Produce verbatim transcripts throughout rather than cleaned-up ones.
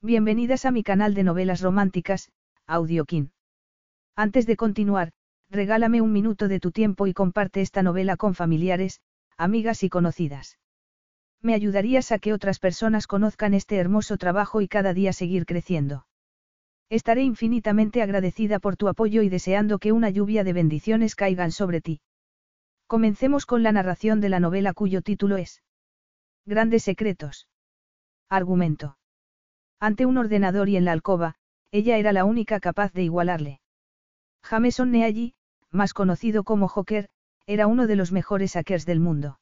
Bienvenidas a mi canal de novelas románticas, Audiokin. Antes de continuar, regálame un minuto de tu tiempo y comparte esta novela con familiares, amigas y conocidas. Me ayudarías a que otras personas conozcan este hermoso trabajo y cada día seguir creciendo. Estaré infinitamente agradecida por tu apoyo y deseando que una lluvia de bendiciones caigan sobre ti. Comencemos con la narración de la novela cuyo título es Grandes secretos. Argumento. Ante un ordenador y en la alcoba, ella era la única capaz de igualarle. Jameson Neagi, más conocido como Joker, era uno de los mejores hackers del mundo.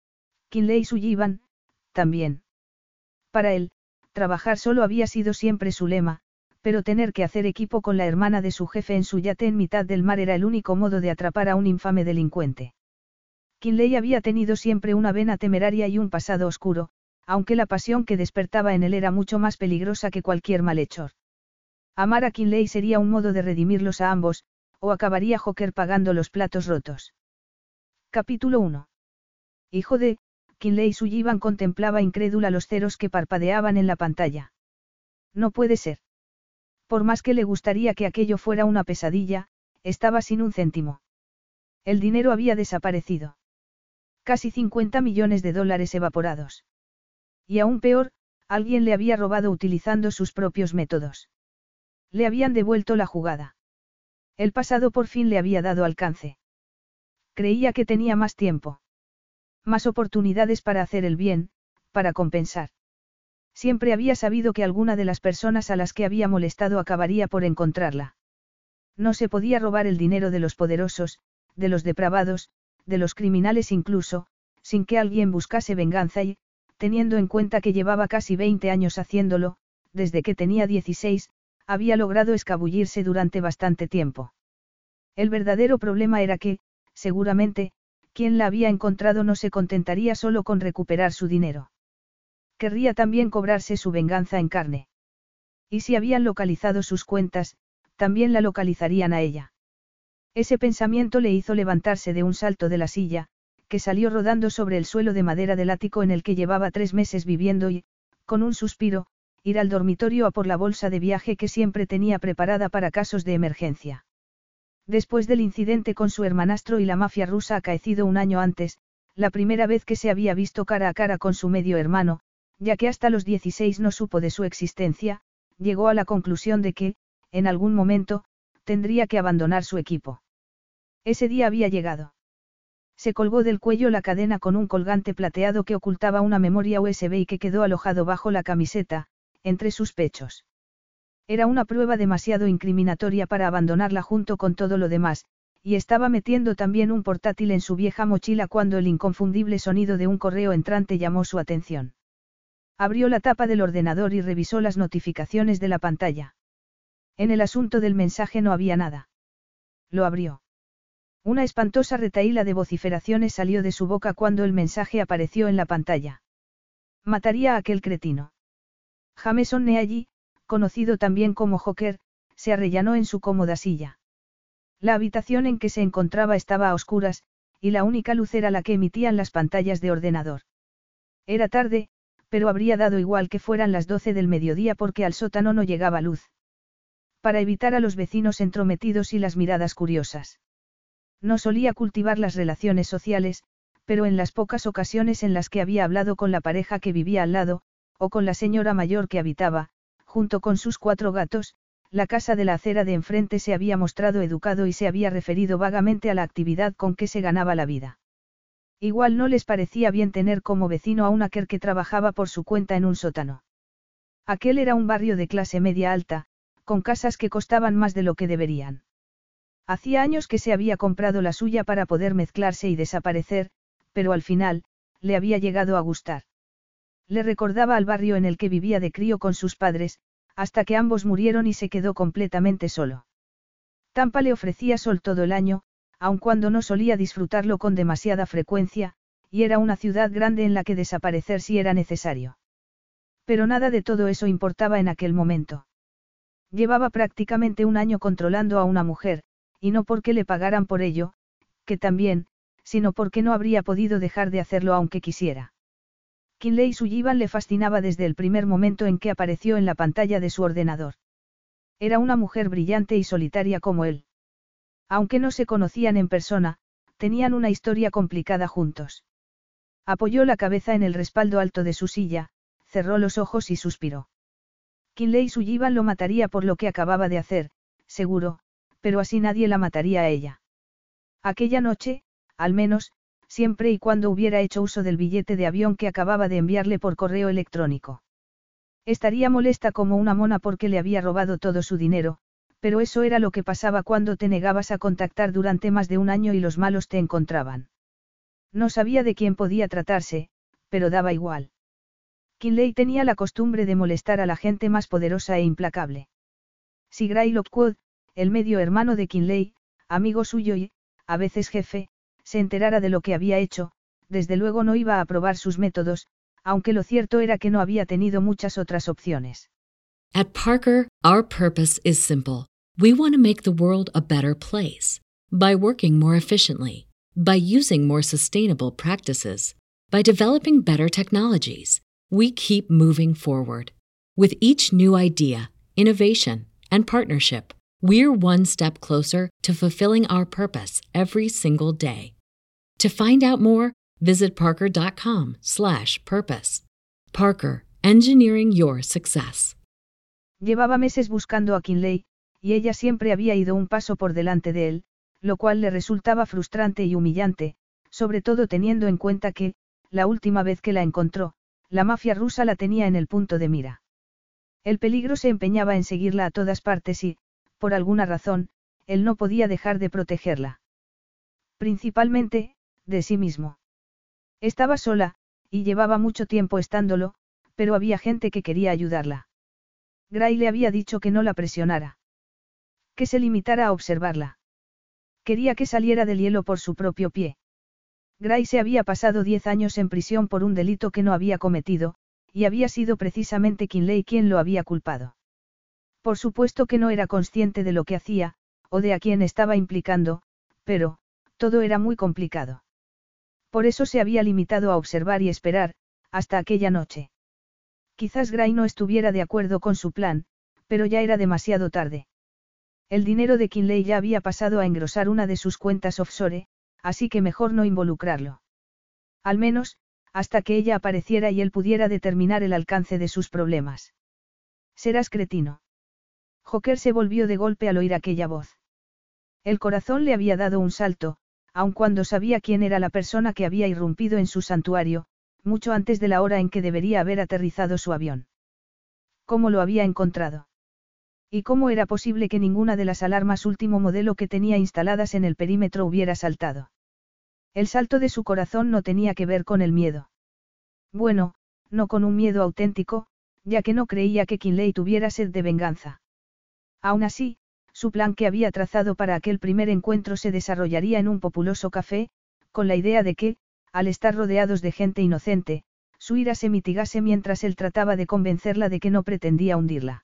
Kinley Sullivan, también. Para él, trabajar solo había sido siempre su lema, pero tener que hacer equipo con la hermana de su jefe en su yate en mitad del mar era el único modo de atrapar a un infame delincuente. Kinley había tenido siempre una vena temeraria y un pasado oscuro, aunque la pasión que despertaba en él era mucho más peligrosa que cualquier malhechor. Amar a Kinley sería un modo de redimirlos a ambos, o acabaría Joker pagando los platos rotos. Capítulo uno. Hijo de, Kinley Sullivan contemplaba incrédula los ceros que parpadeaban en la pantalla. No puede ser. Por más que le gustaría que aquello fuera una pesadilla, estaba sin un céntimo. El dinero había desaparecido. Casi cincuenta millones de dólares evaporados. Y aún peor, alguien le había robado utilizando sus propios métodos. Le habían devuelto la jugada. El pasado por fin le había dado alcance. Creía que tenía más tiempo. Más oportunidades para hacer el bien, para compensar. Siempre había sabido que alguna de las personas a las que había molestado acabaría por encontrarla. No se podía robar el dinero de los poderosos, de los depravados, de los criminales incluso, sin que alguien buscase venganza y, teniendo en cuenta que llevaba casi veinte años haciéndolo, desde que tenía dieciséis, había logrado escabullirse durante bastante tiempo. El verdadero problema era que, seguramente, quien la había encontrado no se contentaría solo con recuperar su dinero. Querría también cobrarse su venganza en carne. Y si habían localizado sus cuentas, también la localizarían a ella. Ese pensamiento le hizo levantarse de un salto de la silla, que salió rodando sobre el suelo de madera del ático en el que llevaba tres meses viviendo y, con un suspiro, ir al dormitorio a por la bolsa de viaje que siempre tenía preparada para casos de emergencia. Después del incidente con su hermanastro y la mafia rusa acaecido un año antes, la primera vez que se había visto cara a cara con su medio hermano, ya que hasta los dieciséis no supo de su existencia, llegó a la conclusión de que, en algún momento, tendría que abandonar su equipo. Ese día había llegado. Se colgó del cuello la cadena con un colgante plateado que ocultaba una memoria U S B y que quedó alojado bajo la camiseta, entre sus pechos. Era una prueba demasiado incriminatoria para abandonarla junto con todo lo demás, y estaba metiendo también un portátil en su vieja mochila cuando el inconfundible sonido de un correo entrante llamó su atención. Abrió la tapa del ordenador y revisó las notificaciones de la pantalla. En el asunto del mensaje no había nada. Lo abrió. Una espantosa retahíla de vociferaciones salió de su boca cuando el mensaje apareció en la pantalla. Mataría a aquel cretino. Jameson Neagi, conocido también como Joker, se arrellanó en su cómoda silla. La habitación en que se encontraba estaba a oscuras, y la única luz era la que emitían las pantallas de ordenador. Era tarde, pero habría dado igual que fueran las doce del mediodía porque al sótano no llegaba luz. Para evitar a los vecinos entrometidos y las miradas curiosas. No solía cultivar las relaciones sociales, pero en las pocas ocasiones en las que había hablado con la pareja que vivía al lado, o con la señora mayor que habitaba, junto con sus cuatro gatos, la casa de la acera de enfrente se había mostrado educado y se había referido vagamente a la actividad con que se ganaba la vida. Igual no les parecía bien tener como vecino a un hacker que trabajaba por su cuenta en un sótano. Aquel era un barrio de clase media alta, con casas que costaban más de lo que deberían. Hacía años que se había comprado la suya para poder mezclarse y desaparecer, pero al final, le había llegado a gustar. Le recordaba al barrio en el que vivía de crío con sus padres, hasta que ambos murieron y se quedó completamente solo. Tampa le ofrecía sol todo el año, aun cuando no solía disfrutarlo con demasiada frecuencia, y era una ciudad grande en la que desaparecer si era necesario. Pero nada de todo eso importaba en aquel momento. Llevaba prácticamente un año controlando a una mujer, y no porque le pagaran por ello, que también, sino porque no habría podido dejar de hacerlo aunque quisiera. Kinley Sullivan le fascinaba desde el primer momento en que apareció en la pantalla de su ordenador. Era una mujer brillante y solitaria como él. Aunque no se conocían en persona, tenían una historia complicada juntos. Apoyó la cabeza en el respaldo alto de su silla, cerró los ojos y suspiró. Kinley Sullivan lo mataría por lo que acababa de hacer, seguro, pero así nadie la mataría a ella. Aquella noche, al menos, siempre y cuando hubiera hecho uso del billete de avión que acababa de enviarle por correo electrónico. Estaría molesta como una mona porque le había robado todo su dinero, pero eso era lo que pasaba cuando te negabas a contactar durante más de un año y los malos te encontraban. No sabía de quién podía tratarse, pero daba igual. Kinley tenía la costumbre de molestar a la gente más poderosa e implacable. Si Gray Lockwood, el medio hermano de Kinley, amigo suyo y, a veces jefe, se enterara de lo que había hecho, desde luego no iba a aprobar sus métodos, aunque lo cierto era que no había tenido muchas otras opciones. At Parker, our purpose is simple. We want to make the world a better place. By working more efficiently, by using more sustainable practices, by developing better technologies, we keep moving forward. With each new idea, innovation, and partnership, we're one step closer to fulfilling our purpose every single day. To find out more, visit parker.com slash purpose. Parker, engineering your success. Llevaba meses buscando a Kinley, y ella siempre había ido un paso por delante de él, lo cual le resultaba frustrante y humillante, sobre todo teniendo en cuenta que, la última vez que la encontró, la mafia rusa la tenía en el punto de mira. El peligro se empeñaba en seguirla a todas partes y, por alguna razón, él no podía dejar de protegerla. Principalmente, de sí mismo. Estaba sola, y llevaba mucho tiempo estándolo, pero había gente que quería ayudarla. Gray le había dicho que no la presionara. Que se limitara a observarla. Quería que saliera del hielo por su propio pie. Gray se había pasado diez años en prisión por un delito que no había cometido, y había sido precisamente Kinley quien lo había culpado. Por supuesto que no era consciente de lo que hacía, o de a quién estaba implicando, pero, todo era muy complicado. Por eso se había limitado a observar y esperar, hasta aquella noche. Quizás Gray no estuviera de acuerdo con su plan, pero ya era demasiado tarde. El dinero de Kinley ya había pasado a engrosar una de sus cuentas offshore, así que mejor no involucrarlo. Al menos, hasta que ella apareciera y él pudiera determinar el alcance de sus problemas. Serás cretino. Joker se volvió de golpe al oír aquella voz. El corazón le había dado un salto, aun cuando sabía quién era la persona que había irrumpido en su santuario, mucho antes de la hora en que debería haber aterrizado su avión. ¿Cómo lo había encontrado? ¿Y cómo era posible que ninguna de las alarmas último modelo que tenía instaladas en el perímetro hubiera saltado? El salto de su corazón no tenía que ver con el miedo. Bueno, no con un miedo auténtico, ya que no creía que Kinley tuviera sed de venganza. Aún así, su plan que había trazado para aquel primer encuentro se desarrollaría en un populoso café, con la idea de que, al estar rodeados de gente inocente, su ira se mitigase mientras él trataba de convencerla de que no pretendía hundirla.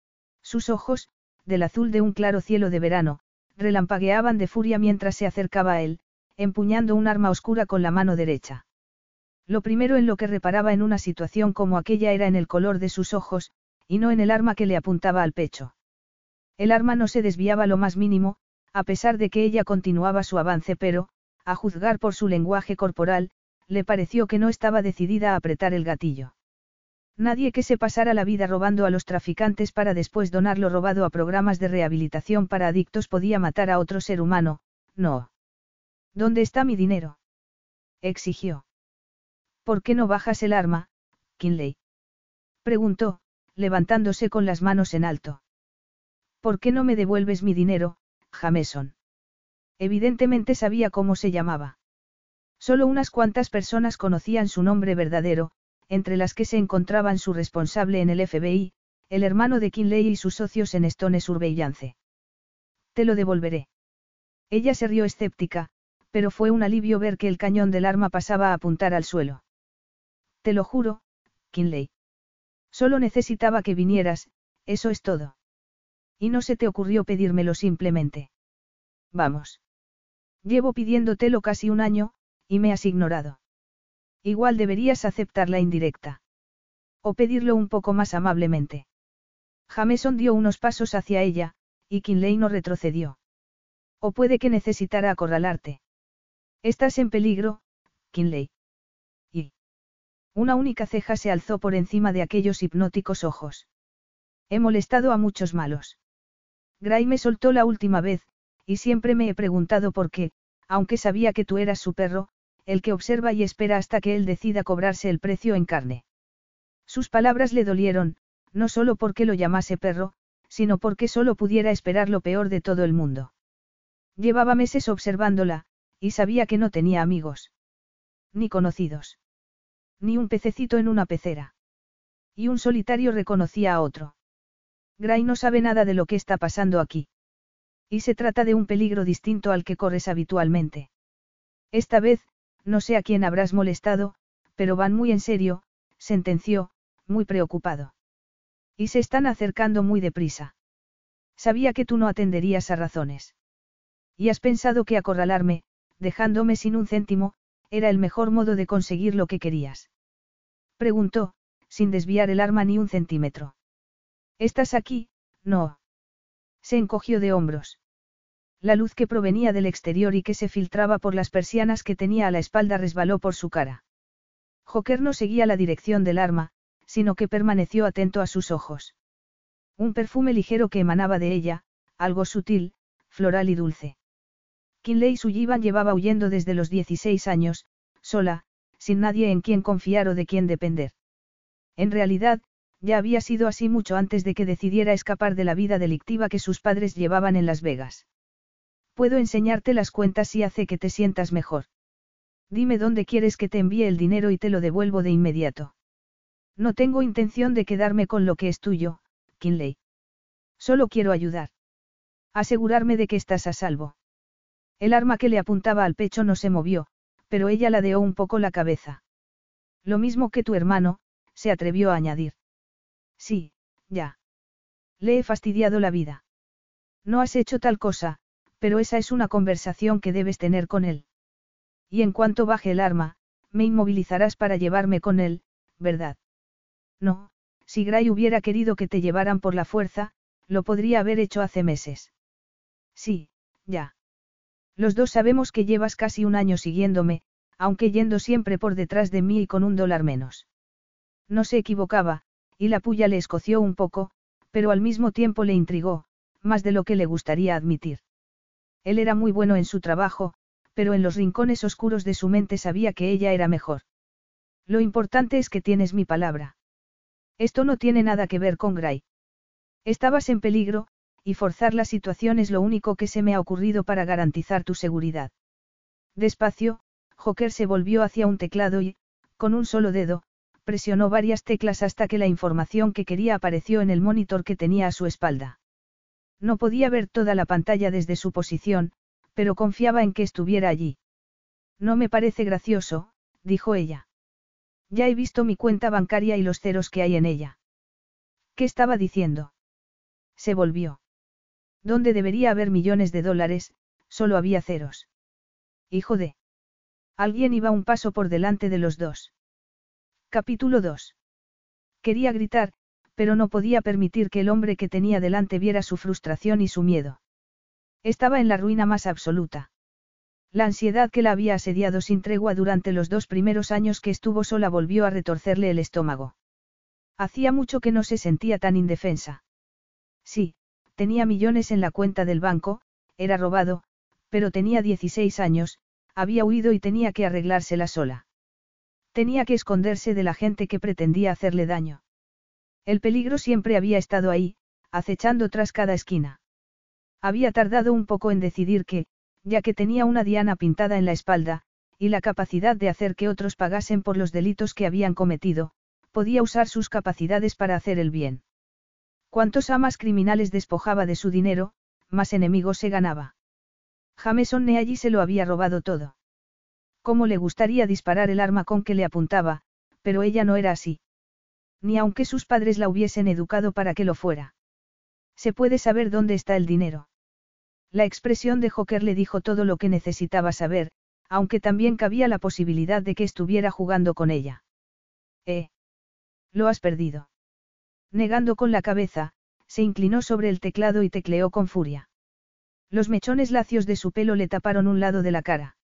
Sus ojos, del azul de un claro cielo de verano, relampagueaban de furia mientras se acercaba a él, empuñando un arma oscura con la mano derecha. Lo primero en lo que reparaba en una situación como aquella era en el color de sus ojos, y no en el arma que le apuntaba al pecho. El arma no se desviaba lo más mínimo, a pesar de que ella continuaba su avance, pero, a juzgar por su lenguaje corporal, le pareció que no estaba decidida a apretar el gatillo. Nadie que se pasara la vida robando a los traficantes para después donar lo robado a programas de rehabilitación para adictos podía matar a otro ser humano, no. ¿Dónde está mi dinero?, exigió. ¿Por qué no bajas el arma, Kinley?, preguntó, levantándose con las manos en alto. ¿Por qué no me devuelves mi dinero, Jameson? Evidentemente sabía cómo se llamaba. Solo unas cuantas personas conocían su nombre verdadero, entre las que se encontraban su responsable en el F B I, el hermano de Kinley y sus socios en Stone Surveillance. Te lo devolveré. Ella se rió escéptica, pero fue un alivio ver que el cañón del arma pasaba a apuntar al suelo. Te lo juro, Kinley. Solo necesitaba que vinieras, eso es todo. Y no se te ocurrió pedírmelo simplemente. Vamos. Llevo pidiéndotelo casi un año, y me has ignorado. Igual deberías aceptar la indirecta. O pedirlo un poco más amablemente. Jameson dio unos pasos hacia ella, y Kinley no retrocedió. O puede que necesitara acorralarte. Estás en peligro, Kinley. Y. Una única ceja se alzó por encima de aquellos hipnóticos ojos. He molestado a muchos malos. Gray me soltó la última vez, y siempre me he preguntado por qué, aunque sabía que tú eras su perro, el que observa y espera hasta que él decida cobrarse el precio en carne. Sus palabras le dolieron, no solo porque lo llamase perro, sino porque solo pudiera esperar lo peor de todo el mundo. Llevaba meses observándola, y sabía que no tenía amigos. Ni conocidos. Ni un pececito en una pecera. Y un solitario reconocía a otro. Gray no sabe nada de lo que está pasando aquí. Y se trata de un peligro distinto al que corres habitualmente. Esta vez, no sé a quién habrás molestado, pero van muy en serio, sentenció, muy preocupado. Y se están acercando muy deprisa. Sabía que tú no atenderías a razones. Y has pensado que acorralarme, dejándome sin un céntimo, era el mejor modo de conseguir lo que querías. Preguntó, sin desviar el arma ni un centímetro. ¿Estás aquí? No. Se encogió de hombros. La luz que provenía del exterior y que se filtraba por las persianas que tenía a la espalda resbaló por su cara. Joker no seguía la dirección del arma, sino que permaneció atento a sus ojos. Un perfume ligero que emanaba de ella, algo sutil, floral y dulce. Kinley Sullivan llevaba huyendo desde los dieciséis años, sola, sin nadie en quien confiar o de quien depender. En realidad, ya había sido así mucho antes de que decidiera escapar de la vida delictiva que sus padres llevaban en Las Vegas. Puedo enseñarte las cuentas si hace que te sientas mejor. Dime dónde quieres que te envíe el dinero y te lo devuelvo de inmediato. No tengo intención de quedarme con lo que es tuyo, Kinley. Solo quiero ayudar. Asegurarme de que estás a salvo. El arma que le apuntaba al pecho no se movió, pero ella ladeó un poco la cabeza. Lo mismo que tu hermano, se atrevió a añadir. Sí, ya. Le he fastidiado la vida. No has hecho tal cosa, pero esa es una conversación que debes tener con él. Y en cuanto baje el arma, me inmovilizarás para llevarme con él, ¿verdad? No, si Gray hubiera querido que te llevaran por la fuerza, lo podría haber hecho hace meses. Sí, ya. Los dos sabemos que llevas casi un año siguiéndome, aunque yendo siempre por detrás de mí y con un dólar menos. No se equivocaba, y la puya le escoció un poco, pero al mismo tiempo le intrigó, más de lo que le gustaría admitir. Él era muy bueno en su trabajo, pero en los rincones oscuros de su mente sabía que ella era mejor. Lo importante es que tienes mi palabra. Esto no tiene nada que ver con Gray. Estabas en peligro, y forzar la situación es lo único que se me ha ocurrido para garantizar tu seguridad. Despacio, Joker se volvió hacia un teclado y, con un solo dedo, presionó varias teclas hasta que la información que quería apareció en el monitor que tenía a su espalda. No podía ver toda la pantalla desde su posición, pero confiaba en que estuviera allí. No me parece gracioso, dijo ella. Ya he visto mi cuenta bancaria y los ceros que hay en ella. ¿Qué estaba diciendo? Se volvió. Donde debería haber millones de dólares, solo había ceros. Hijo de. Alguien iba un paso por delante de los dos. Capítulo dos. Quería gritar, pero no podía permitir que el hombre que tenía delante viera su frustración y su miedo. Estaba en la ruina más absoluta. La ansiedad que la había asediado sin tregua durante los dos primeros años que estuvo sola volvió a retorcerle el estómago. Hacía mucho que no se sentía tan indefensa. Sí, tenía millones en la cuenta del banco, era robado, pero tenía dieciséis años, había huido y tenía que arreglársela sola. Tenía que esconderse de la gente que pretendía hacerle daño. El peligro siempre había estado ahí, acechando tras cada esquina. Había tardado un poco en decidir que, ya que tenía una diana pintada en la espalda, y la capacidad de hacer que otros pagasen por los delitos que habían cometido, podía usar sus capacidades para hacer el bien. Cuantos amas criminales despojaba de su dinero, más enemigos se ganaba. Jameson Neallí se lo había robado todo. Cómo le gustaría disparar el arma con que le apuntaba, pero ella no era así. Ni aunque sus padres la hubiesen educado para que lo fuera. ¿Se puede saber dónde está el dinero? La expresión de Joker le dijo todo lo que necesitaba saber, aunque también cabía la posibilidad de que estuviera jugando con ella. ¿Eh? Lo has perdido. Negando con la cabeza, se inclinó sobre el teclado y tecleó con furia. Los mechones lacios de su pelo le taparon un lado de la cara.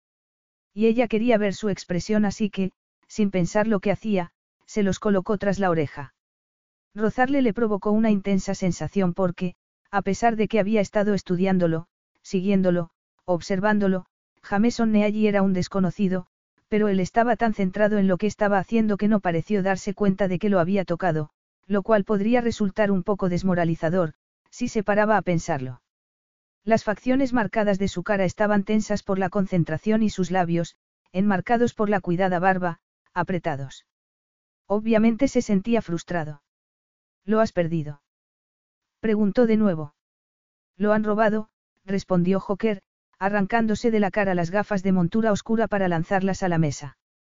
Y ella quería ver su expresión, así que, sin pensar lo que hacía, se los colocó tras la oreja. Rozarle le provocó una intensa sensación porque, a pesar de que había estado estudiándolo, siguiéndolo, observándolo, Jameson Neallí era un desconocido, pero él estaba tan centrado en lo que estaba haciendo que no pareció darse cuenta de que lo había tocado, lo cual podría resultar un poco desmoralizador, si se paraba a pensarlo. Las facciones marcadas de su cara estaban tensas por la concentración y sus labios, enmarcados por la cuidada barba, apretados. Obviamente se sentía frustrado. ¿Lo has perdido? Preguntó de nuevo. Lo han robado, respondió Joker, arrancándose de la cara las gafas de montura oscura para lanzarlas a la mesa.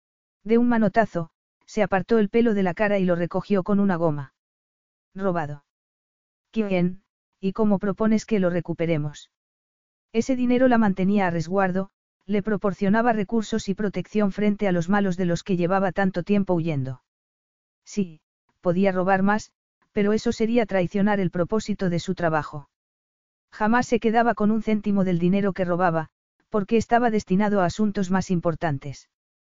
De un manotazo, se apartó el pelo de la cara y lo recogió con una goma. ¿Robado? ¿Quién, y cómo propones que lo recuperemos? Ese dinero la mantenía a resguardo, le proporcionaba recursos y protección frente a los malos de los que llevaba tanto tiempo huyendo. Sí, podía robar más, pero eso sería traicionar el propósito de su trabajo. Jamás se quedaba con un céntimo del dinero que robaba, porque estaba destinado a asuntos más importantes.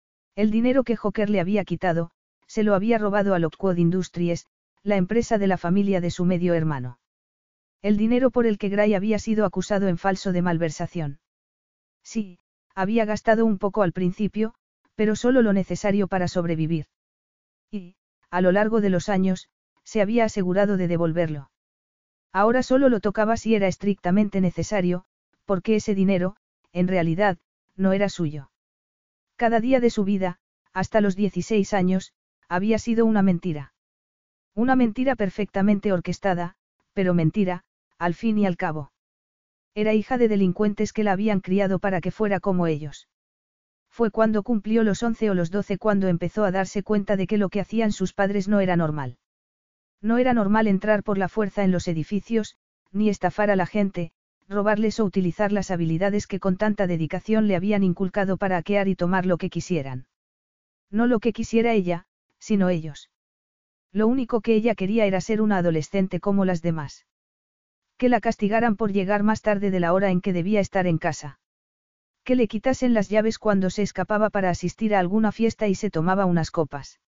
El dinero que Joker le había quitado, se lo había robado a Lockwood Industries, la empresa de la familia de su medio hermano. El dinero por el que Gray había sido acusado en falso de malversación. Sí, había gastado un poco al principio, pero solo lo necesario para sobrevivir. Y, a lo largo de los años, se había asegurado de devolverlo. Ahora solo lo tocaba si era estrictamente necesario, porque ese dinero, en realidad, no era suyo. Cada día de su vida, hasta los dieciséis años, había sido una mentira. Una mentira perfectamente orquestada, pero mentira, al fin y al cabo. Era hija de delincuentes que la habían criado para que fuera como ellos. Fue cuando cumplió los once o los doce cuando empezó a darse cuenta de que lo que hacían sus padres no era normal. No era normal entrar por la fuerza en los edificios, ni estafar a la gente, robarles o utilizar las habilidades que con tanta dedicación le habían inculcado para hackear y tomar lo que quisieran. No lo que quisiera ella, sino ellos. Lo único que ella quería era ser una adolescente como las demás. Que la castigaran por llegar más tarde de la hora en que debía estar en casa. Que le quitasen las llaves cuando se escapaba para asistir a alguna fiesta y se tomaba unas copas.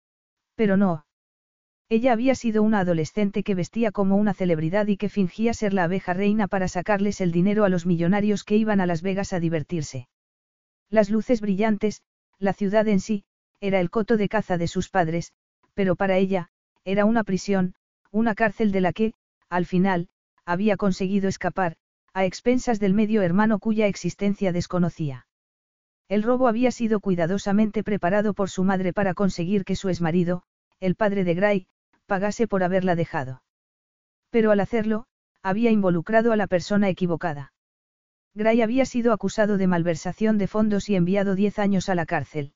Pero no. Ella había sido una adolescente que vestía como una celebridad y que fingía ser la abeja reina para sacarles el dinero a los millonarios que iban a Las Vegas a divertirse. Las luces brillantes, la ciudad en sí, era el coto de caza de sus padres, pero para ella, era una prisión, una cárcel de la que, al final, había conseguido escapar, a expensas del medio hermano cuya existencia desconocía. El robo había sido cuidadosamente preparado por su madre para conseguir que su exmarido, el padre de Gray, pagase por haberla dejado. Pero al hacerlo, había involucrado a la persona equivocada. Gray había sido acusado de malversación de fondos y enviado diez años a la cárcel.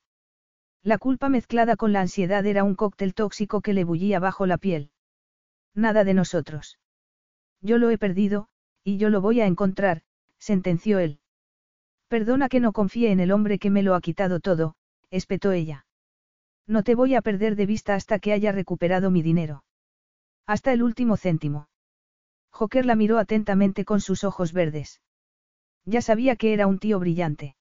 La culpa mezclada con la ansiedad era un cóctel tóxico que le bullía bajo la piel. Nada de nosotros. Yo lo he perdido, y yo lo voy a encontrar, sentenció él. Perdona que no confíe en el hombre que me lo ha quitado todo, espetó ella. No te voy a perder de vista hasta que haya recuperado mi dinero. Hasta el último céntimo. Joker la miró atentamente con sus ojos verdes. Ya sabía que era un tío brillante.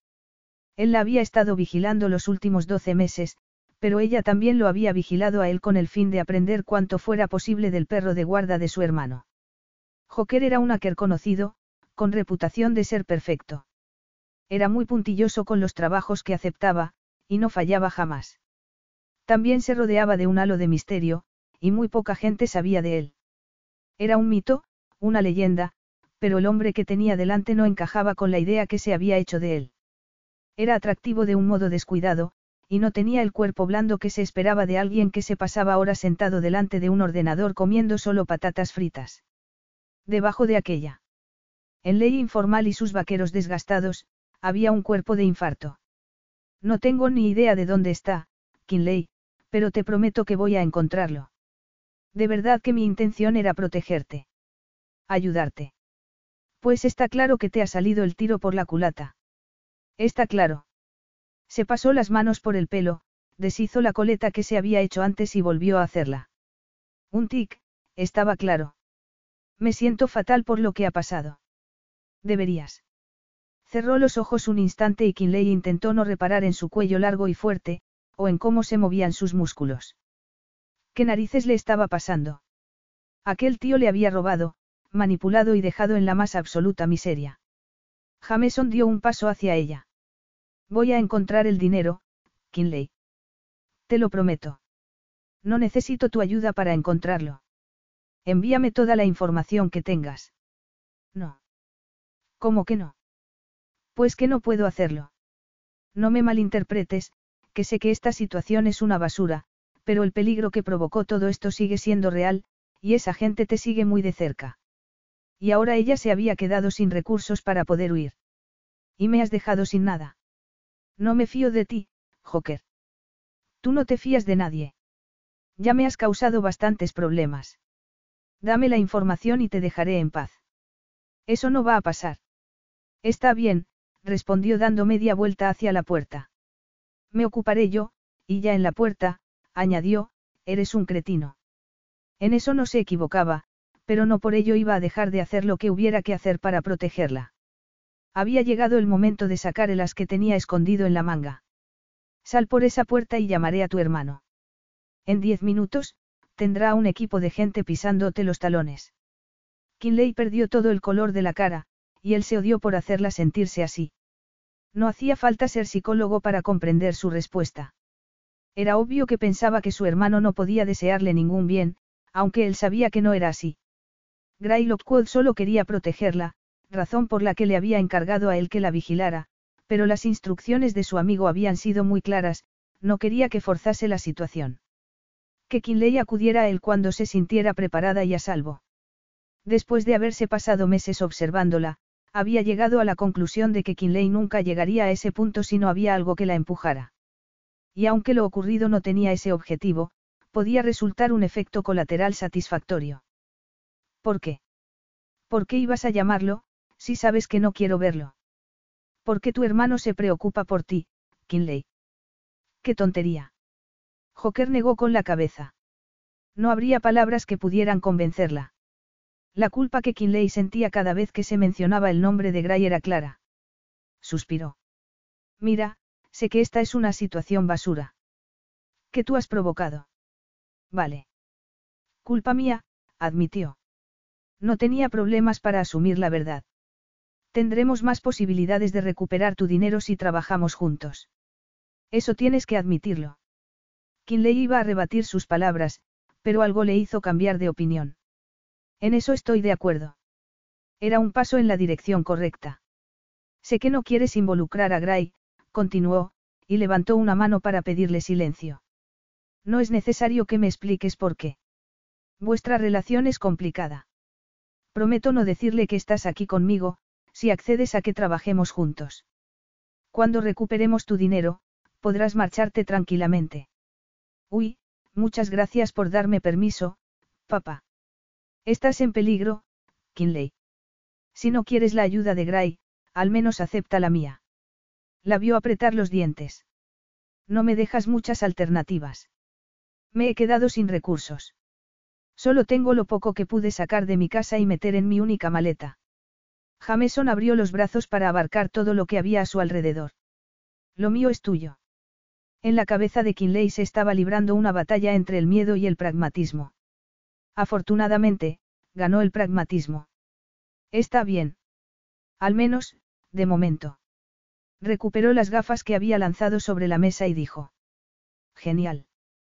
Él la había estado vigilando los últimos doce meses, pero ella también lo había vigilado a él con el fin de aprender cuanto fuera posible del perro de guarda de su hermano. Joker era un hacker conocido, con reputación de ser perfecto. Era muy puntilloso con los trabajos que aceptaba, y no fallaba jamás. También se rodeaba de un halo de misterio, y muy poca gente sabía de él. Era un mito, una leyenda, pero el hombre que tenía delante no encajaba con la idea que se había hecho de él. Era atractivo de un modo descuidado, y no tenía el cuerpo blando que se esperaba de alguien que se pasaba horas sentado delante de un ordenador comiendo solo patatas fritas. Debajo de aquella. En ley informal y sus vaqueros desgastados, había un cuerpo de infarto. No tengo ni idea de dónde está, Kinley, pero te prometo que voy a encontrarlo. De verdad que mi intención era protegerte. Ayudarte. Pues está claro que te ha salido el tiro por la culata. Está claro. Se pasó las manos por el pelo, deshizo la coleta que se había hecho antes y volvió a hacerla. Un tic, estaba claro. Me siento fatal por lo que ha pasado. Deberías. Cerró los ojos un instante y Kinley intentó no reparar en su cuello largo y fuerte, o en cómo se movían sus músculos. ¿Qué narices le estaba pasando? Aquel tío le había robado, manipulado y dejado en la más absoluta miseria. Jameson dio un paso hacia ella. Voy a encontrar el dinero, Kinley. Te lo prometo. No necesito tu ayuda para encontrarlo. Envíame toda la información que tengas. No. ¿Cómo que no? Pues que no puedo hacerlo. No me malinterpretes, que sé que esta situación es una basura, pero el peligro que provocó todo esto sigue siendo real, y esa gente te sigue muy de cerca. Y ahora ella se había quedado sin recursos para poder huir. Y me has dejado sin nada. No me fío de ti, Joker. Tú no te fías de nadie. Ya me has causado bastantes problemas. Dame la información y te dejaré en paz. Eso no va a pasar. Está bien, respondió dando media vuelta hacia la puerta. Me ocuparé yo, y ya en la puerta, añadió, eres un cretino. En eso no se equivocaba, pero no por ello iba a dejar de hacer lo que hubiera que hacer para protegerla. Había llegado el momento de sacar el as que tenía escondido en la manga. Sal por esa puerta y llamaré a tu hermano. En diez minutos, tendrá un equipo de gente pisándote los talones. Kinley perdió todo el color de la cara, y él se odió por hacerla sentirse así. No hacía falta ser psicólogo para comprender su respuesta. Era obvio que pensaba que su hermano no podía desearle ningún bien, aunque él sabía que no era así. Gray Lockwood solo quería protegerla, razón por la que le había encargado a él que la vigilara, pero las instrucciones de su amigo habían sido muy claras, no quería que forzase la situación. Que Kinley acudiera a él cuando se sintiera preparada y a salvo. Después de haberse pasado meses observándola, había llegado a la conclusión de que Kinley nunca llegaría a ese punto si no había algo que la empujara. Y aunque lo ocurrido no tenía ese objetivo, podía resultar un efecto colateral satisfactorio. ¿Por qué? ¿Por qué ibas a llamarlo, si sabes que no quiero verlo? Porque tu hermano se preocupa por ti, Kinley. ¡Qué tontería! Joker negó con la cabeza. No habría palabras que pudieran convencerla. La culpa que Kinley sentía cada vez que se mencionaba el nombre de Gray era clara. Suspiró. Mira, sé que esta es una situación basura. Que tú has provocado. Vale. Culpa mía, admitió. No tenía problemas para asumir la verdad. Tendremos más posibilidades de recuperar tu dinero si trabajamos juntos. Eso tienes que admitirlo. Kinley iba a rebatir sus palabras, pero algo le hizo cambiar de opinión. En eso estoy de acuerdo. Era un paso en la dirección correcta. Sé que no quieres involucrar a Gray, continuó, y levantó una mano para pedirle silencio. No es necesario que me expliques por qué. Vuestra relación es complicada. Prometo no decirle que estás aquí conmigo, si accedes a que trabajemos juntos. Cuando recuperemos tu dinero, podrás marcharte tranquilamente. Uy, muchas gracias por darme permiso, papá. Estás en peligro, Kinley. Si no quieres la ayuda de Gray, al menos acepta la mía. La vio apretar los dientes. No me dejas muchas alternativas. Me he quedado sin recursos. Solo tengo lo poco que pude sacar de mi casa y meter en mi única maleta. Jameson abrió los brazos para abarcar todo lo que había a su alrededor. Lo mío es tuyo. En la cabeza de Kinley se estaba librando una batalla entre el miedo y el pragmatismo. Afortunadamente, ganó el pragmatismo. Está bien. Al menos, de momento. Recuperó las gafas que había lanzado sobre la mesa y dijo. Genial.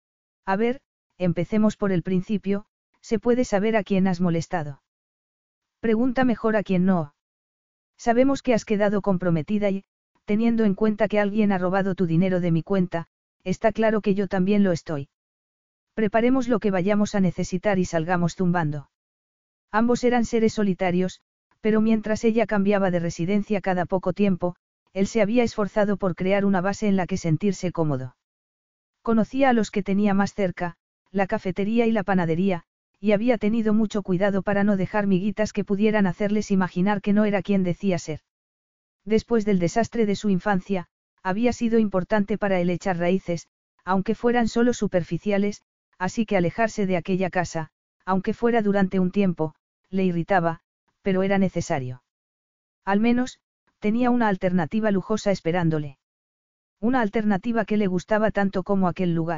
A ver, empecemos por el principio, ¿se puede saber a quién has molestado? Pregunta mejor a quién no. Sabemos que has quedado comprometida y, teniendo en cuenta que alguien ha robado tu dinero de mi cuenta, está claro que yo también lo estoy. Preparemos lo que vayamos a necesitar y salgamos zumbando. Ambos eran seres solitarios, pero mientras ella cambiaba de residencia cada poco tiempo, él se había esforzado por crear una base en la que sentirse cómodo. Conocía a los que tenía más cerca, la cafetería y la panadería, y había tenido mucho cuidado para no dejar miguitas que pudieran hacerles imaginar que no era quien decía ser. Después del desastre de su infancia, Había sido importante para él echar raíces, aunque fueran solo superficiales, así que alejarse de aquella casa, aunque fuera durante un tiempo, le irritaba, pero era necesario. Al menos, tenía una alternativa lujosa esperándole. Una alternativa que le gustaba tanto como aquel lugar.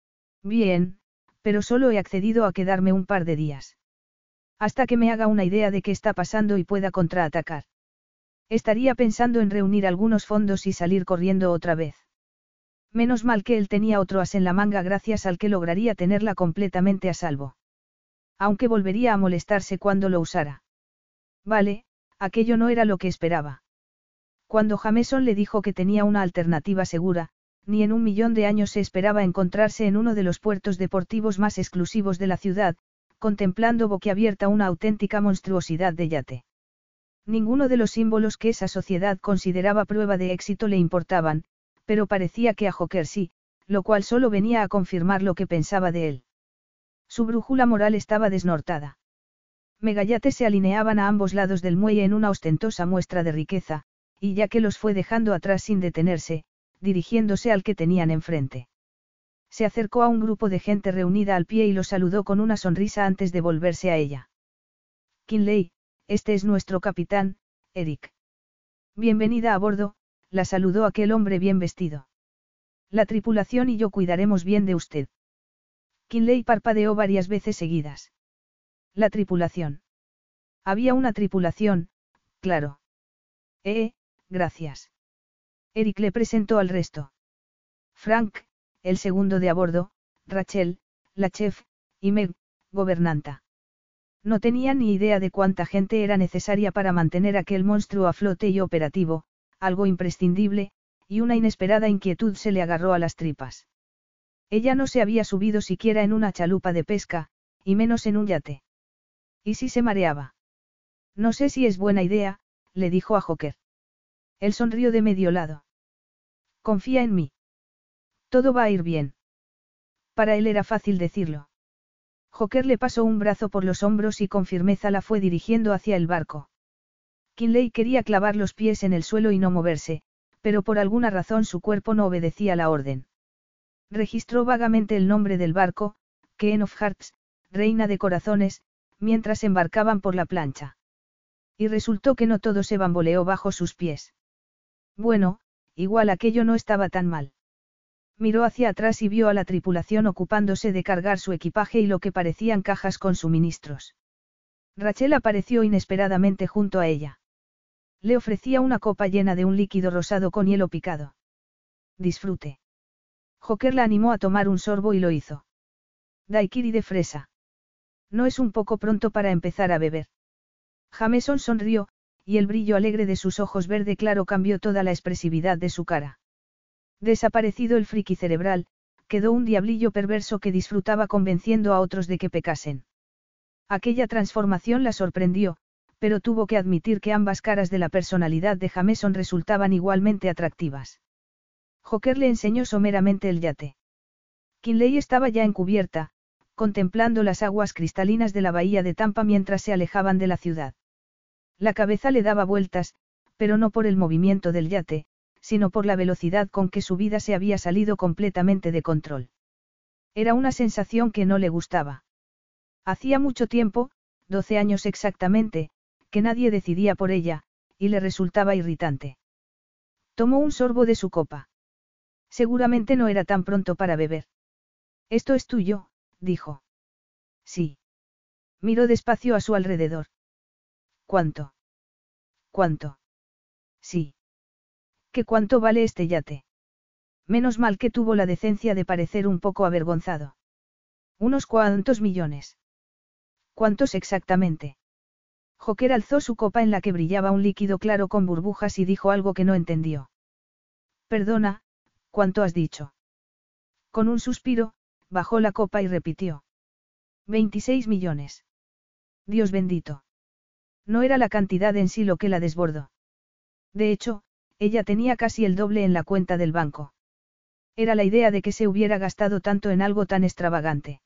Bien, pero solo he accedido a quedarme un par de días. Hasta que me haga una idea de qué está pasando y pueda contraatacar. Estaría pensando en reunir algunos fondos y salir corriendo otra vez. Menos mal que él tenía otro as en la manga gracias al que lograría tenerla completamente a salvo. Aunque volvería a molestarse cuando lo usara. Vale, aquello no era lo que esperaba. Cuando Jameson le dijo que tenía una alternativa segura, ni en un millón de años se esperaba encontrarse en uno de los puertos deportivos más exclusivos de la ciudad, contemplando boquiabierta una auténtica monstruosidad de yate. Ninguno de los símbolos que esa sociedad consideraba prueba de éxito le importaban, pero parecía que a Joker sí, lo cual solo venía a confirmar lo que pensaba de él. Su brújula moral estaba desnortada. Megayates se alineaban a ambos lados del muelle en una ostentosa muestra de riqueza, y ya que los fue dejando atrás sin detenerse, dirigiéndose al que tenían enfrente. Se acercó a un grupo de gente reunida al pie y lo saludó con una sonrisa antes de volverse a ella. Kinley, este es nuestro capitán, Eric. Bienvenida a bordo, la saludó aquel hombre bien vestido. La tripulación y yo cuidaremos bien de usted. Kinley parpadeó varias veces seguidas. La tripulación. Había una tripulación, claro. Eh, gracias. Eric le presentó al resto. Frank, el segundo de a bordo, Rachel, la chef, y Meg, gobernanta. No tenían ni idea de cuánta gente era necesaria para mantener aquel monstruo a flote y operativo, algo imprescindible, y una inesperada inquietud se le agarró a las tripas. Ella no se había subido siquiera en una chalupa de pesca, y menos en un yate. ¿Y si se mareaba? No sé si es buena idea, le dijo a Joker. Él sonrió de medio lado. Confía en mí. Todo va a ir bien. Para él era fácil decirlo. Joker le pasó un brazo por los hombros y con firmeza la fue dirigiendo hacia el barco. Kinley quería clavar los pies en el suelo y no moverse, pero por alguna razón su cuerpo no obedecía la orden. Registró vagamente el nombre del barco, Queen of Hearts, Reina de Corazones, mientras embarcaban por la plancha. Y resultó que no todo se bamboleó bajo sus pies. Bueno, igual aquello no estaba tan mal. Miró hacia atrás y vio a la tripulación ocupándose de cargar su equipaje y lo que parecían cajas con suministros. Rachel apareció inesperadamente junto a ella. Le ofrecía una copa llena de un líquido rosado con hielo picado. Disfrute. Joker la animó a tomar un sorbo y lo hizo. Daiquiri de fresa. No es un poco pronto para empezar a beber. Jameson sonrió, y el brillo alegre de sus ojos verde claro cambió toda la expresividad de su cara. Desaparecido el friki cerebral, quedó un diablillo perverso que disfrutaba convenciendo a otros de que pecasen. Aquella transformación la sorprendió, pero tuvo que admitir que ambas caras de la personalidad de Jameson resultaban igualmente atractivas. Joker le enseñó someramente el yate. Kinley estaba ya en cubierta, contemplando las aguas cristalinas de la bahía de Tampa mientras se alejaban de la ciudad. La cabeza le daba vueltas, pero no por el movimiento del yate, sino por la velocidad con que su vida se había salido completamente de control. Era una sensación que no le gustaba. Hacía mucho tiempo, doce años exactamente, que nadie decidía por ella, y le resultaba irritante. Tomó un sorbo de su copa. Seguramente no era tan pronto para beber. Esto es tuyo, dijo. Sí. Miró despacio a su alrededor. ¿Cuánto? ¿Cuánto? Sí. ¿Qué cuánto vale este yate? Menos mal que tuvo la decencia de parecer un poco avergonzado. Unos cuantos millones. ¿Cuántos exactamente? Joker alzó su copa en la que brillaba un líquido claro con burbujas y dijo algo que no entendió. Perdona, ¿cuánto has dicho? Con un suspiro, bajó la copa y repitió. veintiséis millones. Dios bendito. No era la cantidad en sí lo que la desbordó. De hecho, ella tenía casi el doble en la cuenta del banco. Era la idea de que se hubiera gastado tanto en algo tan extravagante.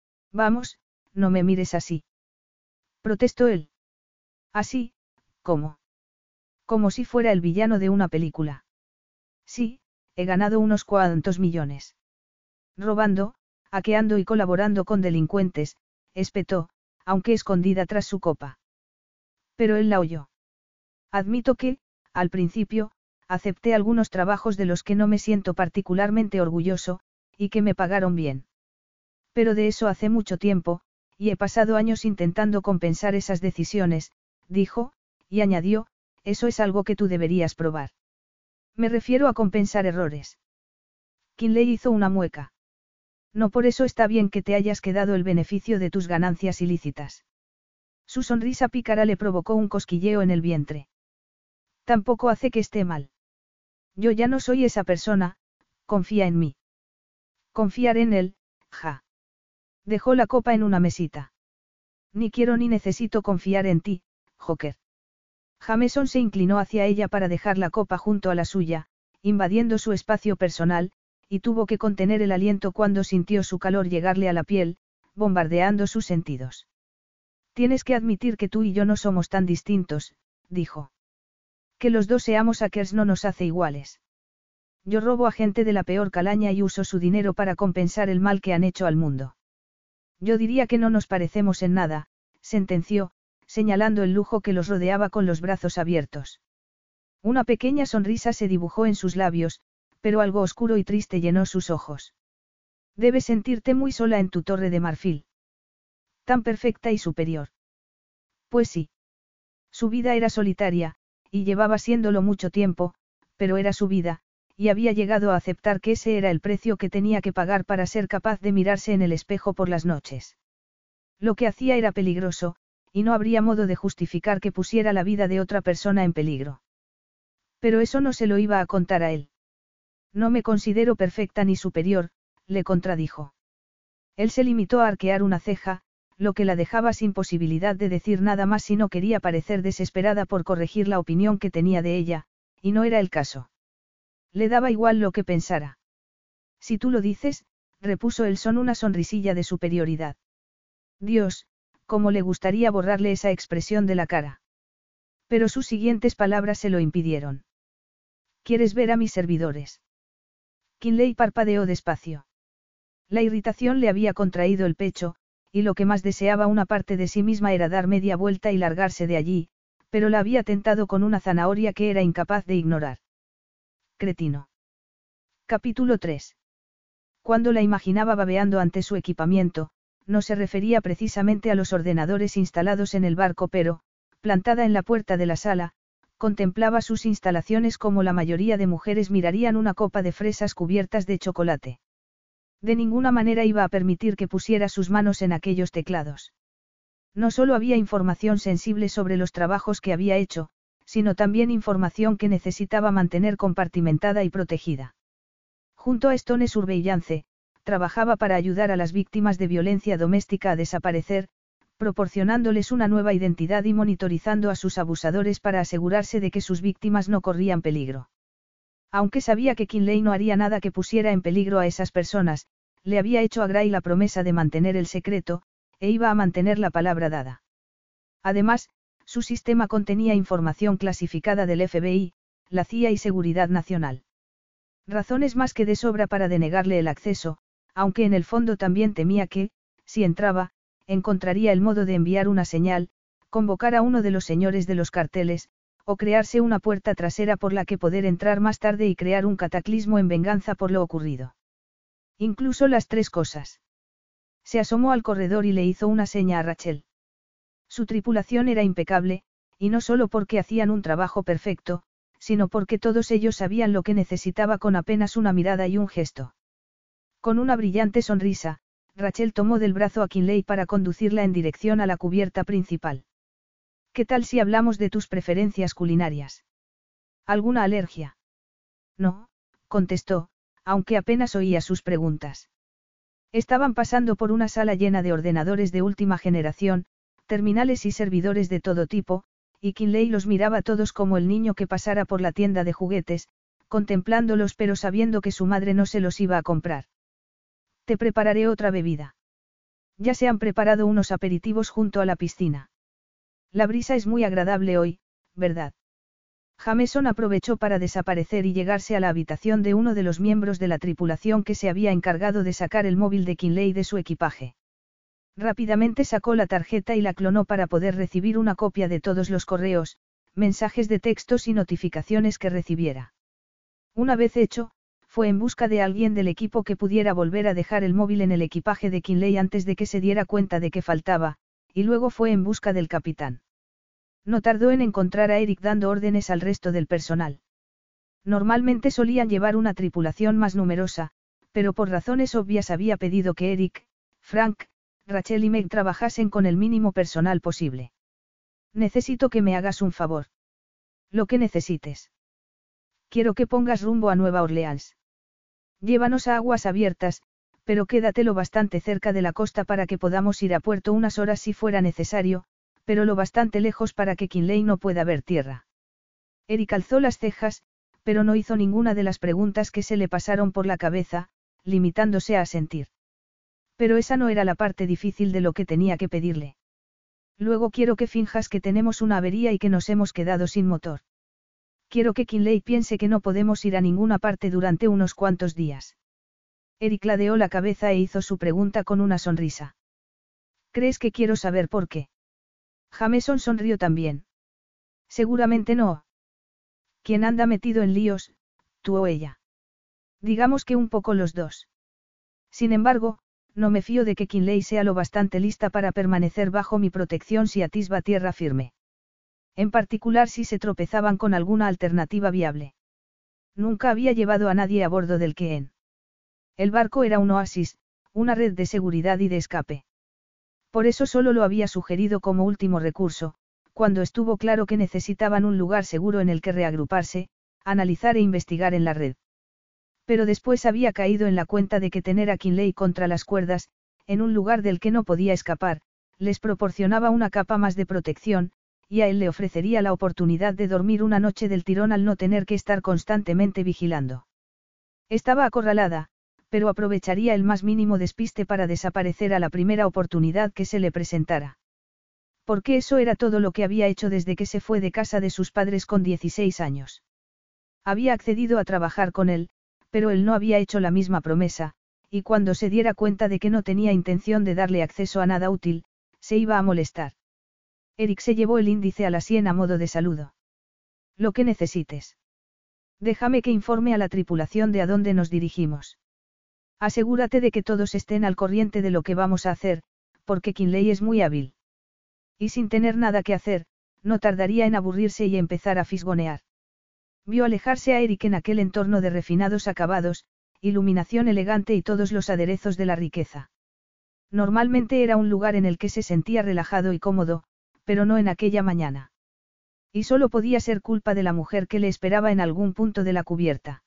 Vamos, no me mires así. Protestó él. ¿Así? ¿Cómo? Como si fuera el villano de una película. Sí, he ganado unos cuantos millones. Robando, hackeando y colaborando con delincuentes, espetó, aunque escondida tras su copa. Pero él la oyó. Admito que, al principio, acepté algunos trabajos de los que no me siento particularmente orgulloso, y que me pagaron bien. Pero de eso hace mucho tiempo, y he pasado años intentando compensar esas decisiones, dijo, y añadió, eso es algo que tú deberías probar. Me refiero a compensar errores. Kinley hizo una mueca. No por eso está bien que te hayas quedado el beneficio de tus ganancias ilícitas. Su sonrisa pícara le provocó un cosquilleo en el vientre. Tampoco hace que esté mal. Yo ya no soy esa persona, confía en mí. Confiar en él, ja. Dejó la copa en una mesita. Ni quiero ni necesito confiar en ti, Joker. Jameson se inclinó hacia ella para dejar la copa junto a la suya, invadiendo su espacio personal, y tuvo que contener el aliento cuando sintió su calor llegarle a la piel, bombardeando sus sentidos. Tienes que admitir que tú y yo no somos tan distintos, dijo. Que los dos seamos hackers no nos hace iguales. Yo robo a gente de la peor calaña y uso su dinero para compensar el mal que han hecho al mundo. Yo diría que no nos parecemos en nada, sentenció, señalando el lujo que los rodeaba con los brazos abiertos. Una pequeña sonrisa se dibujó en sus labios, pero algo oscuro y triste llenó sus ojos. Debes sentirte muy sola en tu torre de marfil. Tan perfecta y superior. Pues sí. Su vida era solitaria, y llevaba siéndolo mucho tiempo, pero era su vida, y había llegado a aceptar que ese era el precio que tenía que pagar para ser capaz de mirarse en el espejo por las noches. Lo que hacía era peligroso, y no habría modo de justificar que pusiera la vida de otra persona en peligro. Pero eso no se lo iba a contar a él. No me considero perfecta ni superior, le contradijo. Él se limitó a arquear una ceja, lo que la dejaba sin posibilidad de decir nada más si no quería parecer desesperada por corregir la opinión que tenía de ella, y no era el caso. Le daba igual lo que pensara. Si tú lo dices, repuso él con una sonrisilla de superioridad. Dios, cómo le gustaría borrarle esa expresión de la cara. Pero sus siguientes palabras se lo impidieron. ¿Quieres ver a mis servidores? Kinley parpadeó despacio. La irritación le había contraído el pecho, y lo que más deseaba una parte de sí misma era dar media vuelta y largarse de allí, pero la había tentado con una zanahoria que era incapaz de ignorar. Cretino. Capítulo tres. Cuando la imaginaba babeando ante su equipamiento, no se refería precisamente a los ordenadores instalados en el barco, pero, plantada en la puerta de la sala, contemplaba sus instalaciones como la mayoría de mujeres mirarían una copa de fresas cubiertas de chocolate. De ninguna manera iba a permitir que pusiera sus manos en aquellos teclados. No solo había información sensible sobre los trabajos que había hecho, sino también información que necesitaba mantener compartimentada y protegida. Junto a Stone Surveillance, trabajaba para ayudar a las víctimas de violencia doméstica a desaparecer, proporcionándoles una nueva identidad y monitorizando a sus abusadores para asegurarse de que sus víctimas no corrían peligro. Aunque sabía que Kinley no haría nada que pusiera en peligro a esas personas, le había hecho a Gray la promesa de mantener el secreto, e iba a mantener la palabra dada. Además, su sistema contenía información clasificada del F B I, la C I A y Seguridad Nacional. Razones más que de sobra para denegarle el acceso, aunque en el fondo también temía que, si entraba, encontraría el modo de enviar una señal, convocar a uno de los señores de los carteles, o crearse una puerta trasera por la que poder entrar más tarde y crear un cataclismo en venganza por lo ocurrido. Incluso las tres cosas. Se asomó al corredor y le hizo una seña a Rachel. Su tripulación era impecable, y no solo porque hacían un trabajo perfecto, sino porque todos ellos sabían lo que necesitaba con apenas una mirada y un gesto. Con una brillante sonrisa, Rachel tomó del brazo a Kinley para conducirla en dirección a la cubierta principal. ¿Qué tal si hablamos de tus preferencias culinarias? ¿Alguna alergia? No, contestó, aunque apenas oía sus preguntas. Estaban pasando por una sala llena de ordenadores de última generación, terminales y servidores de todo tipo, y Kinley los miraba todos como el niño que pasara por la tienda de juguetes, contemplándolos pero sabiendo que su madre no se los iba a comprar. Te prepararé otra bebida. Ya se han preparado unos aperitivos junto a la piscina. La brisa es muy agradable hoy, ¿verdad? Jameson aprovechó para desaparecer y llegarse a la habitación de uno de los miembros de la tripulación que se había encargado de sacar el móvil de Kinley de su equipaje. Rápidamente sacó la tarjeta y la clonó para poder recibir una copia de todos los correos, mensajes de textos y notificaciones que recibiera. Una vez hecho, fue en busca de alguien del equipo que pudiera volver a dejar el móvil en el equipaje de Kinley antes de que se diera cuenta de que faltaba, y luego fue en busca del capitán. No tardó en encontrar a Eric dando órdenes al resto del personal. Normalmente solían llevar una tripulación más numerosa, pero por razones obvias había pedido que Eric, Frank, Rachel y Meg trabajasen con el mínimo personal posible. Necesito que me hagas un favor. Lo que necesites. Quiero que pongas rumbo a Nueva Orleans. Llévanos a aguas abiertas, pero quédate lo bastante cerca de la costa para que podamos ir a puerto unas horas si fuera necesario, pero lo bastante lejos para que Kinley no pueda ver tierra. Eric alzó las cejas, pero no hizo ninguna de las preguntas que se le pasaron por la cabeza, limitándose a asentir. Pero esa no era la parte difícil de lo que tenía que pedirle. Luego quiero que finjas que tenemos una avería y que nos hemos quedado sin motor. Quiero que Kinley piense que no podemos ir a ninguna parte durante unos cuantos días. Eric ladeó la cabeza e hizo su pregunta con una sonrisa. ¿Crees que quiero saber por qué? Jameson sonrió también. Seguramente no. ¿Quién anda metido en líos, tú o ella? Digamos que un poco los dos. Sin embargo, no me fío de que Kinley sea lo bastante lista para permanecer bajo mi protección si atisba tierra firme. En particular si se tropezaban con alguna alternativa viable. Nunca había llevado a nadie a bordo del Keen. El barco era un oasis, una red de seguridad y de escape. Por eso solo lo había sugerido como último recurso, cuando estuvo claro que necesitaban un lugar seguro en el que reagruparse, analizar e investigar en la red. Pero después había caído en la cuenta de que tener a Kinley contra las cuerdas, en un lugar del que no podía escapar, les proporcionaba una capa más de protección, y a él le ofrecería la oportunidad de dormir una noche del tirón al no tener que estar constantemente vigilando. Estaba acorralada, pero aprovecharía el más mínimo despiste para desaparecer a la primera oportunidad que se le presentara. Porque eso era todo lo que había hecho desde que se fue de casa de sus padres con dieciséis años. Había accedido a trabajar con él, pero él no había hecho la misma promesa, y cuando se diera cuenta de que no tenía intención de darle acceso a nada útil, se iba a molestar. Eric se llevó el índice a la sien a modo de saludo. Lo que necesites. Déjame que informe a la tripulación de a dónde nos dirigimos. Asegúrate de que todos estén al corriente de lo que vamos a hacer, porque Kinley es muy hábil. Y sin tener nada que hacer, no tardaría en aburrirse y empezar a fisgonear. Vio alejarse a Eric en aquel entorno de refinados acabados, iluminación elegante y todos los aderezos de la riqueza. Normalmente era un lugar en el que se sentía relajado y cómodo, pero no en aquella mañana. Y solo podía ser culpa de la mujer que le esperaba en algún punto de la cubierta.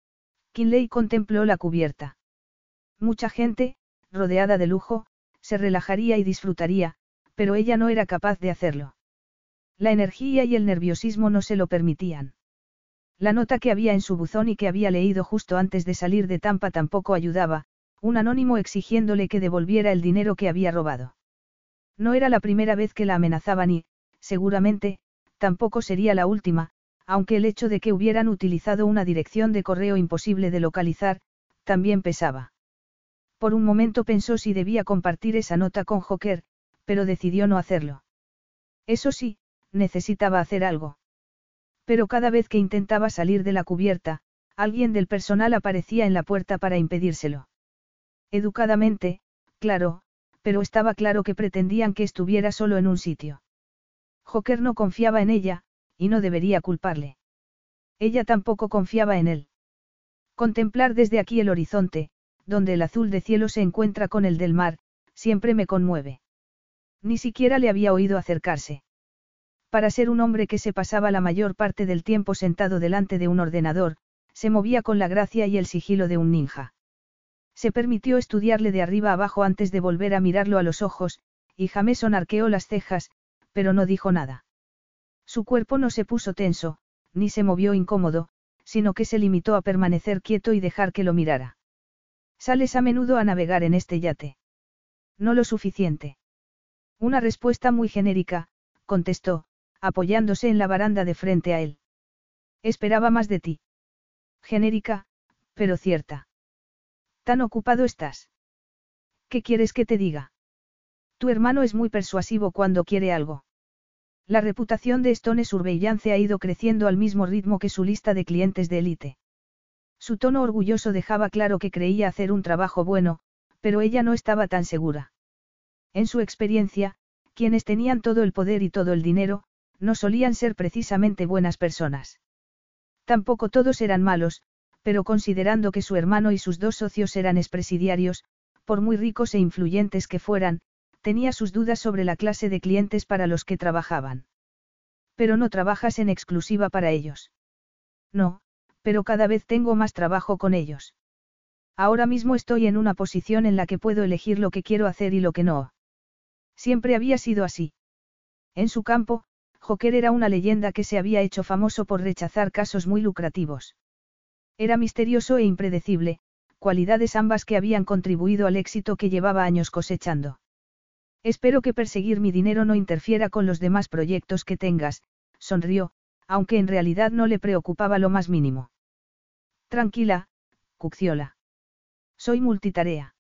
Kinley contempló la cubierta. Mucha gente, rodeada de lujo, se relajaría y disfrutaría, pero ella no era capaz de hacerlo. La energía y el nerviosismo no se lo permitían. La nota que había en su buzón y que había leído justo antes de salir de Tampa tampoco ayudaba, un anónimo exigiéndole que devolviera el dinero que había robado. No era la primera vez que la amenazaban y, seguramente, tampoco sería la última, aunque el hecho de que hubieran utilizado una dirección de correo imposible de localizar, también pesaba. Por un momento pensó si debía compartir esa nota con Joker, pero decidió no hacerlo. Eso sí, necesitaba hacer algo. Pero cada vez que intentaba salir de la cubierta, alguien del personal aparecía en la puerta para impedírselo. Educadamente, claro, pero estaba claro que pretendían que estuviera solo en un sitio. Joker no confiaba en ella, y no debería culparle. Ella tampoco confiaba en él. Contemplar desde aquí el horizonte, donde el azul de cielo se encuentra con el del mar, siempre me conmueve. Ni siquiera le había oído acercarse. Para ser un hombre que se pasaba la mayor parte del tiempo sentado delante de un ordenador, se movía con la gracia y el sigilo de un ninja. Se permitió estudiarle de arriba abajo antes de volver a mirarlo a los ojos, y Jameson arqueó las cejas, pero no dijo nada. Su cuerpo no se puso tenso, ni se movió incómodo, sino que se limitó a permanecer quieto y dejar que lo mirara. ¿Sales a menudo a navegar en este yate? No lo suficiente. Una respuesta muy genérica, contestó, apoyándose en la baranda de frente a él. Esperaba más de ti. Genérica, pero cierta. ¿Tan ocupado estás? ¿Qué quieres que te diga? Tu hermano es muy persuasivo cuando quiere algo. La reputación de Stone Surveillance ha ido creciendo al mismo ritmo que su lista de clientes de élite. Su tono orgulloso dejaba claro que creía hacer un trabajo bueno, pero ella no estaba tan segura. En su experiencia, quienes tenían todo el poder y todo el dinero, no solían ser precisamente buenas personas. Tampoco todos eran malos, pero considerando que su hermano y sus dos socios eran expresidiarios, por muy ricos e influyentes que fueran, tenía sus dudas sobre la clase de clientes para los que trabajaban. Pero no trabajas en exclusiva para ellos. No, pero cada vez tengo más trabajo con ellos. Ahora mismo estoy en una posición en la que puedo elegir lo que quiero hacer y lo que no. Siempre había sido así. En su campo, Joker era una leyenda que se había hecho famoso por rechazar casos muy lucrativos. Era misterioso e impredecible, cualidades ambas que habían contribuido al éxito que llevaba años cosechando. Espero que perseguir mi dinero no interfiera con los demás proyectos que tengas, sonrió, aunque en realidad no le preocupaba lo más mínimo. Tranquila, Cucciola. Soy multitarea.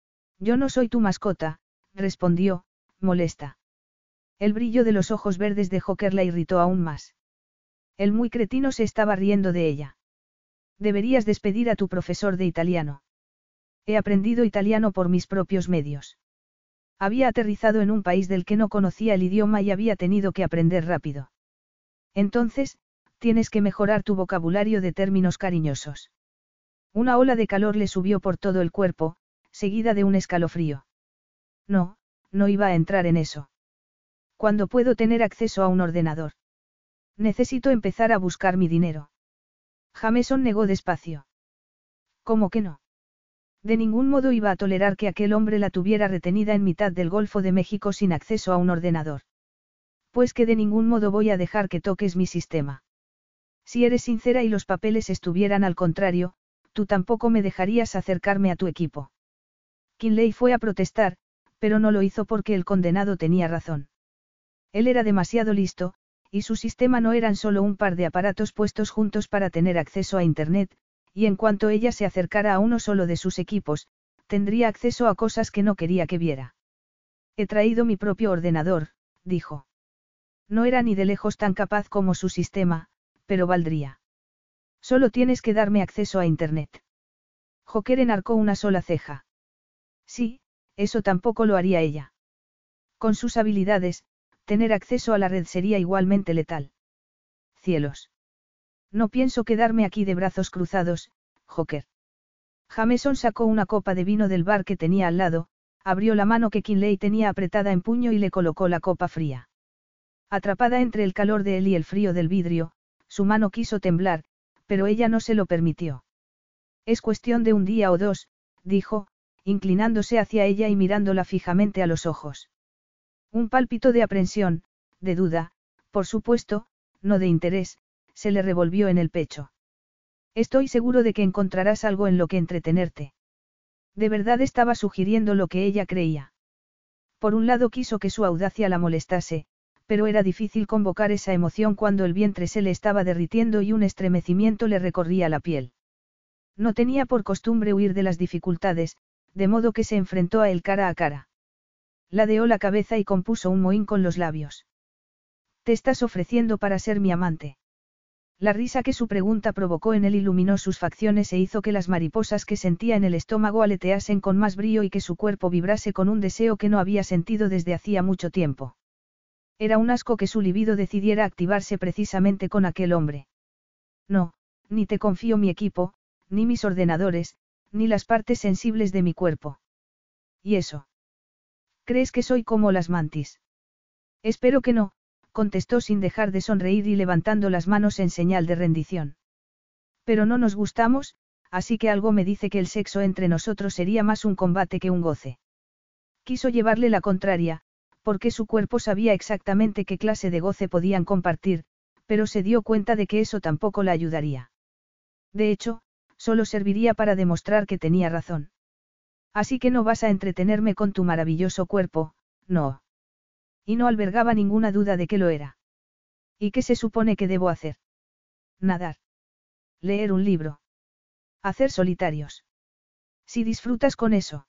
Yo no soy tu mascota, respondió, molesta. El brillo de los ojos verdes de Joker la irritó aún más. El muy cretino se estaba riendo de ella. Deberías despedir a tu profesor de italiano. He aprendido italiano por mis propios medios. Había aterrizado en un país del que no conocía el idioma y había tenido que aprender rápido. Entonces, tienes que mejorar tu vocabulario de términos cariñosos. Una ola de calor le subió por todo el cuerpo, seguida de un escalofrío. No, no iba a entrar en eso. ¿Cuándo puedo tener acceso a un ordenador? Necesito empezar a buscar mi dinero. Jameson negó despacio. ¿Cómo que no? De ningún modo iba a tolerar que aquel hombre la tuviera retenida en mitad del Golfo de México sin acceso a un ordenador. Pues que de ningún modo voy a dejar que toques mi sistema. Si eres sincera y los papeles estuvieran al contrario, tú tampoco me dejarías acercarme a tu equipo. Kinley fue a protestar, pero no lo hizo porque el condenado tenía razón. Él era demasiado listo, y su sistema no eran solo un par de aparatos puestos juntos para tener acceso a Internet, y en cuanto ella se acercara a uno solo de sus equipos, tendría acceso a cosas que no quería que viera. He traído mi propio ordenador, dijo. No era ni de lejos tan capaz como su sistema, pero valdría. Solo tienes que darme acceso a Internet. Joker enarcó una sola ceja. Sí, eso tampoco lo haría ella. Con sus habilidades, tener acceso a la red sería igualmente letal. Cielos. No pienso quedarme aquí de brazos cruzados, Joker. Jameson sacó una copa de vino del bar que tenía al lado, abrió la mano que Kinley tenía apretada en puño y le colocó la copa fría. Atrapada entre el calor de él y el frío del vidrio, su mano quiso temblar, pero ella no se lo permitió. Es cuestión de un día o dos, dijo, inclinándose hacia ella y mirándola fijamente a los ojos. Un pálpito de aprensión, de duda, por supuesto, no de interés, se le revolvió en el pecho. Estoy seguro de que encontrarás algo en lo que entretenerte. De verdad estaba sugiriendo lo que ella creía. Por un lado quiso que su audacia la molestase, pero era difícil convocar esa emoción cuando el vientre se le estaba derritiendo y un estremecimiento le recorría la piel. No tenía por costumbre huir de las dificultades, de modo que se enfrentó a él cara a cara. Ladeó la cabeza y compuso un mohín con los labios. ¿Te estás ofreciendo para ser mi amante? La risa que su pregunta provocó en él iluminó sus facciones e hizo que las mariposas que sentía en el estómago aleteasen con más brío y que su cuerpo vibrase con un deseo que no había sentido desde hacía mucho tiempo. Era un asco que su libido decidiera activarse precisamente con aquel hombre. No, ni te confío mi equipo, ni mis ordenadores, ni las partes sensibles de mi cuerpo. ¿Y eso? ¿Crees que soy como las mantis? Espero que no, contestó sin dejar de sonreír y levantando las manos en señal de rendición. Pero no nos gustamos, así que algo me dice que el sexo entre nosotros sería más un combate que un goce. Quiso llevarle la contraria, porque su cuerpo sabía exactamente qué clase de goce podían compartir, pero se dio cuenta de que eso tampoco la ayudaría. De hecho, solo serviría para demostrar que tenía razón. Así que no vas a entretenerme con tu maravilloso cuerpo, no. Y no albergaba ninguna duda de que lo era. ¿Y qué se supone que debo hacer? Nadar. Leer un libro. Hacer solitarios. Si disfrutas con eso.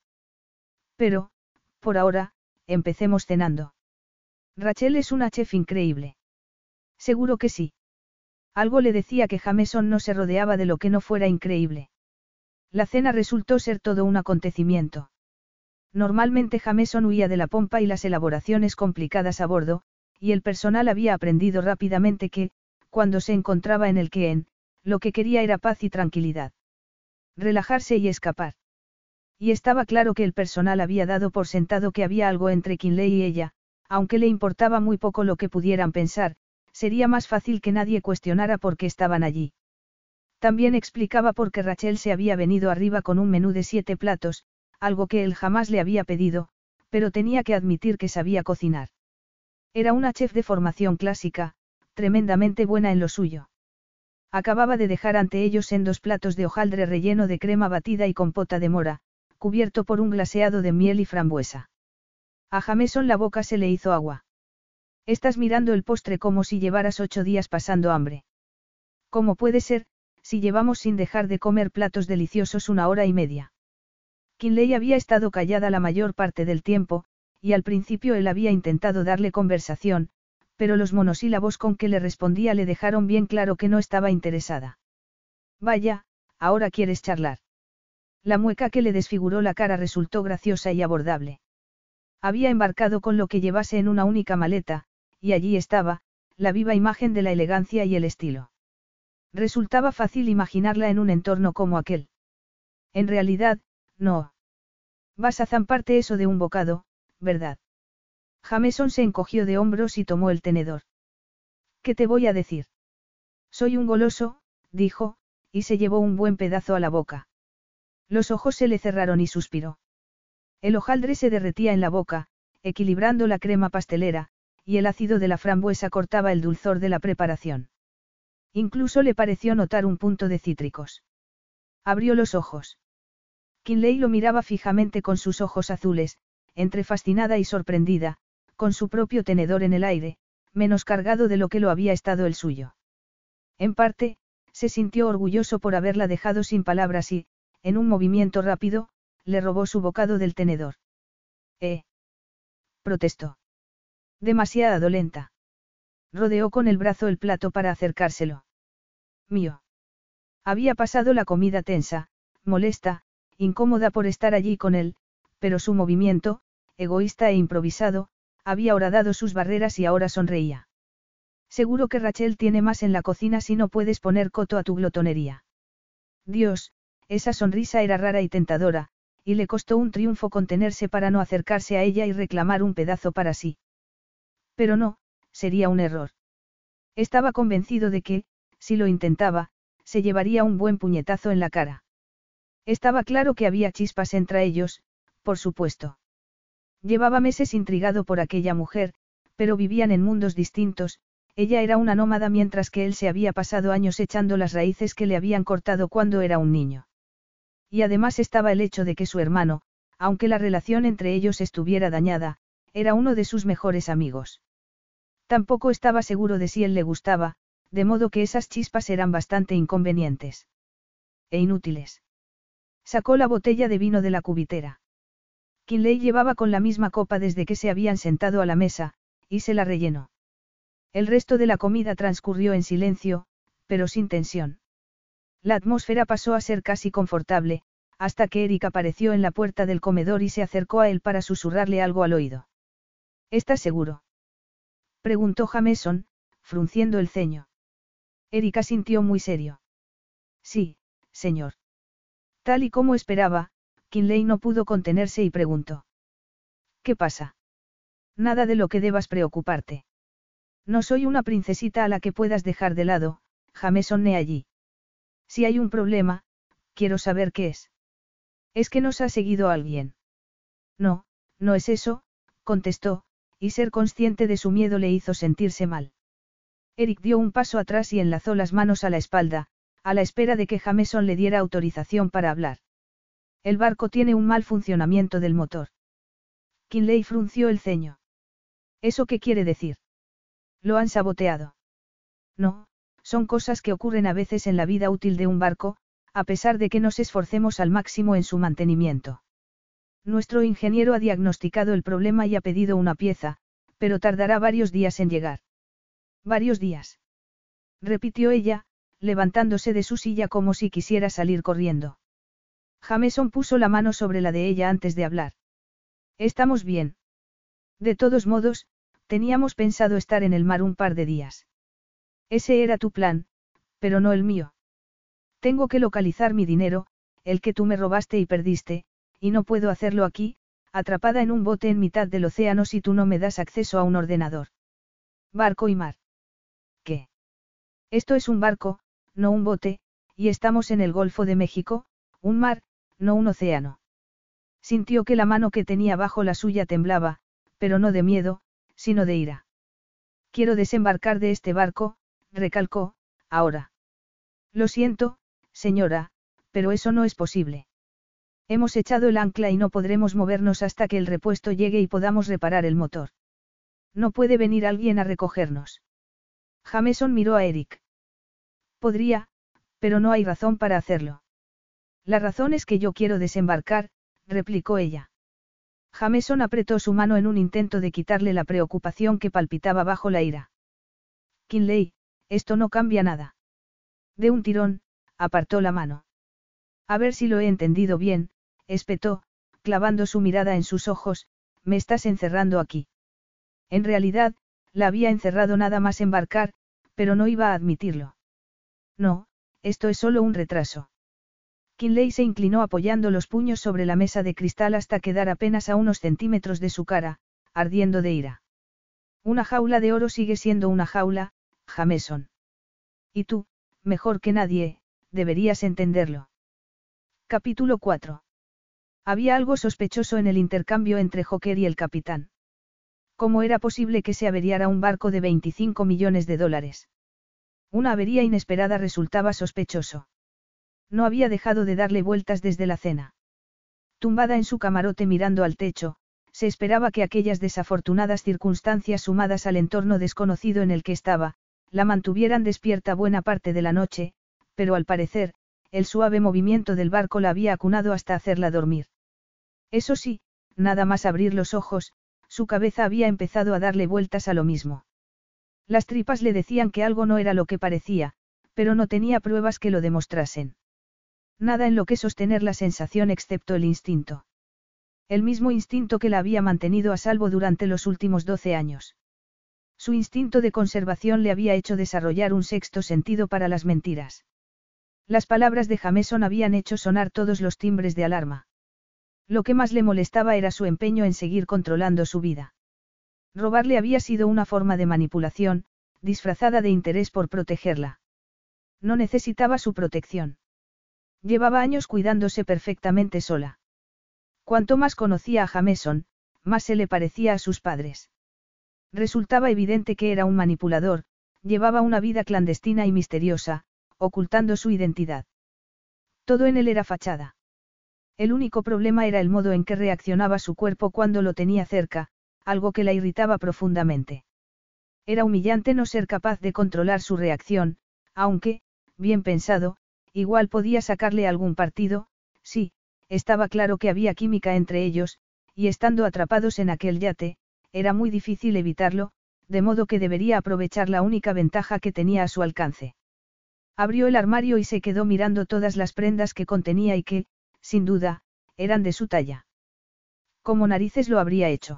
Pero, por ahora, empecemos cenando. Rachel es una chef increíble. Seguro que sí. Algo le decía que Jameson no se rodeaba de lo que no fuera increíble. La cena resultó ser todo un acontecimiento. Normalmente Jameson huía de la pompa y las elaboraciones complicadas a bordo, y el personal había aprendido rápidamente que, cuando se encontraba en el Keen, lo que quería era paz y tranquilidad. Relajarse y escapar. Y estaba claro que el personal había dado por sentado que había algo entre Kinley y ella, aunque le importaba muy poco lo que pudieran pensar, sería más fácil que nadie cuestionara por qué estaban allí. También explicaba por qué Rachel se había venido arriba con un menú de siete platos, algo que él jamás le había pedido, pero tenía que admitir que sabía cocinar. Era una chef de formación clásica, tremendamente buena en lo suyo. Acababa de dejar ante ellos en dos platos de hojaldre relleno de crema batida y compota de mora, cubierto por un glaseado de miel y frambuesa. A Jameson la boca se le hizo agua. Estás mirando el postre como si llevaras ocho días pasando hambre. ¿Cómo puede ser, si llevamos sin dejar de comer platos deliciosos una hora y media? Kinley había estado callada la mayor parte del tiempo, y al principio él había intentado darle conversación, pero los monosílabos con que le respondía le dejaron bien claro que no estaba interesada. Vaya, ahora quieres charlar. La mueca que le desfiguró la cara resultó graciosa y abordable. Había embarcado con lo que llevase en una única maleta, y allí estaba, la viva imagen de la elegancia y el estilo. Resultaba fácil imaginarla en un entorno como aquel. En realidad, no. Vas a zamparte eso de un bocado, ¿verdad? Jameson se encogió de hombros y tomó el tenedor. ¿Qué te voy a decir? Soy un goloso, dijo, y se llevó un buen pedazo a la boca. Los ojos se le cerraron y suspiró. El hojaldre se derretía en la boca, equilibrando la crema pastelera, y el ácido de la frambuesa cortaba el dulzor de la preparación. Incluso le pareció notar un punto de cítricos. Abrió los ojos. Kinley lo miraba fijamente con sus ojos azules, entre fascinada y sorprendida, con su propio tenedor en el aire, menos cargado de lo que lo había estado el suyo. En parte, se sintió orgulloso por haberla dejado sin palabras y, en un movimiento rápido, le robó su bocado del tenedor. «Eh», protestó. «Demasiado lenta». Rodeó con el brazo el plato para acercárselo. «Mío». Había pasado la comida tensa, molesta, incómoda por estar allí con él, pero su movimiento, egoísta e improvisado, había horadado sus barreras y ahora sonreía. Seguro que Rachel tiene más en la cocina si no puedes poner coto a tu glotonería. Dios, esa sonrisa era rara y tentadora, y le costó un triunfo contenerse para no acercarse a ella y reclamar un pedazo para sí. Pero no, sería un error. Estaba convencido de que, si lo intentaba, se llevaría un buen puñetazo en la cara. Estaba claro que había chispas entre ellos, por supuesto. Llevaba meses intrigado por aquella mujer, pero vivían en mundos distintos, ella era una nómada mientras que él se había pasado años echando las raíces que le habían cortado cuando era un niño. Y además estaba el hecho de que su hermano, aunque la relación entre ellos estuviera dañada, era uno de sus mejores amigos. Tampoco estaba seguro de si él le gustaba, de modo que esas chispas eran bastante inconvenientes. E inútiles. Sacó la botella de vino de la cubitera. Kinley llevaba con la misma copa desde que se habían sentado a la mesa, y se la rellenó. El resto de la comida transcurrió en silencio, pero sin tensión. La atmósfera pasó a ser casi confortable, hasta que Eric apareció en la puerta del comedor y se acercó a él para susurrarle algo al oído. ¿Estás seguro?, preguntó Jameson, frunciendo el ceño. Eric asintió muy serio. Sí, señor. Tal y como esperaba, Kinley no pudo contenerse y preguntó. ¿Qué pasa? Nada de lo que debas preocuparte. No soy una princesita a la que puedas dejar de lado, Jameson ne allí. Si hay un problema, quiero saber qué es. ¿Es que nos ha seguido alguien? No, no es eso, contestó, y ser consciente de su miedo le hizo sentirse mal. Eric dio un paso atrás y enlazó las manos a la espalda, a la espera de que Jameson le diera autorización para hablar. El barco tiene un mal funcionamiento del motor. Kinley frunció el ceño. ¿Eso qué quiere decir? Lo han saboteado. No, son cosas que ocurren a veces en la vida útil de un barco, a pesar de que nos esforcemos al máximo en su mantenimiento. Nuestro ingeniero ha diagnosticado el problema y ha pedido una pieza, pero tardará varios días en llegar. Varios días. Repitió ella, levantándose de su silla como si quisiera salir corriendo. Jameson puso la mano sobre la de ella antes de hablar. Estamos bien. De todos modos, teníamos pensado estar en el mar un par de días. Ese era tu plan, pero no el mío. Tengo que localizar mi dinero, el que tú me robaste y perdiste, y no puedo hacerlo aquí, atrapada en un bote en mitad del océano si tú no me das acceso a un ordenador. Barco y mar. ¿Qué? Esto es un barco, no un bote, y estamos en el Golfo de México, un mar, no un océano. Sintió que la mano que tenía bajo la suya temblaba, pero no de miedo, sino de ira. Quiero desembarcar de este barco, recalcó, ahora. Lo siento, señora, pero eso no es posible. Hemos echado el ancla y no podremos movernos hasta que el repuesto llegue y podamos reparar el motor. No puede venir alguien a recogernos. Jameson miró a Eric. Podría, pero no hay razón para hacerlo. La razón es que yo quiero desembarcar, replicó ella. Jameson apretó su mano en un intento de quitarle la preocupación que palpitaba bajo la ira. Kinley, esto no cambia nada. De un tirón, apartó la mano. A ver si lo he entendido bien, espetó, clavando su mirada en sus ojos, me estás encerrando aquí. En realidad, la había encerrado nada más embarcar, pero no iba a admitirlo. No, esto es solo un retraso. Kinley se inclinó apoyando los puños sobre la mesa de cristal hasta quedar apenas a unos centímetros de su cara, ardiendo de ira. Una jaula de oro sigue siendo una jaula, Jameson. Y tú, mejor que nadie, deberías entenderlo. Capítulo cuatro. Había algo sospechoso en el intercambio entre Joker y el capitán. ¿Cómo era posible que se averiara un barco de veinticinco millones de dólares? Una avería inesperada resultaba sospechoso. No había dejado de darle vueltas desde la cena. Tumbada en su camarote mirando al techo, se esperaba que aquellas desafortunadas circunstancias sumadas al entorno desconocido en el que estaba, la mantuvieran despierta buena parte de la noche, pero al parecer, el suave movimiento del barco la había acunado hasta hacerla dormir. Eso sí, nada más abrir los ojos, su cabeza había empezado a darle vueltas a lo mismo. Las tripas le decían que algo no era lo que parecía, pero no tenía pruebas que lo demostrasen. Nada en lo que sostener la sensación excepto el instinto. El mismo instinto que la había mantenido a salvo durante los últimos doce años. Su instinto de conservación le había hecho desarrollar un sexto sentido para las mentiras. Las palabras de Jameson habían hecho sonar todos los timbres de alarma. Lo que más le molestaba era su empeño en seguir controlando su vida. Robarle había sido una forma de manipulación, disfrazada de interés por protegerla. No necesitaba su protección. Llevaba años cuidándose perfectamente sola. Cuanto más conocía a Jameson, más se le parecía a sus padres. Resultaba evidente que era un manipulador, llevaba una vida clandestina y misteriosa, ocultando su identidad. Todo en él era fachada. El único problema era el modo en que reaccionaba su cuerpo cuando lo tenía cerca, algo que la irritaba profundamente. Era humillante no ser capaz de controlar su reacción, aunque, bien pensado, igual podía sacarle algún partido, sí, estaba claro que había química entre ellos, y estando atrapados en aquel yate, era muy difícil evitarlo, de modo que debería aprovechar la única ventaja que tenía a su alcance. Abrió el armario y se quedó mirando todas las prendas que contenía y que, sin duda, eran de su talla. ¿Cómo narices lo habría hecho?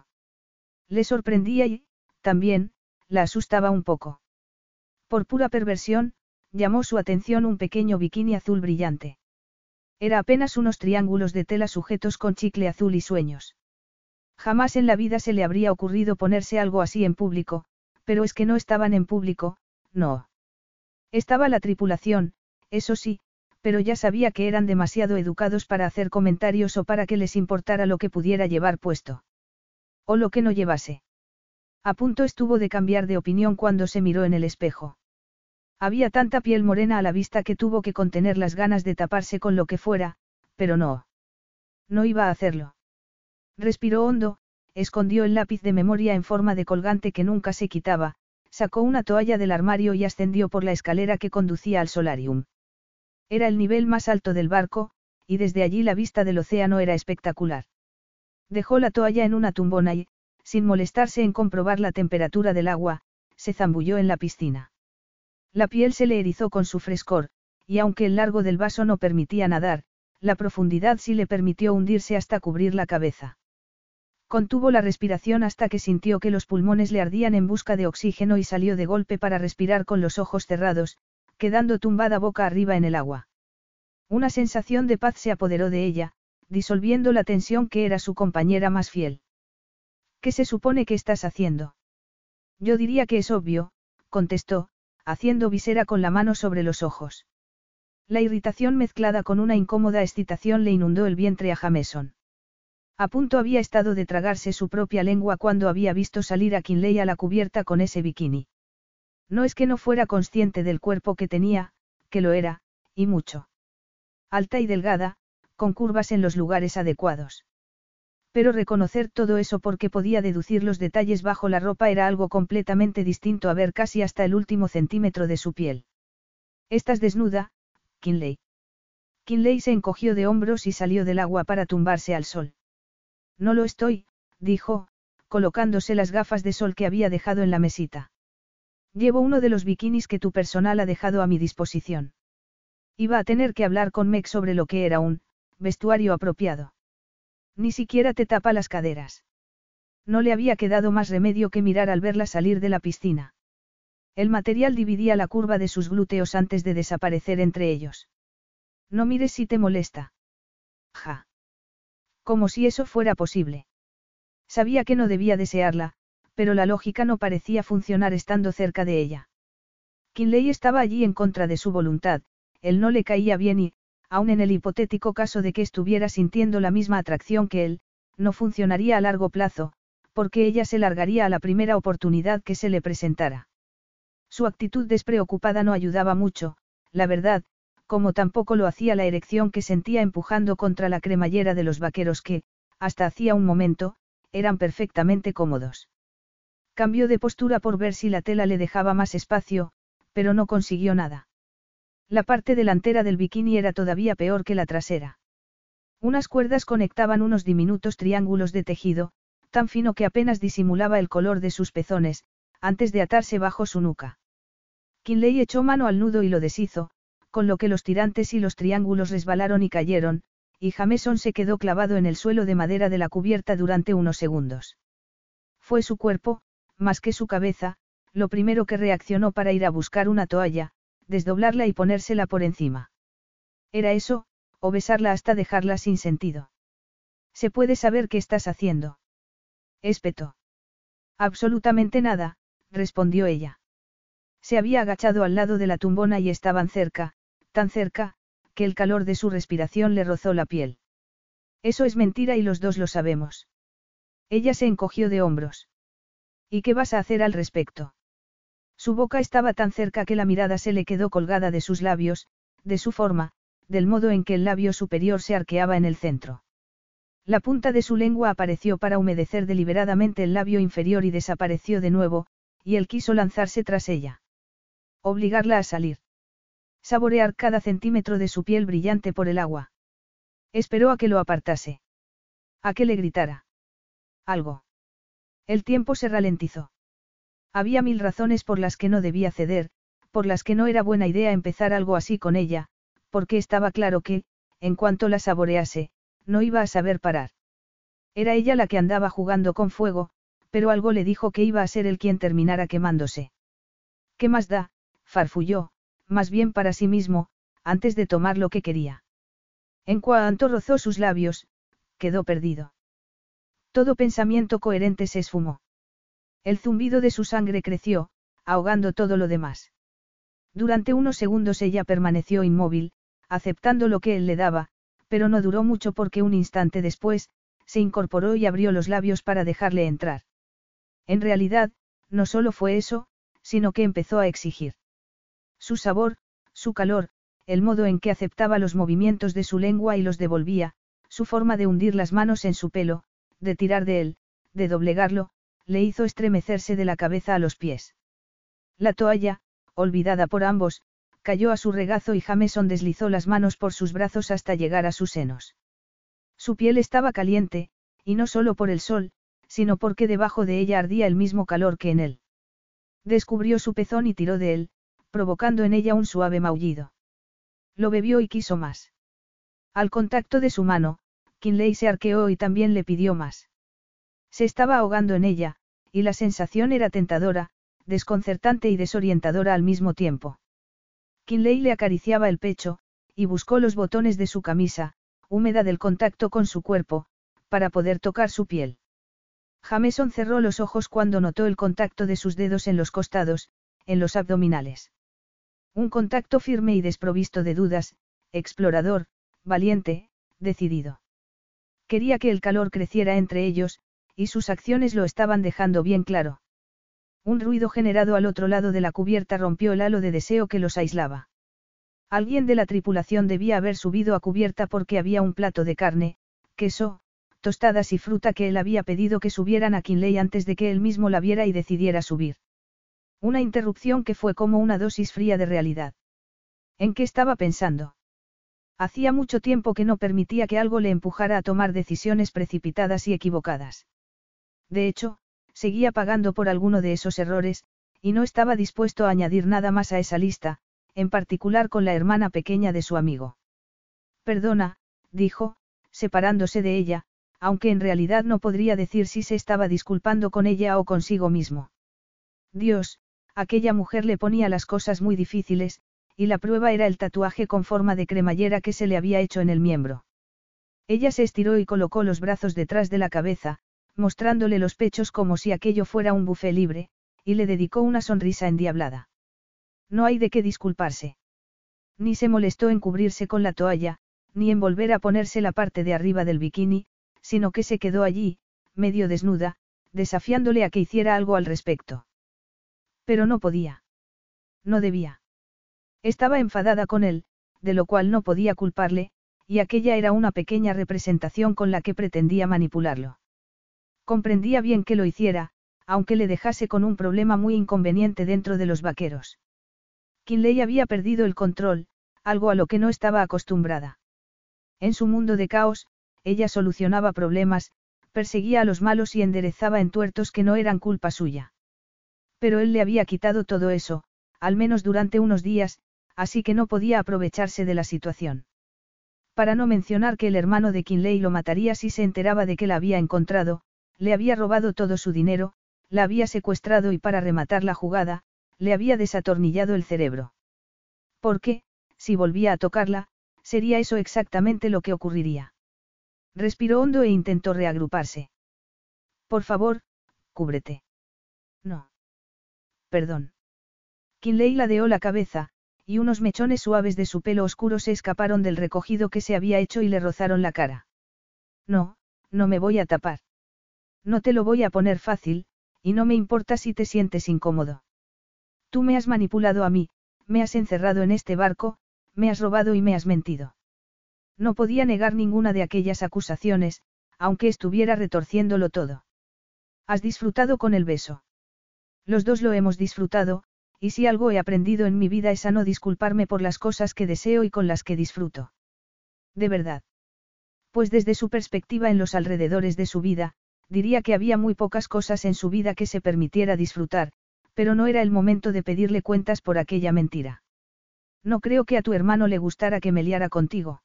Le sorprendía y, también, la asustaba un poco. Por pura perversión, llamó su atención un pequeño bikini azul brillante. Era apenas unos triángulos de tela sujetos con chicle azul y sueños. Jamás en la vida se le habría ocurrido ponerse algo así en público, pero es que no estaban en público, no. Estaba la tripulación, eso sí, pero ya sabía que eran demasiado educados para hacer comentarios o para que les importara lo que pudiera llevar puesto. O lo que no llevase. A punto estuvo de cambiar de opinión cuando se miró en el espejo. Había tanta piel morena a la vista que tuvo que contener las ganas de taparse con lo que fuera, pero no. No iba a hacerlo. Respiró hondo, escondió el lápiz de memoria en forma de colgante que nunca se quitaba, Sacó una toalla del armario y ascendió por la escalera que conducía al solarium. Era el nivel más alto del barco, y desde allí la vista del océano era espectacular. Dejó la toalla en una tumbona y, sin molestarse en comprobar la temperatura del agua, se zambulló en la piscina. La piel se le erizó con su frescor, y aunque el largo del vaso no permitía nadar, la profundidad sí le permitió hundirse hasta cubrir la cabeza. Contuvo la respiración hasta que sintió que los pulmones le ardían en busca de oxígeno y salió de golpe para respirar con los ojos cerrados, quedando tumbada boca arriba en el agua. Una sensación de paz se apoderó de ella, disolviendo la tensión que era su compañera más fiel. ¿Qué se supone que estás haciendo? Yo diría que es obvio, contestó, haciendo visera con la mano sobre los ojos. La irritación mezclada con una incómoda excitación le inundó el vientre a Jameson. A punto había estado de tragarse su propia lengua cuando había visto salir a Kinley a la cubierta con ese bikini. No es que no fuera consciente del cuerpo que tenía, que lo era, y mucho. Alta y delgada, con curvas en los lugares adecuados. Pero reconocer todo eso porque podía deducir los detalles bajo la ropa era algo completamente distinto a ver casi hasta el último centímetro de su piel. «Estás desnuda, Kinley». Kinley se encogió de hombros y salió del agua para tumbarse al sol. «No lo estoy», dijo, colocándose las gafas de sol que había dejado en la mesita. «Llevo uno de los bikinis que tu personal ha dejado a mi disposición. Iba a tener que hablar con Meg sobre lo que era un vestuario apropiado. Ni siquiera te tapa las caderas». No le había quedado más remedio que mirar al verla salir de la piscina. El material dividía la curva de sus glúteos antes de desaparecer entre ellos. «No mires si te molesta». Ja. Como si eso fuera posible. Sabía que no debía desearla, pero la lógica no parecía funcionar estando cerca de ella. Kinley estaba allí en contra de su voluntad, él no le caía bien y, aun en el hipotético caso de que estuviera sintiendo la misma atracción que él, no funcionaría a largo plazo, porque ella se largaría a la primera oportunidad que se le presentara. Su actitud despreocupada no ayudaba mucho, la verdad, como tampoco lo hacía la erección que sentía empujando contra la cremallera de los vaqueros que, hasta hacía un momento, eran perfectamente cómodos. Cambió de postura por ver si la tela le dejaba más espacio, pero no consiguió nada. La parte delantera del bikini era todavía peor que la trasera. Unas cuerdas conectaban unos diminutos triángulos de tejido, tan fino que apenas disimulaba el color de sus pezones, antes de atarse bajo su nuca. Kinley echó mano al nudo y lo deshizo, con lo que los tirantes y los triángulos resbalaron y cayeron, y Jameson se quedó clavado en el suelo de madera de la cubierta durante unos segundos. Fue su cuerpo, más que su cabeza, lo primero que reaccionó para ir a buscar una toalla, desdoblarla y ponérsela por encima. Era eso, o besarla hasta dejarla sin sentido. ¿Se puede saber qué estás haciendo?, espetó. Absolutamente nada, respondió ella. Se había agachado al lado de la tumbona y estaban cerca, tan cerca, que el calor de su respiración le rozó la piel. Eso es mentira y los dos lo sabemos. Ella se encogió de hombros. ¿Y qué vas a hacer al respecto? Su boca estaba tan cerca que la mirada se le quedó colgada de sus labios, de su forma, del modo en que el labio superior se arqueaba en el centro. La punta de su lengua apareció para humedecer deliberadamente el labio inferior y desapareció de nuevo, y él quiso lanzarse tras ella. Obligarla a salir. Saborear cada centímetro de su piel brillante por el agua. Esperó a que lo apartase. A que le gritara. Algo. El tiempo se ralentizó. Había mil razones por las que no debía ceder, por las que no era buena idea empezar algo así con ella, porque estaba claro que, en cuanto la saborease, no iba a saber parar. Era ella la que andaba jugando con fuego, pero algo le dijo que iba a ser él quien terminara quemándose. ¿Qué más da?, farfulló, más bien para sí mismo, antes de tomar lo que quería. En cuanto rozó sus labios, quedó perdido. Todo pensamiento coherente se esfumó. El zumbido de su sangre creció, ahogando todo lo demás. Durante unos segundos ella permaneció inmóvil, aceptando lo que él le daba, pero no duró mucho porque un instante después, se incorporó y abrió los labios para dejarle entrar. En realidad, no solo fue eso, sino que empezó a exigir. Su sabor, su calor, el modo en que aceptaba los movimientos de su lengua y los devolvía, su forma de hundir las manos en su pelo, de tirar de él, de doblegarlo, le hizo estremecerse de la cabeza a los pies. La toalla, olvidada por ambos, cayó a su regazo y Jameson deslizó las manos por sus brazos hasta llegar a sus senos. Su piel estaba caliente, y no solo por el sol, sino porque debajo de ella ardía el mismo calor que en él. Descubrió su pezón y tiró de él, provocando en ella un suave maullido. Lo bebió y quiso más. Al contacto de su mano, Kinley se arqueó y también le pidió más. Se estaba ahogando en ella, y la sensación era tentadora, desconcertante y desorientadora al mismo tiempo. Kinley le acariciaba el pecho, y buscó los botones de su camisa, húmeda del contacto con su cuerpo, para poder tocar su piel. Jameson cerró los ojos cuando notó el contacto de sus dedos en los costados, en los abdominales. Un contacto firme y desprovisto de dudas, explorador, valiente, decidido. Quería que el calor creciera entre ellos, y sus acciones lo estaban dejando bien claro. Un ruido generado al otro lado de la cubierta rompió el halo de deseo que los aislaba. Alguien de la tripulación debía haber subido a cubierta porque había un plato de carne, queso, tostadas y fruta que él había pedido que subieran a Kinley antes de que él mismo la viera y decidiera subir. Una interrupción que fue como una dosis fría de realidad. ¿En qué estaba pensando? Hacía mucho tiempo que no permitía que algo le empujara a tomar decisiones precipitadas y equivocadas. De hecho, seguía pagando por alguno de esos errores, y no estaba dispuesto a añadir nada más a esa lista, en particular con la hermana pequeña de su amigo. Perdona, dijo, separándose de ella, aunque en realidad no podría decir si se estaba disculpando con ella o consigo mismo. Dios, aquella mujer le ponía las cosas muy difíciles, y la prueba era el tatuaje con forma de cremallera que se le había hecho en el miembro. Ella se estiró y colocó los brazos detrás de la cabeza, mostrándole los pechos como si aquello fuera un buffet libre, y le dedicó una sonrisa endiablada. No hay de qué disculparse. Ni se molestó en cubrirse con la toalla, ni en volver a ponerse la parte de arriba del bikini, sino que se quedó allí, medio desnuda, desafiándole a que hiciera algo al respecto. Pero no podía. No debía. Estaba enfadada con él, de lo cual no podía culparle, y aquella era una pequeña representación con la que pretendía manipularlo. Comprendía bien que lo hiciera, aunque le dejase con un problema muy inconveniente dentro de los vaqueros. Kinley había perdido el control, algo a lo que no estaba acostumbrada. En su mundo de caos, ella solucionaba problemas, perseguía a los malos y enderezaba entuertos que no eran culpa suya. Pero él le había quitado todo eso, al menos durante unos días, así que no podía aprovecharse de la situación. Para no mencionar que el hermano de Kinley lo mataría si se enteraba de que la había encontrado, le había robado todo su dinero, la había secuestrado y para rematar la jugada, le había desatornillado el cerebro. Porque, si volvía a tocarla, sería eso exactamente lo que ocurriría. Respiró hondo e intentó reagruparse. Por favor, cúbrete. No. Perdón. Kinley ladeó la cabeza, y unos mechones suaves de su pelo oscuro se escaparon del recogido que se había hecho y le rozaron la cara. No, no me voy a tapar. No te lo voy a poner fácil, y no me importa si te sientes incómodo. Tú me has manipulado a mí, me has encerrado en este barco, me has robado y me has mentido. No podía negar ninguna de aquellas acusaciones, aunque estuviera retorciéndolo todo. Has disfrutado con el beso. Los dos lo hemos disfrutado, y si algo he aprendido en mi vida es a no disculparme por las cosas que deseo y con las que disfruto. ¿De verdad? Pues desde su perspectiva en los alrededores de su vida, diría que había muy pocas cosas en su vida que se permitiera disfrutar, pero no era el momento de pedirle cuentas por aquella mentira. No creo que a tu hermano le gustara que me liara contigo.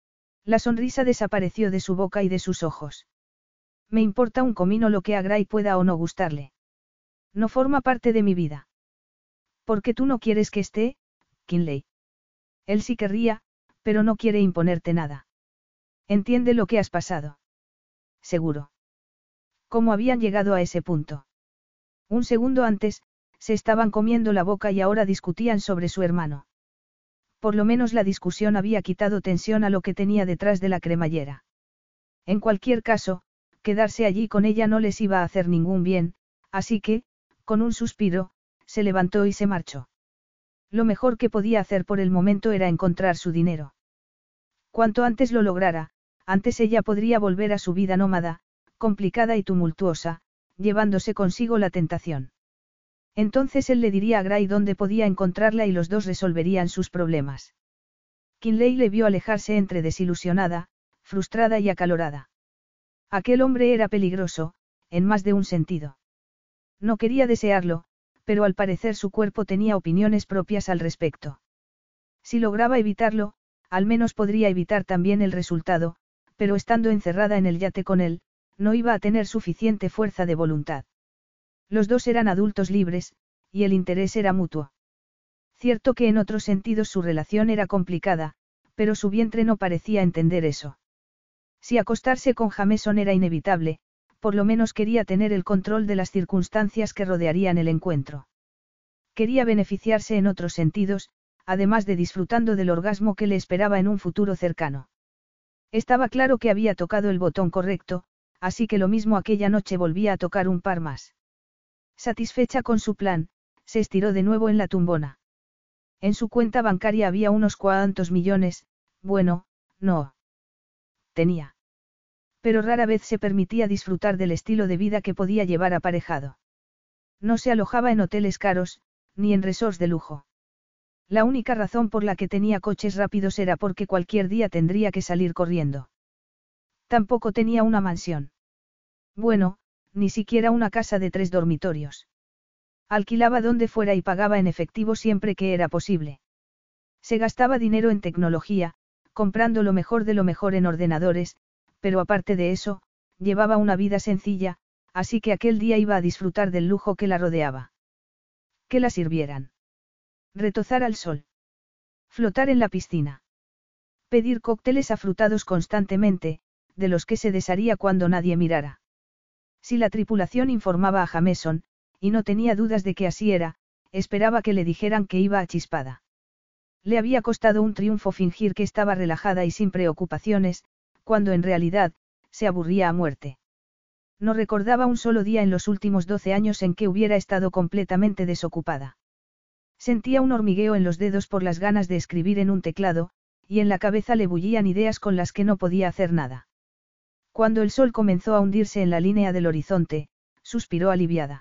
La sonrisa desapareció de su boca y de sus ojos. Me importa un comino lo que haga y pueda o no gustarle. No forma parte de mi vida. ¿Por qué tú no quieres que esté, Kinley? Él sí querría, pero no quiere imponerte nada. Entiende lo que has pasado. Seguro. ¿Cómo habían llegado a ese punto? Un segundo antes, se estaban comiendo la boca y ahora discutían sobre su hermano. Por lo menos la discusión había quitado tensión a lo que tenía detrás de la cremallera. En cualquier caso, quedarse allí con ella no les iba a hacer ningún bien, así que, con un suspiro, se levantó y se marchó. Lo mejor que podía hacer por el momento era encontrar su dinero. Cuanto antes lo lograra, antes ella podría volver a su vida nómada, complicada y tumultuosa, llevándose consigo la tentación. Entonces él le diría a Gray dónde podía encontrarla y los dos resolverían sus problemas. Kinley le vio alejarse entre desilusionada, frustrada y acalorada. Aquel hombre era peligroso, en más de un sentido. No quería desearlo, pero al parecer su cuerpo tenía opiniones propias al respecto. Si lograba evitarlo, al menos podría evitar también el resultado, pero estando encerrada en el yate con él, no iba a tener suficiente fuerza de voluntad. Los dos eran adultos libres, y el interés era mutuo. Cierto que en otros sentidos su relación era complicada, pero su vientre no parecía entender eso. Si acostarse con Jameson era inevitable, por lo menos quería tener el control de las circunstancias que rodearían el encuentro. Quería beneficiarse en otros sentidos, además de disfrutando del orgasmo que le esperaba en un futuro cercano. Estaba claro que había tocado el botón correcto, así que lo mismo aquella noche volvía a tocar un par más. Satisfecha con su plan, se estiró de nuevo en la tumbona. En su cuenta bancaria había unos cuantos millones, bueno, no. Tenía. Pero rara vez se permitía disfrutar del estilo de vida que podía llevar aparejado. No se alojaba en hoteles caros, ni en resorts de lujo. La única razón por la que tenía coches rápidos era porque cualquier día tendría que salir corriendo. Tampoco tenía una mansión. Bueno, ni siquiera una casa de tres dormitorios. Alquilaba donde fuera y pagaba en efectivo siempre que era posible. Se gastaba dinero en tecnología, comprando lo mejor de lo mejor en ordenadores, pero aparte de eso, llevaba una vida sencilla, así que aquel día iba a disfrutar del lujo que la rodeaba. Que la sirvieran. Retozar al sol. Flotar en la piscina. Pedir cócteles afrutados constantemente, de los que se desharía cuando nadie mirara. Si la tripulación informaba a Jameson, y no tenía dudas de que así era, esperaba que le dijeran que iba achispada. Le había costado un triunfo fingir que estaba relajada y sin preocupaciones, cuando en realidad, se aburría a muerte. No recordaba un solo día en los últimos doce años en que hubiera estado completamente desocupada. Sentía un hormigueo en los dedos por las ganas de escribir en un teclado, y en la cabeza le bullían ideas con las que no podía hacer nada. Cuando el sol comenzó a hundirse en la línea del horizonte, suspiró aliviada.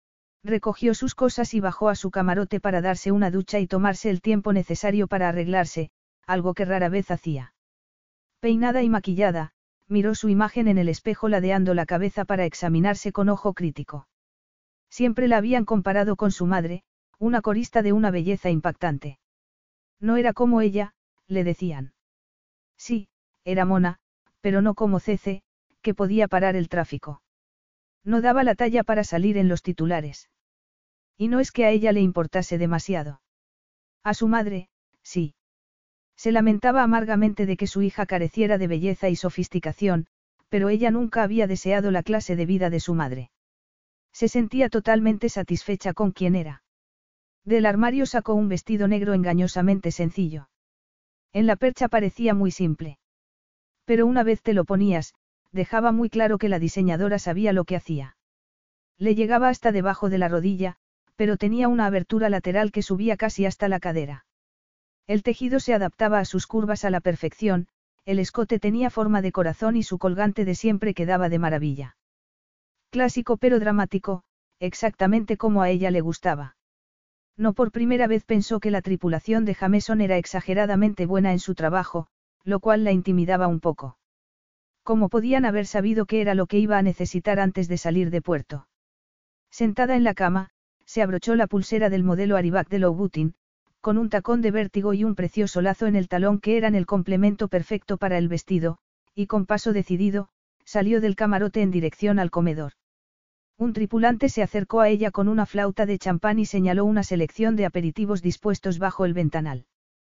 Recogió sus cosas y bajó a su camarote para darse una ducha y tomarse el tiempo necesario para arreglarse, algo que rara vez hacía. Peinada y maquillada, miró su imagen en el espejo ladeando la cabeza para examinarse con ojo crítico. Siempre la habían comparado con su madre, una corista de una belleza impactante. No era como ella, le decían. Sí, era mona, pero no como Cece, que podía parar el tráfico. No daba la talla para salir en los titulares. Y no es que a ella le importase demasiado. A su madre, sí. Se lamentaba amargamente de que su hija careciera de belleza y sofisticación, pero ella nunca había deseado la clase de vida de su madre. Se sentía totalmente satisfecha con quien era. Del armario sacó un vestido negro engañosamente sencillo. En la percha parecía muy simple. Pero una vez te lo ponías, dejaba muy claro que la diseñadora sabía lo que hacía. Le llegaba hasta debajo de la rodilla, pero tenía una abertura lateral que subía casi hasta la cadera. El tejido se adaptaba a sus curvas a la perfección, el escote tenía forma de corazón y su colgante de siempre quedaba de maravilla. Clásico pero dramático, exactamente como a ella le gustaba. No por primera vez pensó que la tripulación de Jameson era exageradamente buena en su trabajo, lo cual la intimidaba un poco. ¿Cómo podían haber sabido qué era lo que iba a necesitar antes de salir de puerto? Sentada en la cama, se abrochó la pulsera del modelo Aribac de Louboutin, con un tacón de vértigo y un precioso lazo en el talón que eran el complemento perfecto para el vestido, y con paso decidido, salió del camarote en dirección al comedor. Un tripulante se acercó a ella con una flauta de champán y señaló una selección de aperitivos dispuestos bajo el ventanal.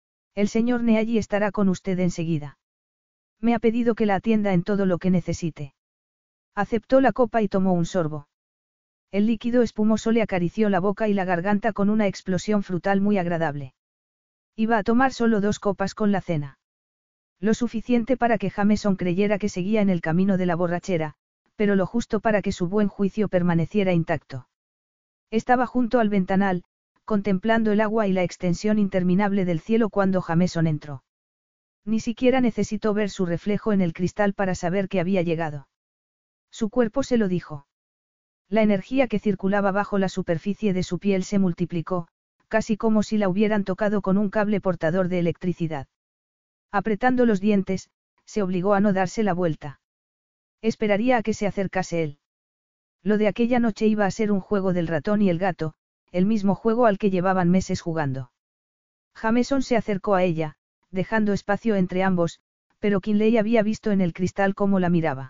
El señor Nealli estará con usted enseguida. Me ha pedido que la atienda en todo lo que necesite. Aceptó la copa y tomó un sorbo. El líquido espumoso le acarició la boca y la garganta con una explosión frutal muy agradable. Iba a tomar solo dos copas con la cena. Lo suficiente para que Jameson creyera que seguía en el camino de la borrachera, pero lo justo para que su buen juicio permaneciera intacto. Estaba junto al ventanal, contemplando el agua y la extensión interminable del cielo cuando Jameson entró. Ni siquiera necesitó ver su reflejo en el cristal para saber que había llegado. Su cuerpo se lo dijo. La energía que circulaba bajo la superficie de su piel se multiplicó, casi como si la hubieran tocado con un cable portador de electricidad. Apretando los dientes, se obligó a no darse la vuelta. Esperaría a que se acercase él. Lo de aquella noche iba a ser un juego del ratón y el gato, el mismo juego al que llevaban meses jugando. Jameson se acercó a ella, dejando espacio entre ambos, pero Kinley había visto en el cristal cómo la miraba.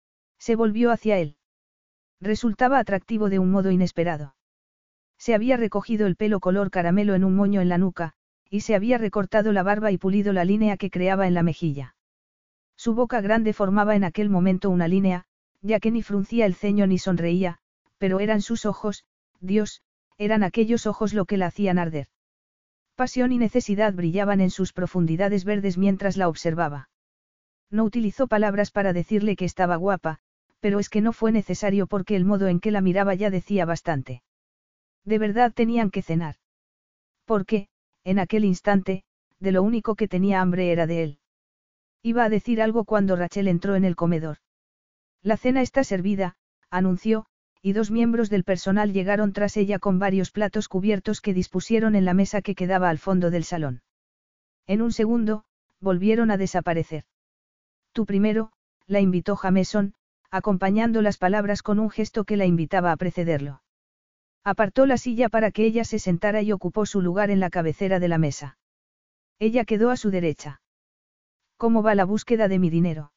Se volvió hacia él. Resultaba atractivo de un modo inesperado. Se había recogido el pelo color caramelo en un moño en la nuca, y se había recortado la barba y pulido la línea que creaba en la mejilla. Su boca grande formaba en aquel momento una línea, ya que ni fruncía el ceño ni sonreía, pero eran sus ojos, Dios, eran aquellos ojos lo que la hacían arder. Pasión y necesidad brillaban en sus profundidades verdes mientras la observaba. No utilizó palabras para decirle que estaba guapa, pero es que no fue necesario porque el modo en que la miraba ya decía bastante. De verdad tenían que cenar. Porque, en aquel instante, de lo único que tenía hambre era de él. Iba a decir algo cuando Rachel entró en el comedor. La cena está servida, anunció, y dos miembros del personal llegaron tras ella con varios platos cubiertos que dispusieron en la mesa que quedaba al fondo del salón. En un segundo, volvieron a desaparecer. Tú primero, la invitó Jameson, acompañando las palabras con un gesto que la invitaba a precederlo. Apartó la silla para que ella se sentara y ocupó su lugar en la cabecera de la mesa. Ella quedó a su derecha. ¿Cómo va la búsqueda de mi dinero?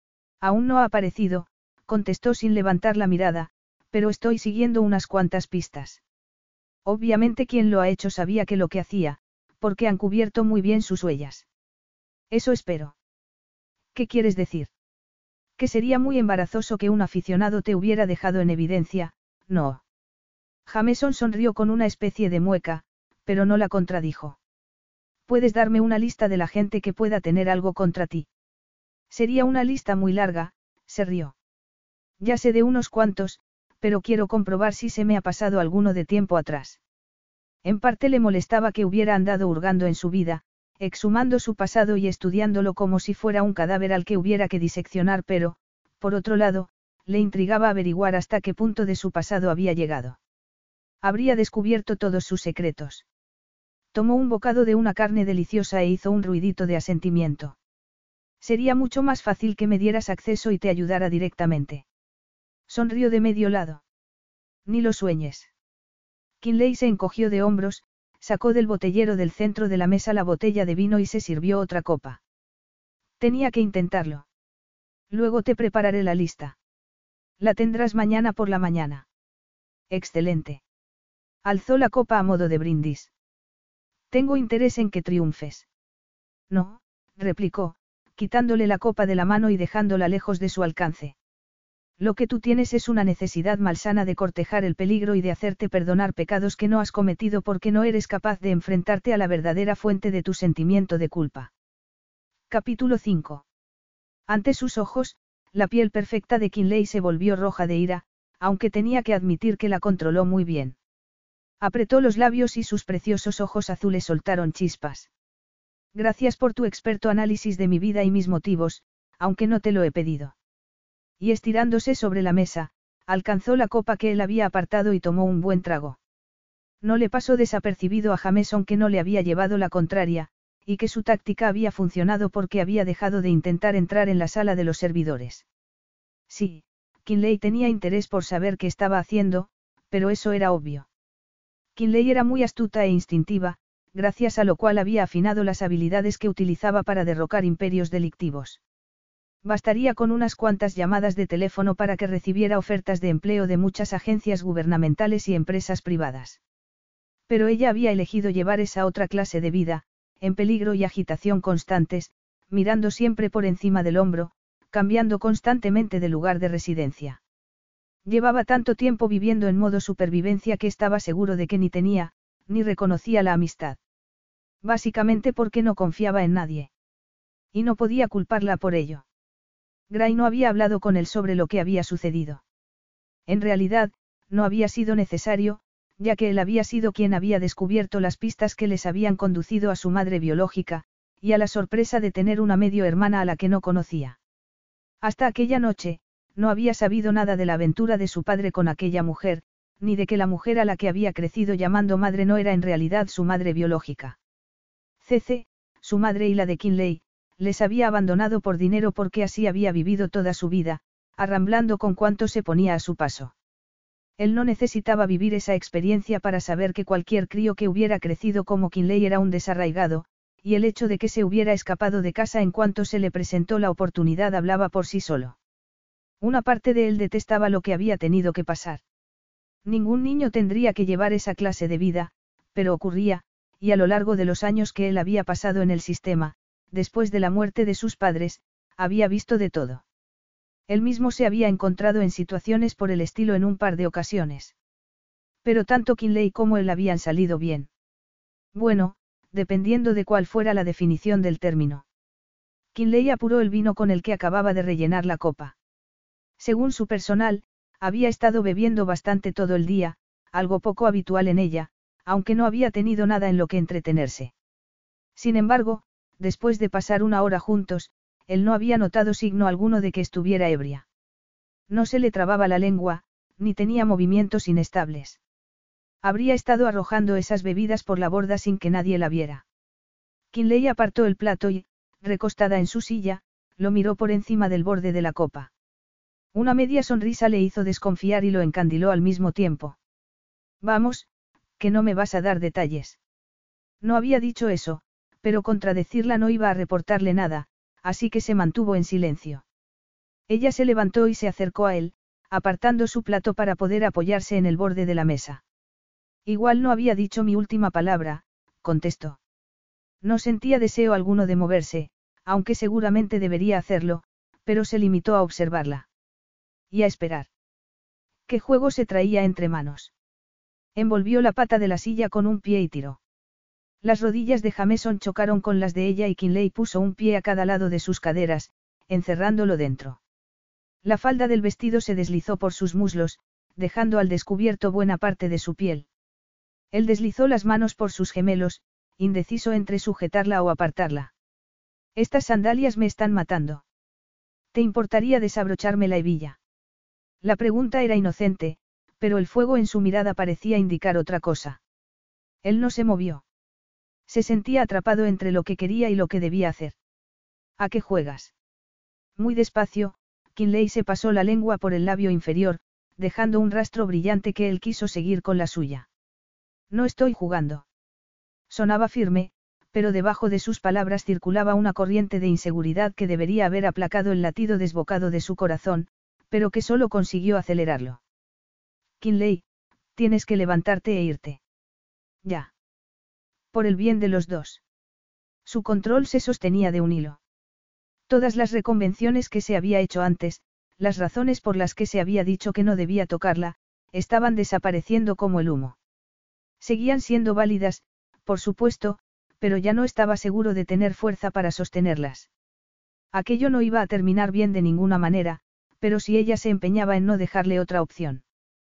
Aún no ha aparecido, contestó sin levantar la mirada, pero estoy siguiendo unas cuantas pistas. Obviamente quien lo ha hecho sabía que lo que hacía, porque han cubierto muy bien sus huellas. Eso espero. ¿Qué quieres decir? Que sería muy embarazoso que un aficionado te hubiera dejado en evidencia, no. Jameson sonrió con una especie de mueca, pero no la contradijo. ¿Puedes darme una lista de la gente que pueda tener algo contra ti? Sería una lista muy larga, se rió. Ya sé de unos cuantos, pero quiero comprobar si se me ha pasado alguno de tiempo atrás. En parte le molestaba que hubiera andado hurgando en su vida, exhumando su pasado y estudiándolo como si fuera un cadáver al que hubiera que diseccionar, pero, por otro lado, le intrigaba averiguar hasta qué punto de su pasado había llegado. Habría descubierto todos sus secretos. Tomó un bocado de una carne deliciosa e hizo un ruidito de asentimiento. Sería mucho más fácil que me dieras acceso y te ayudara directamente. Sonrió de medio lado. Ni lo sueñes. Kinley se encogió de hombros, sacó del botellero del centro de la mesa la botella de vino y se sirvió otra copa. Tenía que intentarlo. Luego te prepararé la lista. La tendrás mañana por la mañana. Excelente. Alzó la copa a modo de brindis. Tengo interés en que triunfes. No, replicó, quitándole la copa de la mano y dejándola lejos de su alcance. Lo que tú tienes es una necesidad malsana de cortejar el peligro y de hacerte perdonar pecados que no has cometido porque no eres capaz de enfrentarte a la verdadera fuente de tu sentimiento de culpa. Capítulo cinco. Ante sus ojos, la piel perfecta de Kinley se volvió roja de ira, aunque tenía que admitir que la controló muy bien. Apretó los labios y sus preciosos ojos azules soltaron chispas. Gracias por tu experto análisis de mi vida y mis motivos, aunque no te lo he pedido. Y estirándose sobre la mesa, alcanzó la copa que él había apartado y tomó un buen trago. No le pasó desapercibido a Jameson que no le había llevado la contraria, y que su táctica había funcionado porque había dejado de intentar entrar en la sala de los servidores. Sí, Kinley tenía interés por saber qué estaba haciendo, pero eso era obvio. Kinley era muy astuta e instintiva, gracias a lo cual había afinado las habilidades que utilizaba para derrocar imperios delictivos. Bastaría con unas cuantas llamadas de teléfono para que recibiera ofertas de empleo de muchas agencias gubernamentales y empresas privadas. Pero ella había elegido llevar esa otra clase de vida, en peligro y agitación constantes, mirando siempre por encima del hombro, cambiando constantemente de lugar de residencia. Llevaba tanto tiempo viviendo en modo supervivencia que estaba seguro de que ni tenía, ni reconocía la amistad. Básicamente porque no confiaba en nadie. Y no podía culparla por ello. Gray no había hablado con él sobre lo que había sucedido. En realidad, no había sido necesario, ya que él había sido quien había descubierto las pistas que les habían conducido a su madre biológica, y a la sorpresa de tener una medio hermana a la que no conocía. Hasta aquella noche, No había sabido nada de la aventura de su padre con aquella mujer, ni de que la mujer a la que había crecido llamando madre no era en realidad su madre biológica. Cece, su madre y la de Kinley, les había abandonado por dinero porque así había vivido toda su vida, arramblando con cuanto se ponía a su paso. Él no necesitaba vivir esa experiencia para saber que cualquier crío que hubiera crecido como Kinley era un desarraigado, y el hecho de que se hubiera escapado de casa en cuanto se le presentó la oportunidad hablaba por sí solo. Una parte de él detestaba lo que había tenido que pasar. Ningún niño tendría que llevar esa clase de vida, pero ocurría, y a lo largo de los años que él había pasado en el sistema, después de la muerte de sus padres, había visto de todo. Él mismo se había encontrado en situaciones por el estilo en un par de ocasiones. Pero tanto Kinley como él habían salido bien. Bueno, dependiendo de cuál fuera la definición del término. Kinley apuró el vino con el que acababa de rellenar la copa. Según su personal, había estado bebiendo bastante todo el día, algo poco habitual en ella, aunque no había tenido nada en lo que entretenerse. Sin embargo, después de pasar una hora juntos, él no había notado signo alguno de que estuviera ebria. No se le trababa la lengua, ni tenía movimientos inestables. Habría estado arrojando esas bebidas por la borda sin que nadie la viera. Kinley apartó el plato y, recostada en su silla, lo miró por encima del borde de la copa. Una media sonrisa le hizo desconfiar y lo encandiló al mismo tiempo. Vamos, que no me vas a dar detalles. No había dicho eso, pero contradecirla no iba a reportarle nada, así que se mantuvo en silencio. Ella se levantó y se acercó a él, apartando su plato para poder apoyarse en el borde de la mesa. Igual no había dicho mi última palabra, contestó. No sentía deseo alguno de moverse, aunque seguramente debería hacerlo, pero se limitó a observarla. Y a esperar. ¿Qué juego se traía entre manos? Envolvió la pata de la silla con un pie y tiró. Las rodillas de Jameson chocaron con las de ella y Kinley puso un pie a cada lado de sus caderas, encerrándolo dentro. La falda del vestido se deslizó por sus muslos, dejando al descubierto buena parte de su piel. Él deslizó las manos por sus gemelos, indeciso entre sujetarla o apartarla. Estas sandalias me están matando. ¿Te importaría desabrocharme la hebilla? La pregunta era inocente, pero el fuego en su mirada parecía indicar otra cosa. Él no se movió. Se sentía atrapado entre lo que quería y lo que debía hacer. ¿A qué juegas? Muy despacio, Kinley se pasó la lengua por el labio inferior, dejando un rastro brillante que él quiso seguir con la suya. No estoy jugando. Sonaba firme, pero debajo de sus palabras circulaba una corriente de inseguridad que debería haber aplacado el latido desbocado de su corazón, pero que solo consiguió acelerarlo. Kinley, tienes que levantarte e irte. Ya. Por el bien de los dos. Su control se sostenía de un hilo. Todas las reconvenciones que se había hecho antes, las razones por las que se había dicho que no debía tocarla, estaban desapareciendo como el humo. Seguían siendo válidas, por supuesto, pero ya no estaba seguro de tener fuerza para sostenerlas. Aquello no iba a terminar bien de ninguna manera, pero si ella se empeñaba en no dejarle otra opción.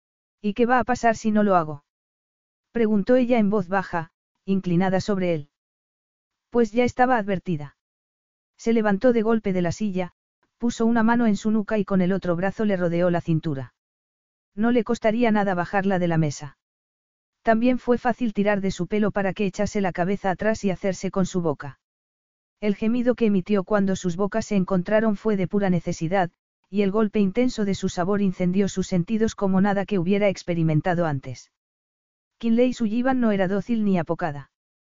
¿Y qué va a pasar si no lo hago? Preguntó ella en voz baja, inclinada sobre él. Pues ya estaba advertida. Se levantó de golpe de la silla, puso una mano en su nuca y con el otro brazo le rodeó la cintura. No le costaría nada bajarla de la mesa. También fue fácil tirar de su pelo para que echase la cabeza atrás y hacerse con su boca. El gemido que emitió cuando sus bocas se encontraron fue de pura necesidad, y el golpe intenso de su sabor incendió sus sentidos como nada que hubiera experimentado antes. Kinley Sullivan no era dócil ni apocada.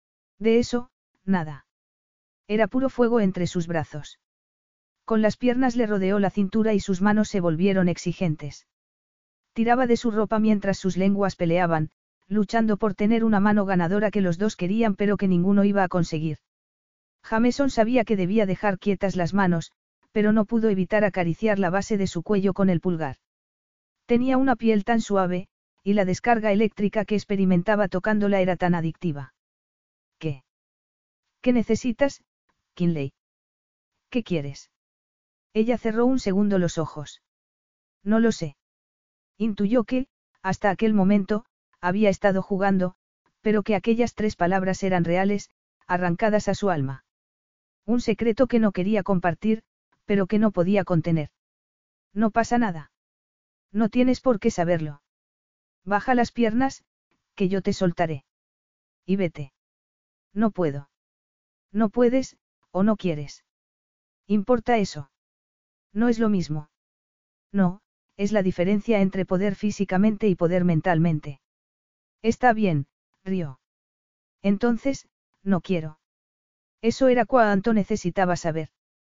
De eso, nada. Era puro fuego entre sus brazos. Con las piernas le rodeó la cintura y sus manos se volvieron exigentes. Tiraba de su ropa mientras sus lenguas peleaban, luchando por tener una mano ganadora que los dos querían pero que ninguno iba a conseguir. Jameson sabía que debía dejar quietas las manos, pero no pudo evitar acariciar la base de su cuello con el pulgar. Tenía una piel tan suave, y la descarga eléctrica que experimentaba tocándola era tan adictiva. ¿Qué? ¿Qué necesitas, Kinley? ¿Qué quieres? Ella cerró un segundo los ojos. No lo sé. Intuyó que, hasta aquel momento, había estado jugando, pero que aquellas tres palabras eran reales, arrancadas a su alma. Un secreto que no quería compartir, pero que no podía contener. No pasa nada. No tienes por qué saberlo. Baja las piernas, que yo te soltaré. Y vete. No puedo. No puedes, o no quieres. ¿Importa eso? No es lo mismo. No, es la diferencia entre poder físicamente y poder mentalmente. Está bien, rió. Entonces, no quiero. Eso era cuanto necesitaba saber.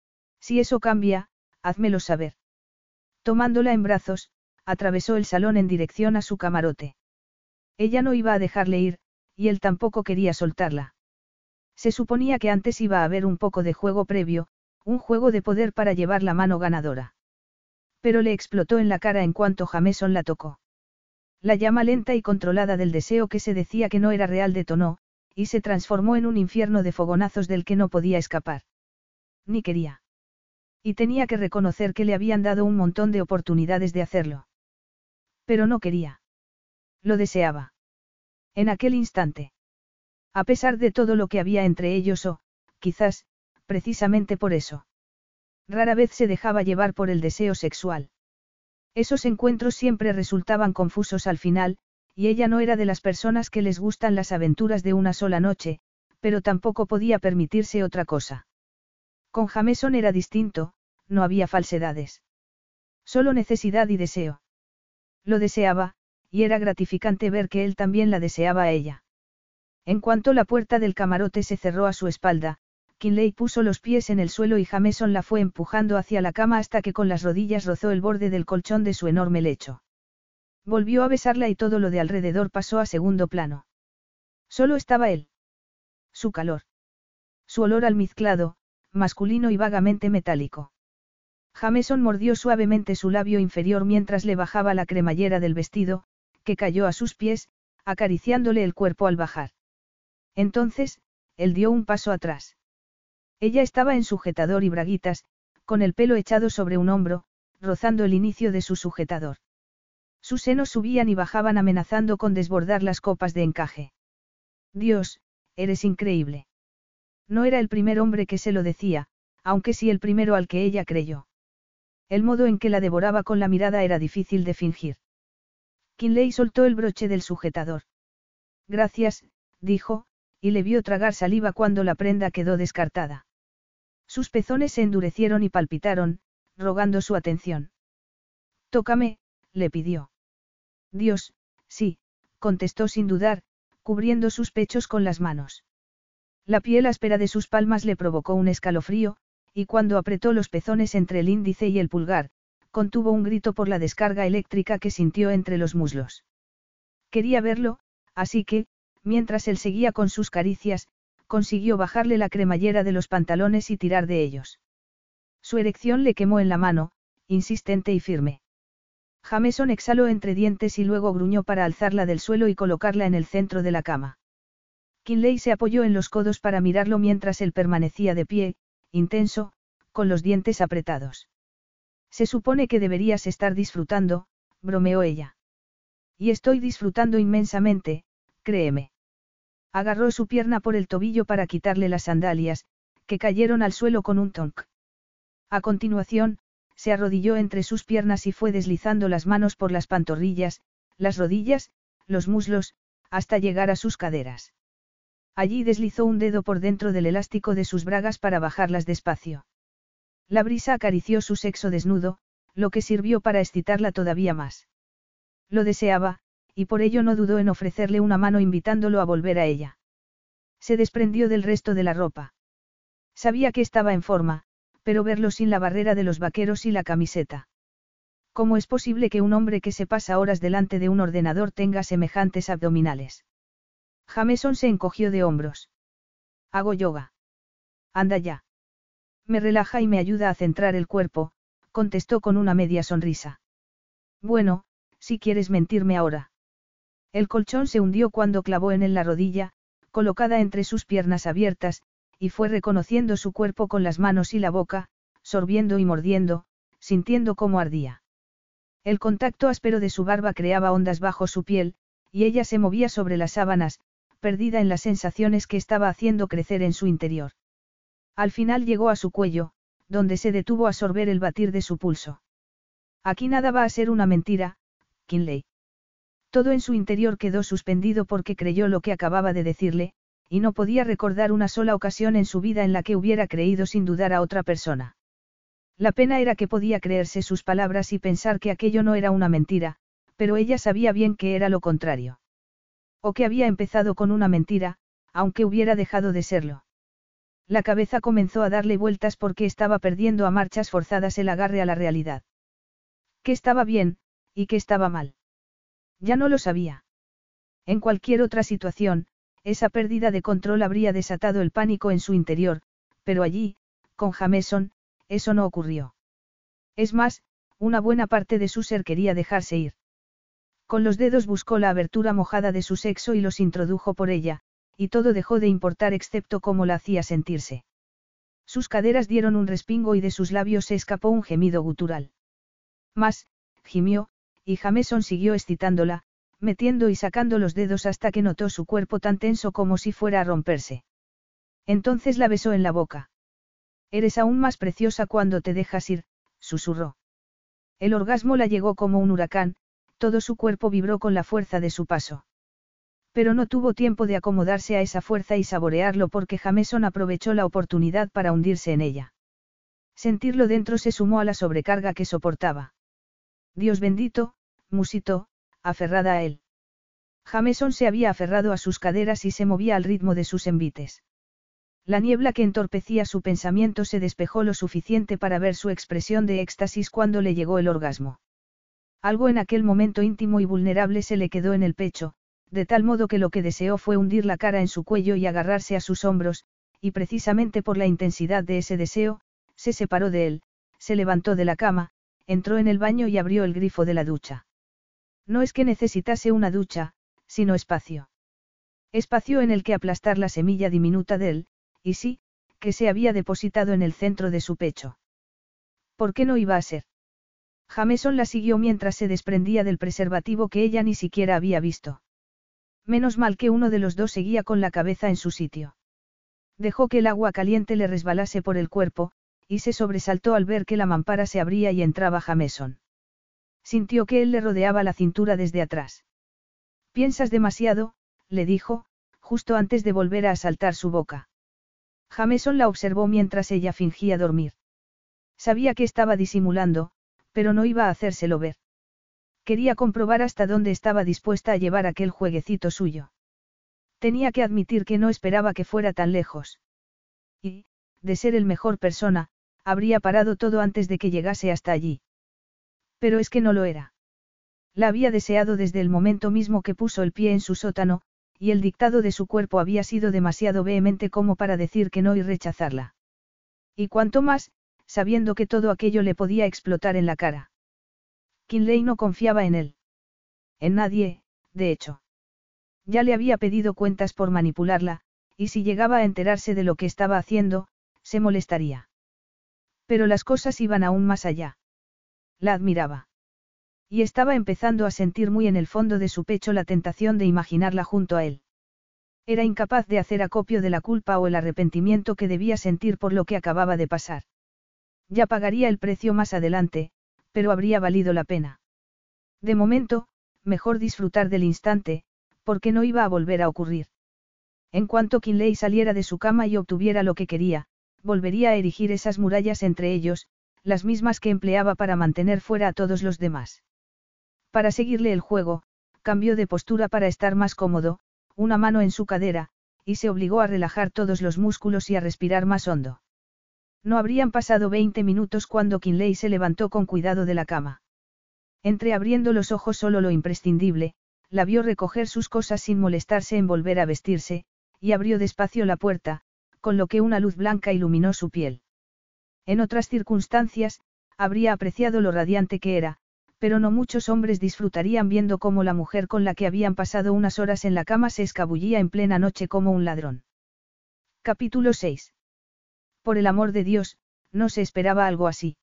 Si eso cambia, házmelo saber. Tomándola en brazos, atravesó el salón en dirección a su camarote. Ella no iba a dejarle ir, y él tampoco quería soltarla. Se suponía que antes iba a haber un poco de juego previo, un juego de poder para llevar la mano ganadora. Pero le explotó en la cara en cuanto Jameson la tocó. La llama lenta y controlada del deseo que se decía que no era real detonó, y se transformó en un infierno de fogonazos del que no podía escapar. Ni quería. Y tenía que reconocer que le habían dado un montón de oportunidades de hacerlo. Pero no quería. Lo deseaba. En aquel instante. A pesar de todo lo que había entre ellos o, quizás, precisamente por eso. Rara vez se dejaba llevar por el deseo sexual. Esos encuentros siempre resultaban confusos al final, y ella no era de las personas que les gustan las aventuras de una sola noche, pero tampoco podía permitirse otra cosa. Con Jameson era distinto, no había falsedades. Solo necesidad y deseo. Lo deseaba, y era gratificante ver que él también la deseaba a ella. En cuanto la puerta del camarote se cerró a su espalda, Kinley puso los pies en el suelo y Jameson la fue empujando hacia la cama hasta que con las rodillas rozó el borde del colchón de su enorme lecho. Volvió a besarla y todo lo de alrededor pasó a segundo plano. Solo estaba él. Su calor. Su olor almizclado, masculino y vagamente metálico. Jameson mordió suavemente su labio inferior mientras le bajaba la cremallera del vestido, que cayó a sus pies, acariciándole el cuerpo al bajar. Entonces, él dio un paso atrás. Ella estaba en sujetador y braguitas, con el pelo echado sobre un hombro, rozando el inicio de su sujetador. Sus senos subían y bajaban amenazando con desbordar las copas de encaje. Dios, eres increíble. No era el primer hombre que se lo decía, aunque sí el primero al que ella creyó. El modo en que la devoraba con la mirada era difícil de fingir. Kinley soltó el broche del sujetador. Gracias, dijo, y le vio tragar saliva cuando la prenda quedó descartada. Sus pezones se endurecieron y palpitaron, rogando su atención. Tócame, le pidió. Dios, sí, contestó sin dudar, cubriendo sus pechos con las manos. La piel áspera de sus palmas le provocó un escalofrío, y cuando apretó los pezones entre el índice y el pulgar, contuvo un grito por la descarga eléctrica que sintió entre los muslos. Quería verlo, así que, mientras él seguía con sus caricias, consiguió bajarle la cremallera de los pantalones y tirar de ellos. Su erección le quemó en la mano, insistente y firme. Jameson exhaló entre dientes y luego gruñó para alzarla del suelo y colocarla en el centro de la cama. Kinley se apoyó en los codos para mirarlo mientras él permanecía de pie, intenso, con los dientes apretados. Se supone que deberías estar disfrutando, bromeó ella. Y estoy disfrutando inmensamente, créeme. Agarró su pierna por el tobillo para quitarle las sandalias, que cayeron al suelo con un tonk. A continuación, se arrodilló entre sus piernas y fue deslizando las manos por las pantorrillas, las rodillas, los muslos, hasta llegar a sus caderas. Allí deslizó un dedo por dentro del elástico de sus bragas para bajarlas despacio. La brisa acarició su sexo desnudo, lo que sirvió para excitarla todavía más. Lo deseaba, y por ello no dudó en ofrecerle una mano invitándolo a volver a ella. Se desprendió del resto de la ropa. Sabía que estaba en forma, pero verlo sin la barrera de los vaqueros y la camiseta. ¿Cómo es posible que un hombre que se pasa horas delante de un ordenador tenga semejantes abdominales? Jameson se encogió de hombros. Hago yoga. Anda ya. Me relaja y me ayuda a centrar el cuerpo, contestó con una media sonrisa. Bueno, si quieres mentirme ahora. El colchón se hundió cuando clavó en él la rodilla, colocada entre sus piernas abiertas, y fue reconociendo su cuerpo con las manos y la boca, sorbiendo y mordiendo, sintiendo cómo ardía. El contacto áspero de su barba creaba ondas bajo su piel, y ella se movía sobre las sábanas, perdida en las sensaciones que estaba haciendo crecer en su interior. Al final llegó a su cuello, donde se detuvo a sorber el batir de su pulso. Aquí nada va a ser una mentira, Kinley. Todo en su interior quedó suspendido porque creyó lo que acababa de decirle, y no podía recordar una sola ocasión en su vida en la que hubiera creído sin dudar a otra persona. La pena era que podía creerse sus palabras y pensar que aquello no era una mentira, pero ella sabía bien que era lo contrario. O que había empezado con una mentira, aunque hubiera dejado de serlo. La cabeza comenzó a darle vueltas porque estaba perdiendo a marchas forzadas el agarre a la realidad. ¿Qué estaba bien, y qué estaba mal? Ya no lo sabía. En cualquier otra situación, esa pérdida de control habría desatado el pánico en su interior, pero allí, con Jameson, eso no ocurrió. Es más, una buena parte de su ser quería dejarse ir. Con los dedos buscó la abertura mojada de su sexo y los introdujo por ella, y todo dejó de importar excepto cómo la hacía sentirse. Sus caderas dieron un respingo y de sus labios se escapó un gemido gutural. Más, gimió, y Jameson siguió excitándola, metiendo y sacando los dedos hasta que notó su cuerpo tan tenso como si fuera a romperse. Entonces la besó en la boca. Eres aún más preciosa cuando te dejas ir, susurró. El orgasmo la llegó como un huracán, todo su cuerpo vibró con la fuerza de su paso. Pero no tuvo tiempo de acomodarse a esa fuerza y saborearlo porque Jameson aprovechó la oportunidad para hundirse en ella. Sentirlo dentro se sumó a la sobrecarga que soportaba. Dios bendito, musitó, aferrada a él. Jameson se había aferrado a sus caderas y se movía al ritmo de sus envites. La niebla que entorpecía su pensamiento se despejó lo suficiente para ver su expresión de éxtasis cuando le llegó el orgasmo. Algo en aquel momento íntimo y vulnerable se le quedó en el pecho, de tal modo que lo que deseó fue hundir la cara en su cuello y agarrarse a sus hombros, y precisamente por la intensidad de ese deseo, se separó de él, se levantó de la cama, entró en el baño y abrió el grifo de la ducha. No es que necesitase una ducha, sino espacio. Espacio en el que aplastar la semilla diminuta de él, y sí, que se había depositado en el centro de su pecho. ¿Por qué no iba a ser? Jameson la siguió mientras se desprendía del preservativo que ella ni siquiera había visto. Menos mal que uno de los dos seguía con la cabeza en su sitio. Dejó que el agua caliente le resbalase por el cuerpo, y se sobresaltó al ver que la mampara se abría y entraba Jameson. Sintió que él le rodeaba la cintura desde atrás. Piensas demasiado, le dijo, justo antes de volver a asaltar su boca. Jameson la observó mientras ella fingía dormir. Sabía que estaba disimulando, pero no iba a hacérselo ver. Quería comprobar hasta dónde estaba dispuesta a llevar aquel jueguecito suyo. Tenía que admitir que no esperaba que fuera tan lejos. Y, de ser el mejor persona, habría parado todo antes de que llegase hasta allí. Pero es que no lo era. La había deseado desde el momento mismo que puso el pie en su sótano, y el dictado de su cuerpo había sido demasiado vehemente como para decir que no y rechazarla. Y cuanto más, sabiendo que todo aquello le podía explotar en la cara. Kinley no confiaba en él. En nadie, de hecho. Ya le había pedido cuentas por manipularla, y si llegaba a enterarse de lo que estaba haciendo, se molestaría. Pero las cosas iban aún más allá. La admiraba. Y estaba empezando a sentir muy en el fondo de su pecho la tentación de imaginarla junto a él. Era incapaz de hacer acopio de la culpa o el arrepentimiento que debía sentir por lo que acababa de pasar. Ya pagaría el precio más adelante, pero habría valido la pena. De momento, mejor disfrutar del instante, porque no iba a volver a ocurrir. En cuanto Kinley saliera de su cama y obtuviera lo que quería, volvería a erigir esas murallas entre ellos, las mismas que empleaba para mantener fuera a todos los demás. Para seguirle el juego, cambió de postura para estar más cómodo, una mano en su cadera, y se obligó a relajar todos los músculos y a respirar más hondo. No habrían pasado veinte minutos cuando Kinley se levantó con cuidado de la cama. Entreabriendo los ojos solo lo imprescindible, la vio recoger sus cosas sin molestarse en volver a vestirse, y abrió despacio la puerta, con lo que una luz blanca iluminó su piel. En otras circunstancias, habría apreciado lo radiante que era, pero no muchos hombres disfrutarían viendo cómo la mujer con la que habían pasado unas horas en la cama se escabullía en plena noche como un ladrón. Capítulo seis. Por el amor de Dios, no se esperaba algo así.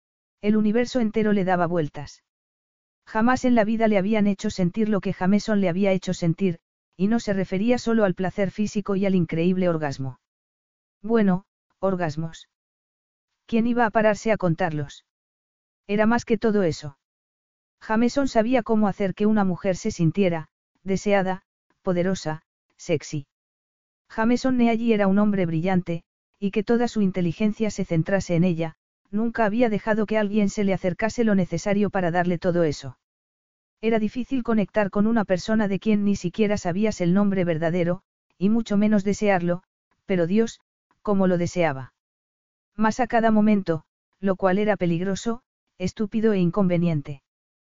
El universo entero le daba vueltas. Jamás en la vida le habían hecho sentir lo que Jameson le había hecho sentir, y no se refería solo al placer físico y al increíble orgasmo. Bueno, orgasmos. ¿Quién iba a pararse a contarlos? Era más que todo eso. Jameson sabía cómo hacer que una mujer se sintiera, deseada, poderosa, sexy. Jameson Neallí era un hombre brillante, y que toda su inteligencia se centrase en ella, nunca había dejado que alguien se le acercase lo necesario para darle todo eso. Era difícil conectar con una persona de quien ni siquiera sabías el nombre verdadero, y mucho menos desearlo, pero Dios, cómo lo deseaba. Más a cada momento, lo cual era peligroso, estúpido e inconveniente.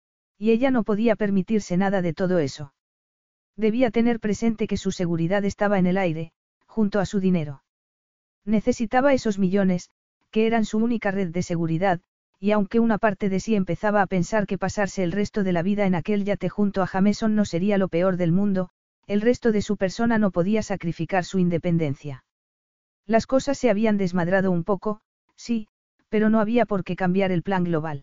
Y ella no podía permitirse nada de todo eso. Debía tener presente que su seguridad estaba en el aire, junto a su dinero. Necesitaba esos millones, que eran su única red de seguridad, y aunque una parte de sí empezaba a pensar que pasarse el resto de la vida en aquel yate junto a Jameson no sería lo peor del mundo, el resto de su persona no podía sacrificar su independencia. Las cosas se habían desmadrado un poco, sí, pero no había por qué cambiar el plan global.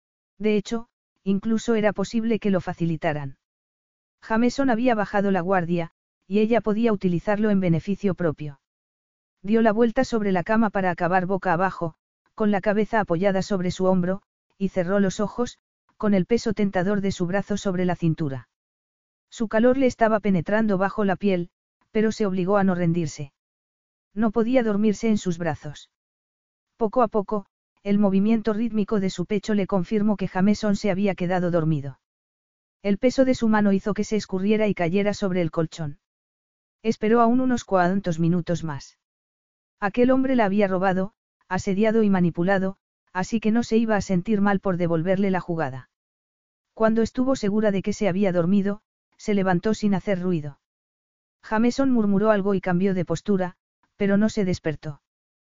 De hecho, incluso era posible que lo facilitaran. Jameson había bajado la guardia, y ella podía utilizarlo en beneficio propio. Dio la vuelta sobre la cama para acabar boca abajo, con la cabeza apoyada sobre su hombro, y cerró los ojos, con el peso tentador de su brazo sobre la cintura. Su calor le estaba penetrando bajo la piel, pero se obligó a no rendirse. No podía dormirse en sus brazos. Poco a poco, el movimiento rítmico de su pecho le confirmó que Jameson se había quedado dormido. El peso de su mano hizo que se escurriera y cayera sobre el colchón. Esperó aún unos cuantos minutos más. Aquel hombre la había robado, asediado y manipulado, así que no se iba a sentir mal por devolverle la jugada. Cuando estuvo segura de que se había dormido, se levantó sin hacer ruido. Jameson murmuró algo y cambió de postura, pero no se despertó.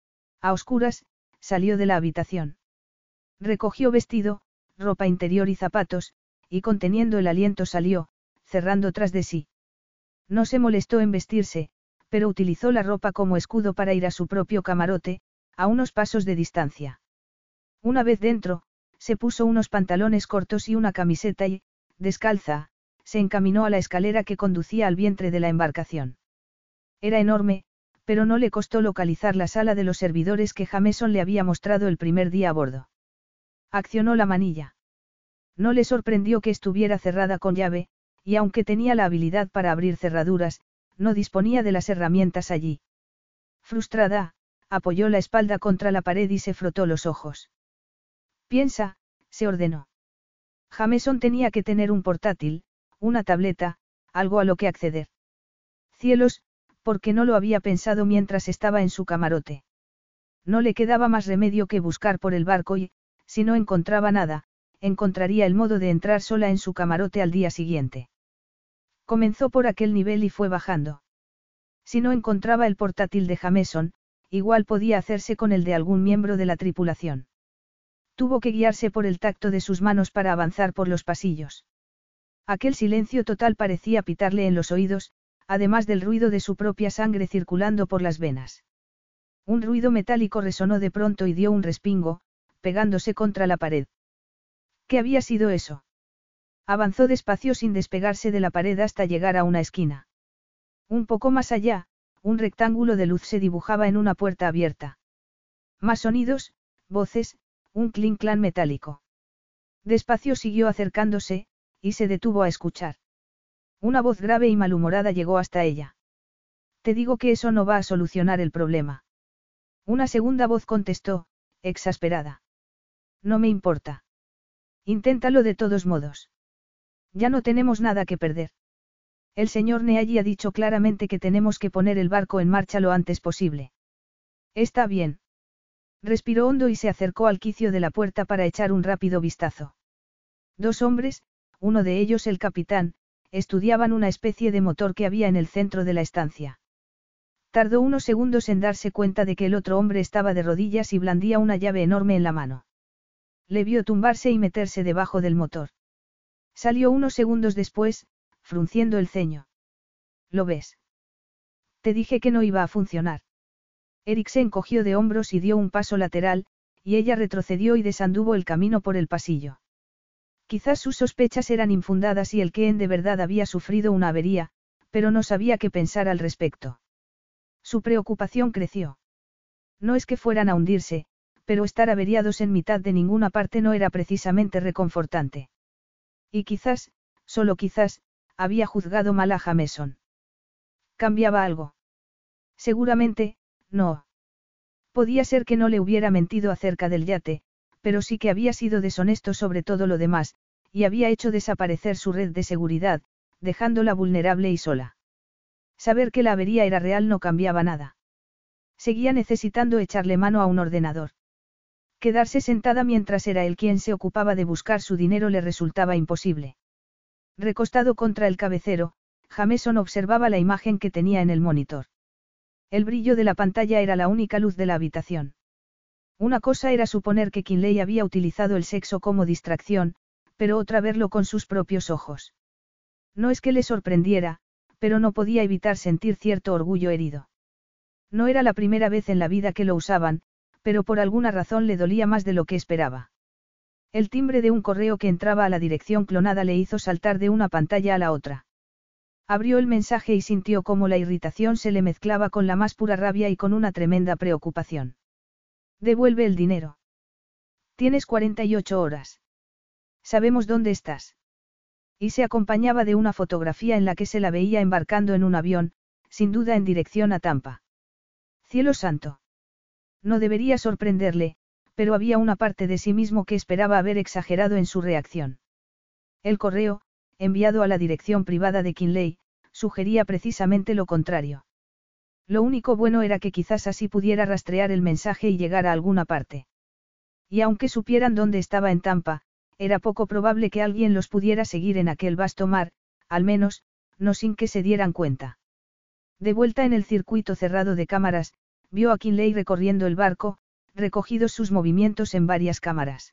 A oscuras, salió de la habitación. Recogió vestido, ropa interior y zapatos, y conteniendo el aliento salió, cerrando tras de sí. No se molestó en vestirse, pero utilizó la ropa como escudo para ir a su propio camarote, a unos pasos de distancia. Una vez dentro, se puso unos pantalones cortos y una camiseta y, descalza, se encaminó a la escalera que conducía al vientre de la embarcación. Era enorme, pero no le costó localizar la sala de los servidores que Jameson le había mostrado el primer día a bordo. Accionó la manilla. No le sorprendió que estuviera cerrada con llave, y aunque tenía la habilidad para abrir cerraduras, no disponía de las herramientas allí. Frustrada, apoyó la espalda contra la pared y se frotó los ojos. Piensa, se ordenó. Jameson tenía que tener un portátil, una tableta, algo a lo que acceder. Cielos, porque no lo había pensado mientras estaba en su camarote. No le quedaba más remedio que buscar por el barco y, si no encontraba nada, encontraría el modo de entrar sola en su camarote al día siguiente. Comenzó por aquel nivel y fue bajando. Si no encontraba el portátil de Jameson, igual podía hacerse con el de algún miembro de la tripulación. Tuvo que guiarse por el tacto de sus manos para avanzar por los pasillos. Aquel silencio total parecía pitarle en los oídos, además del ruido de su propia sangre circulando por las venas. Un ruido metálico resonó de pronto y dio un respingo, pegándose contra la pared. ¿Qué había sido eso? Avanzó despacio sin despegarse de la pared hasta llegar a una esquina. Un poco más allá, un rectángulo de luz se dibujaba en una puerta abierta. Más sonidos, voces, un clink-clan metálico. Despacio siguió acercándose, y se detuvo a escuchar. Una voz grave y malhumorada llegó hasta ella. Te digo que eso no va a solucionar el problema. Una segunda voz contestó, exasperada. No me importa. Inténtalo de todos modos. Ya no tenemos nada que perder. El señor Neallí ha dicho claramente que tenemos que poner el barco en marcha lo antes posible. Está bien. Respiró hondo y se acercó al quicio de la puerta para echar un rápido vistazo. Dos hombres, uno de ellos el capitán, estudiaban una especie de motor que había en el centro de la estancia. Tardó unos segundos en darse cuenta de que el otro hombre estaba de rodillas y blandía una llave enorme en la mano. Le vio tumbarse y meterse debajo del motor. Salió unos segundos después, frunciendo el ceño. ¿Lo ves? Te dije que no iba a funcionar. Eric se encogió de hombros y dio un paso lateral, y ella retrocedió y desanduvo el camino por el pasillo. Quizás sus sospechas eran infundadas y el Ken de verdad había sufrido una avería, pero no sabía qué pensar al respecto. Su preocupación creció. No es que fueran a hundirse, pero estar averiados en mitad de ninguna parte no era precisamente reconfortante. Y quizás, solo quizás, había juzgado mal a Jameson. ¿Cambiaba algo? Seguramente, no. Podía ser que no le hubiera mentido acerca del yate, pero sí que había sido deshonesto sobre todo lo demás, y había hecho desaparecer su red de seguridad, dejándola vulnerable y sola. Saber que la avería era real no cambiaba nada. Seguía necesitando echarle mano a un ordenador. Quedarse sentada mientras era él quien se ocupaba de buscar su dinero le resultaba imposible. Recostado contra el cabecero, Jameson observaba la imagen que tenía en el monitor. El brillo de la pantalla era la única luz de la habitación. Una cosa era suponer que Kinley había utilizado el sexo como distracción, pero otra verlo con sus propios ojos. No es que le sorprendiera, pero no podía evitar sentir cierto orgullo herido. No era la primera vez en la vida que lo usaban, pero por alguna razón le dolía más de lo que esperaba. El timbre de un correo que entraba a la dirección clonada le hizo saltar de una pantalla a la otra. Abrió el mensaje y sintió cómo la irritación se le mezclaba con la más pura rabia y con una tremenda preocupación. Devuelve el dinero. Tienes cuarenta y ocho horas. Sabemos dónde estás. Y se acompañaba de una fotografía en la que se la veía embarcando en un avión, sin duda en dirección a Tampa. Cielo santo. No debería sorprenderle, pero había una parte de sí mismo que esperaba haber exagerado en su reacción. El correo, enviado a la dirección privada de Kinley, sugería precisamente lo contrario. Lo único bueno era que quizás así pudiera rastrear el mensaje y llegar a alguna parte. Y aunque supieran dónde estaba en Tampa, era poco probable que alguien los pudiera seguir en aquel vasto mar, al menos, no sin que se dieran cuenta. De vuelta en el circuito cerrado de cámaras, vio a Kinley recorriendo el barco, recogidos sus movimientos en varias cámaras.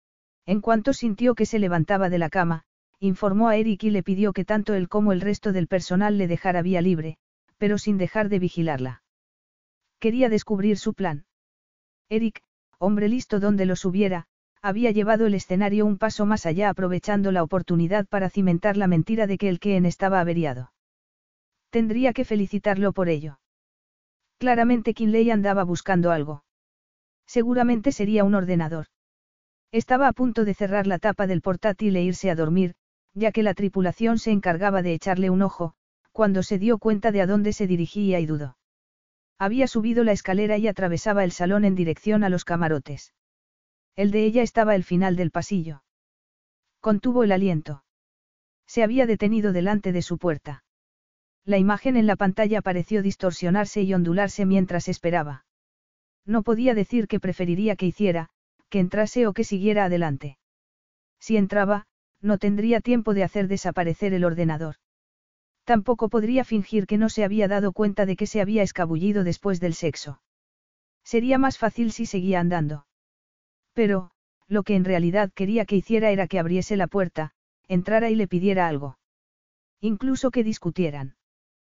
En cuanto sintió que se levantaba de la cama, informó a Eric y le pidió que tanto él como el resto del personal le dejara vía libre, pero sin dejar de vigilarla. Quería descubrir su plan. Eric, hombre listo donde los hubiera, había llevado el escenario un paso más allá aprovechando la oportunidad para cimentar la mentira de que el Keen estaba averiado. Tendría que felicitarlo por ello. Claramente Kinley andaba buscando algo. Seguramente sería un ordenador. Estaba a punto de cerrar la tapa del portátil e irse a dormir, ya que la tripulación se encargaba de echarle un ojo, cuando se dio cuenta de a dónde se dirigía y dudó. Había subido la escalera y atravesaba el salón en dirección a los camarotes. El de ella estaba al final del pasillo. Contuvo el aliento. Se había detenido delante de su puerta. La imagen en la pantalla pareció distorsionarse y ondularse mientras esperaba. No podía decir qué preferiría que hiciera, que entrase o que siguiera adelante. Si entraba, no tendría tiempo de hacer desaparecer el ordenador. Tampoco podría fingir que no se había dado cuenta de que se había escabullido después del sexo. Sería más fácil si seguía andando. Pero, lo que en realidad quería que hiciera era que abriese la puerta, entrara y le pidiera algo. Incluso que discutieran.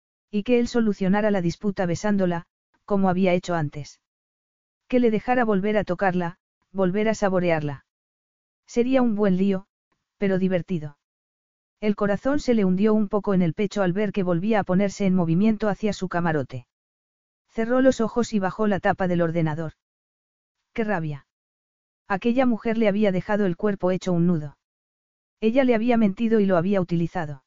Y que él solucionara la disputa besándola, como había hecho antes. Que le dejara volver a tocarla, volver a saborearla. Sería un buen lío, pero divertido. El corazón se le hundió un poco en el pecho al ver que volvía a ponerse en movimiento hacia su camarote. Cerró los ojos y bajó la tapa del ordenador. ¡Qué rabia! Aquella mujer le había dejado el cuerpo hecho un nudo. Ella le había mentido y lo había utilizado.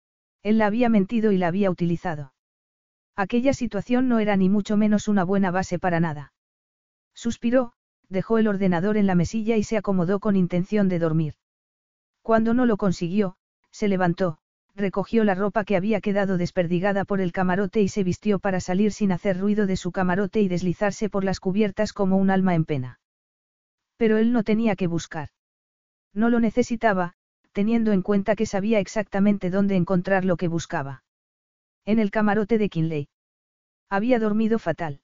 Él la había mentido y la había utilizado. Aquella situación no era ni mucho menos una buena base para nada. Suspiró, dejó el ordenador en la mesilla y se acomodó con intención de dormir. Cuando no lo consiguió, se levantó, recogió la ropa que había quedado desperdigada por el camarote y se vistió para salir sin hacer ruido de su camarote y deslizarse por las cubiertas como un alma en pena. Pero él no tenía que buscar. No lo necesitaba, teniendo en cuenta que sabía exactamente dónde encontrar lo que buscaba. En el camarote de Kinley. Había dormido fatal.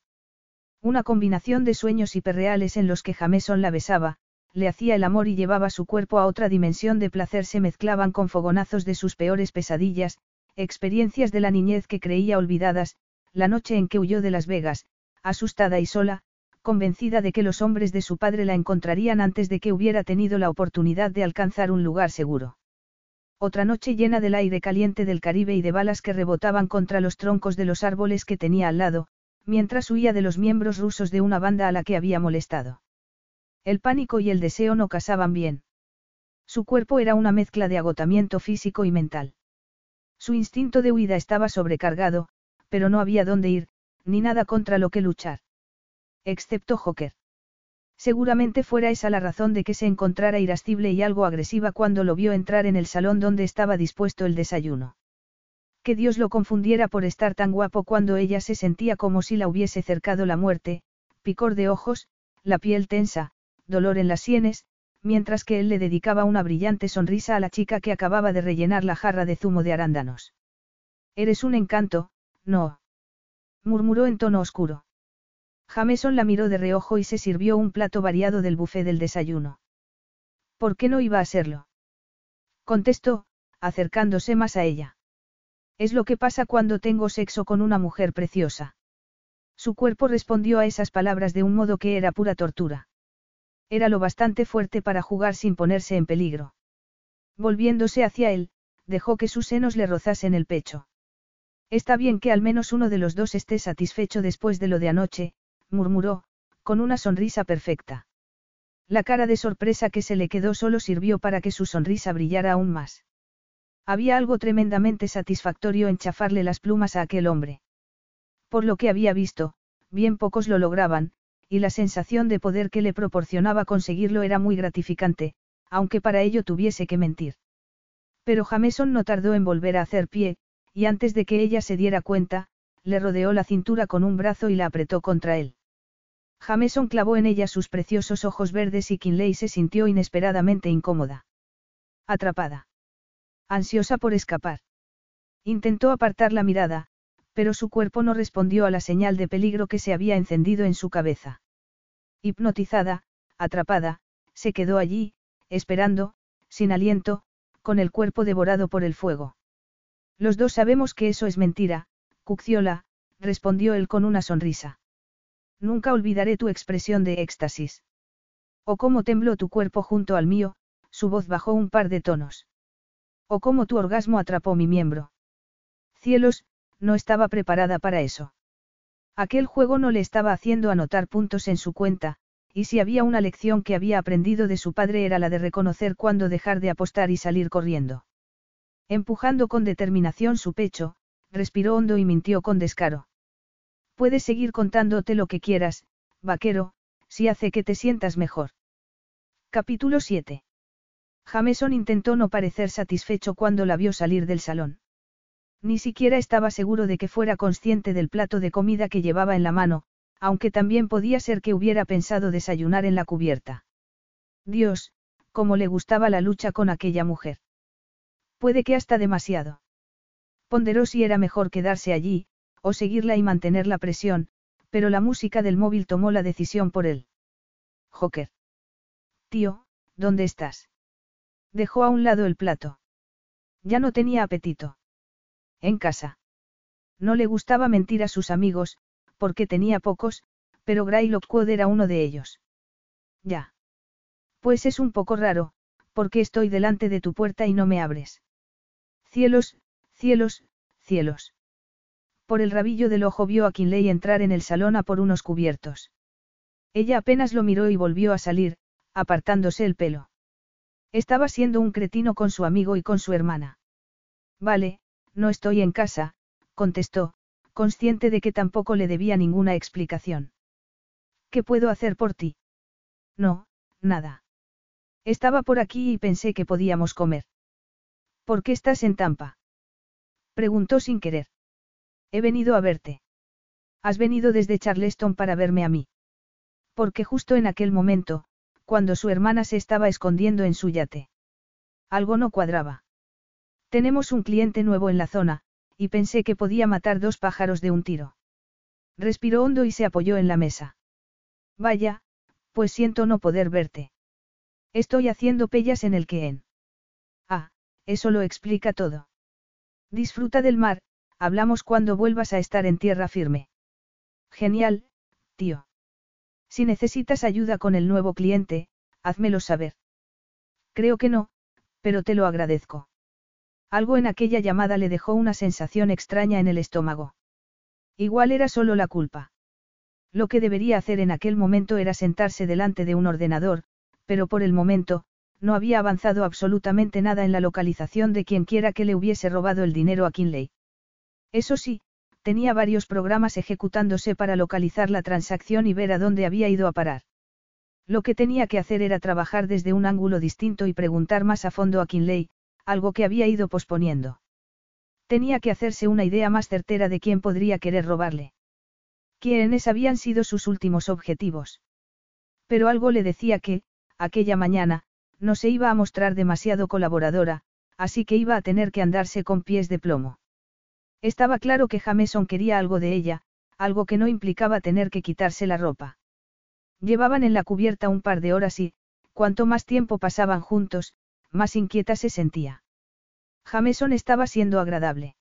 Una combinación de sueños hiperreales en los que Jameson la besaba, le hacía el amor y llevaba su cuerpo a otra dimensión de placer se mezclaban con fogonazos de sus peores pesadillas, experiencias de la niñez que creía olvidadas, la noche en que huyó de Las Vegas, asustada y sola, convencida de que los hombres de su padre la encontrarían antes de que hubiera tenido la oportunidad de alcanzar un lugar seguro. Otra noche llena del aire caliente del Caribe y de balas que rebotaban contra los troncos de los árboles que tenía al lado, mientras huía de los miembros rusos de una banda a la que había molestado. El pánico y el deseo no casaban bien. Su cuerpo era una mezcla de agotamiento físico y mental. Su instinto de huida estaba sobrecargado, pero no había dónde ir, ni nada contra lo que luchar. Excepto Joker. Seguramente fuera esa la razón de que se encontrara irascible y algo agresiva cuando lo vio entrar en el salón donde estaba dispuesto el desayuno. Que Dios lo confundiera por estar tan guapo cuando ella se sentía como si la hubiese cercado la muerte, picor de ojos, la piel tensa, dolor en las sienes, mientras que él le dedicaba una brillante sonrisa a la chica que acababa de rellenar la jarra de zumo de arándanos. Eres un encanto, ¿no? Murmuró en tono oscuro. Jameson la miró de reojo y se sirvió un plato variado del buffet del desayuno. ¿Por qué no iba a serlo? Contestó, acercándose más a ella. Es lo que pasa cuando tengo sexo con una mujer preciosa. Su cuerpo respondió a esas palabras de un modo que era pura tortura. Era lo bastante fuerte para jugar sin ponerse en peligro. Volviéndose hacia él, dejó que sus senos le rozasen el pecho. Está bien que al menos uno de los dos esté satisfecho después de lo de anoche, murmuró, con una sonrisa perfecta. La cara de sorpresa que se le quedó solo sirvió para que su sonrisa brillara aún más. Había algo tremendamente satisfactorio en chafarle las plumas a aquel hombre. Por lo que había visto, bien pocos lo lograban, y la sensación de poder que le proporcionaba conseguirlo era muy gratificante, aunque para ello tuviese que mentir. Pero Jameson no tardó en volver a hacer pie, y antes de que ella se diera cuenta, le rodeó la cintura con un brazo y la apretó contra él. Jameson clavó en ella sus preciosos ojos verdes y Kinley se sintió inesperadamente incómoda. Atrapada. Ansiosa por escapar. Intentó apartar la mirada, pero su cuerpo no respondió a la señal de peligro que se había encendido en su cabeza. Hipnotizada, atrapada, se quedó allí, esperando, sin aliento, con el cuerpo devorado por el fuego. Los dos sabemos que eso es mentira, Cucciola, respondió él con una sonrisa. Nunca olvidaré tu expresión de éxtasis. O cómo tembló tu cuerpo junto al mío, su voz bajó un par de tonos. O cómo tu orgasmo atrapó mi miembro. Cielos, no estaba preparada para eso. Aquel juego no le estaba haciendo anotar puntos en su cuenta, y si había una lección que había aprendido de su padre era la de reconocer cuándo dejar de apostar y salir corriendo. Empujando con determinación su pecho, respiró hondo y mintió con descaro. Puedes seguir contándote lo que quieras, vaquero, si hace que te sientas mejor. Capítulo siete. Jameson intentó no parecer satisfecho cuando la vio salir del salón. Ni siquiera estaba seguro de que fuera consciente del plato de comida que llevaba en la mano, aunque también podía ser que hubiera pensado desayunar en la cubierta. Dios, cómo le gustaba la lucha con aquella mujer. Puede que hasta demasiado. Ponderó si era mejor quedarse allí, o seguirla y mantener la presión, pero la música del móvil tomó la decisión por él. Joker. Tío, ¿dónde estás? Dejó a un lado el plato. Ya no tenía apetito. En casa. No le gustaba mentir a sus amigos, porque tenía pocos, pero Grey Lockwood era uno de ellos. Ya. Pues es un poco raro, porque estoy delante de tu puerta y no me abres. Cielos, cielos, cielos. Por el rabillo del ojo vio a Kinley entrar en el salón a por unos cubiertos. Ella apenas lo miró y volvió a salir, apartándose el pelo. Estaba siendo un cretino con su amigo y con su hermana. Vale, no estoy en casa, contestó, consciente de que tampoco le debía ninguna explicación. ¿Qué puedo hacer por ti? No, nada. Estaba por aquí y pensé que podíamos comer. ¿Por qué estás en Tampa? Preguntó sin querer. He venido a verte. Has venido desde Charleston para verme a mí. Porque justo en aquel momento, cuando su hermana se estaba escondiendo en su yate. Algo no cuadraba. Tenemos un cliente nuevo en la zona, y pensé que podía matar dos pájaros de un tiro. Respiró hondo y se apoyó en la mesa. Vaya, pues siento no poder verte. Estoy haciendo pellas en el Keen. Ah, eso lo explica todo. Disfruta del mar, hablamos cuando vuelvas a estar en tierra firme. Genial, tío. Si necesitas ayuda con el nuevo cliente, házmelo saber. Creo que no, pero te lo agradezco. Algo en aquella llamada le dejó una sensación extraña en el estómago. Igual era solo la culpa. Lo que debería hacer en aquel momento era sentarse delante de un ordenador, pero por el momento, no había avanzado absolutamente nada en la localización de quienquiera que le hubiese robado el dinero a Kinley. Eso sí, tenía varios programas ejecutándose para localizar la transacción y ver a dónde había ido a parar. Lo que tenía que hacer era trabajar desde un ángulo distinto y preguntar más a fondo a Kinley, algo que había ido posponiendo. Tenía que hacerse una idea más certera de quién podría querer robarle. ¿Quiénes habían sido sus últimos objetivos? Pero algo le decía que, aquella mañana, no se iba a mostrar demasiado colaboradora, así que iba a tener que andarse con pies de plomo. Estaba claro que Jameson quería algo de ella, algo que no implicaba tener que quitarse la ropa. Llevaban en la cubierta un par de horas y, cuanto más tiempo pasaban juntos, más inquieta se sentía. Jameson estaba siendo agradable.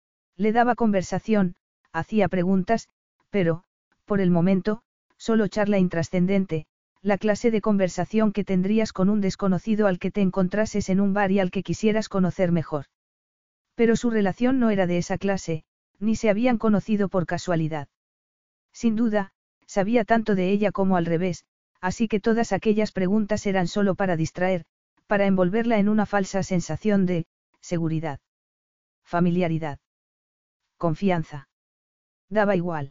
Le daba conversación, hacía preguntas, pero, por el momento, solo charla intrascendente, la clase de conversación que tendrías con un desconocido al que te encontrases en un bar y al que quisieras conocer mejor. Pero su relación no era de esa clase, ni se habían conocido por casualidad. Sin duda, sabía tanto de ella como al revés, así que todas aquellas preguntas eran solo para distraer, para envolverla en una falsa sensación de seguridad, familiaridad, confianza. Daba igual.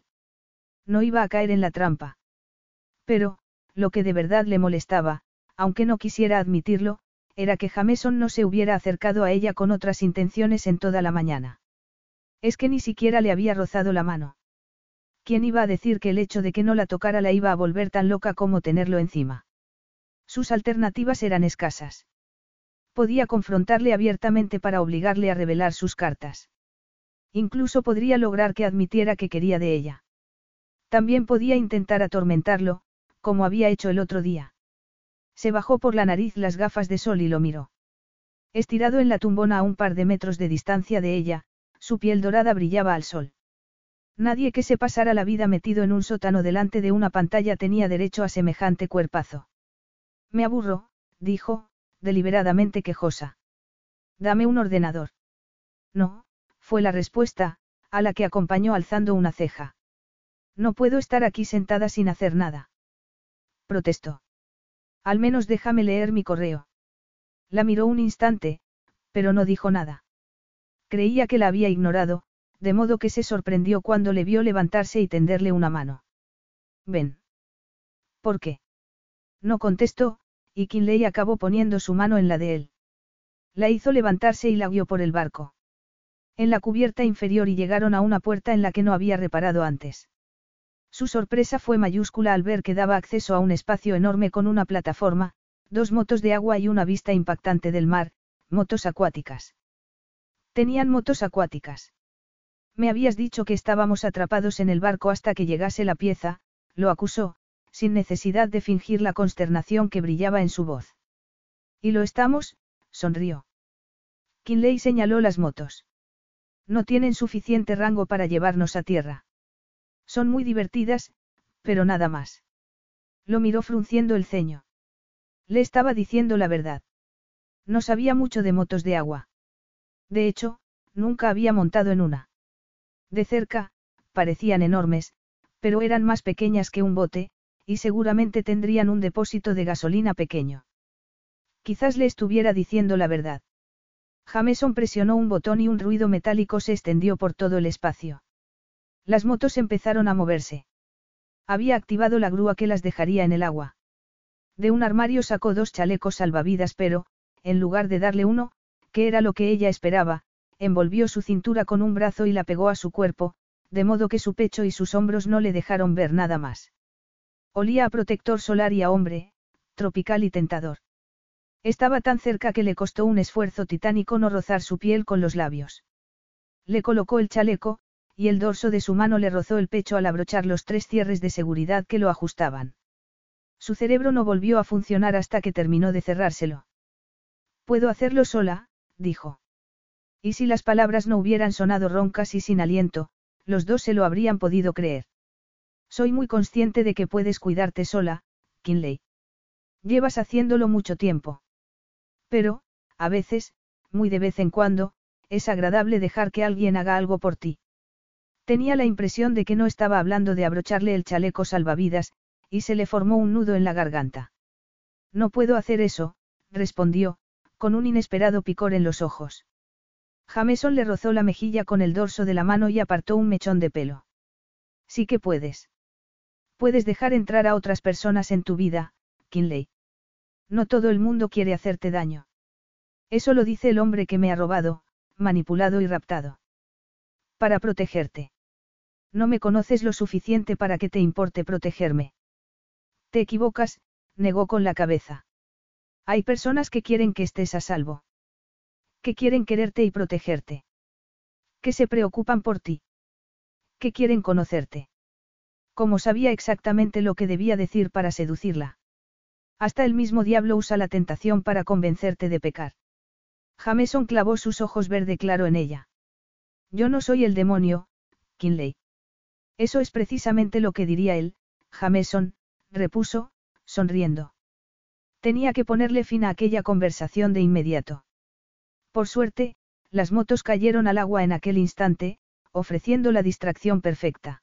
No iba a caer en la trampa. Pero, lo que de verdad le molestaba, aunque no quisiera admitirlo, era que Jameson no se hubiera acercado a ella con otras intenciones en toda la mañana. Es que ni siquiera le había rozado la mano. ¿Quién iba a decir que el hecho de que no la tocara la iba a volver tan loca como tenerlo encima? Sus alternativas eran escasas. Podía confrontarle abiertamente para obligarle a revelar sus cartas. Incluso podría lograr que admitiera que quería de ella. También podía intentar atormentarlo, como había hecho el otro día. Se bajó por la nariz las gafas de sol y lo miró. Estirado en la tumbona a un par de metros de distancia de ella, su piel dorada brillaba al sol. Nadie que se pasara la vida metido en un sótano delante de una pantalla tenía derecho a semejante cuerpazo. Me aburro, dijo, deliberadamente quejosa. Dame un ordenador. No, fue la respuesta, a la que acompañó alzando una ceja. No puedo estar aquí sentada sin hacer nada. Protestó. Al menos déjame leer mi correo. La miró un instante, pero no dijo nada. Creía que la había ignorado, de modo que se sorprendió cuando le vio levantarse y tenderle una mano. Ven. ¿Por qué? No contestó, y Kinley acabó poniendo su mano en la de él. La hizo levantarse y la guió por el barco. En la cubierta inferior y llegaron a una puerta en la que no había reparado antes. Su sorpresa fue mayúscula al ver que daba acceso a un espacio enorme con una plataforma, dos motos de agua y una vista impactante del mar, motos acuáticas. Tenían motos acuáticas. Me habías dicho que estábamos atrapados en el barco hasta que llegase la pieza, lo acusó, sin necesidad de fingir la consternación que brillaba en su voz. Y lo estamos, sonrió. Kinley señaló las motos. No tienen suficiente rango para llevarnos a tierra. Son muy divertidas, pero nada más. Lo miró frunciendo el ceño. Le estaba diciendo la verdad. No sabía mucho de motos de agua. De hecho, nunca había montado en una. De cerca, parecían enormes, pero eran más pequeñas que un bote, y seguramente tendrían un depósito de gasolina pequeño. Quizás le estuviera diciendo la verdad. Jameson presionó un botón y un ruido metálico se extendió por todo el espacio. Las motos empezaron a moverse. Había activado la grúa que las dejaría en el agua. De un armario sacó dos chalecos salvavidas pero, en lugar de darle uno, que era lo que ella esperaba, envolvió su cintura con un brazo y la pegó a su cuerpo, de modo que su pecho y sus hombros no le dejaron ver nada más. Olía a protector solar y a hombre, tropical y tentador. Estaba tan cerca que le costó un esfuerzo titánico no rozar su piel con los labios. Le colocó el chaleco, y el dorso de su mano le rozó el pecho al abrochar los tres cierres de seguridad que lo ajustaban. Su cerebro no volvió a funcionar hasta que terminó de cerrárselo. Puedo hacerlo sola, dijo. Y si las palabras no hubieran sonado roncas y sin aliento, los dos se lo habrían podido creer. Soy muy consciente de que puedes cuidarte sola, Kinley. Llevas haciéndolo mucho tiempo. Pero, a veces, muy de vez en cuando, es agradable dejar que alguien haga algo por ti. Tenía la impresión de que no estaba hablando de abrocharle el chaleco salvavidas, y se le formó un nudo en la garganta. No puedo hacer eso, respondió, con un inesperado picor en los ojos. Jameson le rozó la mejilla con el dorso de la mano y apartó un mechón de pelo. Sí que puedes. Puedes dejar entrar a otras personas en tu vida, Kinley. No todo el mundo quiere hacerte daño. Eso lo dice el hombre que me ha robado, manipulado y raptado. Para protegerte. No me conoces lo suficiente para que te importe protegerme. Te equivocas, negó con la cabeza. Hay personas que quieren que estés a salvo. Que quieren quererte y protegerte. Que se preocupan por ti. Que quieren conocerte. Como sabía exactamente lo que debía decir para seducirla. Hasta el mismo diablo usa la tentación para convencerte de pecar. Jameson clavó sus ojos verde claro en ella. Yo no soy el demonio, Kinley. Eso es precisamente lo que diría él, Jameson, repuso, sonriendo. Tenía que ponerle fin a aquella conversación de inmediato. Por suerte, las motos cayeron al agua en aquel instante, ofreciendo la distracción perfecta.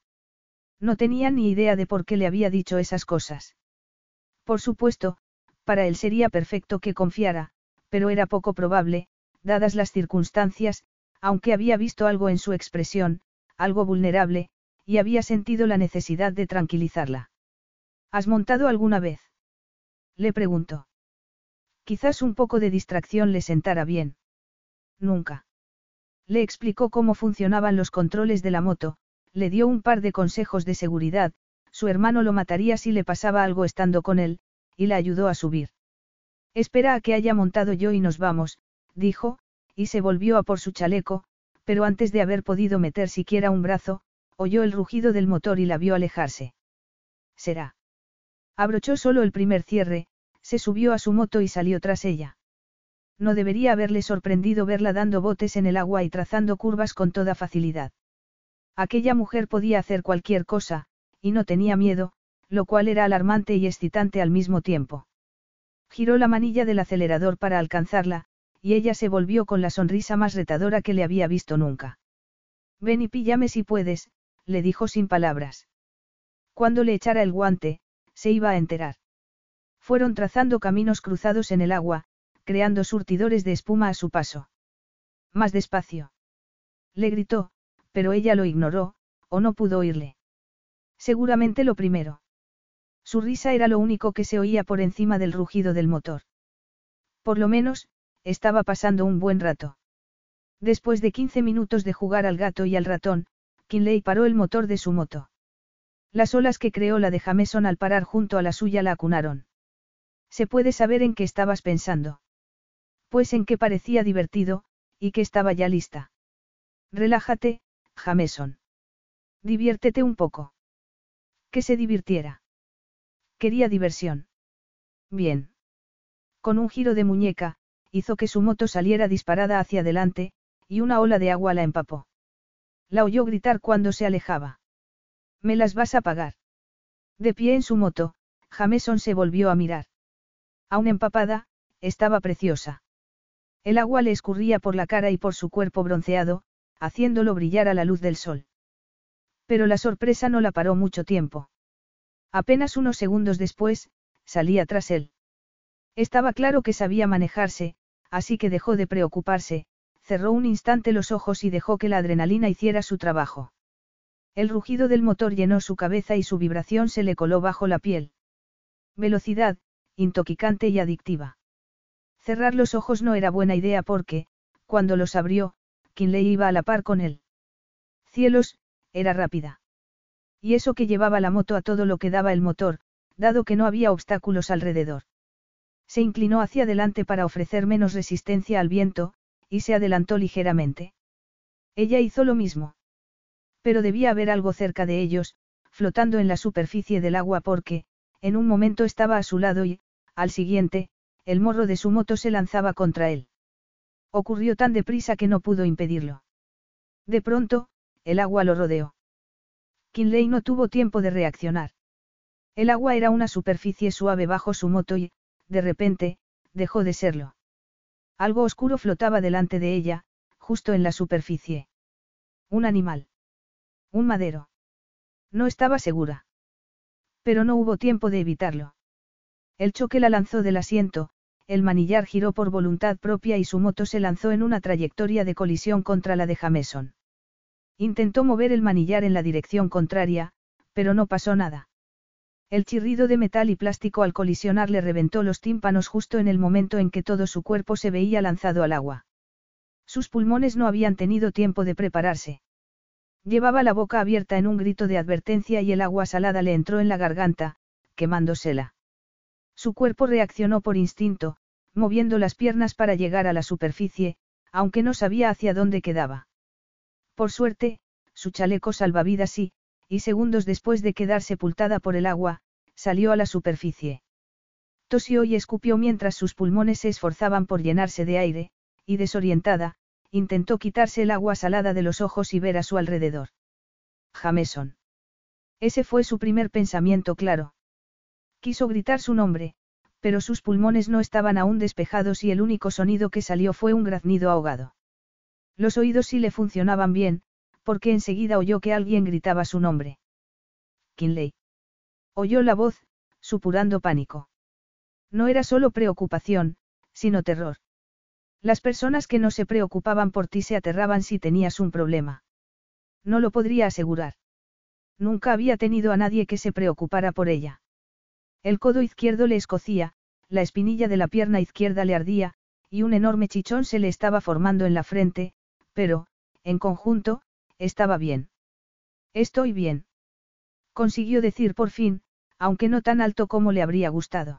No tenía ni idea de por qué le había dicho esas cosas. Por supuesto, para él sería perfecto que confiara, pero era poco probable, dadas las circunstancias, aunque había visto algo en su expresión, algo vulnerable, y había sentido la necesidad de tranquilizarla. ¿Has montado alguna vez? Le preguntó. Quizás un poco de distracción le sentara bien. Nunca. Le explicó cómo funcionaban los controles de la moto, le dio un par de consejos de seguridad, su hermano lo mataría si le pasaba algo estando con él, y la ayudó a subir. Espera a que haya montado yo y nos vamos, dijo, y se volvió a por su chaleco, pero antes de haber podido meter siquiera un brazo, oyó el rugido del motor y la vio alejarse. Será. Abrochó solo el primer cierre, se subió a su moto y salió tras ella. No debería haberle sorprendido verla dando botes en el agua y trazando curvas con toda facilidad. Aquella mujer podía hacer cualquier cosa, y no tenía miedo, lo cual era alarmante y excitante al mismo tiempo. Giró la manilla del acelerador para alcanzarla, y ella se volvió con la sonrisa más retadora que le había visto nunca. Ven y píllame si puedes, le dijo sin palabras. Cuando le echara el guante, se iba a enterar. Fueron trazando caminos cruzados en el agua, creando surtidores de espuma a su paso. Más despacio. Le gritó, pero ella lo ignoró, o no pudo oírle. Seguramente lo primero. Su risa era lo único que se oía por encima del rugido del motor. Por lo menos, estaba pasando un buen rato. Después de quince minutos de jugar al gato y al ratón, Kinley paró el motor de su moto. Las olas que creó la de Jameson al parar junto a la suya la acunaron. ¿Se puede saber en qué estabas pensando? Pues en que parecía divertido, y que estaba ya lista. Relájate, Jameson. Diviértete un poco. Que se divirtiera. Quería diversión. Bien. Con un giro de muñeca, hizo que su moto saliera disparada hacia adelante, y una ola de agua la empapó. La oyó gritar cuando se alejaba. ¿Me las vas a pagar? De pie en su moto, Jameson se volvió a mirar. Aún empapada, estaba preciosa. El agua le escurría por la cara y por su cuerpo bronceado, haciéndolo brillar a la luz del sol. Pero la sorpresa no la paró mucho tiempo. Apenas unos segundos después, salía tras él. Estaba claro que sabía manejarse, así que dejó de preocuparse, cerró un instante los ojos y dejó que la adrenalina hiciera su trabajo. El rugido del motor llenó su cabeza y su vibración se le coló bajo la piel. Velocidad, intoxicante y adictiva. Cerrar los ojos no era buena idea porque, cuando los abrió, Kinley iba a la par con él. Cielos, era rápida. Y eso que llevaba la moto a todo lo que daba el motor, dado que no había obstáculos alrededor. Se inclinó hacia adelante para ofrecer menos resistencia al viento, y se adelantó ligeramente. Ella hizo lo mismo. Pero debía haber algo cerca de ellos, flotando en la superficie del agua porque, en un momento estaba a su lado y, al siguiente, el morro de su moto se lanzaba contra él. Ocurrió tan deprisa que no pudo impedirlo. De pronto, el agua lo rodeó. Kinley no tuvo tiempo de reaccionar. El agua era una superficie suave bajo su moto y, de repente, dejó de serlo. Algo oscuro flotaba delante de ella, justo en la superficie. Un animal. Un madero. No estaba segura. Pero no hubo tiempo de evitarlo. El choque la lanzó del asiento, el manillar giró por voluntad propia y su moto se lanzó en una trayectoria de colisión contra la de Jameson. Intentó mover el manillar en la dirección contraria, pero no pasó nada. El chirrido de metal y plástico al colisionar le reventó los tímpanos justo en el momento en que todo su cuerpo se veía lanzado al agua. Sus pulmones no habían tenido tiempo de prepararse. Llevaba la boca abierta en un grito de advertencia y el agua salada le entró en la garganta, quemándosela. Su cuerpo reaccionó por instinto, moviendo las piernas para llegar a la superficie, aunque no sabía hacia dónde quedaba. Por suerte, su chaleco salvavidas sí, y segundos después de quedar sepultada por el agua, salió a la superficie. Tosió y escupió mientras sus pulmones se esforzaban por llenarse de aire, y desorientada, intentó quitarse el agua salada de los ojos y ver a su alrededor. Jameson. Ese fue su primer pensamiento claro. Quiso gritar su nombre, pero sus pulmones no estaban aún despejados y el único sonido que salió fue un graznido ahogado. Los oídos sí le funcionaban bien, porque enseguida oyó que alguien gritaba su nombre. Kinley. Oyó la voz, supurando pánico. No era solo preocupación, sino terror. Las personas que no se preocupaban por ti se aterraban si tenías un problema. No lo podría asegurar. Nunca había tenido a nadie que se preocupara por ella. El codo izquierdo le escocía, la espinilla de la pierna izquierda le ardía, y un enorme chichón se le estaba formando en la frente, pero, en conjunto, estaba bien. Estoy bien. Consiguió decir por fin, aunque no tan alto como le habría gustado.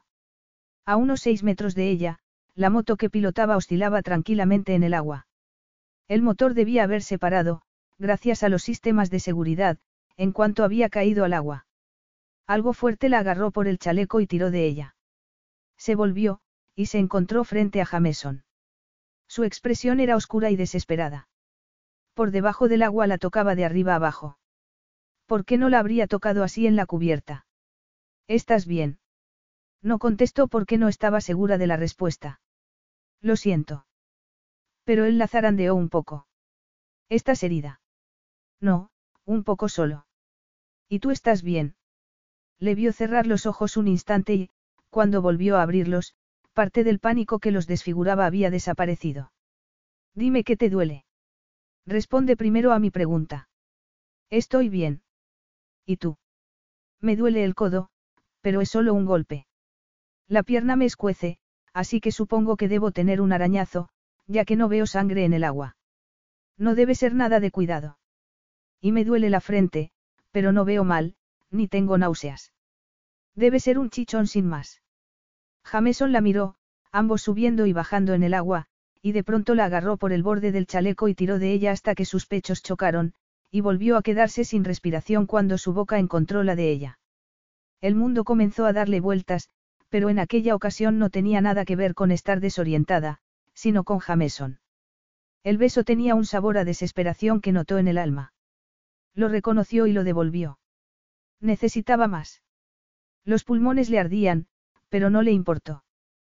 A unos seis metros de ella, la moto que pilotaba oscilaba tranquilamente en el agua. El motor debía haberse parado, gracias a los sistemas de seguridad, en cuanto había caído al agua. Algo fuerte la agarró por el chaleco y tiró de ella. Se volvió, y se encontró frente a Jameson. Su expresión era oscura y desesperada. Por debajo del agua la tocaba de arriba abajo. ¿Por qué no la habría tocado así en la cubierta? ¿Estás bien? No contestó porque no estaba segura de la respuesta. Lo siento. Pero él la zarandeó un poco. ¿Estás herida? No, un poco solo. ¿Y tú estás bien? Le vio cerrar los ojos un instante y, cuando volvió a abrirlos, parte del pánico que los desfiguraba había desaparecido. Dime qué te duele. Responde primero a mi pregunta. Estoy bien. ¿Y tú? Me duele el codo, pero es solo un golpe. La pierna me escuece, así que supongo que debo tener un arañazo, ya que no veo sangre en el agua. No debe ser nada de cuidado. Y me duele la frente, pero no veo mal, ni tengo náuseas. Debe ser un chichón sin más. Jameson la miró, ambos subiendo y bajando en el agua, y de pronto la agarró por el borde del chaleco y tiró de ella hasta que sus pechos chocaron, y volvió a quedarse sin respiración cuando su boca encontró la de ella. El mundo comenzó a darle vueltas, pero en aquella ocasión no tenía nada que ver con estar desorientada, sino con Jameson. El beso tenía un sabor a desesperación que notó en el alma. Lo reconoció y lo devolvió. Necesitaba más. Los pulmones le ardían, pero no le importó.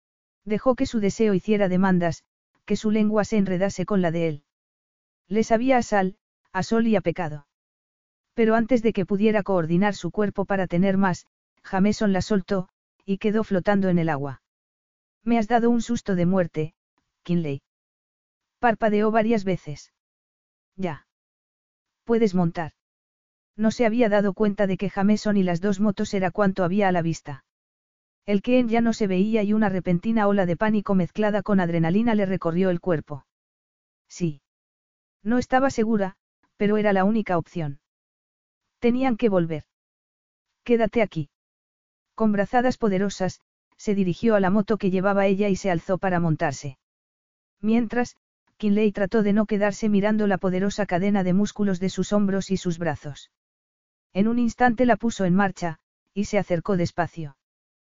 Dejó que su deseo hiciera demandas, que su lengua se enredase con la de él. Le sabía a sal, a sol y a pecado. Pero antes de que pudiera coordinar su cuerpo para tener más, Jameson la soltó, y quedó flotando en el agua. Me has dado un susto de muerte, Kinley. Parpadeó varias veces. Ya. Puedes montar. No se había dado cuenta de que Jameson y las dos motos era cuanto había a la vista. El Ken ya no se veía y una repentina ola de pánico mezclada con adrenalina le recorrió el cuerpo. Sí. No estaba segura, pero era la única opción. Tenían que volver. Quédate aquí. Con brazadas poderosas, se dirigió a la moto que llevaba ella y se alzó para montarse. Mientras, Kinley trató de no quedarse mirando la poderosa cadena de músculos de sus hombros y sus brazos. En un instante la puso en marcha, y se acercó despacio.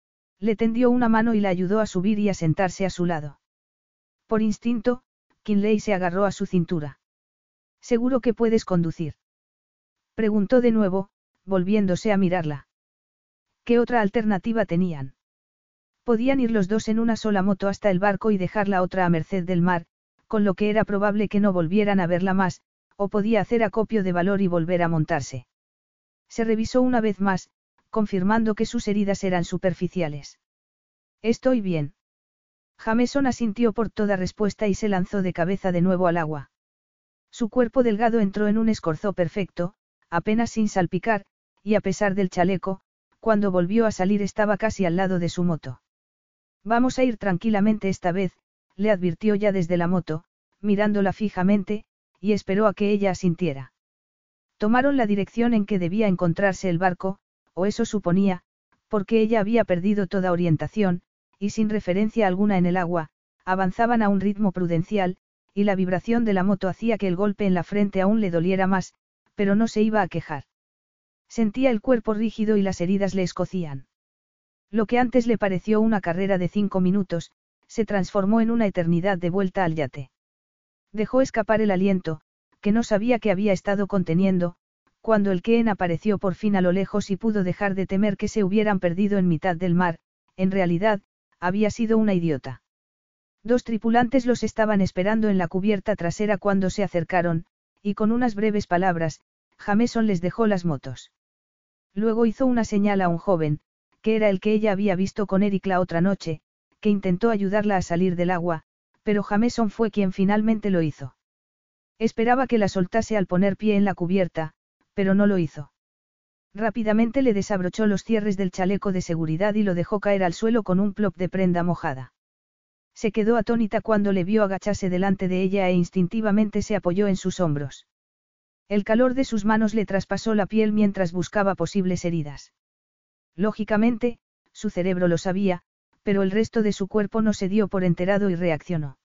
Le tendió una mano y la ayudó a subir y a sentarse a su lado. Por instinto, Kinley se agarró a su cintura. ¿Seguro que puedes conducir? Preguntó de nuevo, volviéndose a mirarla. ¿Qué otra alternativa tenían? Podían ir los dos en una sola moto hasta el barco y dejar la otra a merced del mar, con lo que era probable que no volvieran a verla más, o podía hacer acopio de valor y volver a montarse. Se revisó una vez más, confirmando que sus heridas eran superficiales. Estoy bien. Jameson asintió por toda respuesta y se lanzó de cabeza de nuevo al agua. Su cuerpo delgado entró en un escorzo perfecto, apenas sin salpicar, y a pesar del chaleco, cuando volvió a salir estaba casi al lado de su moto. Vamos a ir tranquilamente esta vez, le advirtió ya desde la moto, mirándola fijamente, y esperó a que ella asintiera. Tomaron la dirección en que debía encontrarse el barco, o eso suponía, porque ella había perdido toda orientación, y sin referencia alguna en el agua, avanzaban a un ritmo prudencial, y la vibración de la moto hacía que el golpe en la frente aún le doliera más, pero no se iba a quejar. Sentía el cuerpo rígido y las heridas le escocían. Lo que antes le pareció una carrera de cinco minutos, se transformó en una eternidad de vuelta al yate. Dejó escapar el aliento, que no sabía que había estado conteniendo, cuando el Keen apareció por fin a lo lejos y pudo dejar de temer que se hubieran perdido en mitad del mar. En realidad, había sido una idiota. Dos tripulantes los estaban esperando en la cubierta trasera cuando se acercaron, y con unas breves palabras, Jameson les dejó las motos. Luego hizo una señal a un joven, que era el que ella había visto con Eric la otra noche, que intentó ayudarla a salir del agua, pero Jameson fue quien finalmente lo hizo. Esperaba que la soltase al poner pie en la cubierta, pero no lo hizo. Rápidamente le desabrochó los cierres del chaleco de seguridad y lo dejó caer al suelo con un plop de prenda mojada. Se quedó atónita cuando le vio agacharse delante de ella e instintivamente se apoyó en sus hombros. El calor de sus manos le traspasó la piel mientras buscaba posibles heridas. Lógicamente, su cerebro lo sabía, pero el resto de su cuerpo no se dio por enterado y reaccionó.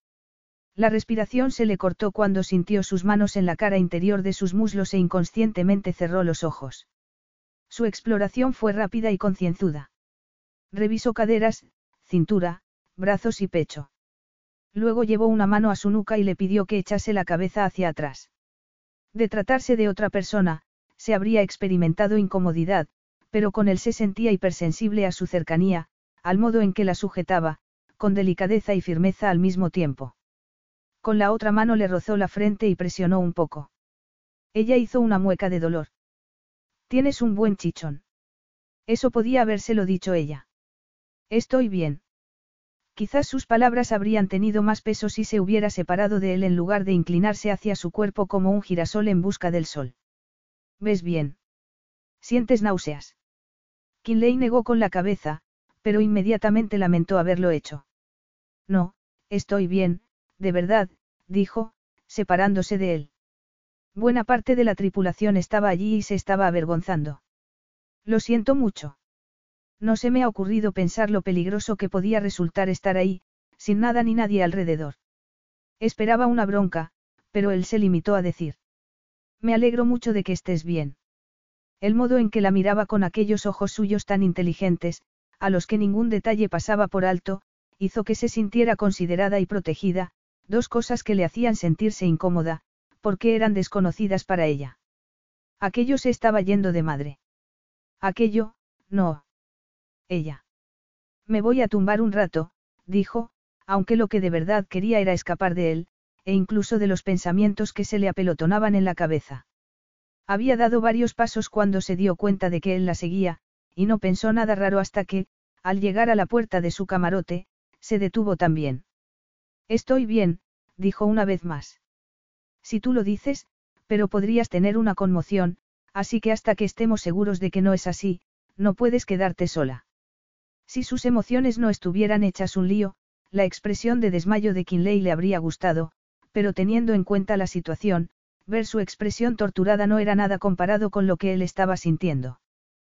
La respiración se le cortó cuando sintió sus manos en la cara interior de sus muslos e inconscientemente cerró los ojos. Su exploración fue rápida y concienzuda. Revisó caderas, cintura, brazos y pecho. Luego llevó una mano a su nuca y le pidió que echase la cabeza hacia atrás. De tratarse de otra persona, se habría experimentado incomodidad, pero con él se sentía hipersensible a su cercanía, al modo en que la sujetaba, con delicadeza y firmeza al mismo tiempo. Con la otra mano le rozó la frente y presionó un poco. Ella hizo una mueca de dolor. Tienes un buen chichón. Eso podía habérselo dicho ella. Estoy bien. Quizás sus palabras habrían tenido más peso si se hubiera separado de él en lugar de inclinarse hacia su cuerpo como un girasol en busca del sol. ¿Ves bien? ¿Sientes náuseas? Kinley negó con la cabeza, pero inmediatamente lamentó haberlo hecho. No, estoy bien, de verdad, dijo, separándose de él. Buena parte de la tripulación estaba allí y se estaba avergonzando. Lo siento mucho. No se me ha ocurrido pensar lo peligroso que podía resultar estar ahí, sin nada ni nadie alrededor. Esperaba una bronca, pero él se limitó a decir. Me alegro mucho de que estés bien. El modo en que la miraba con aquellos ojos suyos tan inteligentes, a los que ningún detalle pasaba por alto, hizo que se sintiera considerada y protegida, dos cosas que le hacían sentirse incómoda, porque eran desconocidas para ella. Aquello se estaba yendo de madre. Aquello, no. Ella. Me voy a tumbar un rato, dijo, aunque lo que de verdad quería era escapar de él, e incluso de los pensamientos que se le apelotonaban en la cabeza. Había dado varios pasos cuando se dio cuenta de que él la seguía, y no pensó nada raro hasta que, al llegar a la puerta de su camarote, se detuvo también. Estoy bien, dijo una vez más. Si tú lo dices, pero podrías tener una conmoción, así que hasta que estemos seguros de que no es así, no puedes quedarte sola. Si sus emociones no estuvieran hechas un lío, la expresión de desmayo de Kinley le habría gustado, pero teniendo en cuenta la situación, ver su expresión torturada no era nada comparado con lo que él estaba sintiendo.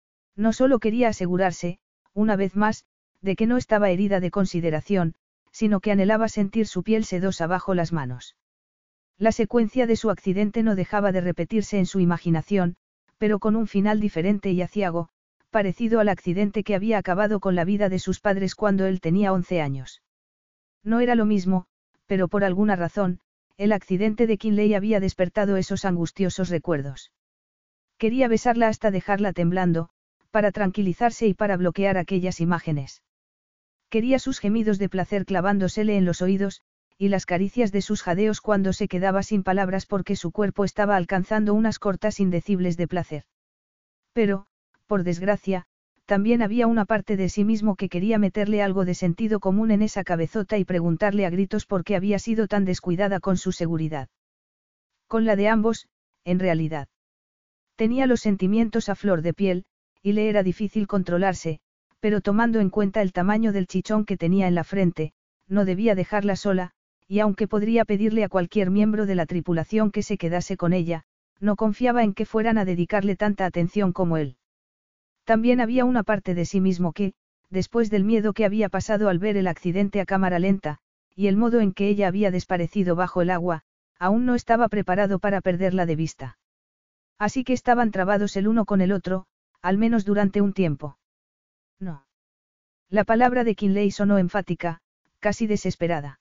No solo quería asegurarse, una vez más, de que no estaba herida de consideración, sino que anhelaba sentir su piel sedosa bajo las manos. La secuencia de su accidente no dejaba de repetirse en su imaginación, pero con un final diferente y aciago, parecido al accidente que había acabado con la vida de sus padres cuando él tenía once años. No era lo mismo, pero por alguna razón, el accidente de Kinley había despertado esos angustiosos recuerdos. Quería besarla hasta dejarla temblando, para tranquilizarse y para bloquear aquellas imágenes. Quería sus gemidos de placer clavándosele en los oídos, y las caricias de sus jadeos cuando se quedaba sin palabras porque su cuerpo estaba alcanzando unas cotas indecibles de placer. Pero, por desgracia, también había una parte de sí mismo que quería meterle algo de sentido común en esa cabezota y preguntarle a gritos por qué había sido tan descuidada con su seguridad. Con la de ambos, en realidad. Tenía los sentimientos a flor de piel, y le era difícil controlarse, pero tomando en cuenta el tamaño del chichón que tenía en la frente, no debía dejarla sola, y aunque podría pedirle a cualquier miembro de la tripulación que se quedase con ella, no confiaba en que fueran a dedicarle tanta atención como él. También había una parte de sí mismo que, después del miedo que había pasado al ver el accidente a cámara lenta, y el modo en que ella había desaparecido bajo el agua, aún no estaba preparado para perderla de vista. Así que estaban trabados el uno con el otro, al menos durante un tiempo. No. La palabra de Kinley sonó enfática, casi desesperada.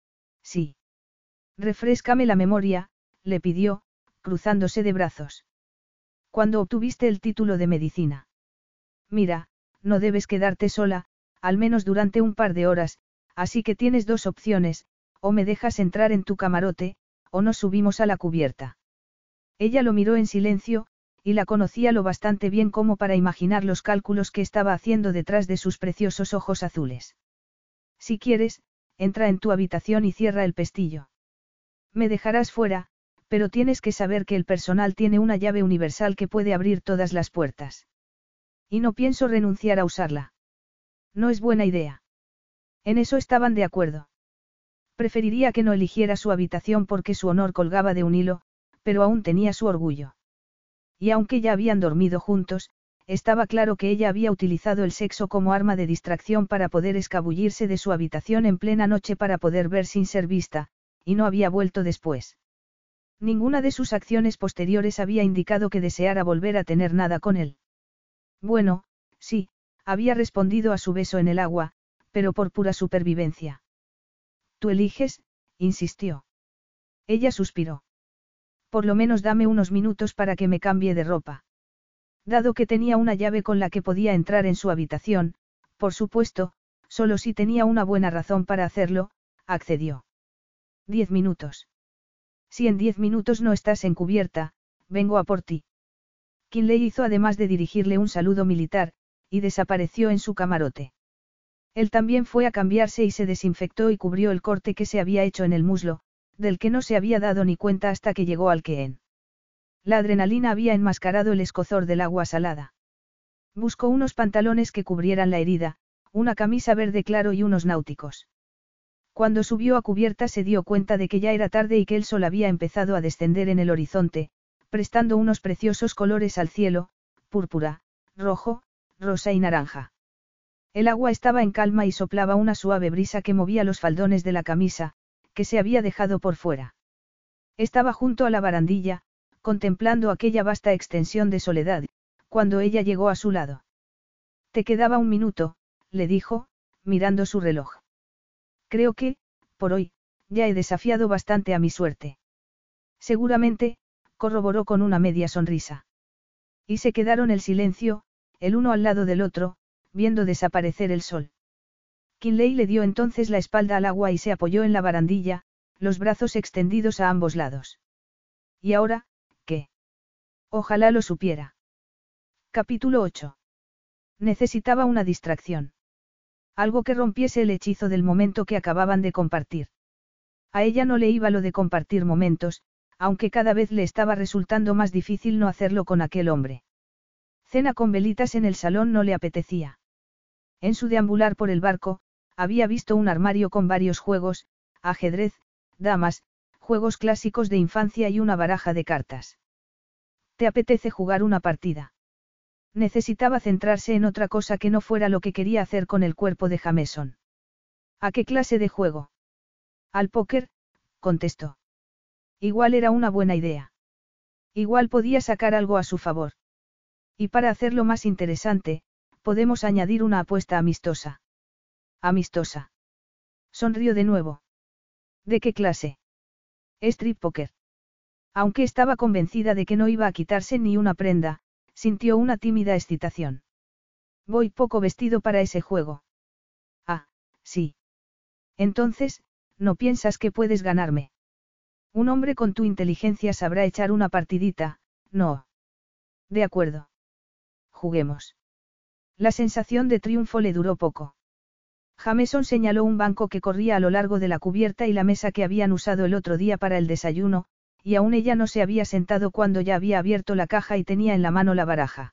Sí. Refréscame la memoria, le pidió, cruzándose de brazos. ¿Cuándo obtuviste el título de medicina? Mira, no debes quedarte sola, al menos durante un par de horas, así que tienes dos opciones, o me dejas entrar en tu camarote, o nos subimos a la cubierta. Ella lo miró en silencio, y la conocía lo bastante bien como para imaginar los cálculos que estaba haciendo detrás de sus preciosos ojos azules. Si quieres, entra en tu habitación y cierra el pestillo. Me dejarás fuera, pero tienes que saber que el personal tiene una llave universal que puede abrir todas las puertas. Y no pienso renunciar a usarla. No es buena idea. En eso estaban de acuerdo. Preferiría que no eligiera su habitación porque su honor colgaba de un hilo, pero aún tenía su orgullo. Y aunque ya habían dormido juntos, estaba claro que ella había utilizado el sexo como arma de distracción para poder escabullirse de su habitación en plena noche para poder ver sin ser vista, y no había vuelto después. Ninguna de sus acciones posteriores había indicado que deseara volver a tener nada con él. Bueno, sí, había respondido a su beso en el agua, pero por pura supervivencia. Tú eliges, insistió. Ella suspiró. Por lo menos dame unos minutos para que me cambie de ropa. Dado que tenía una llave con la que podía entrar en su habitación, por supuesto, solo si tenía una buena razón para hacerlo, accedió. Diez minutos. Si en diez minutos no estás en cubierta, vengo a por ti. Kinley hizo además de dirigirle un saludo militar, y desapareció en su camarote. Él también fue a cambiarse y se desinfectó y cubrió el corte que se había hecho en el muslo, del que no se había dado ni cuenta hasta que llegó al quehén. La adrenalina había enmascarado el escozor del agua salada. Buscó unos pantalones que cubrieran la herida, una camisa verde claro y unos náuticos. Cuando subió a cubierta se dio cuenta de que ya era tarde y que el sol había empezado a descender en el horizonte, prestando unos preciosos colores al cielo, púrpura, rojo, rosa y naranja. El agua estaba en calma y soplaba una suave brisa que movía los faldones de la camisa, que se había dejado por fuera. Estaba junto a la barandilla, contemplando aquella vasta extensión de soledad, cuando ella llegó a su lado. Te quedaba un minuto, le dijo, mirando su reloj. Creo que, por hoy, ya he desafiado bastante a mi suerte. Seguramente, corroboró con una media sonrisa. Y se quedaron en silencio, el uno al lado del otro, viendo desaparecer el sol. Kinley le dio entonces la espalda al agua y se apoyó en la barandilla, los brazos extendidos a ambos lados. ¿Y ahora, qué? Ojalá lo supiera. Capítulo ocho. Necesitaba una distracción. Algo que rompiese el hechizo del momento que acababan de compartir. A ella no le iba lo de compartir momentos, aunque cada vez le estaba resultando más difícil no hacerlo con aquel hombre. Cena con velitas en el salón no le apetecía. En su deambular por el barco, había visto un armario con varios juegos, ajedrez, damas, juegos clásicos de infancia y una baraja de cartas. ¿Te apetece jugar una partida? Necesitaba centrarse en otra cosa que no fuera lo que quería hacer con el cuerpo de Jameson. ¿A qué clase de juego? Al póker, contestó. Igual era una buena idea. Igual podía sacar algo a su favor. Y para hacerlo más interesante, podemos añadir una apuesta amistosa. Amistosa. Sonrió de nuevo. ¿De qué clase? Strip poker. Aunque estaba convencida de que no iba a quitarse ni una prenda, sintió una tímida excitación. Voy poco vestido para ese juego. Ah, sí. Entonces, ¿no piensas que puedes ganarme? Un hombre con tu inteligencia sabrá echar una partidita, ¿no? De acuerdo. Juguemos. La sensación de triunfo le duró poco. Jameson señaló un banco que corría a lo largo de la cubierta y la mesa que habían usado el otro día para el desayuno, y aún ella no se había sentado cuando ya había abierto la caja y tenía en la mano la baraja.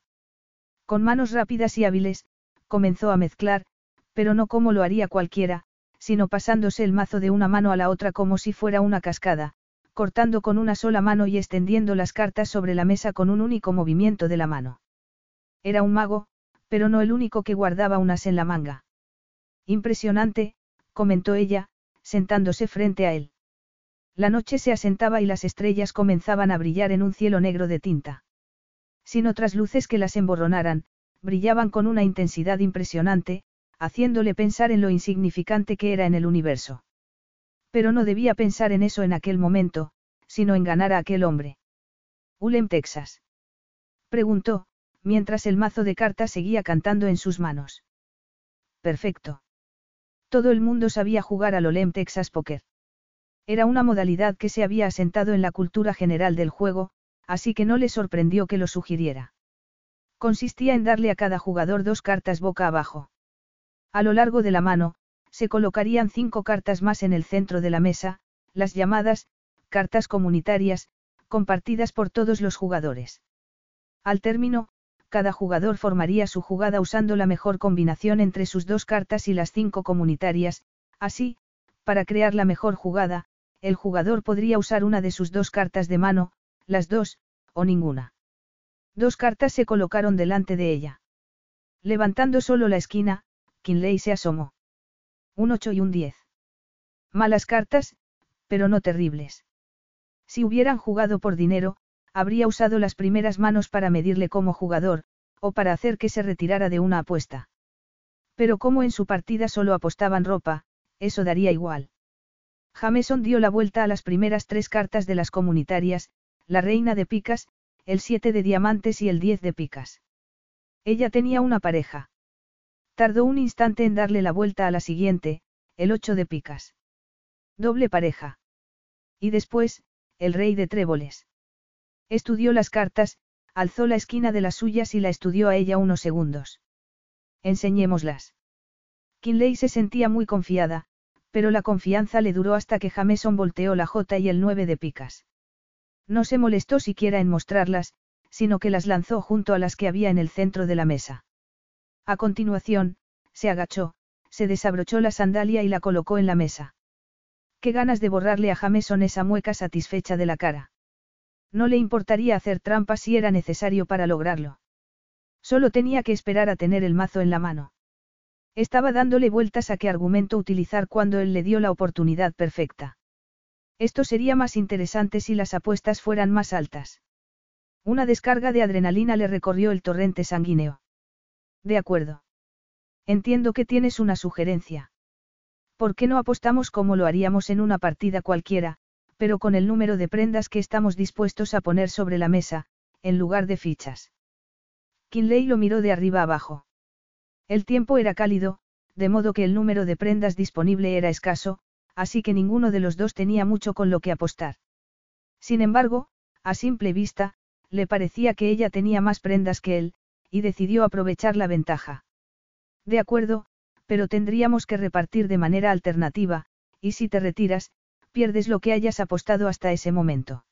Con manos rápidas y hábiles, comenzó a mezclar, pero no como lo haría cualquiera, sino pasándose el mazo de una mano a la otra como si fuera una cascada, cortando con una sola mano y extendiendo las cartas sobre la mesa con un único movimiento de la mano. Era un mago, pero no el único que guardaba un as en la manga. Impresionante, comentó ella, sentándose frente a él. La noche se asentaba y las estrellas comenzaban a brillar en un cielo negro de tinta. Sin otras luces que las emborronaran, brillaban con una intensidad impresionante, haciéndole pensar en lo insignificante que era en el universo. Pero no debía pensar en eso en aquel momento, sino en ganar a aquel hombre. ¿Ulem, Texas? Preguntó, mientras el mazo de cartas seguía cantando en sus manos. Perfecto. Todo el mundo sabía jugar al Ulem Texas Poker. Era una modalidad que se había asentado en la cultura general del juego, así que no le sorprendió que lo sugiriera. Consistía en darle a cada jugador dos cartas boca abajo. A lo largo de la mano, se colocarían cinco cartas más en el centro de la mesa, las llamadas, cartas comunitarias, compartidas por todos los jugadores. Al término, cada jugador formaría su jugada usando la mejor combinación entre sus dos cartas y las cinco comunitarias, así, para crear la mejor jugada, el jugador podría usar una de sus dos cartas de mano, las dos, o ninguna. Dos cartas se colocaron delante de ella. Levantando solo la esquina, Kinley se asomó. Un ocho y un diez. Malas cartas, pero no terribles. Si hubieran jugado por dinero, habría usado las primeras manos para medirle como jugador, o para hacer que se retirara de una apuesta. Pero como en su partida solo apostaban ropa, eso daría igual. Jameson dio la vuelta a las primeras tres cartas de las comunitarias, la reina de picas, el siete de diamantes y el diez de picas. Ella tenía una pareja. Tardó un instante en darle la vuelta a la siguiente, el ocho de picas. Doble pareja. Y después, el rey de tréboles. Estudió las cartas, alzó la esquina de las suyas y la estudió a ella unos segundos. Enseñémoslas. Kinley se sentía muy confiada, pero la confianza le duró hasta que Jameson volteó la jota y el nueve de picas. No se molestó siquiera en mostrarlas, sino que las lanzó junto a las que había en el centro de la mesa. A continuación, se agachó, se desabrochó la sandalia y la colocó en la mesa. Qué ganas de borrarle a Jameson esa mueca satisfecha de la cara. No le importaría hacer trampas si era necesario para lograrlo. Solo tenía que esperar a tener el mazo en la mano. Estaba dándole vueltas a qué argumento utilizar cuando él le dio la oportunidad perfecta. Esto sería más interesante si las apuestas fueran más altas. Una descarga de adrenalina le recorrió el torrente sanguíneo. De acuerdo. Entiendo que tienes una sugerencia. ¿Por qué no apostamos como lo haríamos en una partida cualquiera, pero con el número de prendas que estamos dispuestos a poner sobre la mesa, en lugar de fichas? Kinley lo miró de arriba abajo. El tiempo era cálido, de modo que el número de prendas disponible era escaso, así que ninguno de los dos tenía mucho con lo que apostar. Sin embargo, a simple vista, le parecía que ella tenía más prendas que él, y decidió aprovechar la ventaja. De acuerdo, pero tendríamos que repartir de manera alternativa, y si te retiras, pierdes lo que hayas apostado hasta ese momento.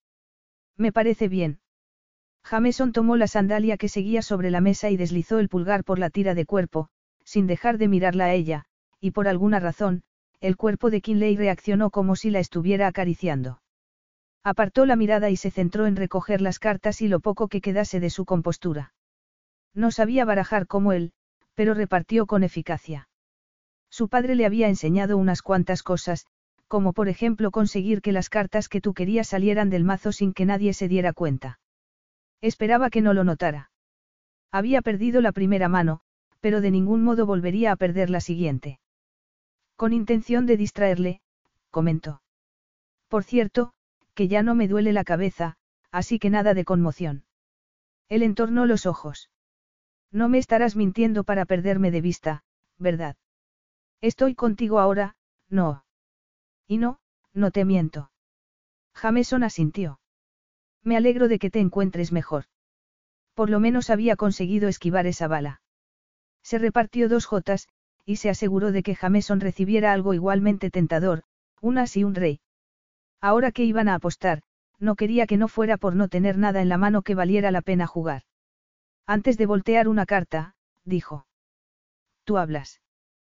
Me parece bien. Jameson tomó la sandalia que seguía sobre la mesa y deslizó el pulgar por la tira de cuerpo, sin dejar de mirarla a ella, y por alguna razón, el cuerpo de Kinley reaccionó como si la estuviera acariciando. Apartó la mirada y se centró en recoger las cartas y lo poco que quedase de su compostura. No sabía barajar como él, pero repartió con eficacia. Su padre le había enseñado unas cuantas cosas, como por ejemplo conseguir que las cartas que tú querías salieran del mazo sin que nadie se diera cuenta. Esperaba que no lo notara. Había perdido la primera mano, pero de ningún modo volvería a perder la siguiente. Con intención de distraerle, comentó. Por cierto, que ya no me duele la cabeza, así que nada de conmoción. Él entornó los ojos. No me estarás mintiendo para perderme de vista, ¿verdad? Estoy contigo ahora, no. Y no, no te miento. Jameson asintió. Me alegro de que te encuentres mejor. Por lo menos había conseguido esquivar esa bala. Se repartió dos jotas, y se aseguró de que Jameson recibiera algo igualmente tentador, un as y un rey. Ahora que iban a apostar, no quería que no fuera por no tener nada en la mano que valiera la pena jugar. Antes de voltear una carta, dijo. Tú hablas.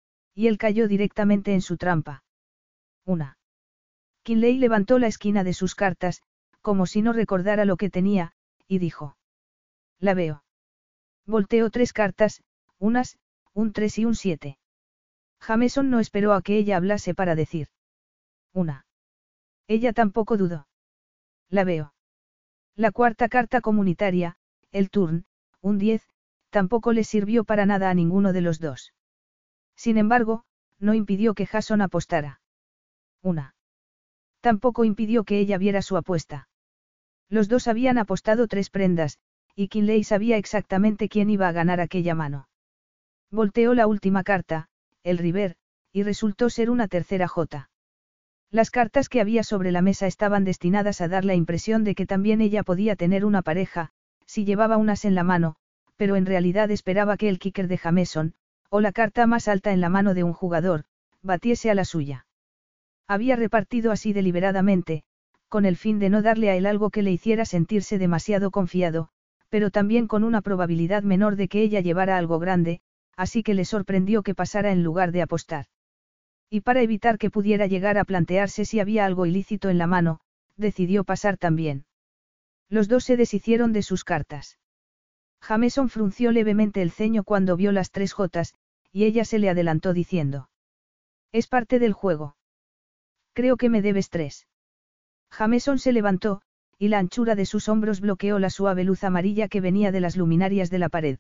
Y él cayó directamente en su trampa. Una. Kinley levantó la esquina de sus cartas, como si no recordara lo que tenía, y dijo. La veo. Volteó tres cartas, unas, un tres y un siete. Jameson no esperó a que ella hablase para decir. Una. Ella tampoco dudó. La veo. La cuarta carta comunitaria, el turn, un diez, tampoco le sirvió para nada a ninguno de los dos. Sin embargo, no impidió que Jason apostara. Una. Tampoco impidió que ella viera su apuesta. Los dos habían apostado tres prendas, y Kinley sabía exactamente quién iba a ganar aquella mano. Volteó la última carta, el river, y resultó ser una tercera jota. Las cartas que había sobre la mesa estaban destinadas a dar la impresión de que también ella podía tener una pareja, si llevaba unas en la mano, pero en realidad esperaba que el kicker de Jameson, o la carta más alta en la mano de un jugador, batiese a la suya. Había repartido así deliberadamente, con el fin de no darle a él algo que le hiciera sentirse demasiado confiado, pero también con una probabilidad menor de que ella llevara algo grande, así que le sorprendió que pasara en lugar de apostar. Y para evitar que pudiera llegar a plantearse si había algo ilícito en la mano, decidió pasar también. Los dos se deshicieron de sus cartas. Jameson frunció levemente el ceño cuando vio las tres jotas, y ella se le adelantó diciendo. Es parte del juego. Creo que me debes tres. Jameson se levantó, y la anchura de sus hombros bloqueó la suave luz amarilla que venía de las luminarias de la pared.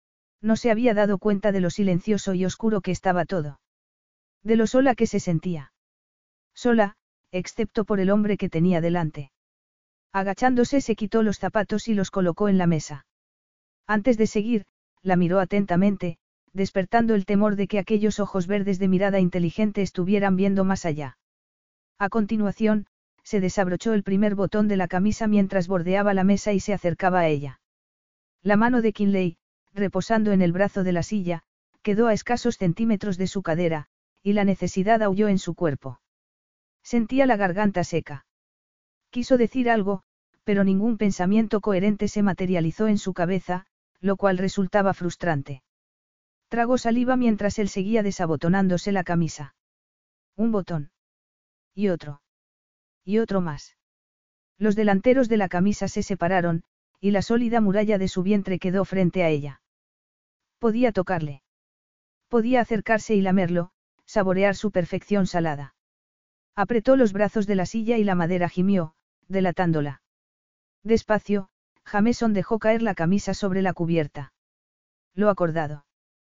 No se había dado cuenta de lo silencioso y oscuro que estaba todo. De lo sola que se sentía. Sola, excepto por el hombre que tenía delante. Agachándose se quitó los zapatos y los colocó en la mesa. Antes de seguir, la miró atentamente, despertando el temor de que aquellos ojos verdes de mirada inteligente estuvieran viendo más allá. A continuación, se desabrochó el primer botón de la camisa mientras bordeaba la mesa y se acercaba a ella. La mano de Kinley, reposando en el brazo de la silla, quedó a escasos centímetros de su cadera, y la necesidad aulló en su cuerpo. Sentía la garganta seca. Quiso decir algo, pero ningún pensamiento coherente se materializó en su cabeza, lo cual resultaba frustrante. Tragó saliva mientras él seguía desabotonándose la camisa. Un botón. Y otro. Y otro más. Los delanteros de la camisa se separaron, y la sólida muralla de su vientre quedó frente a ella. Podía tocarle. Podía acercarse y lamerlo, saborear su perfección salada. Apretó los brazos de la silla y la madera gimió, delatándola. Despacio, Jameson dejó caer la camisa sobre la cubierta. Lo acordado.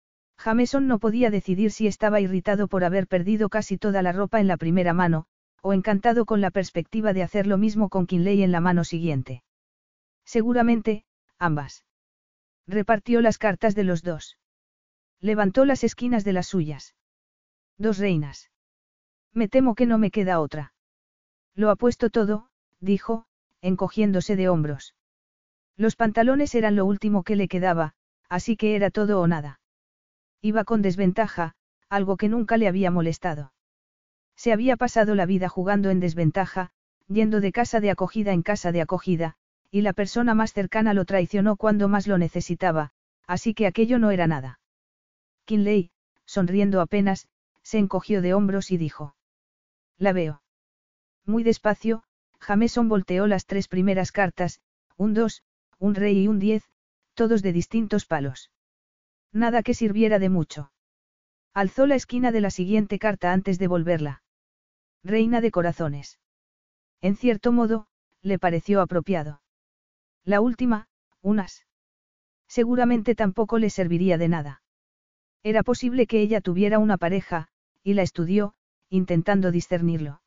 Jameson no podía decidir si estaba irritado por haber perdido casi toda la ropa en la primera mano, o encantado con la perspectiva de hacer lo mismo con Kinley en la mano siguiente. Seguramente, ambas. Repartió las cartas de los dos. Levantó las esquinas de las suyas. Dos reinas. Me temo que no me queda otra. Lo apuesto todo, dijo, encogiéndose de hombros. Los pantalones eran lo último que le quedaba, así que era todo o nada. Iba con desventaja, algo que nunca le había molestado. Se había pasado la vida jugando en desventaja, yendo de casa de acogida en casa de acogida, y la persona más cercana lo traicionó cuando más lo necesitaba, así que aquello no era nada. Kinley, sonriendo apenas, se encogió de hombros y dijo. La veo. Muy despacio, Jameson volteó las tres primeras cartas, un dos, un rey y un diez, todos de distintos palos. Nada que sirviera de mucho. Alzó la esquina de la siguiente carta antes de volverla. Reina de corazones. En cierto modo, le pareció apropiado. La última, un as. Seguramente tampoco le serviría de nada. Era posible que ella tuviera una pareja, y la estudió, intentando discernirlo.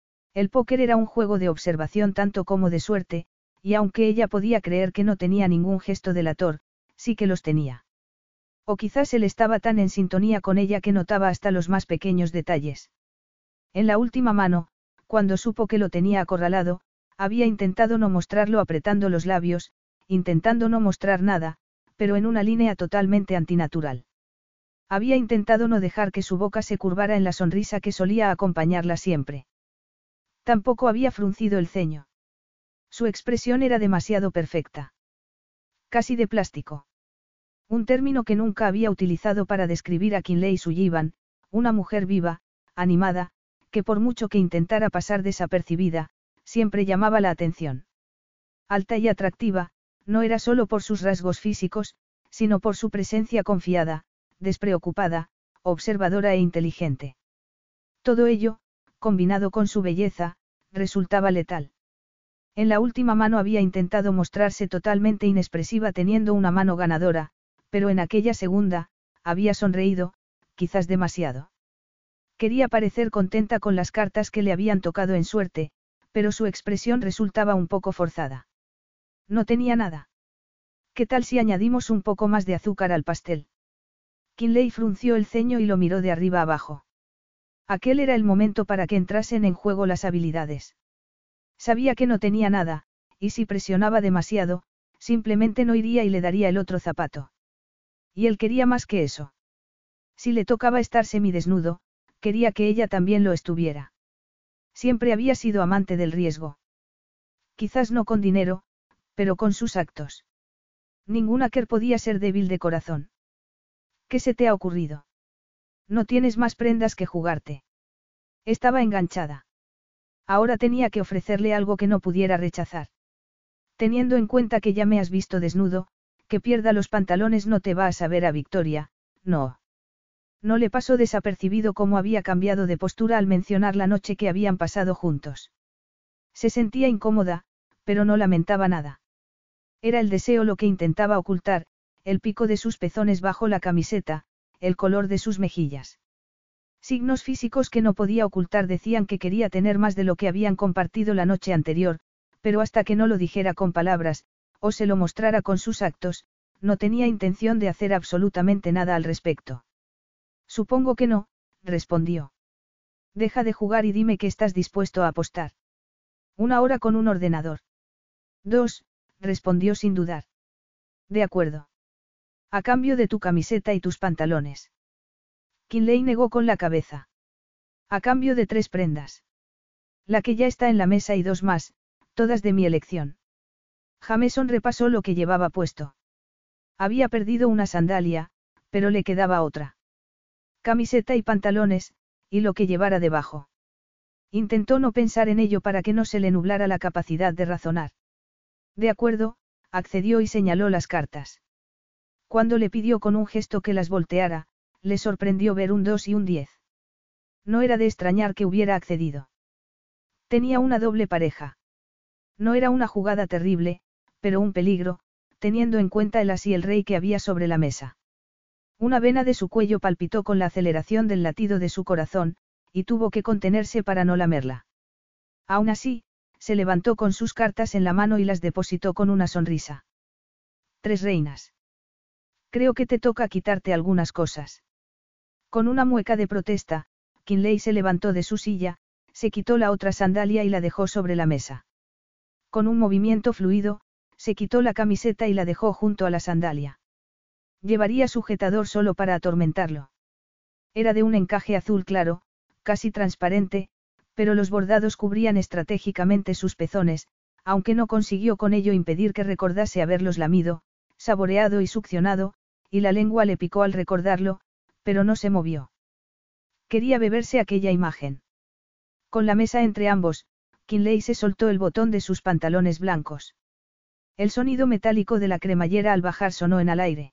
El póker era un juego de observación tanto como de suerte, y aunque ella podía creer que no tenía ningún gesto delator, sí que los tenía. O quizás él estaba tan en sintonía con ella que notaba hasta los más pequeños detalles. En la última mano, cuando supo que lo tenía acorralado, había intentado no mostrarlo apretando los labios, intentando no mostrar nada, pero en una línea totalmente antinatural. Había intentado no dejar que su boca se curvara en la sonrisa que solía acompañarla siempre. Tampoco había fruncido el ceño. Su expresión era demasiado perfecta. Casi de plástico. Un término que nunca había utilizado para describir a Kinley Sullivan, una mujer viva, animada, que por mucho que intentara pasar desapercibida, siempre llamaba la atención. Alta y atractiva, no era solo por sus rasgos físicos, sino por su presencia confiada, despreocupada, observadora e inteligente. Todo ello, combinado con su belleza, resultaba letal. En la última mano había intentado mostrarse totalmente inexpresiva teniendo una mano ganadora, pero en aquella segunda, había sonreído, quizás demasiado. Quería parecer contenta con las cartas que le habían tocado en suerte, pero su expresión resultaba un poco forzada. No tenía nada. ¿Qué tal si añadimos un poco más de azúcar al pastel? Kinley frunció el ceño y lo miró de arriba abajo. Aquel era el momento para que entrasen en juego las habilidades. Sabía que no tenía nada, y si presionaba demasiado, simplemente no iría y le daría el otro zapato. Y él quería más que eso. Si le tocaba estar semidesnudo, quería que ella también lo estuviera. Siempre había sido amante del riesgo. Quizás no con dinero, pero con sus actos. Ningún hacker podía ser débil de corazón. ¿Qué se te ha ocurrido? No tienes más prendas que jugarte. Estaba enganchada. Ahora tenía que ofrecerle algo que no pudiera rechazar. Teniendo en cuenta que ya me has visto desnudo, que pierda los pantalones no te va a saber a victoria, no. No le pasó desapercibido cómo había cambiado de postura al mencionar la noche que habían pasado juntos. Se sentía incómoda, pero no lamentaba nada. Era el deseo lo que intentaba ocultar, el pico de sus pezones bajo la camiseta, el color de sus mejillas. Signos físicos que no podía ocultar decían que quería tener más de lo que habían compartido la noche anterior, pero hasta que no lo dijera con palabras, o se lo mostrara con sus actos, no tenía intención de hacer absolutamente nada al respecto. Supongo que no, respondió. Deja de jugar y dime que estás dispuesto a apostar. Una hora con un ordenador. Dos, respondió sin dudar. De acuerdo. A cambio de tu camiseta y tus pantalones. Kinley negó con la cabeza. A cambio de tres prendas. La que ya está en la mesa y dos más, todas de mi elección. Jameson repasó lo que llevaba puesto. Había perdido una sandalia, pero le quedaba otra. Camiseta y pantalones, y lo que llevara debajo. Intentó no pensar en ello para que no se le nublara la capacidad de razonar. De acuerdo, accedió y señaló las cartas. Cuando le pidió con un gesto que las volteara, le sorprendió ver un dos y un diez. No era de extrañar que hubiera accedido. Tenía una doble pareja. No era una jugada terrible, pero un peligro, teniendo en cuenta el as y el rey que había sobre la mesa. Una vena de su cuello palpitó con la aceleración del latido de su corazón, y tuvo que contenerse para no lamerla. Aún así, se levantó con sus cartas en la mano y las depositó con una sonrisa. Tres reinas. Creo que te toca quitarte algunas cosas. Con una mueca de protesta, Kinley se levantó de su silla, se quitó la otra sandalia y la dejó sobre la mesa. Con un movimiento fluido, se quitó la camiseta y la dejó junto a la sandalia. Llevaría sujetador solo para atormentarlo. Era de un encaje azul claro, casi transparente, pero los bordados cubrían estratégicamente sus pezones, aunque no consiguió con ello impedir que recordase haberlos lamido, saboreado y succionado, y la lengua le picó al recordarlo, pero no se movió. Quería beberse aquella imagen. Con la mesa entre ambos, Kinley se soltó el botón de sus pantalones blancos. El sonido metálico de la cremallera al bajar sonó en al aire.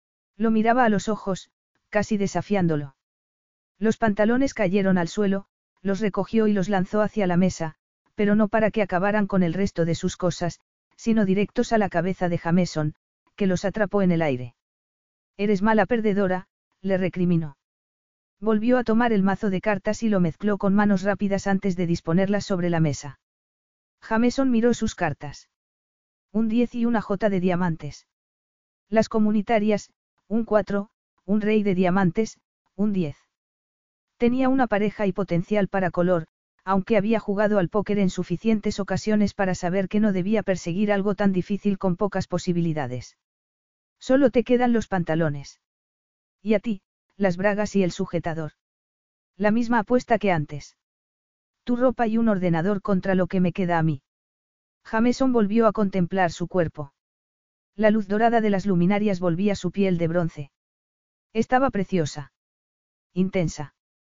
Lo miraba a los ojos, casi desafiándolo. Los pantalones cayeron al suelo, los recogió y los lanzó hacia la mesa, pero no para que acabaran con el resto de sus cosas, sino directos a la cabeza de Jameson, que los atrapó en el aire. Eres mala perdedora, le recriminó. Volvió a tomar el mazo de cartas y lo mezcló con manos rápidas antes de disponerlas sobre la mesa. Jameson miró sus cartas. Un diez y una jota de diamantes. Las comunitarias, un cuatro, un rey de diamantes, un diez. Tenía una pareja y potencial para color, aunque había jugado al póker en suficientes ocasiones para saber que no debía perseguir algo tan difícil con pocas posibilidades. Solo te quedan los pantalones. Y a ti, las bragas y el sujetador. La misma apuesta que antes. Tu ropa y un ordenador contra lo que me queda a mí. Jameson volvió a contemplar su cuerpo. La luz dorada de las luminarias volvía su piel de bronce. Estaba preciosa. Intensa.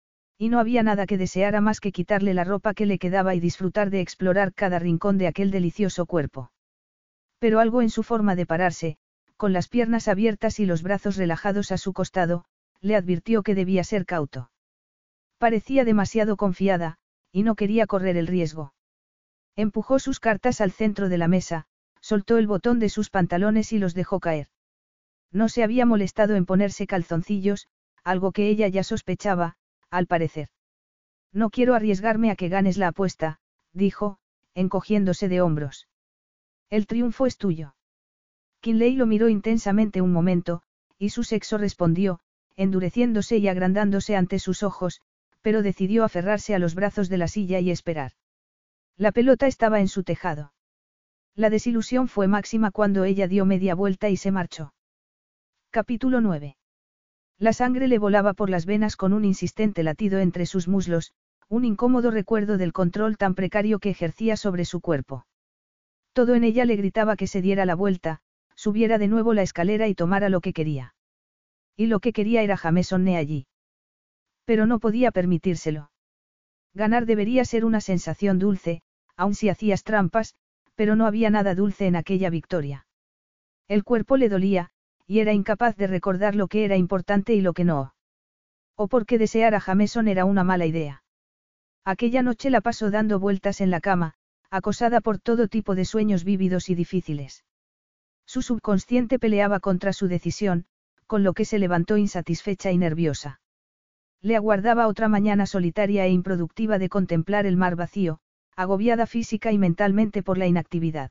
Y no había nada que deseara más que quitarle la ropa que le quedaba y disfrutar de explorar cada rincón de aquel delicioso cuerpo. Pero algo en su forma de pararse, con las piernas abiertas y los brazos relajados a su costado, le advirtió que debía ser cauto. Parecía demasiado confiada, y no quería correr el riesgo. Empujó sus cartas al centro de la mesa, soltó el botón de sus pantalones y los dejó caer. No se había molestado en ponerse calzoncillos, algo que ella ya sospechaba, al parecer. No quiero arriesgarme a que ganes la apuesta, dijo, encogiéndose de hombros. El triunfo es tuyo. Kinley lo miró intensamente un momento, y su sexo respondió, endureciéndose y agrandándose ante sus ojos, pero decidió aferrarse a los brazos de la silla y esperar. La pelota estaba en su tejado. La desilusión fue máxima cuando ella dio media vuelta y se marchó. Capítulo nueve. La sangre le volaba por las venas con un insistente latido entre sus muslos, un incómodo recuerdo del control tan precario que ejercía sobre su cuerpo. Todo en ella le gritaba que se diera la vuelta, subiera de nuevo la escalera y tomara lo que quería. Y lo que quería era Jameson allí. Pero no podía permitírselo. Ganar debería ser una sensación dulce, aun si hacías trampas, pero no había nada dulce en aquella victoria. El cuerpo le dolía, y era incapaz de recordar lo que era importante y lo que no. O porque desear a Jameson era una mala idea. Aquella noche la pasó dando vueltas en la cama, acosada por todo tipo de sueños vívidos y difíciles. Su subconsciente peleaba contra su decisión, con lo que se levantó insatisfecha y nerviosa. Le aguardaba otra mañana solitaria e improductiva de contemplar el mar vacío, agobiada física y mentalmente por la inactividad.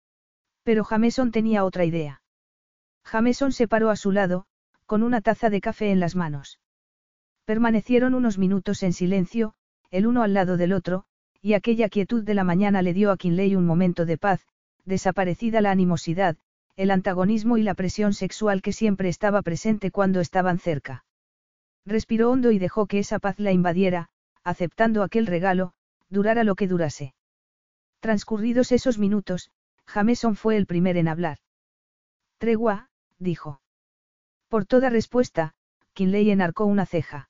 Pero Jameson tenía otra idea. Jameson se paró a su lado, con una taza de café en las manos. Permanecieron unos minutos en silencio, el uno al lado del otro, y aquella quietud de la mañana le dio a Kinley un momento de paz, desaparecida la animosidad, el antagonismo y la presión sexual que siempre estaba presente cuando estaban cerca. Respiró hondo y dejó que esa paz la invadiera, aceptando aquel regalo, durara lo que durase. Transcurridos esos minutos, Jameson fue el primer en hablar. Tregua, dijo. Por toda respuesta, Kinley enarcó una ceja.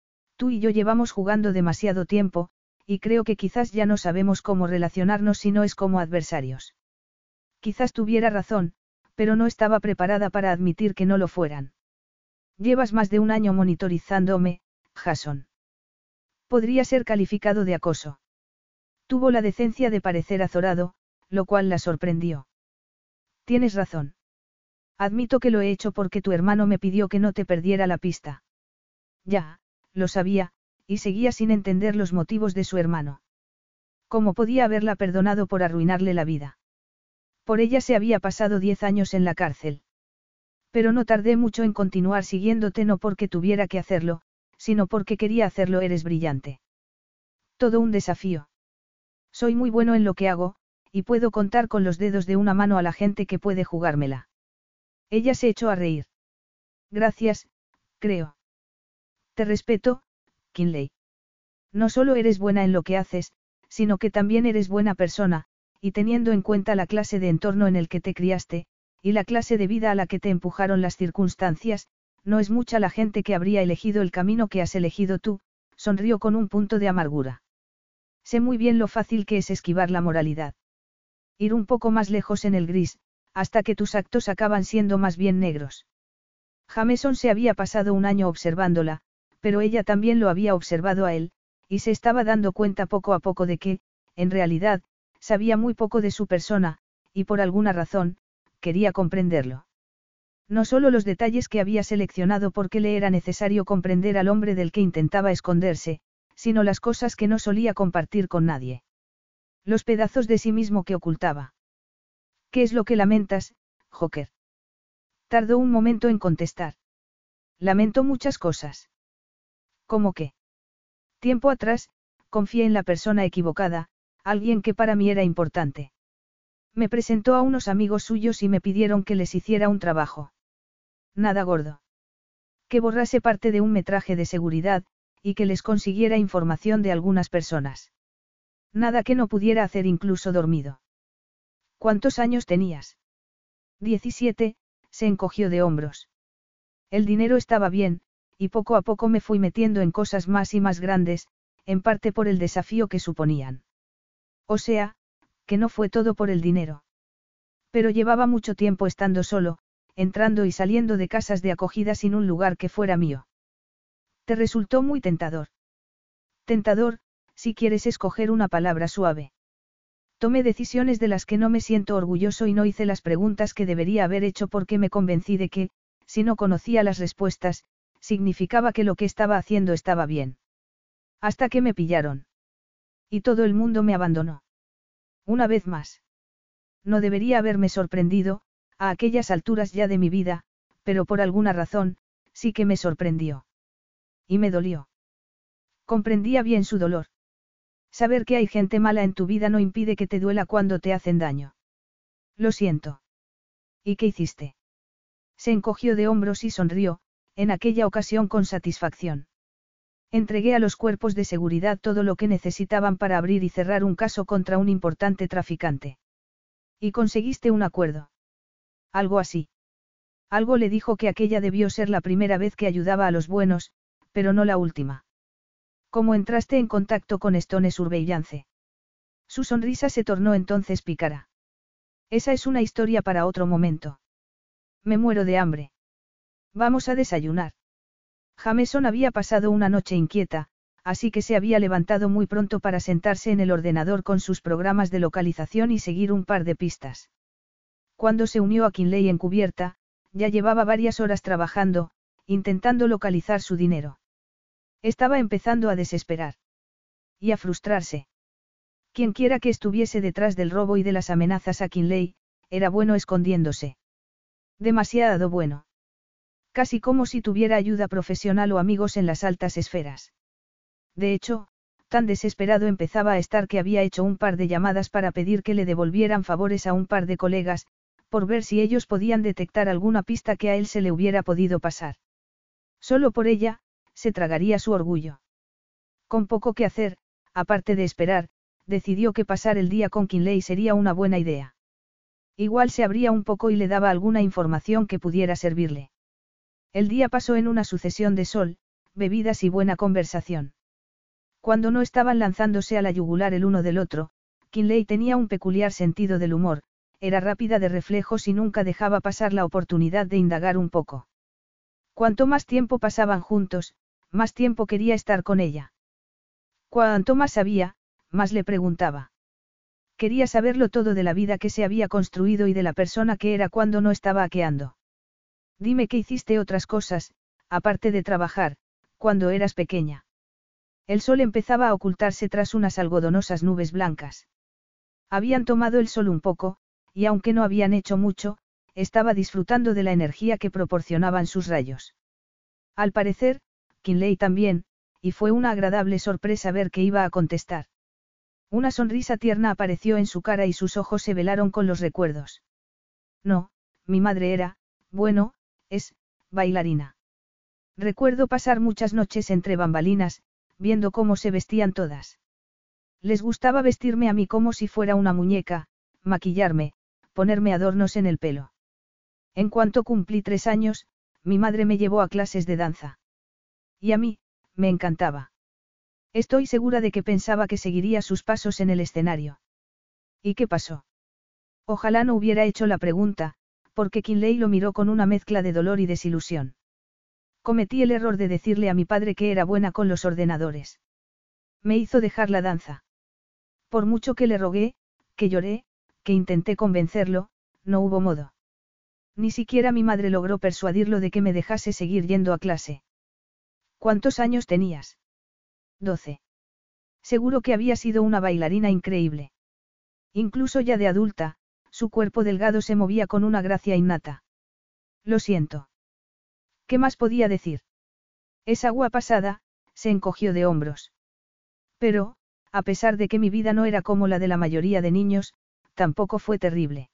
Tú y yo llevamos jugando demasiado tiempo, y creo que quizás ya no sabemos cómo relacionarnos si no es como adversarios. Quizás tuviera razón, pero no estaba preparada para admitir que no lo fueran. Llevas más de un año monitorizándome, Jason. Podría ser calificado de acoso. Tuvo la decencia de parecer azorado, lo cual la sorprendió. Tienes razón. Admito que lo he hecho porque tu hermano me pidió que no te perdiera la pista. Ya, lo sabía, y seguía sin entender los motivos de su hermano. ¿Cómo podía haberla perdonado por arruinarle la vida? Por ella se había pasado diez años en la cárcel. Pero no tardé mucho en continuar siguiéndote no porque tuviera que hacerlo, sino porque quería hacerlo. Eres brillante. Todo un desafío. Soy muy bueno en lo que hago, y puedo contar con los dedos de una mano a la gente que puede jugármela. Ella se echó a reír. Gracias, creo. Te respeto, Kinley. No solo eres buena en lo que haces, sino que también eres buena persona, y teniendo en cuenta la clase de entorno en el que te criaste, y la clase de vida a la que te empujaron las circunstancias, no es mucha la gente que habría elegido el camino que has elegido tú, sonrió con un punto de amargura. Sé muy bien lo fácil que es esquivar la moralidad. Ir un poco más lejos en el gris, hasta que tus actos acaban siendo más bien negros. Jameson se había pasado un año observándola, pero ella también lo había observado a él, y se estaba dando cuenta poco a poco de que, en realidad, sabía muy poco de su persona, y por alguna razón, quería comprenderlo. No solo los detalles que había seleccionado porque le era necesario comprender al hombre del que intentaba esconderse, sino las cosas que no solía compartir con nadie. Los pedazos de sí mismo que ocultaba. ¿Qué es lo que lamentas, Joker? Tardó un momento en contestar. Lamento muchas cosas. ¿Cómo qué? Tiempo atrás, confié en la persona equivocada, alguien que para mí era importante. Me presentó a unos amigos suyos y me pidieron que les hiciera un trabajo. Nada gordo. Que borrase parte de un metraje de seguridad, y que les consiguiera información de algunas personas. Nada que no pudiera hacer incluso dormido. ¿Cuántos años tenías? Diecisiete, se encogió de hombros. El dinero estaba bien, y poco a poco me fui metiendo en cosas más y más grandes, en parte por el desafío que suponían. O sea, que no fue todo por el dinero. Pero llevaba mucho tiempo estando solo, entrando y saliendo de casas de acogida sin un lugar que fuera mío. ¿Te resultó muy tentador? Tentador, si quieres escoger una palabra suave. Tomé decisiones de las que no me siento orgulloso y no hice las preguntas que debería haber hecho porque me convencí de que, si no conocía las respuestas, significaba que lo que estaba haciendo estaba bien. Hasta que me pillaron. Y todo el mundo me abandonó. Una vez más. No debería haberme sorprendido, a aquellas alturas ya de mi vida, pero por alguna razón, sí que me sorprendió. Y me dolió. Comprendía bien su dolor. Saber que hay gente mala en tu vida no impide que te duela cuando te hacen daño. Lo siento. ¿Y qué hiciste? Se encogió de hombros y sonrió, en aquella ocasión con satisfacción. Entregué a los cuerpos de seguridad todo lo que necesitaban para abrir y cerrar un caso contra un importante traficante. ¿Y conseguiste un acuerdo? Algo así. Algo le dijo que aquella debió ser la primera vez que ayudaba a los buenos, pero no la última. ¿Cómo entraste en contacto con Stone Surveillance? Su sonrisa se tornó entonces pícara. Esa es una historia para otro momento. Me muero de hambre. Vamos a desayunar. Jameson había pasado una noche inquieta, así que se había levantado muy pronto para sentarse en el ordenador con sus programas de localización y seguir un par de pistas. Cuando se unió a Kinley en cubierta, ya llevaba varias horas trabajando, intentando localizar su dinero. Estaba empezando a desesperar. Y a frustrarse. Quienquiera que estuviese detrás del robo y de las amenazas a Kinley, era bueno escondiéndose. Demasiado bueno. Casi como si tuviera ayuda profesional o amigos en las altas esferas. De hecho, tan desesperado empezaba a estar que había hecho un par de llamadas para pedir que le devolvieran favores a un par de colegas, por ver si ellos podían detectar alguna pista que a él se le hubiera podido pasar. Solo por ella, se tragaría su orgullo. Con poco que hacer, aparte de esperar, decidió que pasar el día con Kinley sería una buena idea. Igual se abría un poco y le daba alguna información que pudiera servirle. El día pasó en una sucesión de sol, bebidas y buena conversación. Cuando no estaban lanzándose a la yugular el uno del otro, Kinley tenía un peculiar sentido del humor, era rápida de reflejos y nunca dejaba pasar la oportunidad de indagar un poco. Cuanto más tiempo pasaban juntos, más tiempo quería estar con ella. Cuanto más sabía, más le preguntaba. Quería saberlo todo de la vida que se había construido y de la persona que era cuando no estaba aqueando. Dime que hiciste otras cosas, aparte de trabajar, cuando eras pequeña. El sol empezaba a ocultarse tras unas algodonosas nubes blancas. Habían tomado el sol un poco, y aunque no habían hecho mucho, estaba disfrutando de la energía que proporcionaban sus rayos. Al parecer, Kinley también, y fue una agradable sorpresa ver que iba a contestar. Una sonrisa tierna apareció en su cara y sus ojos se velaron con los recuerdos. No, mi madre era, bueno, es, bailarina. Recuerdo pasar muchas noches entre bambalinas, viendo cómo se vestían todas. Les gustaba vestirme a mí como si fuera una muñeca, maquillarme, ponerme adornos en el pelo. En cuanto cumplí tres años, mi madre me llevó a clases de danza. Y a mí, me encantaba. Estoy segura de que pensaba que seguiría sus pasos en el escenario. ¿Y qué pasó? Ojalá no hubiera hecho la pregunta, porque Kinley lo miró con una mezcla de dolor y desilusión. Cometí el error de decirle a mi padre que era buena con los ordenadores. Me hizo dejar la danza. Por mucho que le rogué, que lloré, que intenté convencerlo, no hubo modo. Ni siquiera mi madre logró persuadirlo de que me dejase seguir yendo a clase. ¿Cuántos años tenías? Doce. Seguro que había sido una bailarina increíble. Incluso ya de adulta, su cuerpo delgado se movía con una gracia innata. Lo siento. ¿Qué más podía decir? Esa agua pasada, se encogió de hombros. Pero, a pesar de que mi vida no era como la de la mayoría de niños, tampoco fue terrible.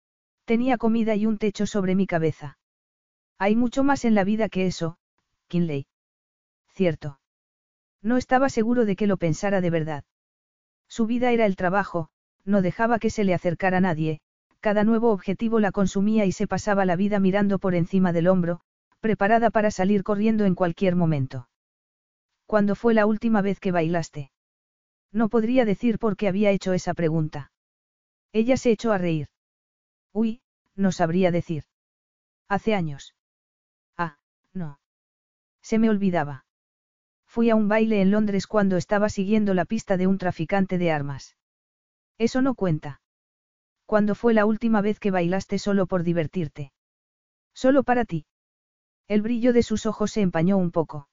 Tenía comida y un techo sobre mi cabeza. Hay mucho más en la vida que eso, Kinley. Cierto. No estaba seguro de que lo pensara de verdad. Su vida era el trabajo, no dejaba que se le acercara nadie, cada nuevo objetivo la consumía y se pasaba la vida mirando por encima del hombro, preparada para salir corriendo en cualquier momento. ¿Cuándo fue la última vez que bailaste? No podría decir por qué había hecho esa pregunta. Ella se echó a reír. Uy, no sabría decir. Hace años. Ah, no. Se me olvidaba. Fui a un baile en Londres cuando estaba siguiendo la pista de un traficante de armas. Eso no cuenta. ¿Cuándo fue la última vez que bailaste solo por divertirte? Solo para ti. El brillo de sus ojos se empañó un poco.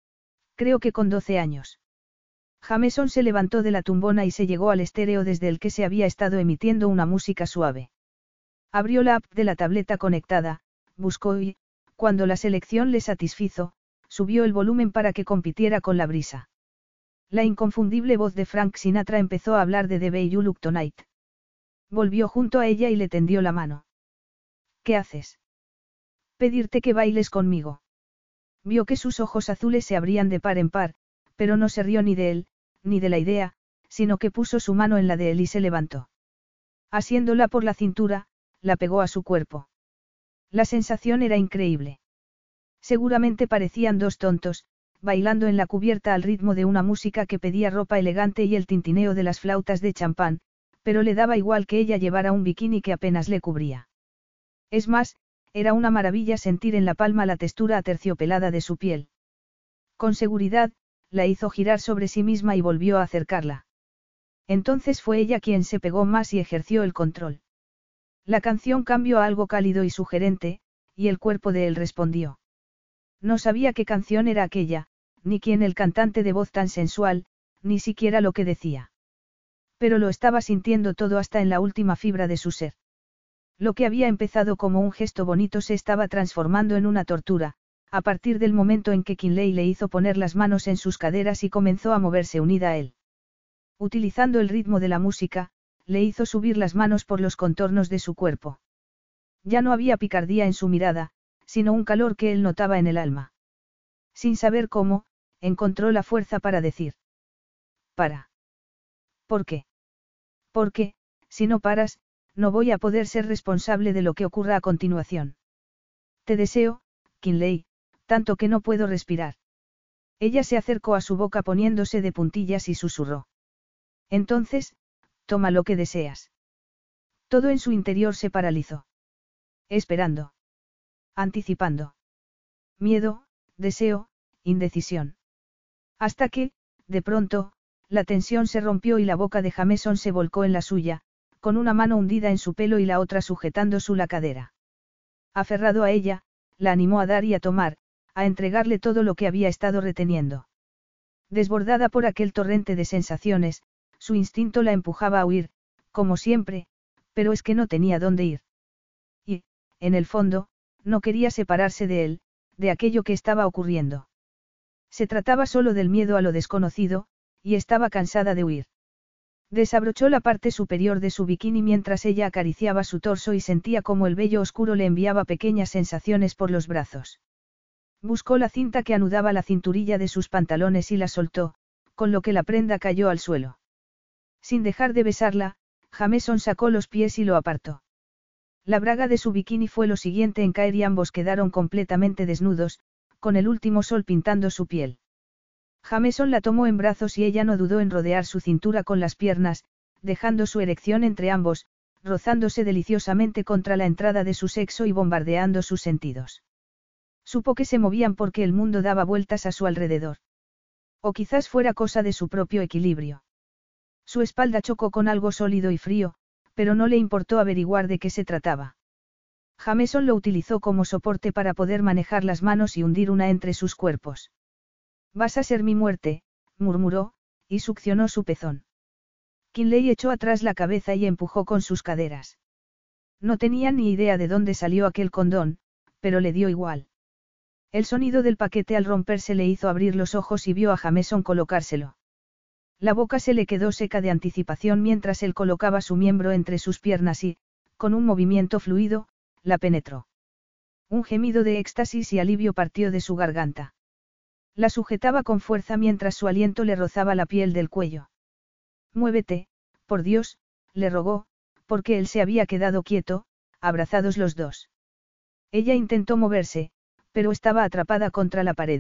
Creo que con doce años. Jameson se levantó de la tumbona y se llegó al estéreo desde el que se había estado emitiendo una música suave. Abrió la app de la tableta conectada, buscó y, cuando la selección le satisfizo, subió el volumen para que compitiera con la brisa. La inconfundible voz de Frank Sinatra empezó a hablar de The Way You Look Tonight. Volvió junto a ella y le tendió la mano. ¿Qué haces? Pedirte que bailes conmigo. Vio que sus ojos azules se abrían de par en par, pero no se rió ni de él, ni de la idea, sino que puso su mano en la de él y se levantó. Asiéndola por la cintura, la pegó a su cuerpo. La sensación era increíble. Seguramente parecían dos tontos, bailando en la cubierta al ritmo de una música que pedía ropa elegante y el tintineo de las flautas de champán, pero le daba igual que ella llevara un bikini que apenas le cubría. Es más, era una maravilla sentir en la palma la textura aterciopelada de su piel. Con seguridad, la hizo girar sobre sí misma y volvió a acercarla. Entonces fue ella quien se pegó más y ejerció el control. La canción cambió a algo cálido y sugerente, y el cuerpo de él respondió. No sabía qué canción era aquella, ni quién el cantante de voz tan sensual, ni siquiera lo que decía. Pero lo estaba sintiendo todo hasta en la última fibra de su ser. Lo que había empezado como un gesto bonito se estaba transformando en una tortura, a partir del momento en que Kinley le hizo poner las manos en sus caderas y comenzó a moverse unida a él. Utilizando el ritmo de la música, le hizo subir las manos por los contornos de su cuerpo. Ya no había picardía en su mirada, sino un calor que él notaba en el alma. Sin saber cómo, encontró la fuerza para decir. Para. ¿Por qué? Porque, si no paras, no voy a poder ser responsable de lo que ocurra a continuación. Te deseo, Kinley, tanto que no puedo respirar. Ella se acercó a su boca poniéndose de puntillas y susurró. Entonces, toma lo que deseas. Todo en su interior se paralizó. Esperando. Anticipando. Miedo, deseo, indecisión. Hasta que, de pronto, la tensión se rompió y la boca de Jameson se volcó en la suya, con una mano hundida en su pelo y la otra sujetando su la cadera. Aferrado a ella, la animó a dar y a tomar, a entregarle todo lo que había estado reteniendo. Desbordada por aquel torrente de sensaciones, su instinto la empujaba a huir, como siempre, pero es que no tenía dónde ir. Y, en el fondo, no quería separarse de él, de aquello que estaba ocurriendo. Se trataba solo del miedo a lo desconocido, y estaba cansada de huir. Desabrochó la parte superior de su bikini mientras ella acariciaba su torso y sentía como el vello oscuro le enviaba pequeñas sensaciones por los brazos. Buscó la cinta que anudaba la cinturilla de sus pantalones y la soltó, con lo que la prenda cayó al suelo. Sin dejar de besarla, Jameson sacó los pies y lo apartó. La braga de su bikini fue lo siguiente en caer y ambos quedaron completamente desnudos, con el último sol pintando su piel. Jameson la tomó en brazos y ella no dudó en rodear su cintura con las piernas, dejando su erección entre ambos, rozándose deliciosamente contra la entrada de su sexo y bombardeando sus sentidos. Supo que se movían porque el mundo daba vueltas a su alrededor. O quizás fuera cosa de su propio equilibrio. Su espalda chocó con algo sólido y frío, pero no le importó averiguar de qué se trataba. Jameson lo utilizó como soporte para poder manejar las manos y hundir una entre sus cuerpos. Vas a ser mi muerte, murmuró, y succionó su pezón. Kinley echó atrás la cabeza y empujó con sus caderas. No tenía ni idea de dónde salió aquel condón, pero le dio igual. El sonido del paquete al romperse le hizo abrir los ojos y vio a Jameson colocárselo. La boca se le quedó seca de anticipación mientras él colocaba su miembro entre sus piernas y, con un movimiento fluido, la penetró. Un gemido de éxtasis y alivio partió de su garganta. La sujetaba con fuerza mientras su aliento le rozaba la piel del cuello. Muévete, por Dios, le rogó, porque él se había quedado quieto, abrazados los dos. Ella intentó moverse, pero estaba atrapada contra la pared.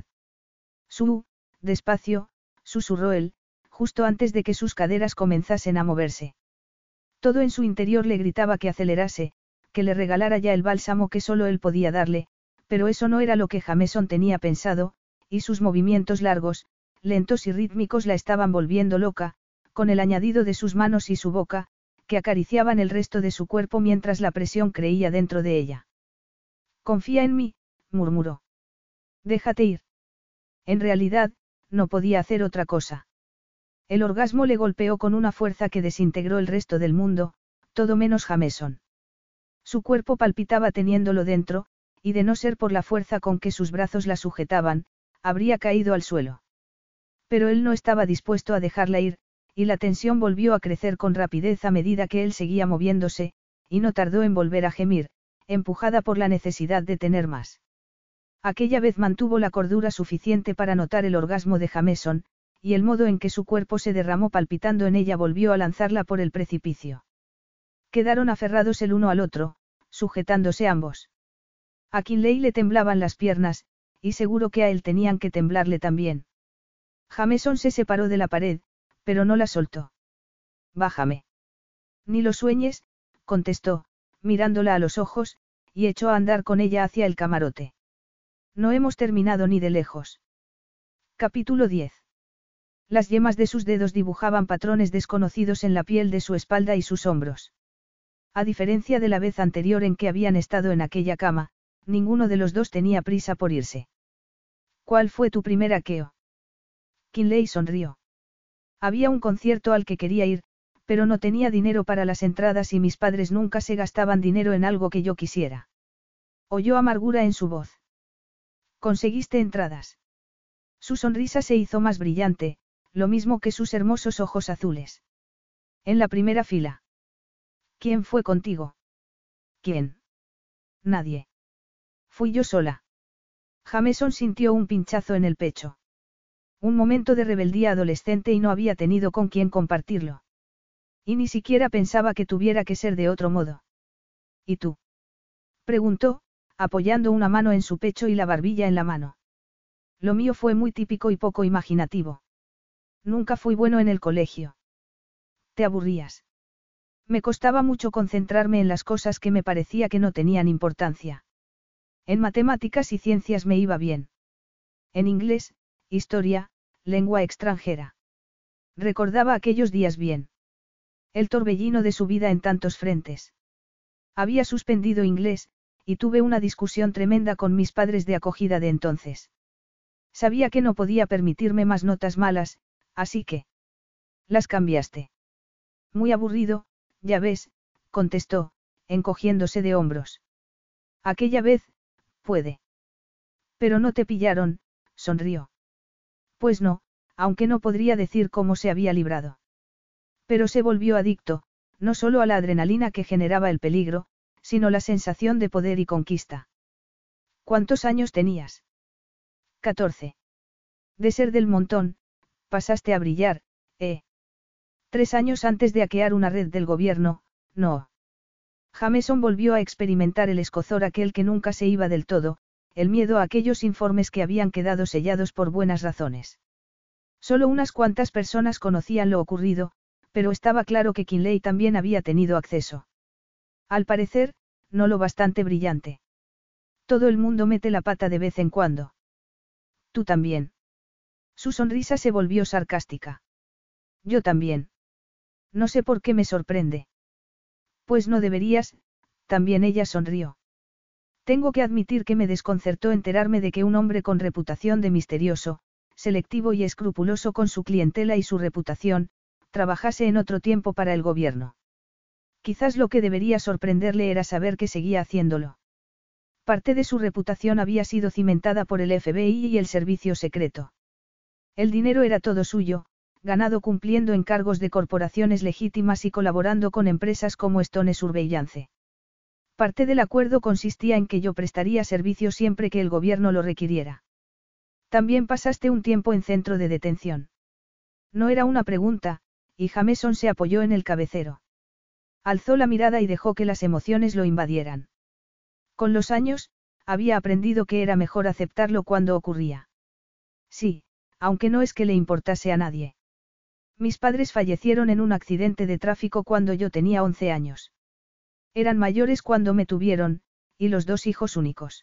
Su, despacio, susurró él, justo antes de que sus caderas comenzasen a moverse. Todo en su interior le gritaba que acelerase, que le regalara ya el bálsamo que solo él podía darle, pero eso no era lo que Jameson tenía pensado, y sus movimientos largos, lentos y rítmicos la estaban volviendo loca, con el añadido de sus manos y su boca, que acariciaban el resto de su cuerpo mientras la presión creía dentro de ella. Confía en mí, murmuró. Déjate ir. En realidad, no podía hacer otra cosa. El orgasmo le golpeó con una fuerza que desintegró el resto del mundo, todo menos Jameson. Su cuerpo palpitaba teniéndolo dentro, y de no ser por la fuerza con que sus brazos la sujetaban, habría caído al suelo. Pero él no estaba dispuesto a dejarla ir, y la tensión volvió a crecer con rapidez a medida que él seguía moviéndose, y no tardó en volver a gemir, empujada por la necesidad de tener más. Aquella vez mantuvo la cordura suficiente para notar el orgasmo de Jameson, y el modo en que su cuerpo se derramó palpitando en ella volvió a lanzarla por el precipicio. Quedaron aferrados el uno al otro, sujetándose ambos. A Kinley le temblaban las piernas, y seguro que a él tenían que temblarle también. Jameson se separó de la pared, pero no la soltó. Bájame. Ni lo sueñes, contestó, mirándola a los ojos, y echó a andar con ella hacia el camarote. No hemos terminado ni de lejos. Capítulo diez. Las yemas de sus dedos dibujaban patrones desconocidos en la piel de su espalda y sus hombros. A diferencia de la vez anterior en que habían estado en aquella cama, ninguno de los dos tenía prisa por irse. ¿Cuál fue tu primer aqueo? Kinley sonrió. Había un concierto al que quería ir, pero no tenía dinero para las entradas y mis padres nunca se gastaban dinero en algo que yo quisiera. Oyó amargura en su voz. ¿Conseguiste entradas? Su sonrisa se hizo más brillante, lo mismo que sus hermosos ojos azules. En la primera fila. ¿Quién fue contigo? ¿Quién? Nadie. Fui yo sola. Jameson sintió un pinchazo en el pecho. Un momento de rebeldía adolescente y no había tenido con quién compartirlo. Y ni siquiera pensaba que tuviera que ser de otro modo. ¿Y tú? Preguntó, apoyando una mano en su pecho y la barbilla en la mano. Lo mío fue muy típico y poco imaginativo. Nunca fui bueno en el colegio. ¿Te aburrías? Me costaba mucho concentrarme en las cosas que me parecía que no tenían importancia. En matemáticas y ciencias me iba bien. En inglés, historia, lengua extranjera. Recordaba aquellos días bien. El torbellino de su vida en tantos frentes. Había suspendido inglés, y tuve una discusión tremenda con mis padres de acogida de entonces. Sabía que no podía permitirme más notas malas, así que... Las cambiaste. Muy aburrido, ya ves, contestó, encogiéndose de hombros. Aquella vez, puede. Pero no te pillaron, sonrió. Pues no, aunque no podría decir cómo se había librado. Pero se volvió adicto, no solo a la adrenalina que generaba el peligro, sino la sensación de poder y conquista. ¿Cuántos años tenías? Catorce. De ser del montón, pasaste a brillar, ¿eh? Tres años antes de hackear una red del gobierno, no. Jameson volvió a experimentar el escozor aquel que nunca se iba del todo, el miedo a aquellos informes que habían quedado sellados por buenas razones. Solo unas cuantas personas conocían lo ocurrido, pero estaba claro que Kinley también había tenido acceso. Al parecer, no lo bastante brillante. Todo el mundo mete la pata de vez en cuando. Tú también. Su sonrisa se volvió sarcástica. Yo también. No sé por qué me sorprende. Pues no deberías, también ella sonrió. Tengo que admitir que me desconcertó enterarme de que un hombre con reputación de misterioso, selectivo y escrupuloso con su clientela y su reputación, trabajase en otro tiempo para el gobierno. Quizás lo que debería sorprenderle era saber que seguía haciéndolo. Parte de su reputación había sido cimentada por el F B I y el servicio secreto. El dinero era todo suyo, ganado cumpliendo encargos de corporaciones legítimas y colaborando con empresas como Stone Surveillance. Parte del acuerdo consistía en que yo prestaría servicio siempre que el gobierno lo requiriera. También pasaste un tiempo en centro de detención. No era una pregunta, y Jameson se apoyó en el cabecero. Alzó la mirada y dejó que las emociones lo invadieran. Con los años, había aprendido que era mejor aceptarlo cuando ocurría. Sí, aunque no es que le importase a nadie. Mis padres fallecieron en un accidente de tráfico cuando yo tenía once años. Eran mayores cuando me tuvieron, y los dos hijos únicos.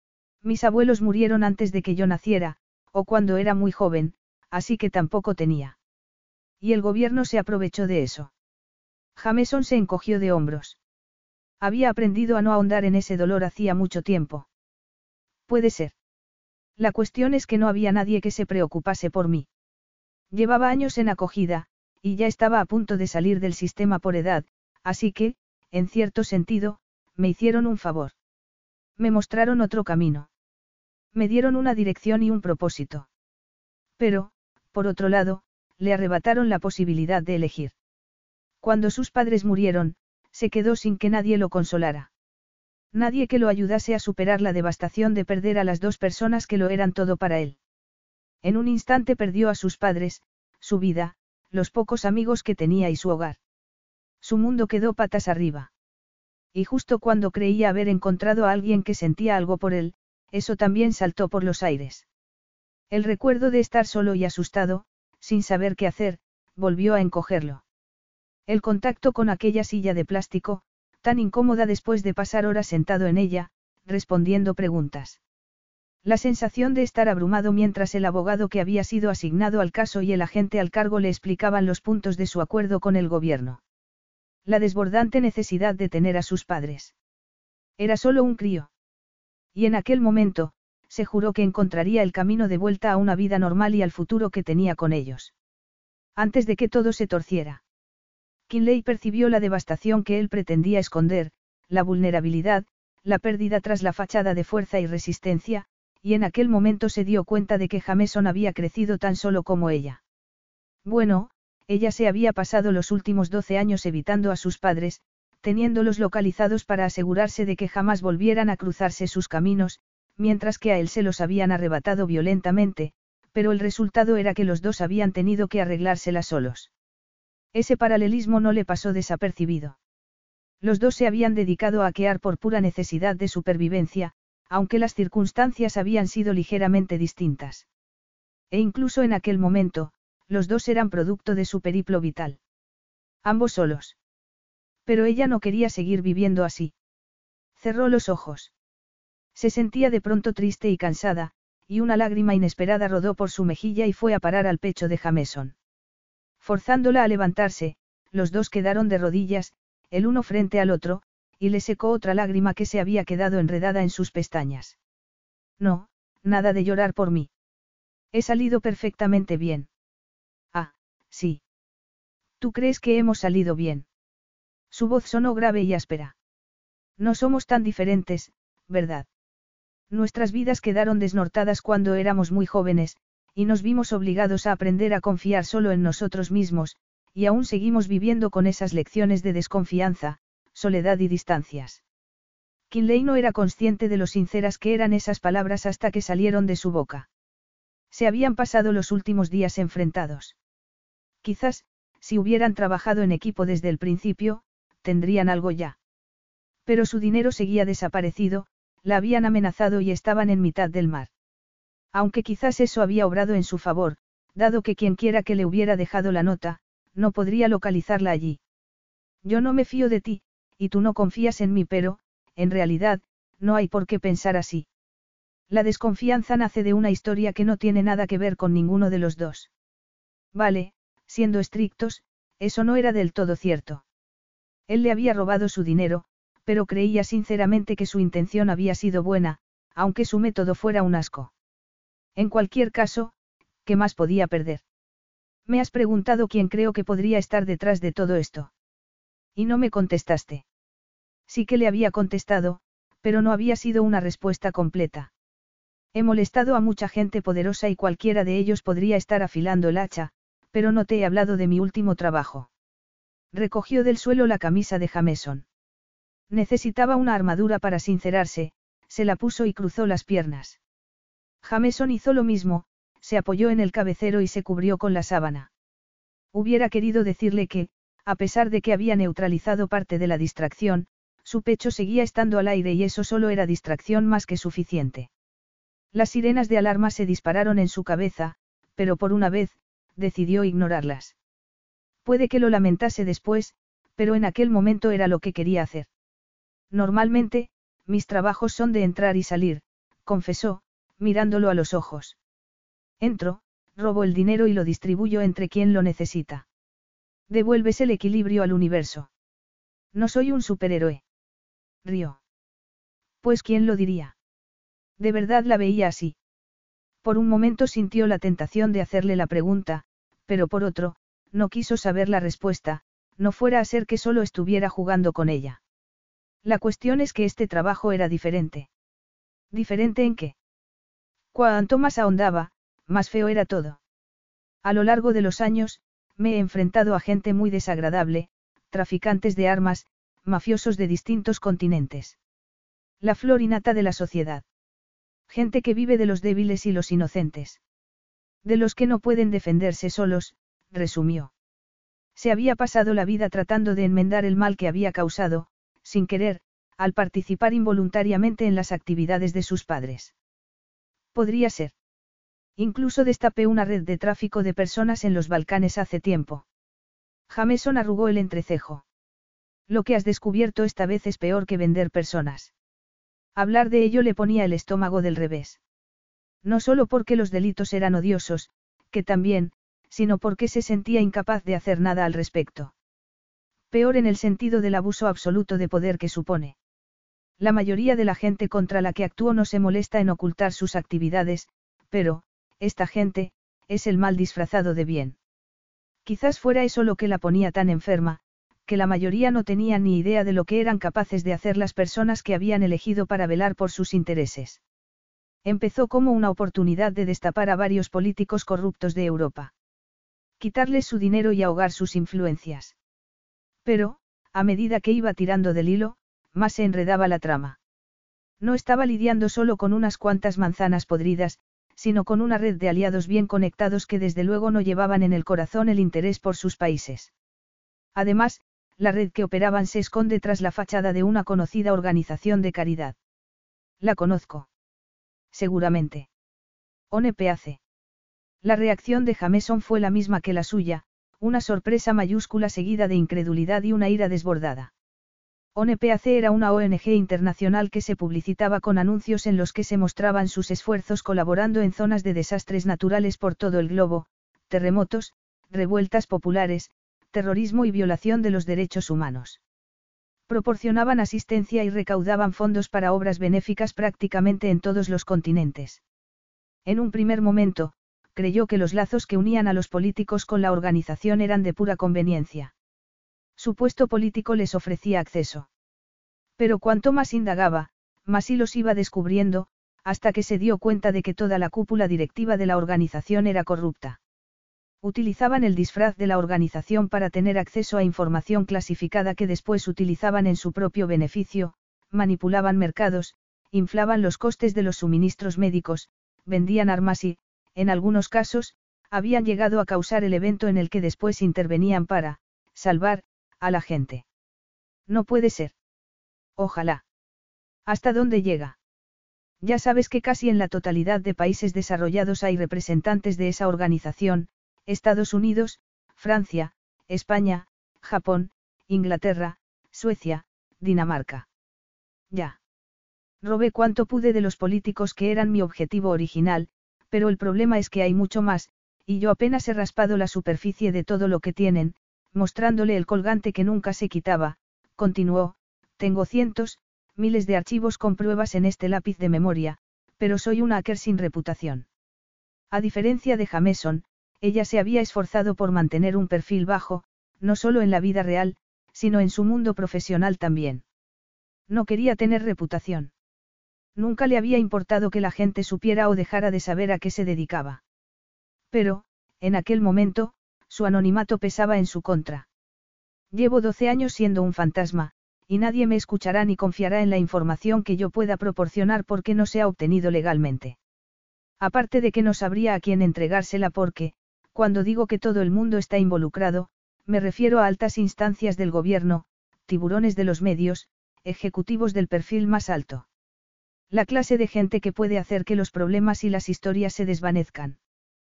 Mis abuelos murieron antes de que yo naciera, o cuando era muy joven, así que tampoco tenía. Y el gobierno se aprovechó de eso. Jameson se encogió de hombros. Había aprendido a no ahondar en ese dolor hacía mucho tiempo. Puede ser. La cuestión es que no había nadie que se preocupase por mí. Llevaba años en acogida, y ya estaba a punto de salir del sistema por edad, así que, en cierto sentido, me hicieron un favor. Me mostraron otro camino. Me dieron una dirección y un propósito. Pero, por otro lado, le arrebataron la posibilidad de elegir. Cuando sus padres murieron, se quedó sin que nadie lo consolara. Nadie que lo ayudase a superar la devastación de perder a las dos personas que lo eran todo para él. En un instante perdió a sus padres, su vida, los pocos amigos que tenía y su hogar. Su mundo quedó patas arriba. Y justo cuando creía haber encontrado a alguien que sentía algo por él, eso también saltó por los aires. El recuerdo de estar solo y asustado, sin saber qué hacer, volvió a encogerlo. El contacto con aquella silla de plástico, tan incómoda después de pasar horas sentado en ella, respondiendo preguntas. La sensación de estar abrumado mientras el abogado que había sido asignado al caso y el agente al cargo le explicaban los puntos de su acuerdo con el gobierno. La desbordante necesidad de tener a sus padres. Era solo un crío. Y en aquel momento, se juró que encontraría el camino de vuelta a una vida normal y al futuro que tenía con ellos. Antes de que todo se torciera. Kinley percibió la devastación que él pretendía esconder, la vulnerabilidad, la pérdida tras la fachada de fuerza y resistencia, y en aquel momento se dio cuenta de que Jameson había crecido tan solo como ella. Bueno, ella se había pasado los últimos doce años evitando a sus padres, teniéndolos localizados para asegurarse de que jamás volvieran a cruzarse sus caminos, mientras que a él se los habían arrebatado violentamente, pero el resultado era que los dos habían tenido que arreglársela solos. Ese paralelismo no le pasó desapercibido. Los dos se habían dedicado a aquear por pura necesidad de supervivencia, aunque las circunstancias habían sido ligeramente distintas. E incluso en aquel momento, los dos eran producto de su periplo vital. Ambos solos. Pero ella no quería seguir viviendo así. Cerró los ojos. Se sentía de pronto triste y cansada, y una lágrima inesperada rodó por su mejilla y fue a parar al pecho de Jameson. Forzándola a levantarse, los dos quedaron de rodillas, el uno frente al otro, y le secó otra lágrima que se había quedado enredada en sus pestañas. No, nada de llorar por mí. He salido perfectamente bien. Ah, sí. ¿Tú crees que hemos salido bien? Su voz sonó grave y áspera. No somos tan diferentes, ¿verdad? Nuestras vidas quedaron desnortadas cuando éramos muy jóvenes, y nos vimos obligados a aprender a confiar solo en nosotros mismos, y aún seguimos viviendo con esas lecciones de desconfianza, soledad y distancias. Kinley no era consciente de lo sinceras que eran esas palabras hasta que salieron de su boca. Se habían pasado los últimos días enfrentados. Quizás, si hubieran trabajado en equipo desde el principio, tendrían algo ya. Pero su dinero seguía desaparecido, la habían amenazado y estaban en mitad del mar. Aunque quizás eso había obrado en su favor, dado que quienquiera que le hubiera dejado la nota, no podría localizarla allí. Yo no me fío de ti, y tú no confías en mí, pero, en realidad, no hay por qué pensar así. La desconfianza nace de una historia que no tiene nada que ver con ninguno de los dos. Vale, siendo estrictos, eso no era del todo cierto. Él le había robado su dinero, pero creía sinceramente que su intención había sido buena, aunque su método fuera un asco. En cualquier caso, ¿qué más podía perder? Me has preguntado quién creo que podría estar detrás de todo esto. Y no me contestaste. Sí que le había contestado, pero no había sido una respuesta completa. He molestado a mucha gente poderosa y cualquiera de ellos podría estar afilando el hacha, pero no te he hablado de mi último trabajo. Recogió del suelo la camisa de Jameson. Necesitaba una armadura para sincerarse, se la puso y cruzó las piernas. Jameson hizo lo mismo, se apoyó en el cabecero y se cubrió con la sábana. Hubiera querido decirle que, a pesar de que había neutralizado parte de la distracción, su pecho seguía estando al aire y eso solo era distracción más que suficiente. Las sirenas de alarma se dispararon en su cabeza, pero por una vez, decidió ignorarlas. Puede que lo lamentase después, pero en aquel momento era lo que quería hacer. Normalmente, mis trabajos son de entrar y salir, confesó, mirándolo a los ojos. Entro, robo el dinero y lo distribuyo entre quien lo necesita. Devuelves el equilibrio al universo. No soy un superhéroe. Rió. Pues quién lo diría. De verdad la veía así. Por un momento sintió la tentación de hacerle la pregunta, pero por otro, no quiso saber la respuesta, no fuera a ser que solo estuviera jugando con ella. La cuestión es que este trabajo era diferente. ¿Diferente en qué? Cuanto más ahondaba, más feo era todo. A lo largo de los años, me he enfrentado a gente muy desagradable, traficantes de armas, mafiosos de distintos continentes. La flor innata de la sociedad. Gente que vive de los débiles y los inocentes. De los que no pueden defenderse solos, resumió. Se había pasado la vida tratando de enmendar el mal que había causado, sin querer, al participar involuntariamente en las actividades de sus padres. Podría ser. Incluso destapé una red de tráfico de personas en los Balcanes hace tiempo. Jameson arrugó el entrecejo. Lo que has descubierto esta vez es peor que vender personas. Hablar de ello le ponía el estómago del revés. No solo porque los delitos eran odiosos, que también, sino porque se sentía incapaz de hacer nada al respecto. Peor en el sentido del abuso absoluto de poder que supone. La mayoría de la gente contra la que actúo no se molesta en ocultar sus actividades, pero, esta gente, es el mal disfrazado de bien. Quizás fuera eso lo que la ponía tan enferma, que la mayoría no tenían ni idea de lo que eran capaces de hacer las personas que habían elegido para velar por sus intereses. Empezó como una oportunidad de destapar a varios políticos corruptos de Europa. Quitarles su dinero y ahogar sus influencias. Pero, a medida que iba tirando del hilo, más se enredaba la trama. No estaba lidiando solo con unas cuantas manzanas podridas, sino con una red de aliados bien conectados que desde luego no llevaban en el corazón el interés por sus países. Además, la red que operaban se esconde tras la fachada de una conocida organización de caridad. La conozco. Seguramente. O N P A C. La reacción de Jameson fue la misma que la suya, una sorpresa mayúscula seguida de incredulidad y una ira desbordada. O N P A C era una O N G internacional que se publicitaba con anuncios en los que se mostraban sus esfuerzos colaborando en zonas de desastres naturales por todo el globo, terremotos, revueltas populares, terrorismo y violación de los derechos humanos. Proporcionaban asistencia y recaudaban fondos para obras benéficas prácticamente en todos los continentes. En un primer momento, creyó que los lazos que unían a los políticos con la organización eran de pura conveniencia. Su puesto político les ofrecía acceso. Pero cuanto más indagaba, más hilos iba descubriendo, hasta que se dio cuenta de que toda la cúpula directiva de la organización era corrupta. Utilizaban el disfraz de la organización para tener acceso a información clasificada que después utilizaban en su propio beneficio, manipulaban mercados, inflaban los costes de los suministros médicos, vendían armas y, en algunos casos, habían llegado a causar el evento en el que después intervenían para salvar a la gente. No puede ser. Ojalá. ¿Hasta dónde llega? Ya sabes que casi en la totalidad de países desarrollados hay representantes de esa organización, Estados Unidos, Francia, España, Japón, Inglaterra, Suecia, Dinamarca. Ya. Robé cuanto pude de los políticos que eran mi objetivo original, pero el problema es que hay mucho más, y yo apenas he raspado la superficie de todo lo que tienen, mostrándole el colgante que nunca se quitaba, continuó, tengo cientos, miles de archivos con pruebas en este lápiz de memoria, pero soy un hacker sin reputación. A diferencia de Jameson, ella se había esforzado por mantener un perfil bajo, no solo en la vida real, sino en su mundo profesional también. No quería tener reputación. Nunca le había importado que la gente supiera o dejara de saber a qué se dedicaba. Pero, en aquel momento, su anonimato pesaba en su contra. Llevo doce años siendo un fantasma, y nadie me escuchará ni confiará en la información que yo pueda proporcionar porque no se ha obtenido legalmente. Aparte de que no sabría a quién entregársela porque, cuando digo que todo el mundo está involucrado, me refiero a altas instancias del gobierno, tiburones de los medios, ejecutivos del perfil más alto. La clase de gente que puede hacer que los problemas y las historias se desvanezcan.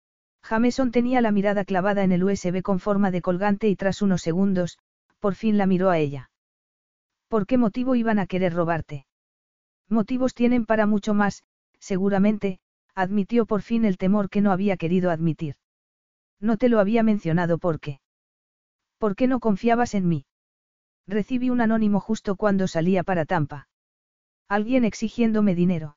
Jameson tenía la mirada clavada en el U S B con forma de colgante y tras unos segundos, por fin la miró a ella. ¿Por qué motivo iban a querer robarte? Motivos tienen para mucho más, seguramente, admitió por fin el temor que no había querido admitir. No te lo había mencionado porque. ¿Por qué no confiabas en mí? Recibí un anónimo justo cuando salía para Tampa. Alguien exigiéndome dinero.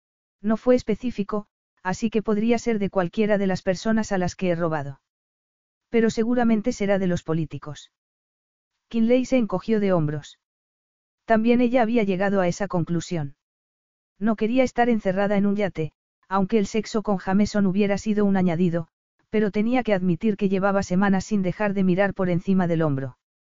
No fue específico, así que podría ser de cualquiera de las personas a las que he robado. Pero seguramente será de los políticos. Kinley se encogió de hombros. También ella había llegado a esa conclusión. No quería estar encerrada en un yate, aunque el sexo con Jameson hubiera sido un añadido, pero tenía que admitir que llevaba semanas sin dejar de mirar por encima del hombro.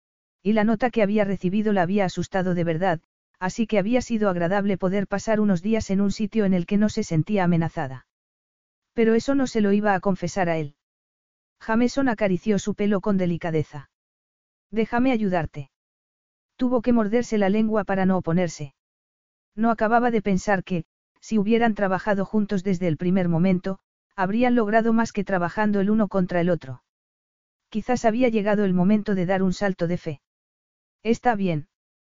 Y la nota que había recibido la había asustado de verdad, así que había sido agradable poder pasar unos días en un sitio en el que no se sentía amenazada. Pero eso no se lo iba a confesar a él. Jameson acarició su pelo con delicadeza. Déjame ayudarte. Tuvo que morderse la lengua para no oponerse. No acababa de pensar que, si hubieran trabajado juntos desde el primer momento, habrían logrado más que trabajando el uno contra el otro. Quizás había llegado el momento de dar un salto de fe. Está bien.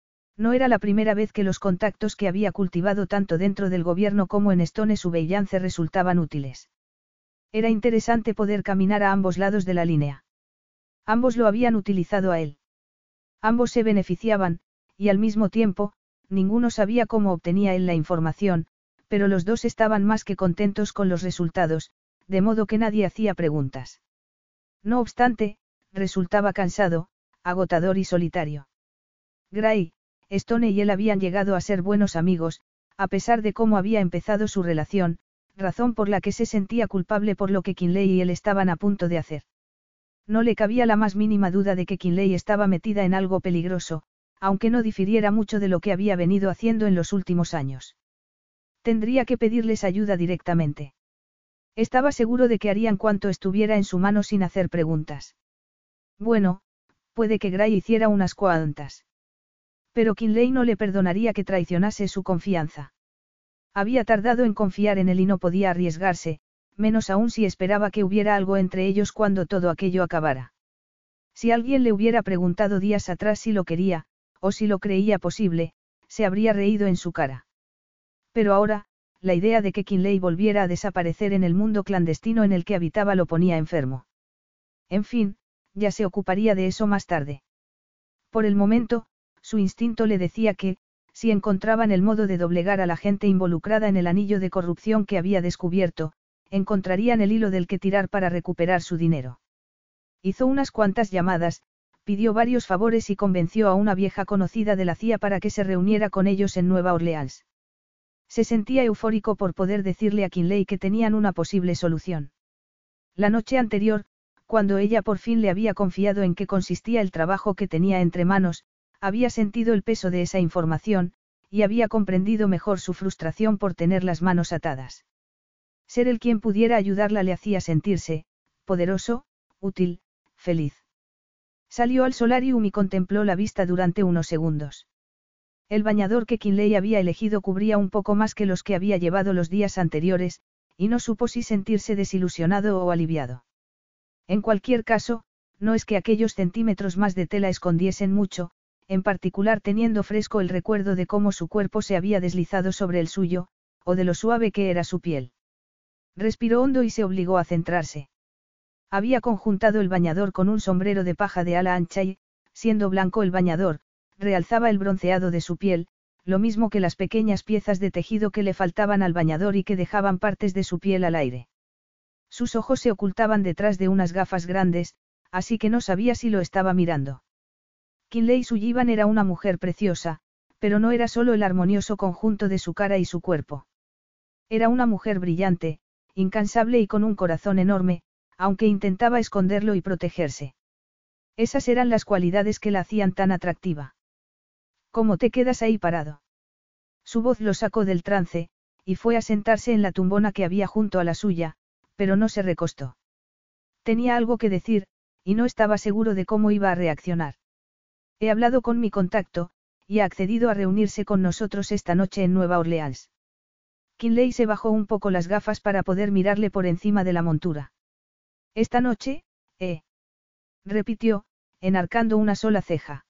No era la primera vez que los contactos que había cultivado tanto dentro del gobierno como en Stone Surveillance resultaban útiles. Era interesante poder caminar a ambos lados de la línea. Ambos lo habían utilizado a él. Ambos se beneficiaban, y al mismo tiempo, ninguno sabía cómo obtenía él la información, pero los dos estaban más que contentos con los resultados, de modo que nadie hacía preguntas. No obstante, resultaba cansado, agotador y solitario. Gray, Stone y él habían llegado a ser buenos amigos, a pesar de cómo había empezado su relación, razón por la que se sentía culpable por lo que Kinley y él estaban a punto de hacer. No le cabía la más mínima duda de que Kinley estaba metida en algo peligroso, aunque no difiriera mucho de lo que había venido haciendo en los últimos años. Tendría que pedirles ayuda directamente. Estaba seguro de que harían cuanto estuviera en su mano sin hacer preguntas. Bueno, puede que Gray hiciera unas cuantas. Pero Kinley no le perdonaría que traicionase su confianza. Había tardado en confiar en él y no podía arriesgarse, menos aún si esperaba que hubiera algo entre ellos cuando todo aquello acabara. Si alguien le hubiera preguntado días atrás si lo quería, o si lo creía posible, se habría reído en su cara. Pero ahora, la idea de que Kinley volviera a desaparecer en el mundo clandestino en el que habitaba lo ponía enfermo. En fin, ya se ocuparía de eso más tarde. Por el momento, su instinto le decía que, si encontraban el modo de doblegar a la gente involucrada en el anillo de corrupción que había descubierto, encontrarían el hilo del que tirar para recuperar su dinero. Hizo unas cuantas llamadas, pidió varios favores y convenció a una vieja conocida de la C I A para que se reuniera con ellos en Nueva Orleans. Se sentía eufórico por poder decirle a Kinley que tenían una posible solución. La noche anterior, cuando ella por fin le había confiado en qué consistía el trabajo que tenía entre manos, había sentido el peso de esa información, y había comprendido mejor su frustración por tener las manos atadas. Ser el quien pudiera ayudarla le hacía sentirse, poderoso, útil, feliz. Salió al solarium y contempló la vista durante unos segundos. El bañador que Kinley había elegido cubría un poco más que los que había llevado los días anteriores, y no supo si sentirse desilusionado o aliviado. En cualquier caso, no es que aquellos centímetros más de tela escondiesen mucho, en particular teniendo fresco el recuerdo de cómo su cuerpo se había deslizado sobre el suyo, o de lo suave que era su piel. Respiró hondo y se obligó a centrarse. Había conjuntado el bañador con un sombrero de paja de ala ancha y, siendo blanco el bañador, realzaba el bronceado de su piel, lo mismo que las pequeñas piezas de tejido que le faltaban al bañador y que dejaban partes de su piel al aire. Sus ojos se ocultaban detrás de unas gafas grandes, así que no sabía si lo estaba mirando. Kinley Sullivan era una mujer preciosa, pero no era solo el armonioso conjunto de su cara y su cuerpo. Era una mujer brillante, incansable y con un corazón enorme, aunque intentaba esconderlo y protegerse. Esas eran las cualidades que la hacían tan atractiva. ¿Cómo te quedas ahí parado? Su voz lo sacó del trance, y fue a sentarse en la tumbona que había junto a la suya, pero no se recostó. Tenía algo que decir, y no estaba seguro de cómo iba a reaccionar. He hablado con mi contacto, y ha accedido a reunirse con nosotros esta noche en Nueva Orleans. Kinley se bajó un poco las gafas para poder mirarle por encima de la montura. Esta noche, ¿eh? Repitió, enarcando una sola ceja.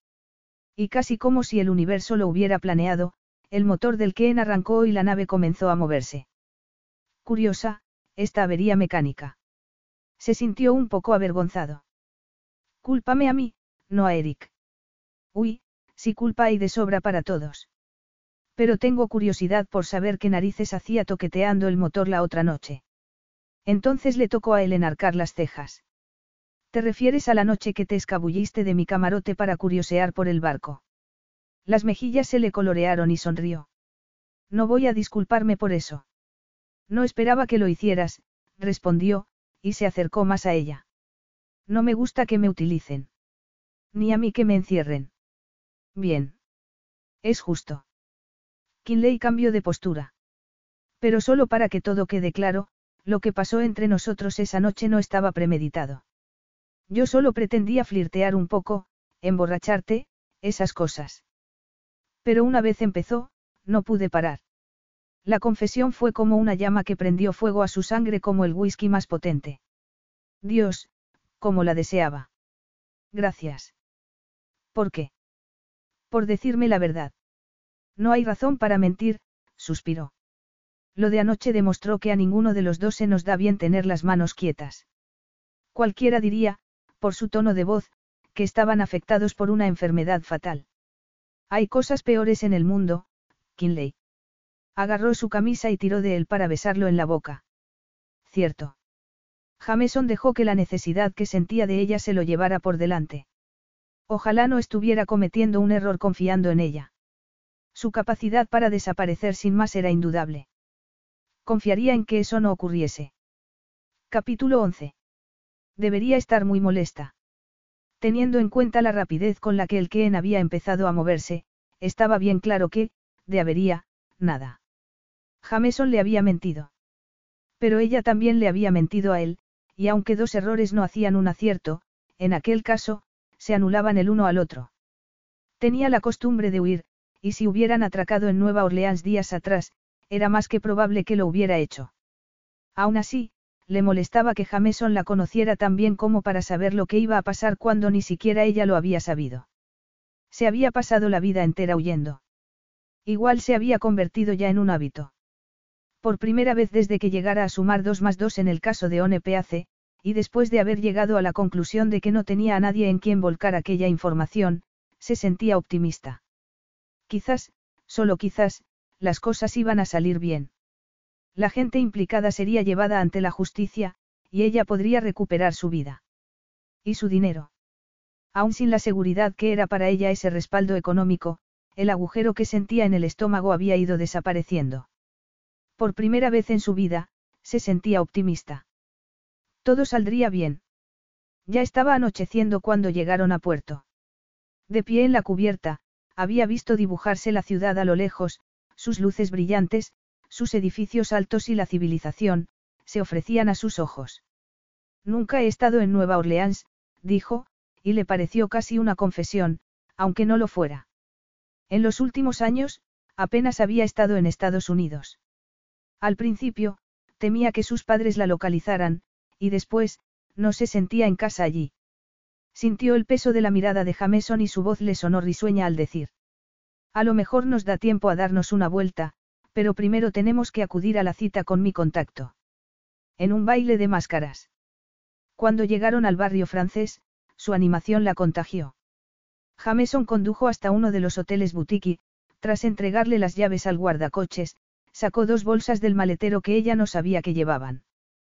Y casi como si el universo lo hubiera planeado, el motor del Ken arrancó y la nave comenzó a moverse. Curiosa, esta avería mecánica. Se sintió un poco avergonzado. Cúlpame a mí, no a Eric. Uy, si culpa hay de sobra para todos. Pero tengo curiosidad por saber qué narices hacía toqueteando el motor la otra noche. Entonces le tocó a él enarcar las cejas. ¿Te refieres a la noche que te escabulliste de mi camarote para curiosear por el barco? Las mejillas se le colorearon y sonrió. No voy a disculparme por eso. No esperaba que lo hicieras, respondió, y se acercó más a ella. No me gusta que me utilicen. Ni a mí que me encierren. Bien. Es justo. Kinley cambió de postura. Pero solo para que todo quede claro, lo que pasó entre nosotros esa noche no estaba premeditado. Yo solo pretendía flirtear un poco, emborracharte, esas cosas. Pero una vez empezó, no pude parar. La confesión fue como una llama que prendió fuego a su sangre como el whisky más potente. Dios, cómo la deseaba. Gracias. ¿Por qué? Por decirme la verdad. No hay razón para mentir, suspiró. Lo de anoche demostró que a ninguno de los dos se nos da bien tener las manos quietas. Cualquiera diría, por su tono de voz, que estaban afectados por una enfermedad fatal. Hay cosas peores en el mundo, Kinley. Agarró su camisa y tiró de él para besarlo en la boca. Cierto. Jameson dejó que la necesidad que sentía de ella se lo llevara por delante. Ojalá no estuviera cometiendo un error confiando en ella. Su capacidad para desaparecer sin más era indudable. Confiaría en que eso no ocurriese. Capítulo once. Debería estar muy molesta. Teniendo en cuenta la rapidez con la que el Ken había empezado a moverse, estaba bien claro que, de avería, nada. Jameson le había mentido. Pero ella también le había mentido a él, y aunque dos errores no hacían un acierto, en aquel caso, se anulaban el uno al otro. Tenía la costumbre de huir, y si hubieran atracado en Nueva Orleans días atrás, era más que probable que lo hubiera hecho. Aún así, le molestaba que Jameson la conociera tan bien como para saber lo que iba a pasar cuando ni siquiera ella lo había sabido. Se había pasado la vida entera huyendo. Igual se había convertido ya en un hábito. Por primera vez desde que llegara a sumar dos más dos en el caso de One Peace, y después de haber llegado a la conclusión de que no tenía a nadie en quien volcar aquella información, se sentía optimista. Quizás, solo quizás, las cosas iban a salir bien. La gente implicada sería llevada ante la justicia, y ella podría recuperar su vida. ¿Y su dinero? Aún sin la seguridad que era para ella ese respaldo económico, el agujero que sentía en el estómago había ido desapareciendo. Por primera vez en su vida, se sentía optimista. Todo saldría bien. Ya estaba anocheciendo cuando llegaron a puerto. De pie en la cubierta, había visto dibujarse la ciudad a lo lejos, sus luces brillantes, sus edificios altos y la civilización, se ofrecían a sus ojos. Nunca he estado en Nueva Orleans, dijo, y le pareció casi una confesión, aunque no lo fuera. En los últimos años, apenas había estado en Estados Unidos. Al principio, temía que sus padres la localizaran, y después, no se sentía en casa allí. Sintió el peso de la mirada de Jameson y su voz le sonó risueña al decir. A lo mejor nos da tiempo a darnos una vuelta, pero primero tenemos que acudir a la cita con mi contacto. En un baile de máscaras. Cuando llegaron al barrio francés, su animación la contagió. Jameson condujo hasta uno de los hoteles boutique y, tras entregarle las llaves al guardacoches, sacó dos bolsas del maletero que ella no sabía que llevaban.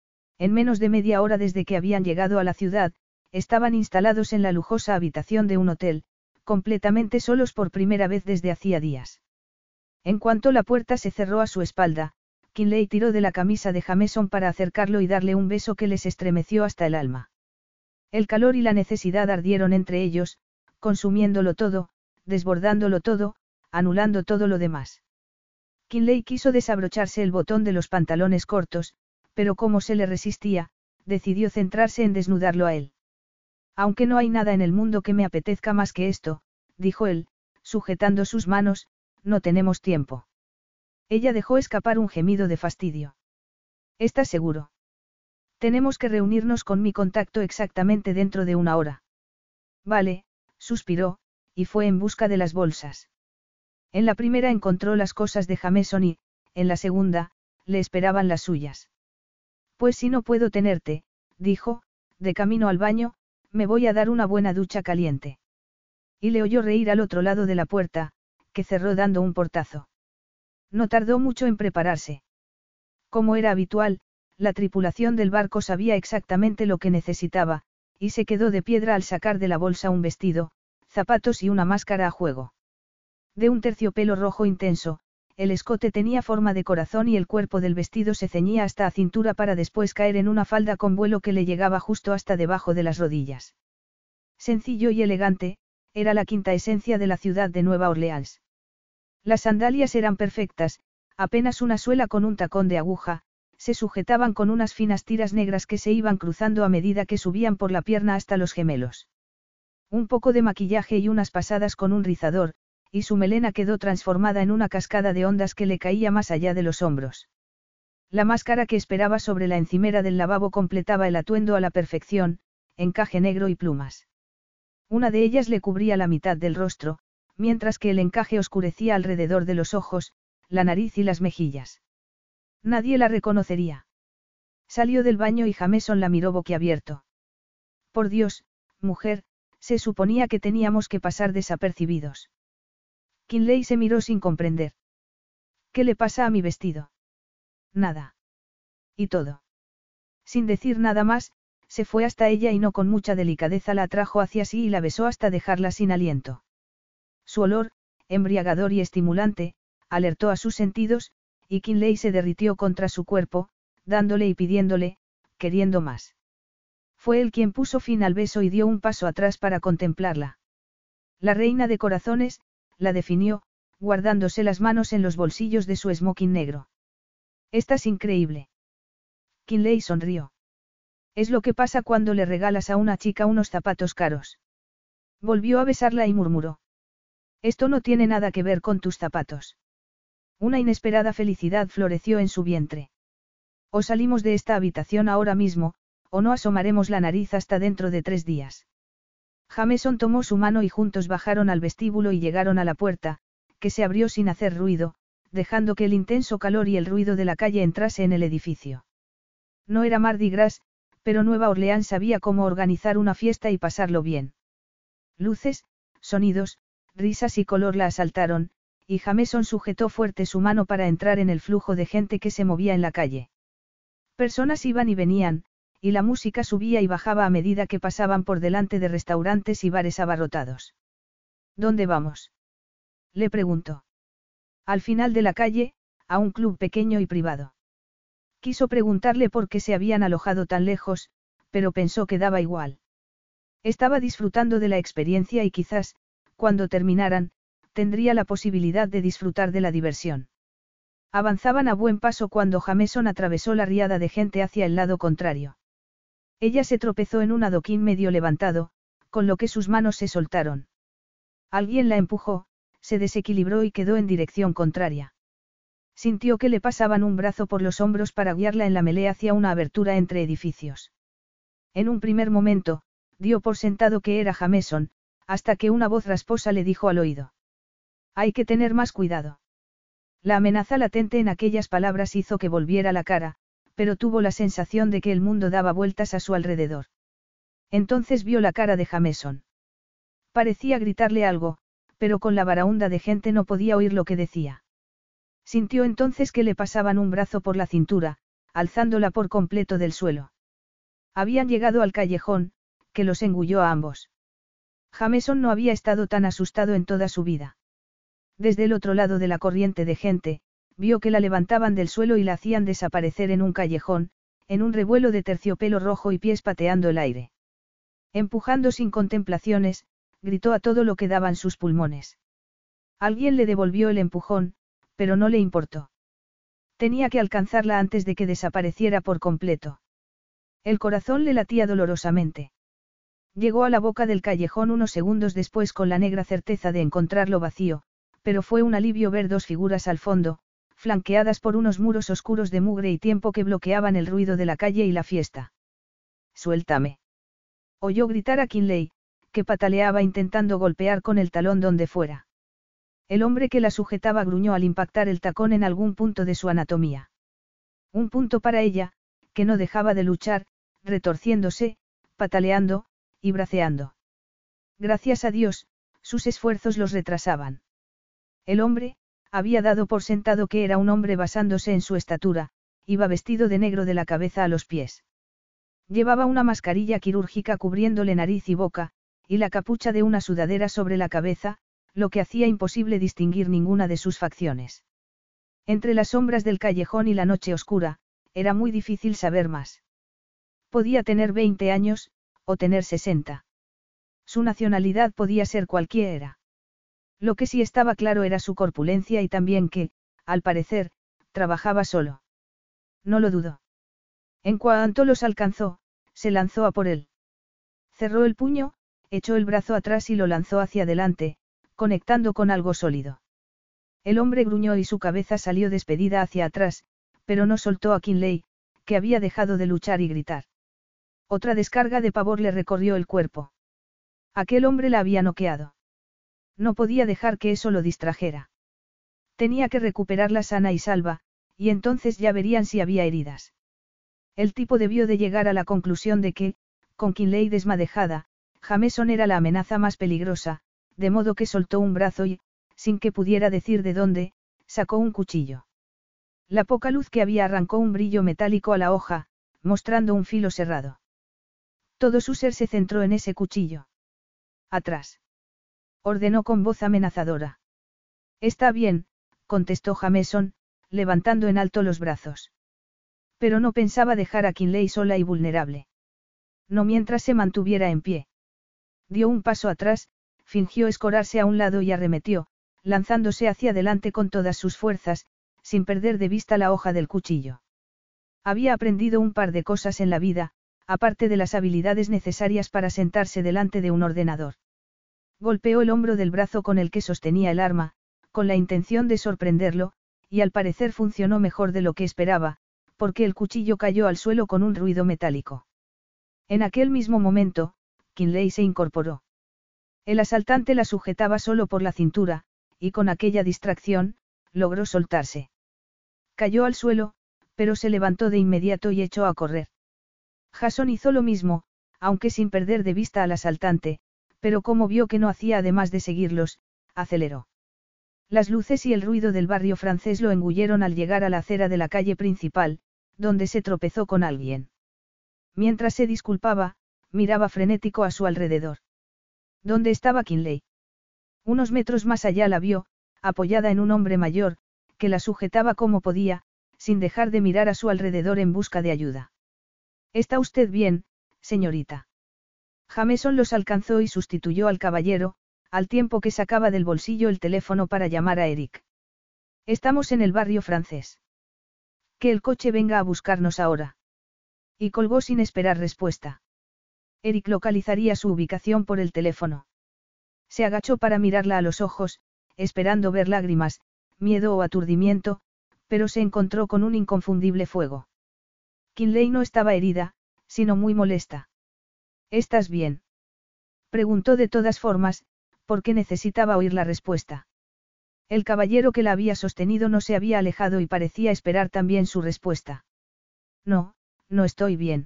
En menos de media hora desde que habían llegado a la ciudad, estaban instalados en la lujosa habitación de un hotel, completamente solos por primera vez desde hacía días. En cuanto la puerta se cerró a su espalda, Kinley tiró de la camisa de Jameson para acercarlo y darle un beso que les estremeció hasta el alma. El calor y la necesidad ardieron entre ellos, consumiéndolo todo, desbordándolo todo, anulando todo lo demás. Kinley quiso desabrocharse el botón de los pantalones cortos, pero como se le resistía, decidió centrarse en desnudarlo a él. Aunque no hay nada en el mundo que me apetezca más que esto, dijo él, sujetando sus manos, no tenemos tiempo. Ella dejó escapar un gemido de fastidio. ¿Estás seguro? Tenemos que reunirnos con mi contacto exactamente dentro de una hora. Vale, suspiró, y fue en busca de las bolsas. En la primera encontró las cosas de Jameson y, en la segunda, le esperaban las suyas. Pues si no puedo tenerte, dijo, de camino al baño, me voy a dar una buena ducha caliente. Y le oyó reír al otro lado de la puerta, que cerró dando un portazo. No tardó mucho en prepararse. Como era habitual, la tripulación del barco sabía exactamente lo que necesitaba, y se quedó de piedra al sacar de la bolsa un vestido, zapatos y una máscara a juego. De un terciopelo rojo intenso, el escote tenía forma de corazón y el cuerpo del vestido se ceñía hasta a cintura para después caer en una falda con vuelo que le llegaba justo hasta debajo de las rodillas. Sencillo y elegante, era la quinta esencia de la ciudad de Nueva Orleans. Las sandalias eran perfectas, apenas una suela con un tacón de aguja, se sujetaban con unas finas tiras negras que se iban cruzando a medida que subían por la pierna hasta los gemelos. Un poco de maquillaje y unas pasadas con un rizador, y su melena quedó transformada en una cascada de ondas que le caía más allá de los hombros. La máscara que esperaba sobre la encimera del lavabo completaba el atuendo a la perfección, encaje negro y plumas. Una de ellas le cubría la mitad del rostro, mientras que el encaje oscurecía alrededor de los ojos, la nariz y las mejillas. Nadie la reconocería. Salió del baño y Jameson la miró boquiabierto. Por Dios, mujer, se suponía que teníamos que pasar desapercibidos. Kinley se miró sin comprender. ¿Qué le pasa a mi vestido? Nada. Y todo. Sin decir nada más, se fue hasta ella y no con mucha delicadeza la atrajo hacia sí y la besó hasta dejarla sin aliento. Su olor, embriagador y estimulante, alertó a sus sentidos, y Kinley se derritió contra su cuerpo, dándole y pidiéndole, queriendo más. Fue él quien puso fin al beso y dio un paso atrás para contemplarla. La reina de corazones, la definió, guardándose las manos en los bolsillos de su smoking negro. Estás increíble. Kinley sonrió. Es lo que pasa cuando le regalas a una chica unos zapatos caros. Volvió a besarla y murmuró. Esto no tiene nada que ver con tus zapatos. Una inesperada felicidad floreció en su vientre. O salimos de esta habitación ahora mismo, o no asomaremos la nariz hasta dentro de tres días. Jameson tomó su mano y juntos bajaron al vestíbulo y llegaron a la puerta, que se abrió sin hacer ruido, dejando que el intenso calor y el ruido de la calle entrase en el edificio. No era Mardi Gras, pero Nueva Orleans sabía cómo organizar una fiesta y pasarlo bien. Luces, sonidos, risas y color la asaltaron, y Jameson sujetó fuerte su mano para entrar en el flujo de gente que se movía en la calle. Personas iban y venían, y la música subía y bajaba a medida que pasaban por delante de restaurantes y bares abarrotados. ¿Dónde vamos?, le preguntó. Al final de la calle, a un club pequeño y privado. Quiso preguntarle por qué se habían alojado tan lejos, pero pensó que daba igual. Estaba disfrutando de la experiencia y quizás, cuando terminaran, tendría la posibilidad de disfrutar de la diversión. Avanzaban a buen paso cuando Jameson atravesó la riada de gente hacia el lado contrario. Ella se tropezó en un adoquín medio levantado, con lo que sus manos se soltaron. Alguien la empujó, se desequilibró y quedó en dirección contraria. Sintió que le pasaban un brazo por los hombros para guiarla en la melee hacia una abertura entre edificios. En un primer momento, dio por sentado que era Jameson, hasta que una voz rasposa le dijo al oído. Hay que tener más cuidado. La amenaza latente en aquellas palabras hizo que volviera la cara, pero tuvo la sensación de que el mundo daba vueltas a su alrededor. Entonces vio la cara de Jameson. Parecía gritarle algo, pero con la baraúnda de gente no podía oír lo que decía. Sintió entonces que le pasaban un brazo por la cintura, alzándola por completo del suelo. Habían llegado al callejón, que los engulló a ambos. Jameson no había estado tan asustado en toda su vida. Desde el otro lado de la corriente de gente, vio que la levantaban del suelo y la hacían desaparecer en un callejón, en un revuelo de terciopelo rojo y pies pateando el aire. Empujando sin contemplaciones, gritó a todo lo que daban sus pulmones. Alguien le devolvió el empujón, pero no le importó. Tenía que alcanzarla antes de que desapareciera por completo. El corazón le latía dolorosamente. Llegó a la boca del callejón unos segundos después con la negra certeza de encontrarlo vacío, pero fue un alivio ver dos figuras al fondo, flanqueadas por unos muros oscuros de mugre y tiempo que bloqueaban el ruido de la calle y la fiesta. «Suéltame», oyó gritar a Kinley, que pataleaba intentando golpear con el talón donde fuera. El hombre que la sujetaba gruñó al impactar el tacón en algún punto de su anatomía. Un punto para ella, que no dejaba de luchar, retorciéndose, pataleando, y braceando. Gracias a Dios, sus esfuerzos los retrasaban. El hombre, había dado por sentado que era un hombre basándose en su estatura, iba vestido de negro de la cabeza a los pies. Llevaba una mascarilla quirúrgica cubriéndole nariz y boca, y la capucha de una sudadera sobre la cabeza, lo que hacía imposible distinguir ninguna de sus facciones. Entre las sombras del callejón y la noche oscura, era muy difícil saber más. Podía tener veinte años, o tener sesenta. Su nacionalidad podía ser cualquiera. Lo que sí estaba claro era su corpulencia y también que, al parecer, trabajaba solo. No lo dudó. En cuanto los alcanzó, se lanzó a por él. Cerró el puño, echó el brazo atrás y lo lanzó hacia adelante, conectando con algo sólido. El hombre gruñó y su cabeza salió despedida hacia atrás, pero no soltó a Kinley, que había dejado de luchar y gritar. Otra descarga de pavor le recorrió el cuerpo. Aquel hombre la había noqueado. No podía dejar que eso lo distrajera. Tenía que recuperarla sana y salva, y entonces ya verían si había heridas. El tipo debió de llegar a la conclusión de que, con Kinley desmadejada, Jameson era la amenaza más peligrosa, de modo que soltó un brazo y, sin que pudiera decir de dónde, sacó un cuchillo. La poca luz que había arrancó un brillo metálico a la hoja, mostrando un filo serrado. Todo su ser se centró en ese cuchillo. Atrás. Ordenó con voz amenazadora. Está bien, contestó Jameson, levantando en alto los brazos. Pero no pensaba dejar a Kinley sola y vulnerable. No mientras se mantuviera en pie. Dio un paso atrás, fingió escorarse a un lado y arremetió, lanzándose hacia adelante con todas sus fuerzas, sin perder de vista la hoja del cuchillo. Había aprendido un par de cosas en la vida, aparte de las habilidades necesarias para sentarse delante de un ordenador. Golpeó el hombro del brazo con el que sostenía el arma, con la intención de sorprenderlo, y al parecer funcionó mejor de lo que esperaba, porque el cuchillo cayó al suelo con un ruido metálico. En aquel mismo momento, Kinley se incorporó. El asaltante la sujetaba solo por la cintura, y con aquella distracción, logró soltarse. Cayó al suelo, pero se levantó de inmediato y echó a correr. Jason hizo lo mismo, aunque sin perder de vista al asaltante, pero como vio que no hacía además de seguirlos, aceleró. Las luces y el ruido del barrio francés lo engulleron al llegar a la acera de la calle principal, donde se tropezó con alguien. Mientras se disculpaba, miraba frenético a su alrededor. ¿Dónde estaba Kinley? Unos metros más allá la vio, apoyada en un hombre mayor, que la sujetaba como podía, sin dejar de mirar a su alrededor en busca de ayuda. ¿Está usted bien, señorita? Jameson los alcanzó y sustituyó al caballero, al tiempo que sacaba del bolsillo el teléfono para llamar a Eric. Estamos en el barrio francés. Que el coche venga a buscarnos ahora. Y colgó sin esperar respuesta. Eric localizaría su ubicación por el teléfono. Se agachó para mirarla a los ojos, esperando ver lágrimas, miedo o aturdimiento, pero se encontró con un inconfundible fuego. Kinley no estaba herida, sino muy molesta. ¿Estás bien?, preguntó de todas formas, porque necesitaba oír la respuesta. El caballero que la había sostenido no se había alejado y parecía esperar también su respuesta. No, no estoy bien.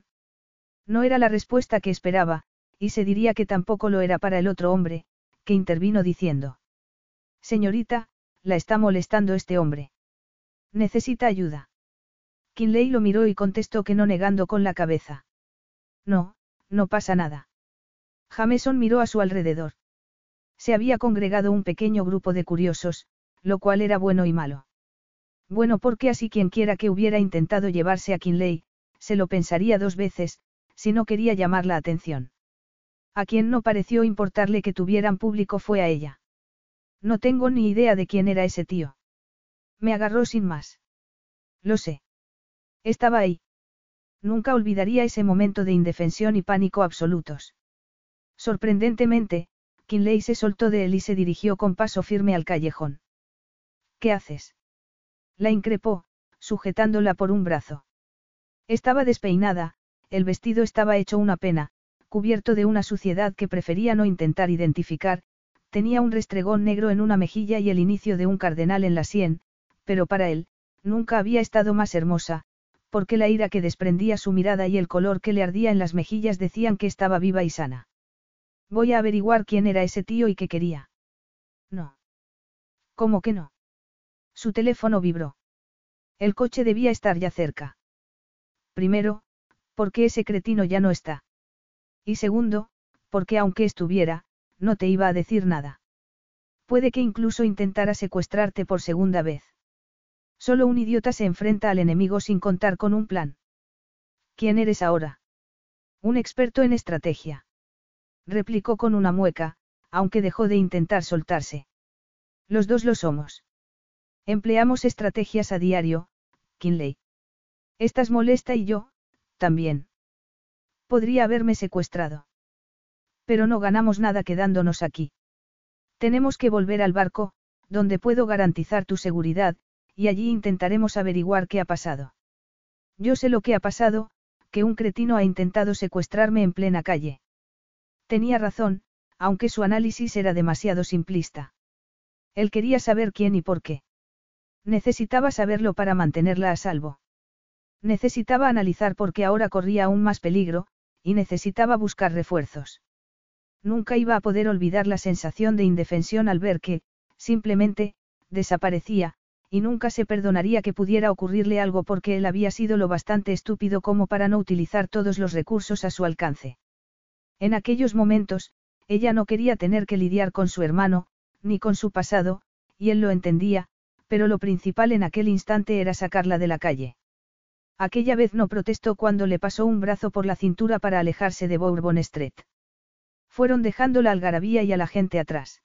No era la respuesta que esperaba, y se diría que tampoco lo era para el otro hombre, que intervino diciendo. Señorita, la está molestando este hombre. ¿Necesita ayuda? Kinley lo miró y contestó que no, negando con la cabeza. No, no pasa nada. Jameson miró a su alrededor. Se había congregado un pequeño grupo de curiosos, lo cual era bueno y malo. Bueno, porque así quien quiera que hubiera intentado llevarse a Kinley, se lo pensaría dos veces, si no quería llamar la atención. A quien no pareció importarle que tuvieran público fue a ella. No tengo ni idea de quién era ese tío. Me agarró sin más. Lo sé. Estaba ahí. Nunca olvidaría ese momento de indefensión y pánico absolutos. Sorprendentemente, Kinley se soltó de él y se dirigió con paso firme al callejón. ¿Qué haces? La increpó, sujetándola por un brazo. Estaba despeinada, el vestido estaba hecho una pena, cubierto de una suciedad que prefería no intentar identificar, tenía un restregón negro en una mejilla y el inicio de un cardenal en la sien, pero para él, nunca había estado más hermosa, porque la ira que desprendía su mirada y el color que le ardía en las mejillas decían que estaba viva y sana. Voy a averiguar quién era ese tío y qué quería. No. ¿Cómo que no? Su teléfono vibró. El coche debía estar ya cerca. Primero, porque ese cretino ya no está. Y segundo, porque aunque estuviera, no te iba a decir nada. Puede que incluso intentara secuestrarte por segunda vez. Solo un idiota se enfrenta al enemigo sin contar con un plan. ¿Quién eres ahora? Un experto en estrategia. Replicó con una mueca, aunque dejó de intentar soltarse. Los dos lo somos. Empleamos estrategias a diario, Kinley. Estás molesta y yo, también. Podría haberme secuestrado. Pero no ganamos nada quedándonos aquí. Tenemos que volver al barco, donde puedo garantizar tu seguridad, y allí intentaremos averiguar qué ha pasado. Yo sé lo que ha pasado, que un cretino ha intentado secuestrarme en plena calle. Tenía razón, aunque su análisis era demasiado simplista. Él quería saber quién y por qué. Necesitaba saberlo para mantenerla a salvo. Necesitaba analizar por qué ahora corría aún más peligro, y necesitaba buscar refuerzos. Nunca iba a poder olvidar la sensación de indefensión al ver que, simplemente, desaparecía, y nunca se perdonaría que pudiera ocurrirle algo porque él había sido lo bastante estúpido como para no utilizar todos los recursos a su alcance. En aquellos momentos, ella no quería tener que lidiar con su hermano, ni con su pasado, y él lo entendía, pero lo principal en aquel instante era sacarla de la calle. Aquella vez no protestó cuando le pasó un brazo por la cintura para alejarse de Bourbon Street. Fueron dejando la algarabía y a la gente atrás.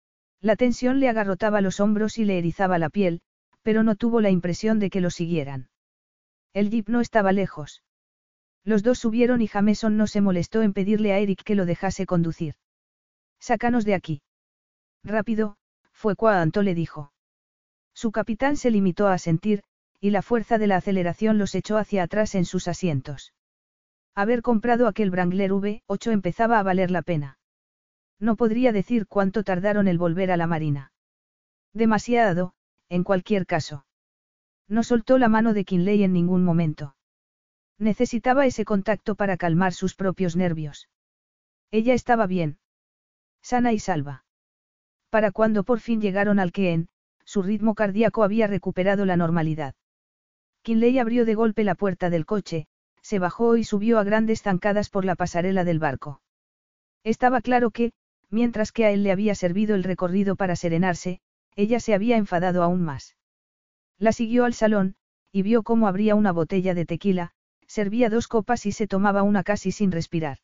La tensión le agarrotaba los hombros y le erizaba la piel, pero no tuvo la impresión de que lo siguieran. El jeep no estaba lejos. Los dos subieron y Jameson no se molestó en pedirle a Eric que lo dejase conducir. «Sácanos de aquí». «Rápido», fue cuanto le dijo. Su capitán se limitó a asentir, y la fuerza de la aceleración los echó hacia atrás en sus asientos. Haber comprado aquel Wrangler V ocho empezaba a valer la pena. No podría decir cuánto tardaron en volver a la marina. Demasiado, en cualquier caso. No soltó la mano de Kinley en ningún momento. Necesitaba ese contacto para calmar sus propios nervios. Ella estaba bien. Sana y salva. Para cuando por fin llegaron al Queen, su ritmo cardíaco había recuperado la normalidad. Kinley abrió de golpe la puerta del coche, se bajó y subió a grandes zancadas por la pasarela del barco. Estaba claro que, mientras que a él le había servido el recorrido para serenarse, ella se había enfadado aún más. La siguió al salón, y vio cómo abría una botella de tequila, servía dos copas y se tomaba una casi sin respirar.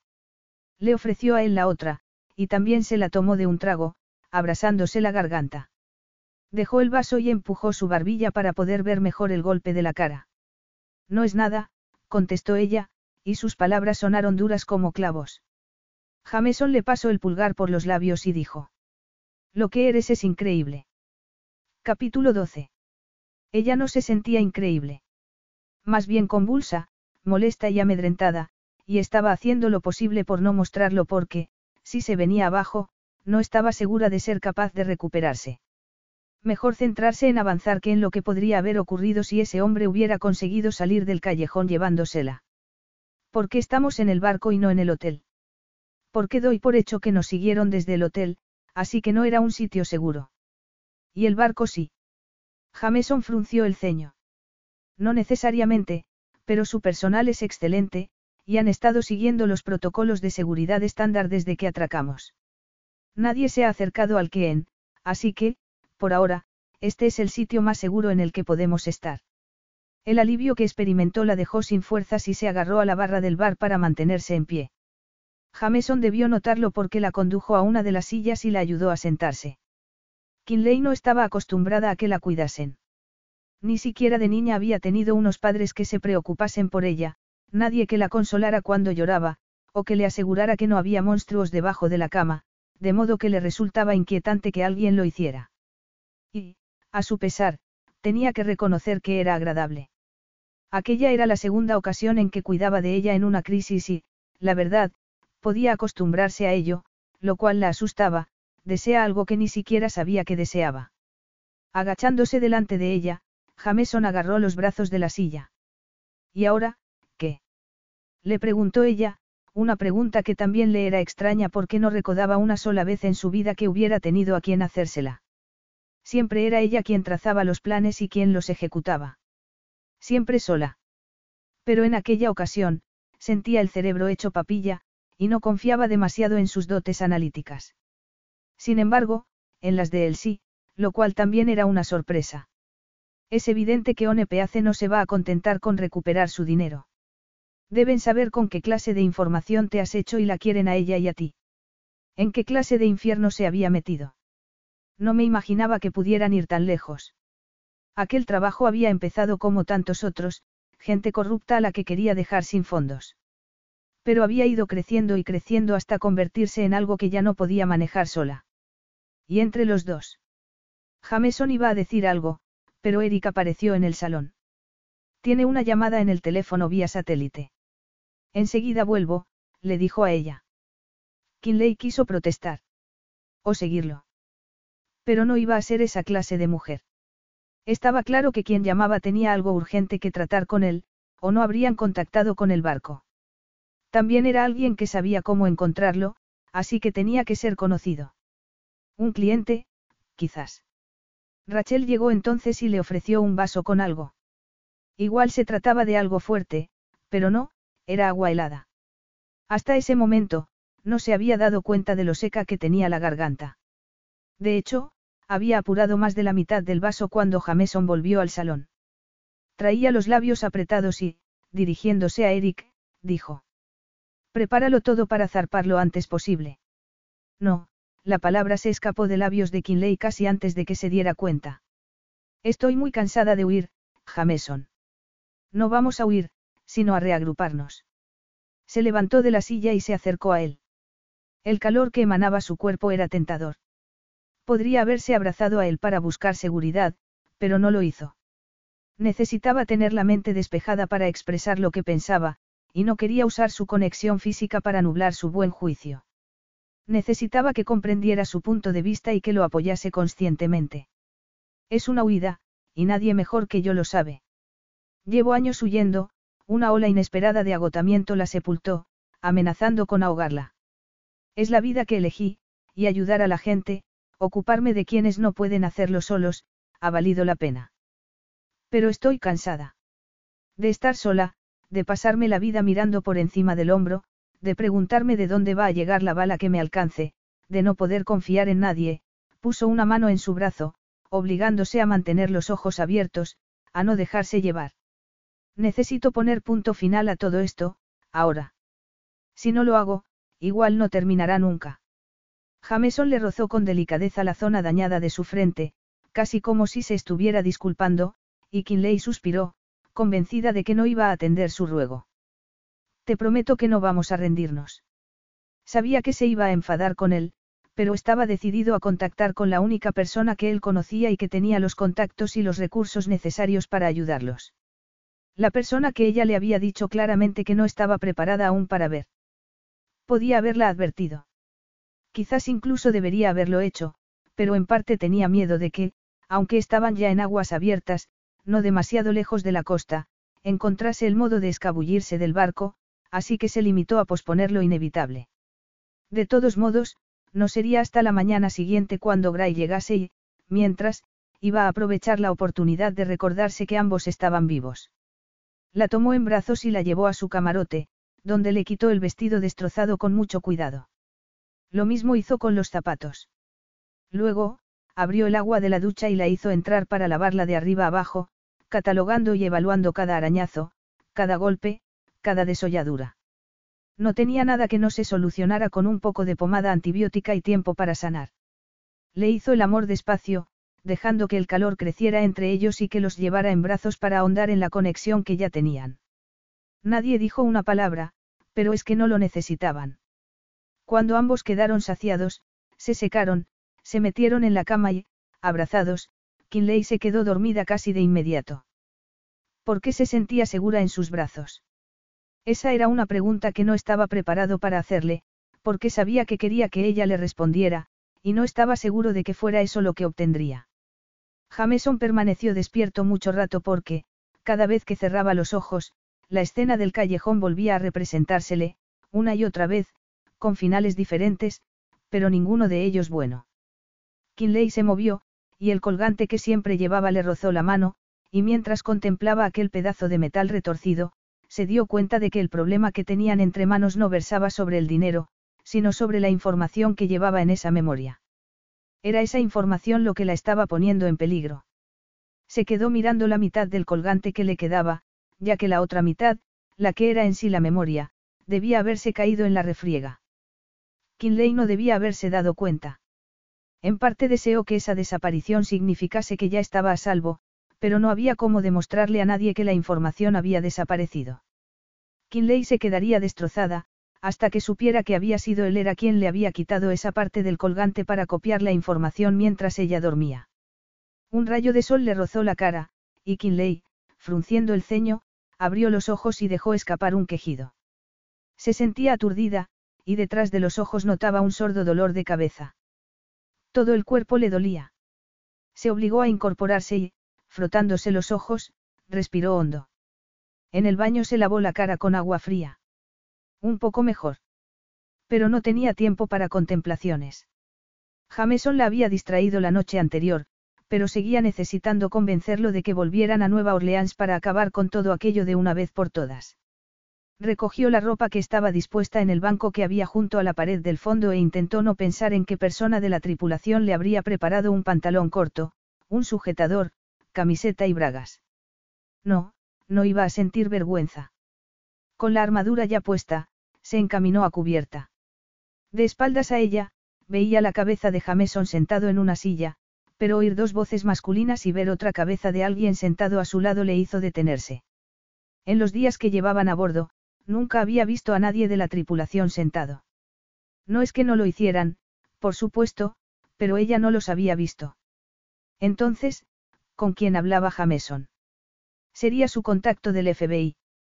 Le ofreció a él la otra, y también se la tomó de un trago, abrasándose la garganta. Dejó el vaso y empujó su barbilla para poder ver mejor el golpe de la cara. No es nada, contestó ella, y sus palabras sonaron duras como clavos. Jameson le pasó el pulgar por los labios y dijo: «Lo que eres es increíble». Capítulo doce. Ella no se sentía increíble. Más bien convulsa, molesta y amedrentada, y estaba haciendo lo posible por no mostrarlo porque, si se venía abajo, no estaba segura de ser capaz de recuperarse. Mejor centrarse en avanzar que en lo que podría haber ocurrido si ese hombre hubiera conseguido salir del callejón llevándosela. ¿Por qué estamos en el barco y no en el hotel? Porque doy por hecho que nos siguieron desde el hotel, así que no era un sitio seguro. Y el barco sí. Jameson frunció el ceño. No necesariamente, pero su personal es excelente, y han estado siguiendo los protocolos de seguridad estándar desde que atracamos. Nadie se ha acercado al Queen, así que, por ahora, este es el sitio más seguro en el que podemos estar. El alivio que experimentó la dejó sin fuerzas y se agarró a la barra del bar para mantenerse en pie. Jameson debió notarlo porque la condujo a una de las sillas y la ayudó a sentarse. Kinley no estaba acostumbrada a que la cuidasen. Ni siquiera de niña había tenido unos padres que se preocupasen por ella, nadie que la consolara cuando lloraba, o que le asegurara que no había monstruos debajo de la cama, de modo que le resultaba inquietante que alguien lo hiciera. Y, a su pesar, tenía que reconocer que era agradable. Aquella era la segunda ocasión en que cuidaba de ella en una crisis y, la verdad, podía acostumbrarse a ello, lo cual la asustaba, desea algo que ni siquiera sabía que deseaba. Agachándose delante de ella, Jameson agarró los brazos de la silla. ¿Y ahora, qué? Le preguntó ella, una pregunta que también le era extraña porque no recordaba una sola vez en su vida que hubiera tenido a quien hacérsela. Siempre era ella quien trazaba los planes y quien los ejecutaba. Siempre sola. Pero en aquella ocasión, sentía el cerebro hecho papilla, y no confiaba demasiado en sus dotes analíticas. Sin embargo, en las de él sí, lo cual también era una sorpresa. Es evidente que One Peace no se va a contentar con recuperar su dinero. Deben saber con qué clase de información te has hecho y la quieren a ella y a ti. ¿En qué clase de infierno se había metido? No me imaginaba que pudieran ir tan lejos. Aquel trabajo había empezado como tantos otros, gente corrupta a la que quería dejar sin fondos. Pero había ido creciendo y creciendo hasta convertirse en algo que ya no podía manejar sola. Y entre los dos. Jameson iba a decir algo, pero Eric apareció en el salón. Tiene una llamada en el teléfono vía satélite. Enseguida vuelvo, le dijo a ella. Kinley quiso protestar. O seguirlo. Pero no iba a ser esa clase de mujer. Estaba claro que quien llamaba tenía algo urgente que tratar con él, o no habrían contactado con el barco. También era alguien que sabía cómo encontrarlo, así que tenía que ser conocido. Un cliente, quizás. Rachel llegó entonces y le ofreció un vaso con algo. Igual se trataba de algo fuerte, pero no, era agua helada. Hasta ese momento, no se había dado cuenta de lo seca que tenía la garganta. De hecho, había apurado más de la mitad del vaso cuando Jameson volvió al salón. Traía los labios apretados y, dirigiéndose a Eric, dijo. Prepáralo todo para zarpar lo antes posible. No, la palabra se escapó de labios de Kinley casi antes de que se diera cuenta. Estoy muy cansada de huir, Jameson. No vamos a huir, sino a reagruparnos. Se levantó de la silla y se acercó a él. El calor que emanaba su cuerpo era tentador. Podría haberse abrazado a él para buscar seguridad, pero no lo hizo. Necesitaba tener la mente despejada para expresar lo que pensaba, y no quería usar su conexión física para nublar su buen juicio. Necesitaba que comprendiera su punto de vista y que lo apoyase conscientemente. Es una huida, y nadie mejor que yo lo sabe. Llevo años huyendo, una ola inesperada de agotamiento la sepultó, amenazando con ahogarla. Es la vida que elegí, y ayudar a la gente, ocuparme de quienes no pueden hacerlo solos, ha valido la pena. Pero estoy cansada. De estar sola, de pasarme la vida mirando por encima del hombro, de preguntarme de dónde va a llegar la bala que me alcance, de no poder confiar en nadie, puso una mano en su brazo, obligándose a mantener los ojos abiertos, a no dejarse llevar. Necesito poner punto final a todo esto, ahora. Si no lo hago, igual no terminará nunca. Jameson le rozó con delicadeza la zona dañada de su frente, casi como si se estuviera disculpando, y Kinley suspiró, convencida de que no iba a atender su ruego. Te prometo que no vamos a rendirnos. Sabía que se iba a enfadar con él, pero estaba decidido a contactar con la única persona que él conocía y que tenía los contactos y los recursos necesarios para ayudarlos. La persona que ella le había dicho claramente que no estaba preparada aún para ver. Podía haberla advertido. Quizás incluso debería haberlo hecho, pero en parte tenía miedo de que, aunque estaban ya en aguas abiertas, no demasiado lejos de la costa, encontrase el modo de escabullirse del barco, así que se limitó a posponer lo inevitable. De todos modos, no sería hasta la mañana siguiente cuando Gray llegase y, mientras, iba a aprovechar la oportunidad de recordarse que ambos estaban vivos. La tomó en brazos y la llevó a su camarote, donde le quitó el vestido destrozado con mucho cuidado. Lo mismo hizo con los zapatos. Luego, abrió el agua de la ducha y la hizo entrar para lavarla de arriba abajo, catalogando y evaluando cada arañazo, cada golpe, cada desolladura. No tenía nada que no se solucionara con un poco de pomada antibiótica y tiempo para sanar. Le hizo el amor despacio, dejando que el calor creciera entre ellos y que los llevara en brazos para ahondar en la conexión que ya tenían. Nadie dijo una palabra, pero es que no lo necesitaban. Cuando ambos quedaron saciados, se secaron, se metieron en la cama y, abrazados, Kinley se quedó dormida casi de inmediato. ¿Por qué se sentía segura en sus brazos? Esa era una pregunta que no estaba preparado para hacerle, porque sabía que quería que ella le respondiera, y no estaba seguro de que fuera eso lo que obtendría. Jameson permaneció despierto mucho rato porque, cada vez que cerraba los ojos, la escena del callejón volvía a representársele, una y otra vez, con finales diferentes, pero ninguno de ellos bueno. Kinley se movió, y el colgante que siempre llevaba le rozó la mano, y mientras contemplaba aquel pedazo de metal retorcido, se dio cuenta de que el problema que tenían entre manos no versaba sobre el dinero, sino sobre la información que llevaba en esa memoria. Era esa información lo que la estaba poniendo en peligro. Se quedó mirando la mitad del colgante que le quedaba, ya que la otra mitad, la que era en sí la memoria, debía haberse caído en la refriega. Kinley no debía haberse dado cuenta. En parte deseó que esa desaparición significase que ya estaba a salvo, pero no había cómo demostrarle a nadie que la información había desaparecido. Kinley se quedaría destrozada, hasta que supiera que había sido él era quien le había quitado esa parte del colgante para copiar la información mientras ella dormía. Un rayo de sol le rozó la cara, y Kinley, frunciendo el ceño, abrió los ojos y dejó escapar un quejido. Se sentía aturdida, y detrás de los ojos notaba un sordo dolor de cabeza. Todo el cuerpo le dolía. Se obligó a incorporarse y, frotándose los ojos, respiró hondo. En el baño se lavó la cara con agua fría. Un poco mejor. Pero no tenía tiempo para contemplaciones. Jameson la había distraído la noche anterior, pero seguía necesitando convencerlo de que volvieran a Nueva Orleans para acabar con todo aquello de una vez por todas. Recogió la ropa que estaba dispuesta en el banco que había junto a la pared del fondo e intentó no pensar en qué persona de la tripulación le habría preparado un pantalón corto, un sujetador, camiseta y bragas. No, no iba a sentir vergüenza. Con la armadura ya puesta, se encaminó a cubierta. De espaldas a ella, veía la cabeza de Jameson sentado en una silla, pero oír dos voces masculinas y ver otra cabeza de alguien sentado a su lado le hizo detenerse. En los días que llevaban a bordo, nunca había visto a nadie de la tripulación sentado. No es que no lo hicieran, por supuesto, pero ella no los había visto. Entonces, ¿con quién hablaba Jameson? Sería su contacto del F B I.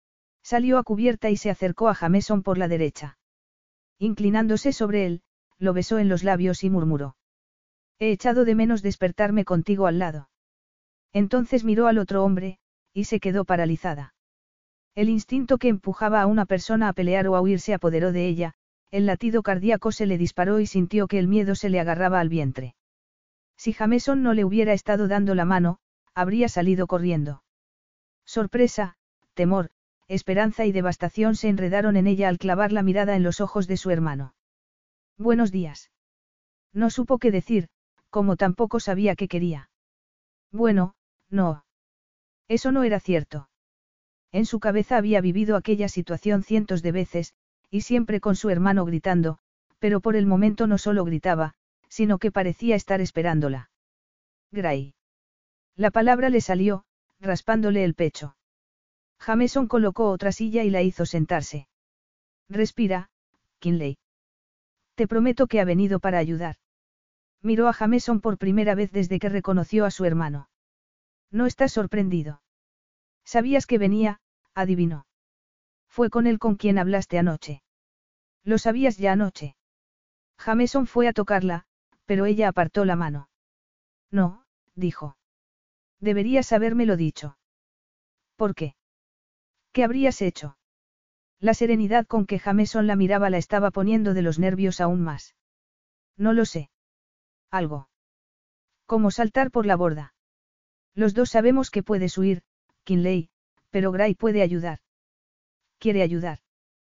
Salió a cubierta y se acercó a Jameson por la derecha. Inclinándose sobre él, lo besó en los labios y murmuró: «He echado de menos despertarme contigo al lado». Entonces miró al otro hombre, y se quedó paralizada. El instinto que empujaba a una persona a pelear o a huir se apoderó de ella, el latido cardíaco se le disparó y sintió que el miedo se le agarraba al vientre. Si Jameson no le hubiera estado dando la mano, habría salido corriendo. Sorpresa, temor, esperanza y devastación se enredaron en ella al clavar la mirada en los ojos de su hermano. «Buenos días». No supo qué decir, como tampoco sabía qué quería. Bueno, no. Eso no era cierto. En su cabeza había vivido aquella situación cientos de veces, y siempre con su hermano gritando, pero por el momento no solo gritaba, sino que parecía estar esperándola. Gray. La palabra le salió, raspándole el pecho. Jameson colocó otra silla y la hizo sentarse. «Respira, Kinley. Te prometo que ha venido para ayudar». Miró a Jameson por primera vez desde que reconoció a su hermano. «¿No estás sorprendido? Sabías que venía», adivinó. «Fue con él con quien hablaste anoche». «Lo sabías ya anoche». Jameson fue a tocarla, pero ella apartó la mano. «No», dijo. «Deberías habérmelo dicho». «¿Por qué? ¿Qué habrías hecho?». La serenidad con que Jameson la miraba la estaba poniendo de los nervios aún más. «No lo sé. Algo. Como saltar por la borda. Los dos sabemos que puedes huir, Kinley, pero Gray puede ayudar». «¿Quiere ayudar?».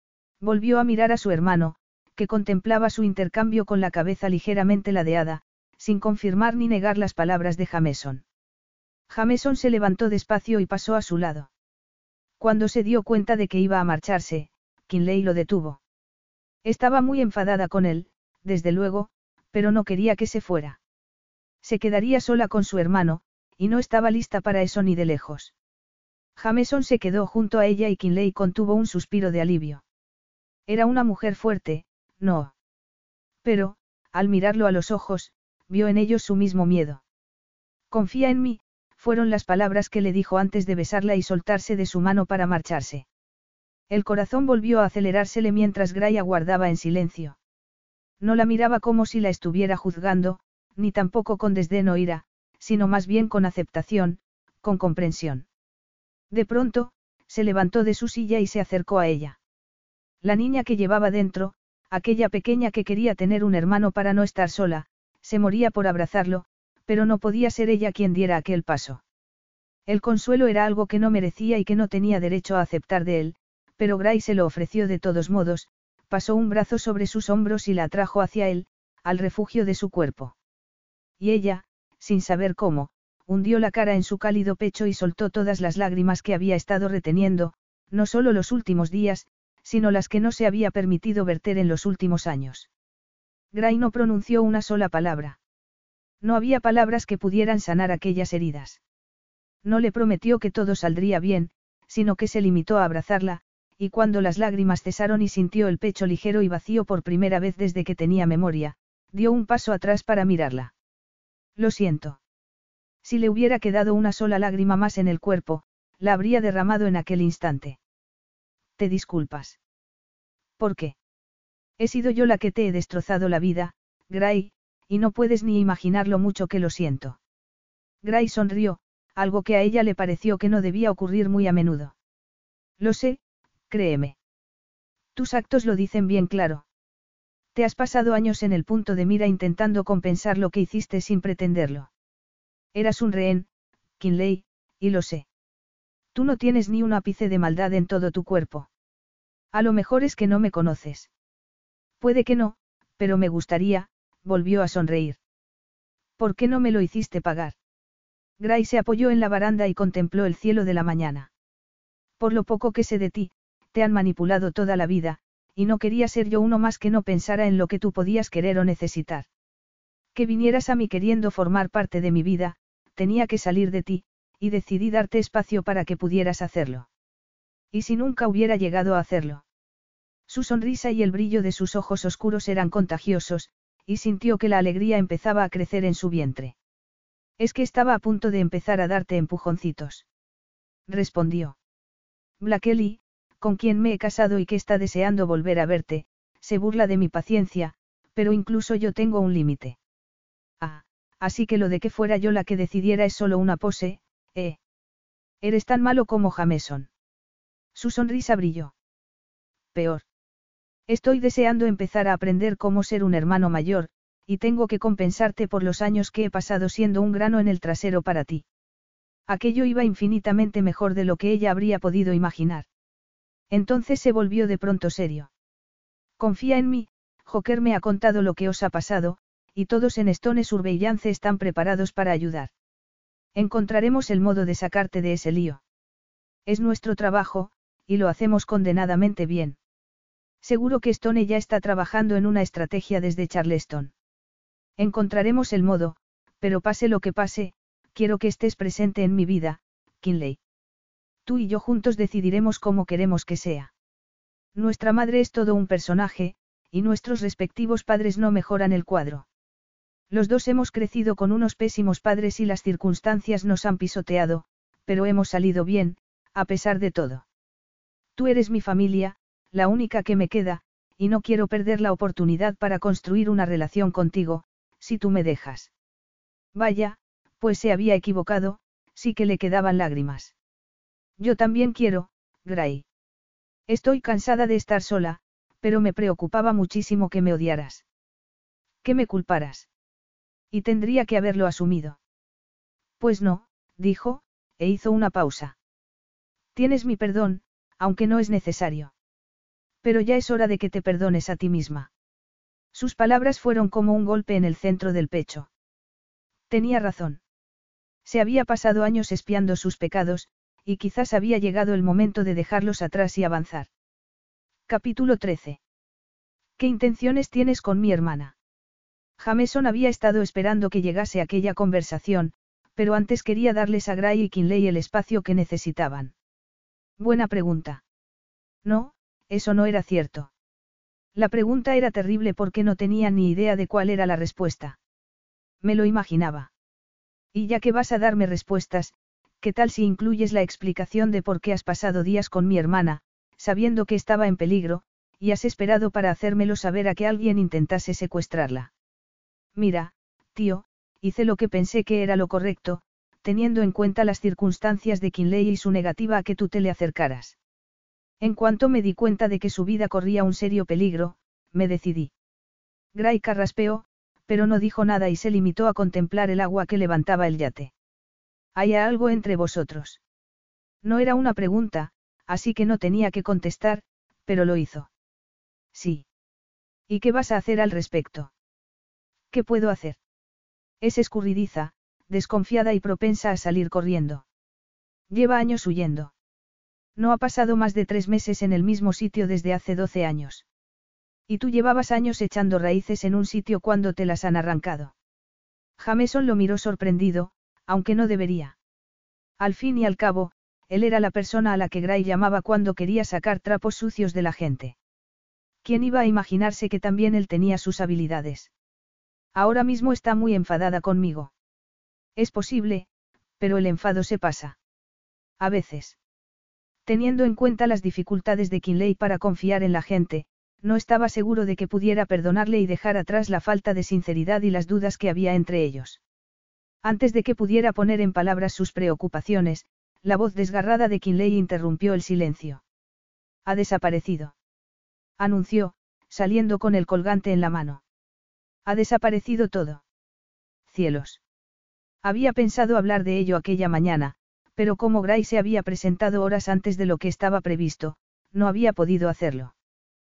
Volvió a mirar a su hermano, que contemplaba su intercambio con la cabeza ligeramente ladeada, sin confirmar ni negar las palabras de Jameson. Jameson se levantó despacio y pasó a su lado. Cuando se dio cuenta de que iba a marcharse, Kinley lo detuvo. Estaba muy enfadada con él, desde luego, pero no quería que se fuera. Se quedaría sola con su hermano, y no estaba lista para eso ni de lejos. Jameson se quedó junto a ella y Kinley contuvo un suspiro de alivio. Era una mujer fuerte, no. Pero, al mirarlo a los ojos, vio en ellos su mismo miedo. Confía en mí, fueron las palabras que le dijo antes de besarla y soltarse de su mano para marcharse. El corazón volvió a acelerársele mientras Gray aguardaba en silencio. No la miraba como si la estuviera juzgando, ni tampoco con desdén o ira, sino más bien con aceptación, con comprensión. De pronto, se levantó de su silla y se acercó a ella. La niña que llevaba dentro, aquella pequeña que quería tener un hermano para no estar sola, se moría por abrazarlo, pero no podía ser ella quien diera aquel paso. El consuelo era algo que no merecía y que no tenía derecho a aceptar de él, pero Gray se lo ofreció de todos modos, pasó un brazo sobre sus hombros y la atrajo hacia él, al refugio de su cuerpo. Y ella, sin saber cómo, hundió la cara en su cálido pecho y soltó todas las lágrimas que había estado reteniendo, no solo los últimos días, sino las que no se había permitido verter en los últimos años. Gray no pronunció una sola palabra. No había palabras que pudieran sanar aquellas heridas. No le prometió que todo saldría bien, sino que se limitó a abrazarla, y cuando las lágrimas cesaron y sintió el pecho ligero y vacío por primera vez desde que tenía memoria, dio un paso atrás para mirarla. Lo siento. Si le hubiera quedado una sola lágrima más en el cuerpo, la habría derramado en aquel instante. ¿Te disculpas? ¿Por qué? He sido yo la que te he destrozado la vida, Gray, y no puedes ni imaginar lo mucho que lo siento. Gray sonrió, algo que a ella le pareció que no debía ocurrir muy a menudo. Lo sé, créeme. Tus actos lo dicen bien claro. Te has pasado años en el punto de mira intentando compensar lo que hiciste sin pretenderlo. Eras un rehén, Kinley, y lo sé. Tú no tienes ni un ápice de maldad en todo tu cuerpo. A lo mejor es que no me conoces. Puede que no, pero me gustaría, volvió a sonreír. ¿Por qué no me lo hiciste pagar? Gray se apoyó en la baranda y contempló el cielo de la mañana. Por lo poco que sé de ti, te han manipulado toda la vida, y no quería ser yo uno más que no pensara en lo que tú podías querer o necesitar. Que vinieras a mí queriendo formar parte de mi vida, tenía que salir de ti, y decidí darte espacio para que pudieras hacerlo. ¿Y si nunca hubiera llegado a hacerlo? Su sonrisa y el brillo de sus ojos oscuros eran contagiosos, y sintió que la alegría empezaba a crecer en su vientre. Es que estaba a punto de empezar a darte empujoncitos. Respondió. Blackeley, con quien me he casado y que está deseando volver a verte, se burla de mi paciencia, pero incluso yo tengo un límite. Ah, así que lo de que fuera yo la que decidiera es solo una pose, ¿eh? Eres tan malo como Jameson. Su sonrisa brilló. Peor. Estoy deseando empezar a aprender cómo ser un hermano mayor, y tengo que compensarte por los años que he pasado siendo un grano en el trasero para ti. Aquello iba infinitamente mejor de lo que ella habría podido imaginar. Entonces se volvió de pronto serio. Confía en mí, Joker me ha contado lo que os ha pasado, y todos en Stone Surveillance están preparados para ayudar. Encontraremos el modo de sacarte de ese lío. Es nuestro trabajo, y lo hacemos condenadamente bien. Seguro que Stone ya está trabajando en una estrategia desde Charleston. Encontraremos el modo, pero pase lo que pase, quiero que estés presente en mi vida, Kinley. Tú y yo juntos decidiremos cómo queremos que sea. Nuestra madre es todo un personaje, y nuestros respectivos padres no mejoran el cuadro. Los dos hemos crecido con unos pésimos padres y las circunstancias nos han pisoteado, pero hemos salido bien, a pesar de todo. Tú eres mi familia, la única que me queda, y no quiero perder la oportunidad para construir una relación contigo, si tú me dejas. Vaya, pues se había equivocado, sí que le quedaban lágrimas. Yo también quiero, Gray. Estoy cansada de estar sola, pero me preocupaba muchísimo que me odiaras. Que me culparas. Y tendría que haberlo asumido. Pues no, dijo, e hizo una pausa. Tienes mi perdón, aunque no es necesario. Pero ya es hora de que te perdones a ti misma. Sus palabras fueron como un golpe en el centro del pecho. Tenía razón. Se había pasado años espiando sus pecados, y quizás había llegado el momento de dejarlos atrás y avanzar. Capítulo trece. ¿Qué intenciones tienes con mi hermana? Jameson había estado esperando que llegase aquella conversación, pero antes quería darles a Gray y Kinley el espacio que necesitaban. Buena pregunta. No, eso no era cierto. La pregunta era terrible porque no tenía ni idea de cuál era la respuesta. Me lo imaginaba. Y ya que vas a darme respuestas, ¿qué tal si incluyes la explicación de por qué has pasado días con mi hermana, sabiendo que estaba en peligro, y has esperado para hacérmelo saber a que alguien intentase secuestrarla? Mira, tío, hice lo que pensé que era lo correcto, teniendo en cuenta las circunstancias de Kinley y su negativa a que tú te le acercaras. En cuanto me di cuenta de que su vida corría un serio peligro, me decidí. Gray carraspeó, pero no dijo nada y se limitó a contemplar el agua que levantaba el yate. ¿Hay algo entre vosotros? No era una pregunta, así que no tenía que contestar, pero lo hizo. Sí. ¿Y qué vas a hacer al respecto? ¿Qué puedo hacer? Es escurridiza, desconfiada y propensa a salir corriendo. Lleva años huyendo. No ha pasado más de tres meses en el mismo sitio desde hace doce años. Y tú llevabas años echando raíces en un sitio cuando te las han arrancado. Jameson lo miró sorprendido, aunque no debería. Al fin y al cabo, él era la persona a la que Gray llamaba cuando quería sacar trapos sucios de la gente. ¿Quién iba a imaginarse que también él tenía sus habilidades? Ahora mismo está muy enfadada conmigo. Es posible, pero el enfado se pasa. A veces. Teniendo en cuenta las dificultades de Kinley para confiar en la gente, no estaba seguro de que pudiera perdonarle y dejar atrás la falta de sinceridad y las dudas que había entre ellos. Antes de que pudiera poner en palabras sus preocupaciones, la voz desgarrada de Kinley interrumpió el silencio. Ha desaparecido. Anunció, saliendo con el colgante en la mano. Ha desaparecido todo. Cielos. Había pensado hablar de ello aquella mañana, pero como Gray se había presentado horas antes de lo que estaba previsto, no había podido hacerlo.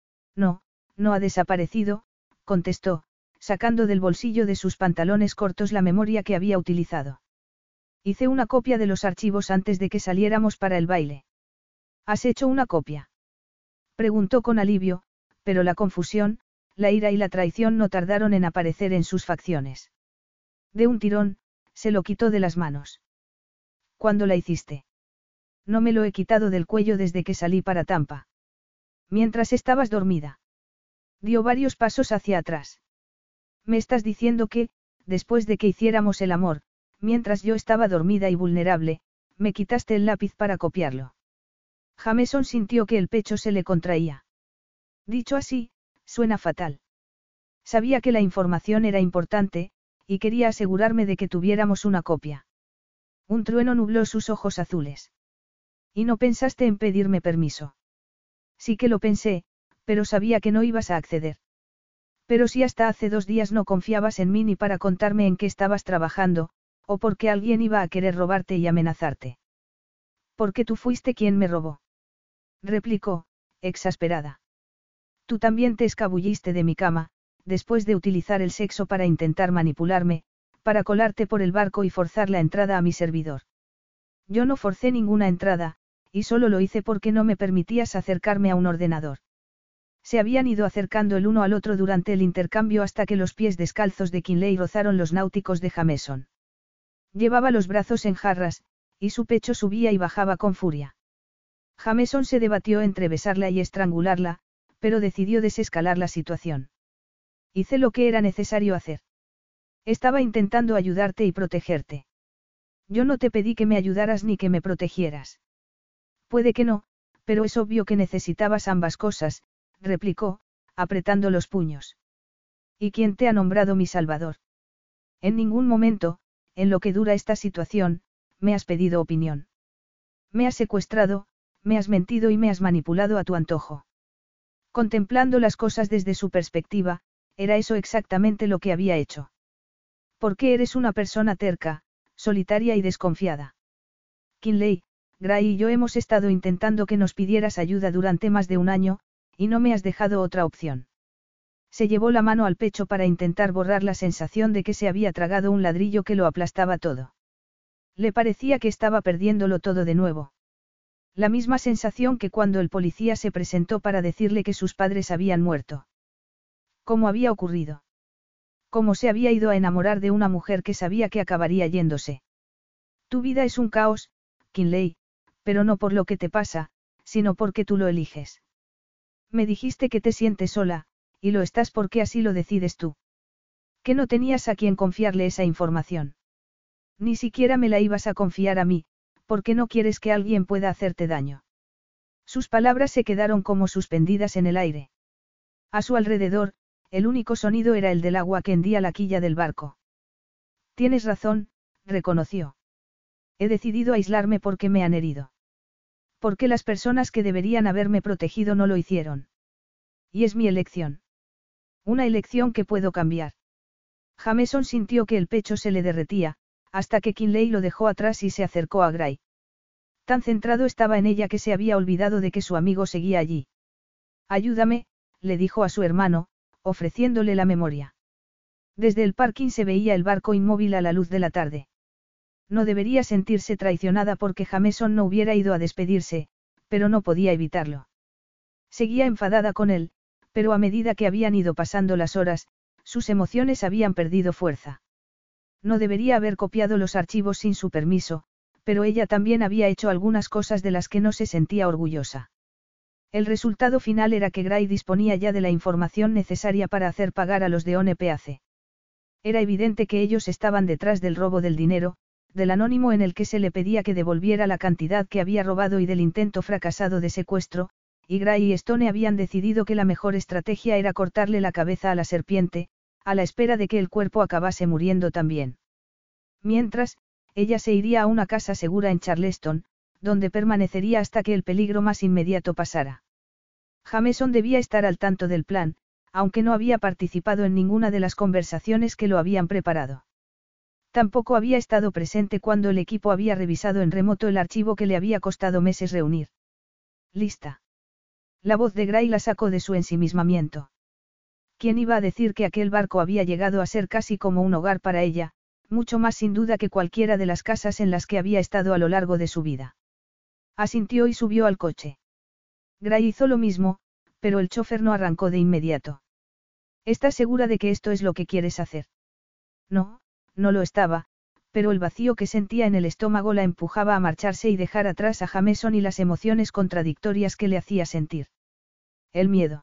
No, no ha desaparecido, contestó, sacando del bolsillo de sus pantalones cortos la memoria que había utilizado. Hice una copia de los archivos antes de que saliéramos para el baile. ¿Has hecho una copia? Preguntó con alivio, pero la confusión, la ira y la traición no tardaron en aparecer en sus facciones. De un tirón, se lo quitó de las manos. ¿Cuándo la hiciste? No me lo he quitado del cuello desde que salí para Tampa. Mientras estabas dormida. Dio varios pasos hacia atrás. Me estás diciendo que, después de que hiciéramos el amor, mientras yo estaba dormida y vulnerable, me quitaste el lápiz para copiarlo. Jameson sintió que el pecho se le contraía. Dicho así, suena fatal. Sabía que la información era importante, y quería asegurarme de que tuviéramos una copia. Un trueno nubló sus ojos azules. ¿Y no pensaste en pedirme permiso? Sí que lo pensé, pero sabía que no ibas a acceder. Pero si hasta hace dos días no confiabas en mí ni para contarme en qué estabas trabajando, o porque alguien iba a querer robarte y amenazarte. Porque tú fuiste quien me robó. Replicó, exasperada. Tú también te escabulliste de mi cama, después de utilizar el sexo para intentar manipularme, para colarte por el barco y forzar la entrada a mi servidor. Yo no forcé ninguna entrada, y solo lo hice porque no me permitías acercarme a un ordenador. Se habían ido acercando el uno al otro durante el intercambio hasta que los pies descalzos de Kinley rozaron los náuticos de Jameson. Llevaba los brazos en jarras, y su pecho subía y bajaba con furia. Jameson se debatió entre besarla y estrangularla, pero decidió desescalar la situación. Hice lo que era necesario hacer. Estaba intentando ayudarte y protegerte. Yo no te pedí que me ayudaras ni que me protegieras. Puede que no, pero es obvio que necesitabas ambas cosas, replicó, apretando los puños. ¿Y quién te ha nombrado mi salvador? En ningún momento, en lo que dura esta situación, me has pedido opinión. Me has secuestrado, me has mentido y me has manipulado a tu antojo. Contemplando las cosas desde su perspectiva, era eso exactamente lo que había hecho. Porque eres una persona terca, solitaria y desconfiada. Kinley, Gray y yo hemos estado intentando que nos pidieras ayuda durante más de un año, y no me has dejado otra opción. Se llevó la mano al pecho para intentar borrar la sensación de que se había tragado un ladrillo que lo aplastaba todo. Le parecía que estaba perdiéndolo todo de nuevo. La misma sensación que cuando el policía se presentó para decirle que sus padres habían muerto. ¿Cómo había ocurrido? ¿Cómo se había ido a enamorar de una mujer que sabía que acabaría yéndose? Tu vida es un caos, Kinley, pero no por lo que te pasa, sino porque tú lo eliges. Me dijiste que te sientes sola, y lo estás porque así lo decides tú. Que no tenías a quien confiarle esa información. Ni siquiera me la ibas a confiar a mí, porque no quieres que alguien pueda hacerte daño. Sus palabras se quedaron como suspendidas en el aire. A su alrededor, el único sonido era el del agua que hendía la quilla del barco. Tienes razón, reconoció. He decidido aislarme porque me han herido. Porque las personas que deberían haberme protegido no lo hicieron. Y es mi elección. Una elección que puedo cambiar. Jameson sintió que el pecho se le derretía, hasta que Kinley lo dejó atrás y se acercó a Gray. Tan centrado estaba en ella que se había olvidado de que su amigo seguía allí. Ayúdame, le dijo a su hermano, ofreciéndole la memoria. Desde el parking se veía el barco inmóvil a la luz de la tarde. No debería sentirse traicionada porque Jameson no hubiera ido a despedirse, pero no podía evitarlo. Seguía enfadada con él, pero a medida que habían ido pasando las horas, sus emociones habían perdido fuerza. No debería haber copiado los archivos sin su permiso, pero ella también había hecho algunas cosas de las que no se sentía orgullosa. El resultado final era que Gray disponía ya de la información necesaria para hacer pagar a los de O N P A C. Era evidente que ellos estaban detrás del robo del dinero, del anónimo en el que se le pedía que devolviera la cantidad que había robado y del intento fracasado de secuestro, y Gray y Stone habían decidido que la mejor estrategia era cortarle la cabeza a la serpiente, a la espera de que el cuerpo acabase muriendo también. Mientras, ella se iría a una casa segura en Charleston, donde permanecería hasta que el peligro más inmediato pasara. Jameson debía estar al tanto del plan, aunque no había participado en ninguna de las conversaciones que lo habían preparado. Tampoco había estado presente cuando el equipo había revisado en remoto el archivo que le había costado meses reunir. Lista. La voz de Gray la sacó de su ensimismamiento. ¿Quién iba a decir que aquel barco había llegado a ser casi como un hogar para ella, mucho más sin duda que cualquiera de las casas en las que había estado a lo largo de su vida? Asintió y subió al coche. Gray hizo lo mismo, pero el chofer no arrancó de inmediato. ¿Estás segura de que esto es lo que quieres hacer? No, no lo estaba, pero el vacío que sentía en el estómago la empujaba a marcharse y dejar atrás a Jameson y las emociones contradictorias que le hacía sentir. El miedo.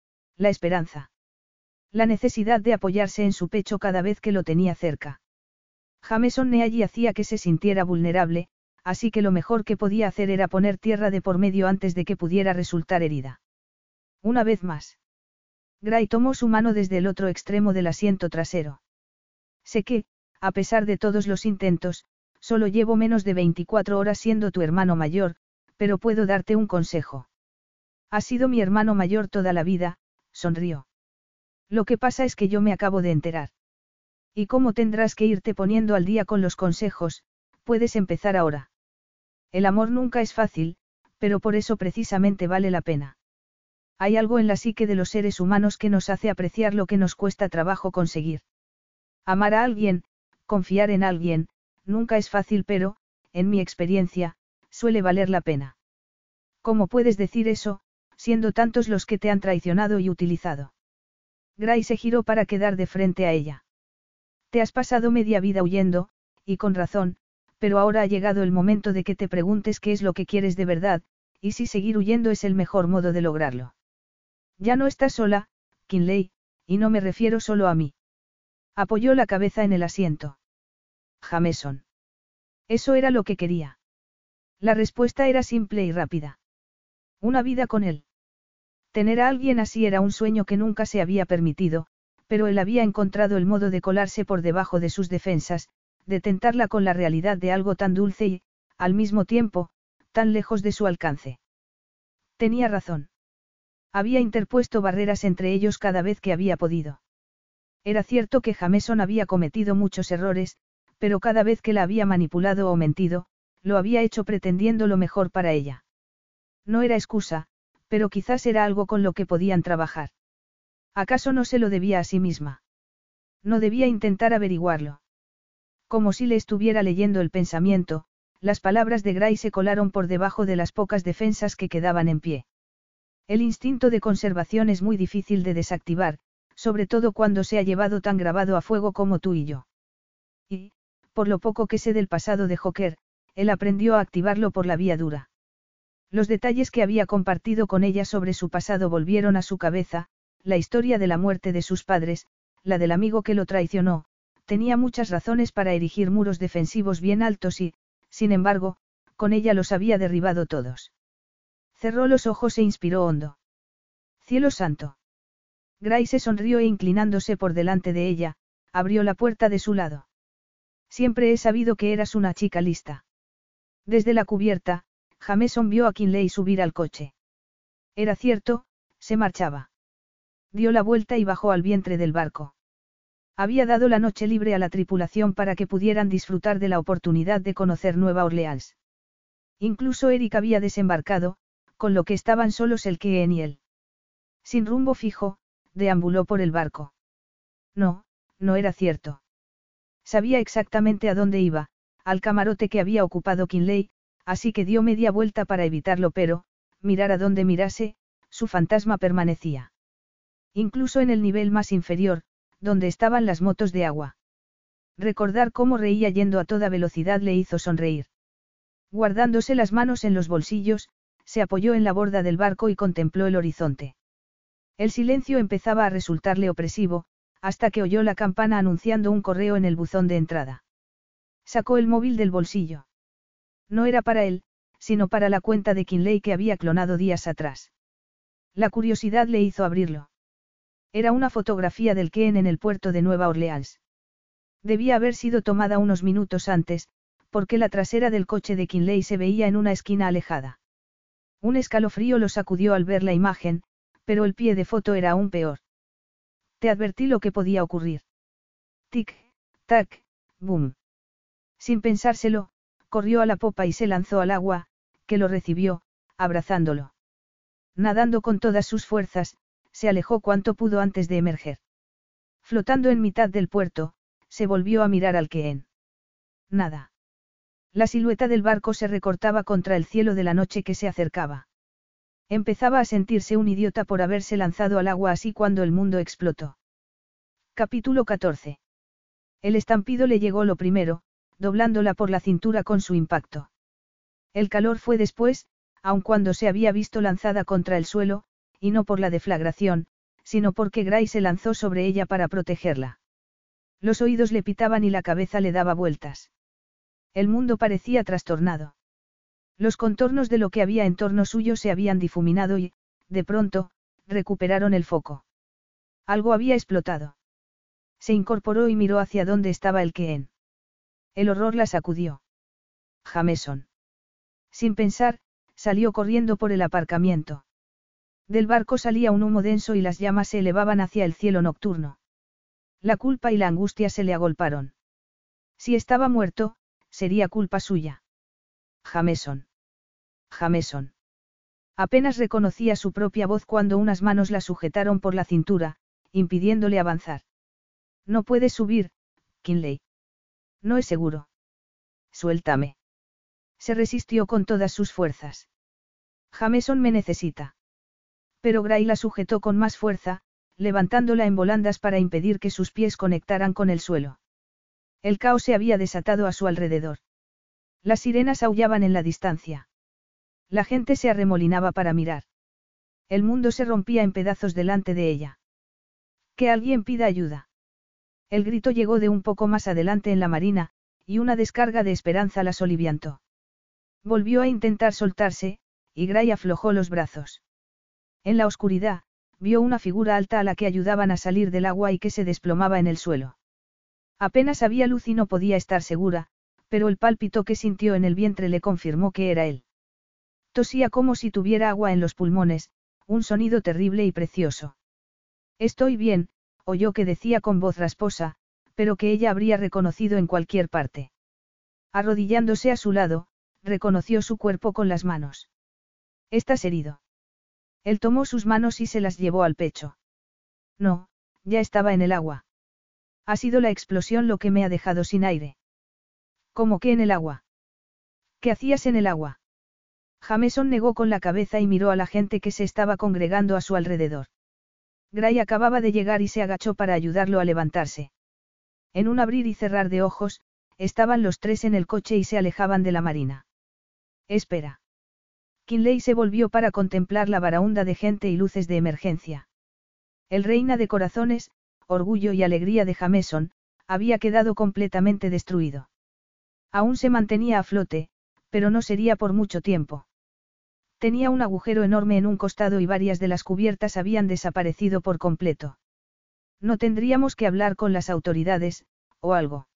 La esperanza. La necesidad de apoyarse en su pecho cada vez que lo tenía cerca. Jameson Neallí hacía que se sintiera vulnerable, así que lo mejor que podía hacer era poner tierra de por medio antes de que pudiera resultar herida. Una vez más. Gray tomó su mano desde el otro extremo del asiento trasero. Sé que, a pesar de todos los intentos, solo llevo menos de veinticuatro horas siendo tu hermano mayor, pero puedo darte un consejo. Has sido mi hermano mayor toda la vida, sonrió. Lo que pasa es que yo me acabo de enterar. Y como tendrás que irte poniendo al día con los consejos, puedes empezar ahora. El amor nunca es fácil, pero por eso precisamente vale la pena. Hay algo en la psique de los seres humanos que nos hace apreciar lo que nos cuesta trabajo conseguir. Amar a alguien, confiar en alguien, nunca es fácil pero, en mi experiencia, suele valer la pena. ¿Cómo puedes decir eso, siendo tantos los que te han traicionado y utilizado? Gray se giró para quedar de frente a ella. Te has pasado media vida huyendo, y con razón, pero ahora ha llegado el momento de que te preguntes qué es lo que quieres de verdad, y si seguir huyendo es el mejor modo de lograrlo. Ya no estás sola, Kinley, y no me refiero solo a mí. Apoyó la cabeza en el asiento. Jameson. Eso era lo que quería. La respuesta era simple y rápida. Una vida con él. Tener a alguien así era un sueño que nunca se había permitido, pero él había encontrado el modo de colarse por debajo de sus defensas, de tentarla con la realidad de algo tan dulce y, al mismo tiempo, tan lejos de su alcance. Tenía razón. Había interpuesto barreras entre ellos cada vez que había podido. Era cierto que Jameson había cometido muchos errores, pero cada vez que la había manipulado o mentido, lo había hecho pretendiendo lo mejor para ella. No era excusa, pero quizás era algo con lo que podían trabajar. ¿Acaso no se lo debía a sí misma? No debía intentar averiguarlo. Como si le estuviera leyendo el pensamiento, las palabras de Gray se colaron por debajo de las pocas defensas que quedaban en pie. El instinto de conservación es muy difícil de desactivar, sobre todo cuando se ha llevado tan grabado a fuego como tú y yo. Y, por lo poco que sé del pasado de Joker, él aprendió a activarlo por la vía dura. Los detalles que había compartido con ella sobre su pasado volvieron a su cabeza, la historia de la muerte de sus padres, la del amigo que lo traicionó, tenía muchas razones para erigir muros defensivos bien altos y, sin embargo, con ella los había derribado todos. Cerró los ojos e inspiró hondo. Cielo santo. Gray se sonrió e inclinándose por delante de ella, abrió la puerta de su lado. Siempre he sabido que eras una chica lista. Desde la cubierta, Jameson vio a Kinley subir al coche. Era cierto, se marchaba. Dio la vuelta y bajó al vientre del barco. Había dado la noche libre a la tripulación para que pudieran disfrutar de la oportunidad de conocer Nueva Orleans. Incluso Eric había desembarcado, con lo que estaban solos el Keen y él. Sin rumbo fijo, deambuló por el barco. No, no era cierto. Sabía exactamente a dónde iba, al camarote que había ocupado Kinley, así que dio media vuelta para evitarlo, pero, mirar a donde mirase, su fantasma permanecía. Incluso en el nivel más inferior, donde estaban las motos de agua. Recordar cómo reía yendo a toda velocidad le hizo sonreír. Guardándose las manos en los bolsillos, se apoyó en la borda del barco y contempló el horizonte. El silencio empezaba a resultarle opresivo, hasta que oyó la campana anunciando un correo en el buzón de entrada. Sacó el móvil del bolsillo. No era para él, sino para la cuenta de Kinley que había clonado días atrás. La curiosidad le hizo abrirlo. Era una fotografía del Keen en el puerto de Nueva Orleans. Debía haber sido tomada unos minutos antes, porque la trasera del coche de Kinley se veía en una esquina alejada. Un escalofrío lo sacudió al ver la imagen, pero el pie de foto era aún peor. Te advertí lo que podía ocurrir. Tic, tac, boom. Sin pensárselo, corrió a la popa y se lanzó al agua, que lo recibió, abrazándolo. Nadando con todas sus fuerzas, se alejó cuanto pudo antes de emerger. Flotando en mitad del puerto, se volvió a mirar al Keen. Nada. La silueta del barco se recortaba contra el cielo de la noche que se acercaba. Empezaba a sentirse un idiota por haberse lanzado al agua así cuando el mundo explotó. Capítulo catorce. El estampido le llegó lo primero, doblándola por la cintura con su impacto. El calor fue después, aun cuando se había visto lanzada contra el suelo, y no por la deflagración, sino porque Gray se lanzó sobre ella para protegerla. Los oídos le pitaban y la cabeza le daba vueltas. El mundo parecía trastornado. Los contornos de lo que había en torno suyo se habían difuminado y, de pronto, recuperaron el foco. Algo había explotado. Se incorporó y miró hacia donde estaba el Keen. El horror la sacudió. Jameson. Sin pensar, salió corriendo por el aparcamiento. Del barco salía un humo denso y las llamas se elevaban hacia el cielo nocturno. La culpa y la angustia se le agolparon. Si estaba muerto, sería culpa suya. Jameson. Jameson. Apenas reconocía su propia voz cuando unas manos la sujetaron por la cintura, impidiéndole avanzar. No puedes subir, Kinley. No es seguro. Suéltame. Se resistió con todas sus fuerzas. Jameson me necesita. Pero Gray la sujetó con más fuerza, levantándola en volandas para impedir que sus pies conectaran con el suelo. El caos se había desatado a su alrededor. Las sirenas aullaban en la distancia. La gente se arremolinaba para mirar. El mundo se rompía en pedazos delante de ella. Que alguien pida ayuda. El grito llegó de un poco más adelante en la marina, y una descarga de esperanza la soliviantó. Volvió a intentar soltarse, y Gray aflojó los brazos. En la oscuridad, vio una figura alta a la que ayudaban a salir del agua y que se desplomaba en el suelo. Apenas había luz y no podía estar segura, pero el pálpito que sintió en el vientre le confirmó que era él. Tosía como si tuviera agua en los pulmones, un sonido terrible y precioso. Estoy bien, oyó que decía con voz rasposa, pero que ella habría reconocido en cualquier parte. Arrodillándose a su lado, reconoció su cuerpo con las manos. ¿Estás herido? Él tomó sus manos y se las llevó al pecho. No, ya estaba en el agua. Ha sido la explosión lo que me ha dejado sin aire. ¿Cómo que en el agua? ¿Qué hacías en el agua? Jameson negó con la cabeza y miró a la gente que se estaba congregando a su alrededor. Gray acababa de llegar y se agachó para ayudarlo a levantarse. En un abrir y cerrar de ojos, estaban los tres en el coche y se alejaban de la marina. Espera. Kinley se volvió para contemplar la baraúnda de gente y luces de emergencia. El reina de corazones, orgullo y alegría de Jameson, había quedado completamente destruido. Aún se mantenía a flote, pero no sería por mucho tiempo. Tenía un agujero enorme en un costado y varias de las cubiertas habían desaparecido por completo. No tendríamos que hablar con las autoridades, o algo.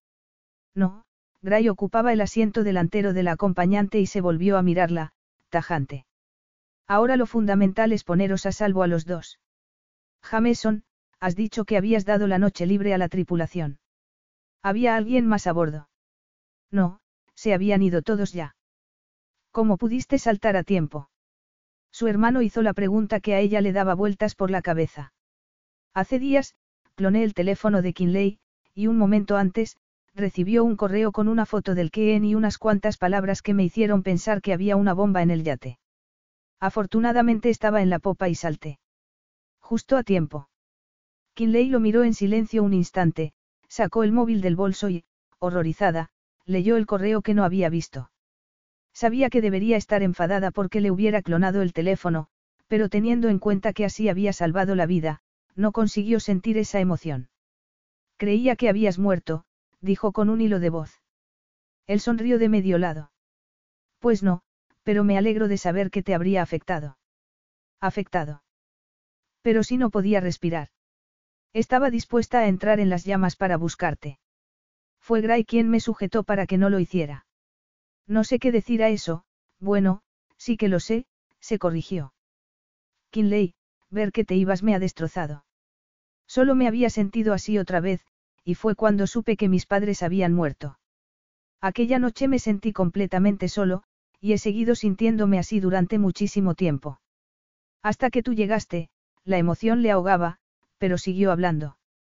No, Gray ocupaba el asiento delantero de la acompañante y se volvió a mirarla, tajante. Ahora lo fundamental es poneros a salvo a los dos. Jameson, has dicho que habías dado la noche libre a la tripulación. ¿Había alguien más a bordo? No, se habían ido todos ya. ¿Cómo pudiste saltar a tiempo? Su hermano hizo la pregunta que a ella le daba vueltas por la cabeza. Hace días, cloné el teléfono de Kinley, y un momento antes, recibió un correo con una foto del Keen y unas cuantas palabras que me hicieron pensar que había una bomba en el yate. Afortunadamente estaba en la popa y salté. Justo a tiempo. Kinley lo miró en silencio un instante, sacó el móvil del bolso y, horrorizada, leyó el correo que no había visto. Sabía que debería estar enfadada porque le hubiera clonado el teléfono, pero teniendo en cuenta que así había salvado la vida, no consiguió sentir esa emoción. Creía que habías muerto, dijo con un hilo de voz. Él sonrió de medio lado. Pues no, pero me alegro de saber que te habría afectado. Afectado. Pero si no podía respirar. Estaba dispuesta a entrar en las llamas para buscarte. Fue Gray quien me sujetó para que no lo hiciera. No sé qué decir a eso, bueno, sí que lo sé, se corrigió. Kinley, ver que te ibas me ha destrozado. Solo me había sentido así otra vez, y fue cuando supe que mis padres habían muerto. Aquella noche me sentí completamente solo, y he seguido sintiéndome así durante muchísimo tiempo. Hasta que tú llegaste, la emoción le ahogaba, pero siguió hablando.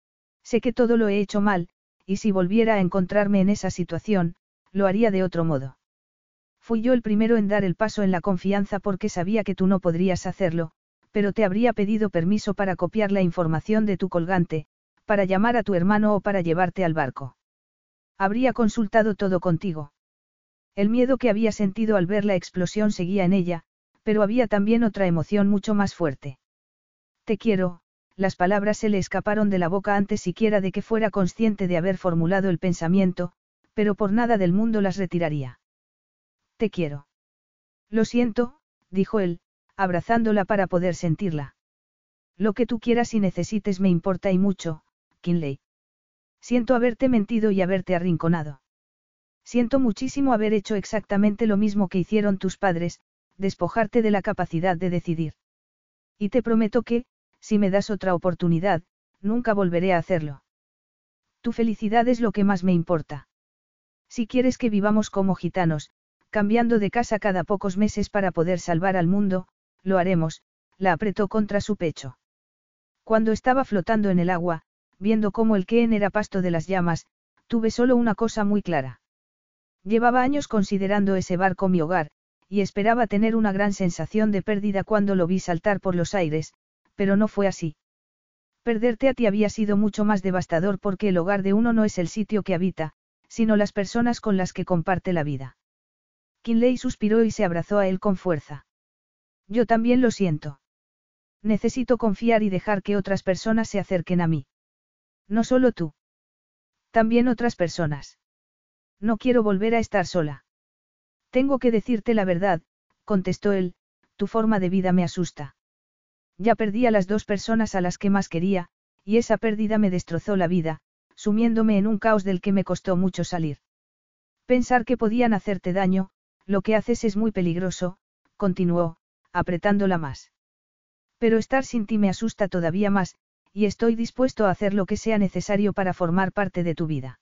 Sé que todo lo he hecho mal, y si volviera a encontrarme en esa situación, lo haría de otro modo. Fui yo el primero en dar el paso en la confianza porque sabía que tú no podrías hacerlo, pero te habría pedido permiso para copiar la información de tu colgante, para llamar a tu hermano o para llevarte al barco. Habría consultado todo contigo. El miedo que había sentido al ver la explosión seguía en ella, pero había también otra emoción mucho más fuerte. Te quiero, las palabras se le escaparon de la boca antes siquiera de que fuera consciente de haber formulado el pensamiento, pero por nada del mundo las retiraría. Te quiero. Lo siento, dijo él, abrazándola para poder sentirla. Lo que tú quieras y necesites me importa y mucho, Kinley. Siento haberte mentido y haberte arrinconado. Siento muchísimo haber hecho exactamente lo mismo que hicieron tus padres, despojarte de la capacidad de decidir. Y te prometo que, si me das otra oportunidad, nunca volveré a hacerlo. Tu felicidad es lo que más me importa. Si quieres que vivamos como gitanos, cambiando de casa cada pocos meses para poder salvar al mundo, lo haremos, la apretó contra su pecho. Cuando estaba flotando en el agua, viendo cómo el Keen era pasto de las llamas, tuve solo una cosa muy clara. Llevaba años considerando ese barco mi hogar, y esperaba tener una gran sensación de pérdida cuando lo vi saltar por los aires, pero no fue así. Perderte a ti había sido mucho más devastador porque el hogar de uno no es el sitio que habita, sino las personas con las que comparte la vida. Kinley suspiró y se abrazó a él con fuerza. Yo también lo siento. Necesito confiar y dejar que otras personas se acerquen a mí. No solo tú. También otras personas. No quiero volver a estar sola. Tengo que decirte la verdad, contestó él, tu forma de vida me asusta. Ya perdí a las dos personas a las que más quería, y esa pérdida me destrozó la vida, sumiéndome en un caos del que me costó mucho salir. Pensar que podían hacerte daño, lo que haces es muy peligroso, continuó, apretándola más. Pero estar sin ti me asusta todavía más, y estoy dispuesto a hacer lo que sea necesario para formar parte de tu vida.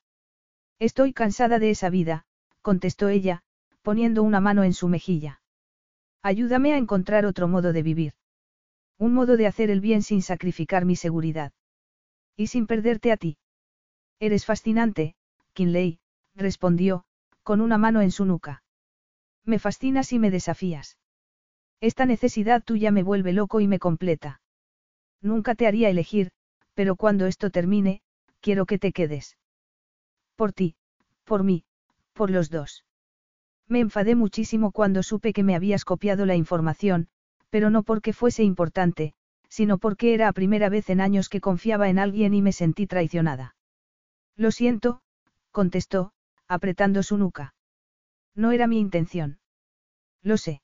Estoy cansada de esa vida, contestó ella, poniendo una mano en su mejilla. Ayúdame a encontrar otro modo de vivir. Un modo de hacer el bien sin sacrificar mi seguridad. Y sin perderte a ti. Eres fascinante, Kinley, respondió, con una mano en su nuca. Me fascinas y me desafías. Esta necesidad tuya me vuelve loco y me completa. Nunca te haría elegir, pero cuando esto termine, quiero que te quedes. Por ti, por mí, por los dos. Me enfadé muchísimo cuando supe que me habías copiado la información, pero no porque fuese importante, sino porque era la primera vez en años que confiaba en alguien y me sentí traicionada. Lo siento, contestó, apretando su nuca. No era mi intención. Lo sé.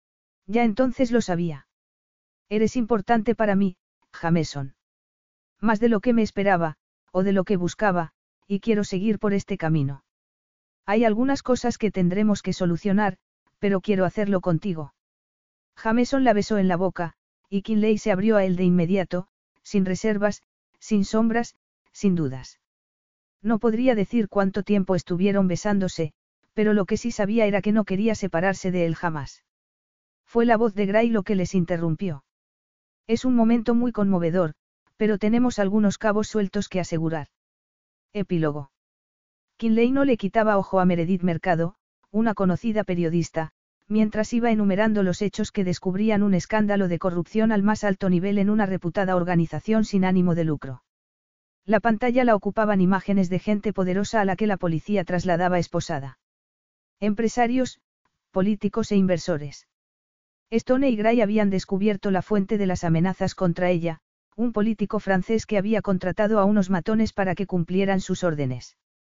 Ya entonces lo sabía. Eres importante para mí, Jameson. Más de lo que me esperaba, o de lo que buscaba, y quiero seguir por este camino. Hay algunas cosas que tendremos que solucionar, pero quiero hacerlo contigo. Jameson la besó en la boca, y Kinley se abrió a él de inmediato, sin reservas, sin sombras, sin dudas. No podría decir cuánto tiempo estuvieron besándose, pero lo que sí sabía era que no quería separarse de él jamás. Fue la voz de Gray lo que les interrumpió. Es un momento muy conmovedor, pero tenemos algunos cabos sueltos que asegurar. Epílogo. Kinley no le quitaba ojo a Meredith Mercado, una conocida periodista, mientras iba enumerando los hechos que descubrían un escándalo de corrupción al más alto nivel en una reputada organización sin ánimo de lucro. La pantalla la ocupaban imágenes de gente poderosa a la que la policía trasladaba esposada. Empresarios, políticos e inversores. Stone y Gray habían descubierto la fuente de las amenazas contra ella, un político francés que había contratado a unos matones para que cumplieran sus órdenes.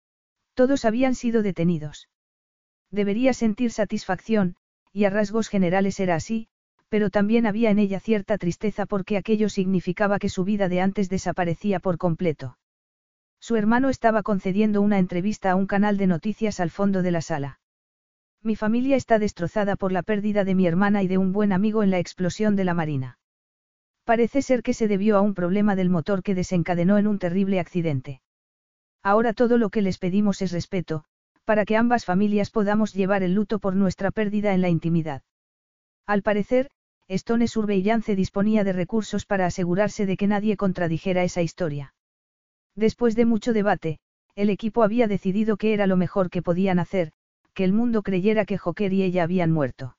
Todos habían sido detenidos. Debería sentir satisfacción, y a rasgos generales era así, pero también había en ella cierta tristeza porque aquello significaba que su vida de antes desaparecía por completo. Su hermano estaba concediendo una entrevista a un canal de noticias al fondo de la sala. Mi familia está destrozada por la pérdida de mi hermana y de un buen amigo en la explosión de la Marina. Parece ser que se debió a un problema del motor que desencadenó en un terrible accidente. Ahora todo lo que les pedimos es respeto, para que ambas familias podamos llevar el luto por nuestra pérdida en la intimidad. Al parecer, Stone Surveillance disponía de recursos para asegurarse de que nadie contradijera esa historia. Después de mucho debate, el equipo había decidido que era lo mejor que podían hacer, que el mundo creyera que Joker y ella habían muerto.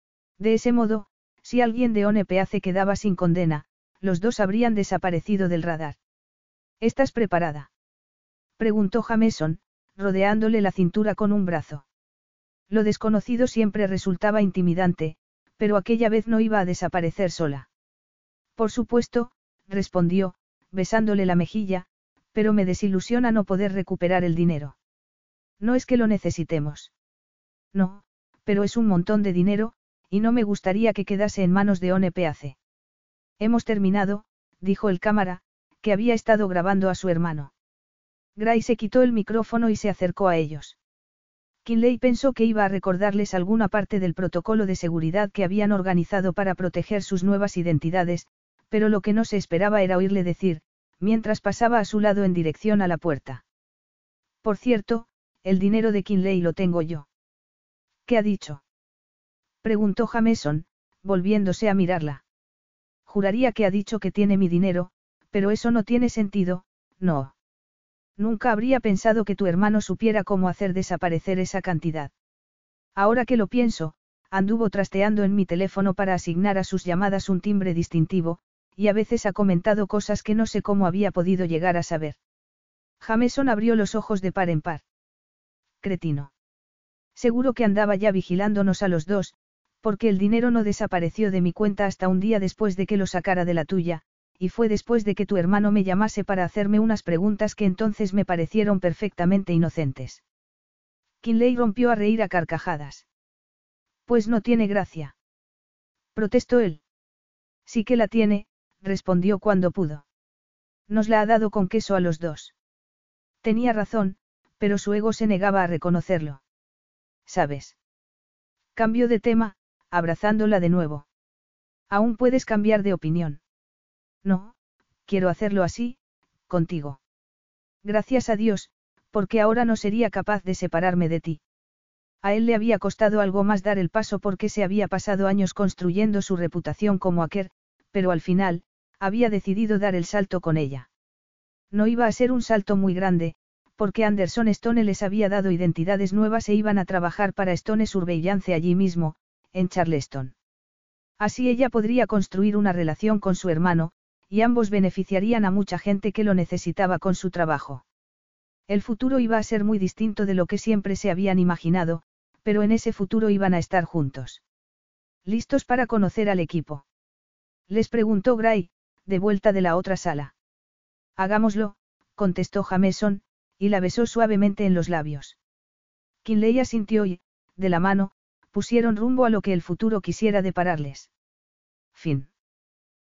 De ese modo, si alguien de O N P A C quedaba sin condena, los dos habrían desaparecido del radar. ¿Estás preparada?, preguntó Jameson, rodeándole la cintura con un brazo. Lo desconocido siempre resultaba intimidante, pero aquella vez no iba a desaparecer sola. Por supuesto, respondió, besándole la mejilla, pero me desilusiona no poder recuperar el dinero. No es que lo necesitemos. No, pero es un montón de dinero, y no me gustaría que quedase en manos de O N P A C. Hemos terminado, dijo el cámara, que había estado grabando a su hermano. Gray se quitó el micrófono y se acercó a ellos. Kinley pensó que iba a recordarles alguna parte del protocolo de seguridad que habían organizado para proteger sus nuevas identidades, pero lo que no se esperaba era oírle decir, mientras pasaba a su lado en dirección a la puerta. Por cierto, el dinero de Kinley lo tengo yo. ¿Qué ha dicho?, preguntó Jameson, volviéndose a mirarla. Juraría que ha dicho que tiene mi dinero, pero eso no tiene sentido, no. Nunca habría pensado que tu hermano supiera cómo hacer desaparecer esa cantidad. Ahora que lo pienso, anduvo trasteando en mi teléfono para asignar a sus llamadas un timbre distintivo, y a veces ha comentado cosas que no sé cómo había podido llegar a saber. Jameson abrió los ojos de par en par. Cretino. Seguro que andaba ya vigilándonos a los dos, porque el dinero no desapareció de mi cuenta hasta un día después de que lo sacara de la tuya, y fue después de que tu hermano me llamase para hacerme unas preguntas que entonces me parecieron perfectamente inocentes. Kinley rompió a reír a carcajadas. Pues no tiene gracia, protestó él. Sí que la tiene, respondió cuando pudo. Nos la ha dado con queso a los dos. Tenía razón, pero su ego se negaba a reconocerlo. ¿Sabes? Cambió de tema, abrazándola de nuevo. Aún puedes cambiar de opinión. No, quiero hacerlo así, contigo. Gracias a Dios, porque ahora no sería capaz de separarme de ti. A él le había costado algo más dar el paso porque se había pasado años construyendo su reputación como hacker, pero al final, había decidido dar el salto con ella. No iba a ser un salto muy grande, porque Anderson Stone les había dado identidades nuevas e iban a trabajar para Stone Surveillance allí mismo, en Charleston. Así ella podría construir una relación con su hermano, y ambos beneficiarían a mucha gente que lo necesitaba con su trabajo. El futuro iba a ser muy distinto de lo que siempre se habían imaginado, pero en ese futuro iban a estar juntos. ¿Listos para conocer al equipo?, les preguntó Gray, de vuelta de la otra sala. Hagámoslo, contestó Jameson, y la besó suavemente en los labios. Kinley asintió y, de la mano, pusieron rumbo a lo que el futuro quisiera depararles. Fin.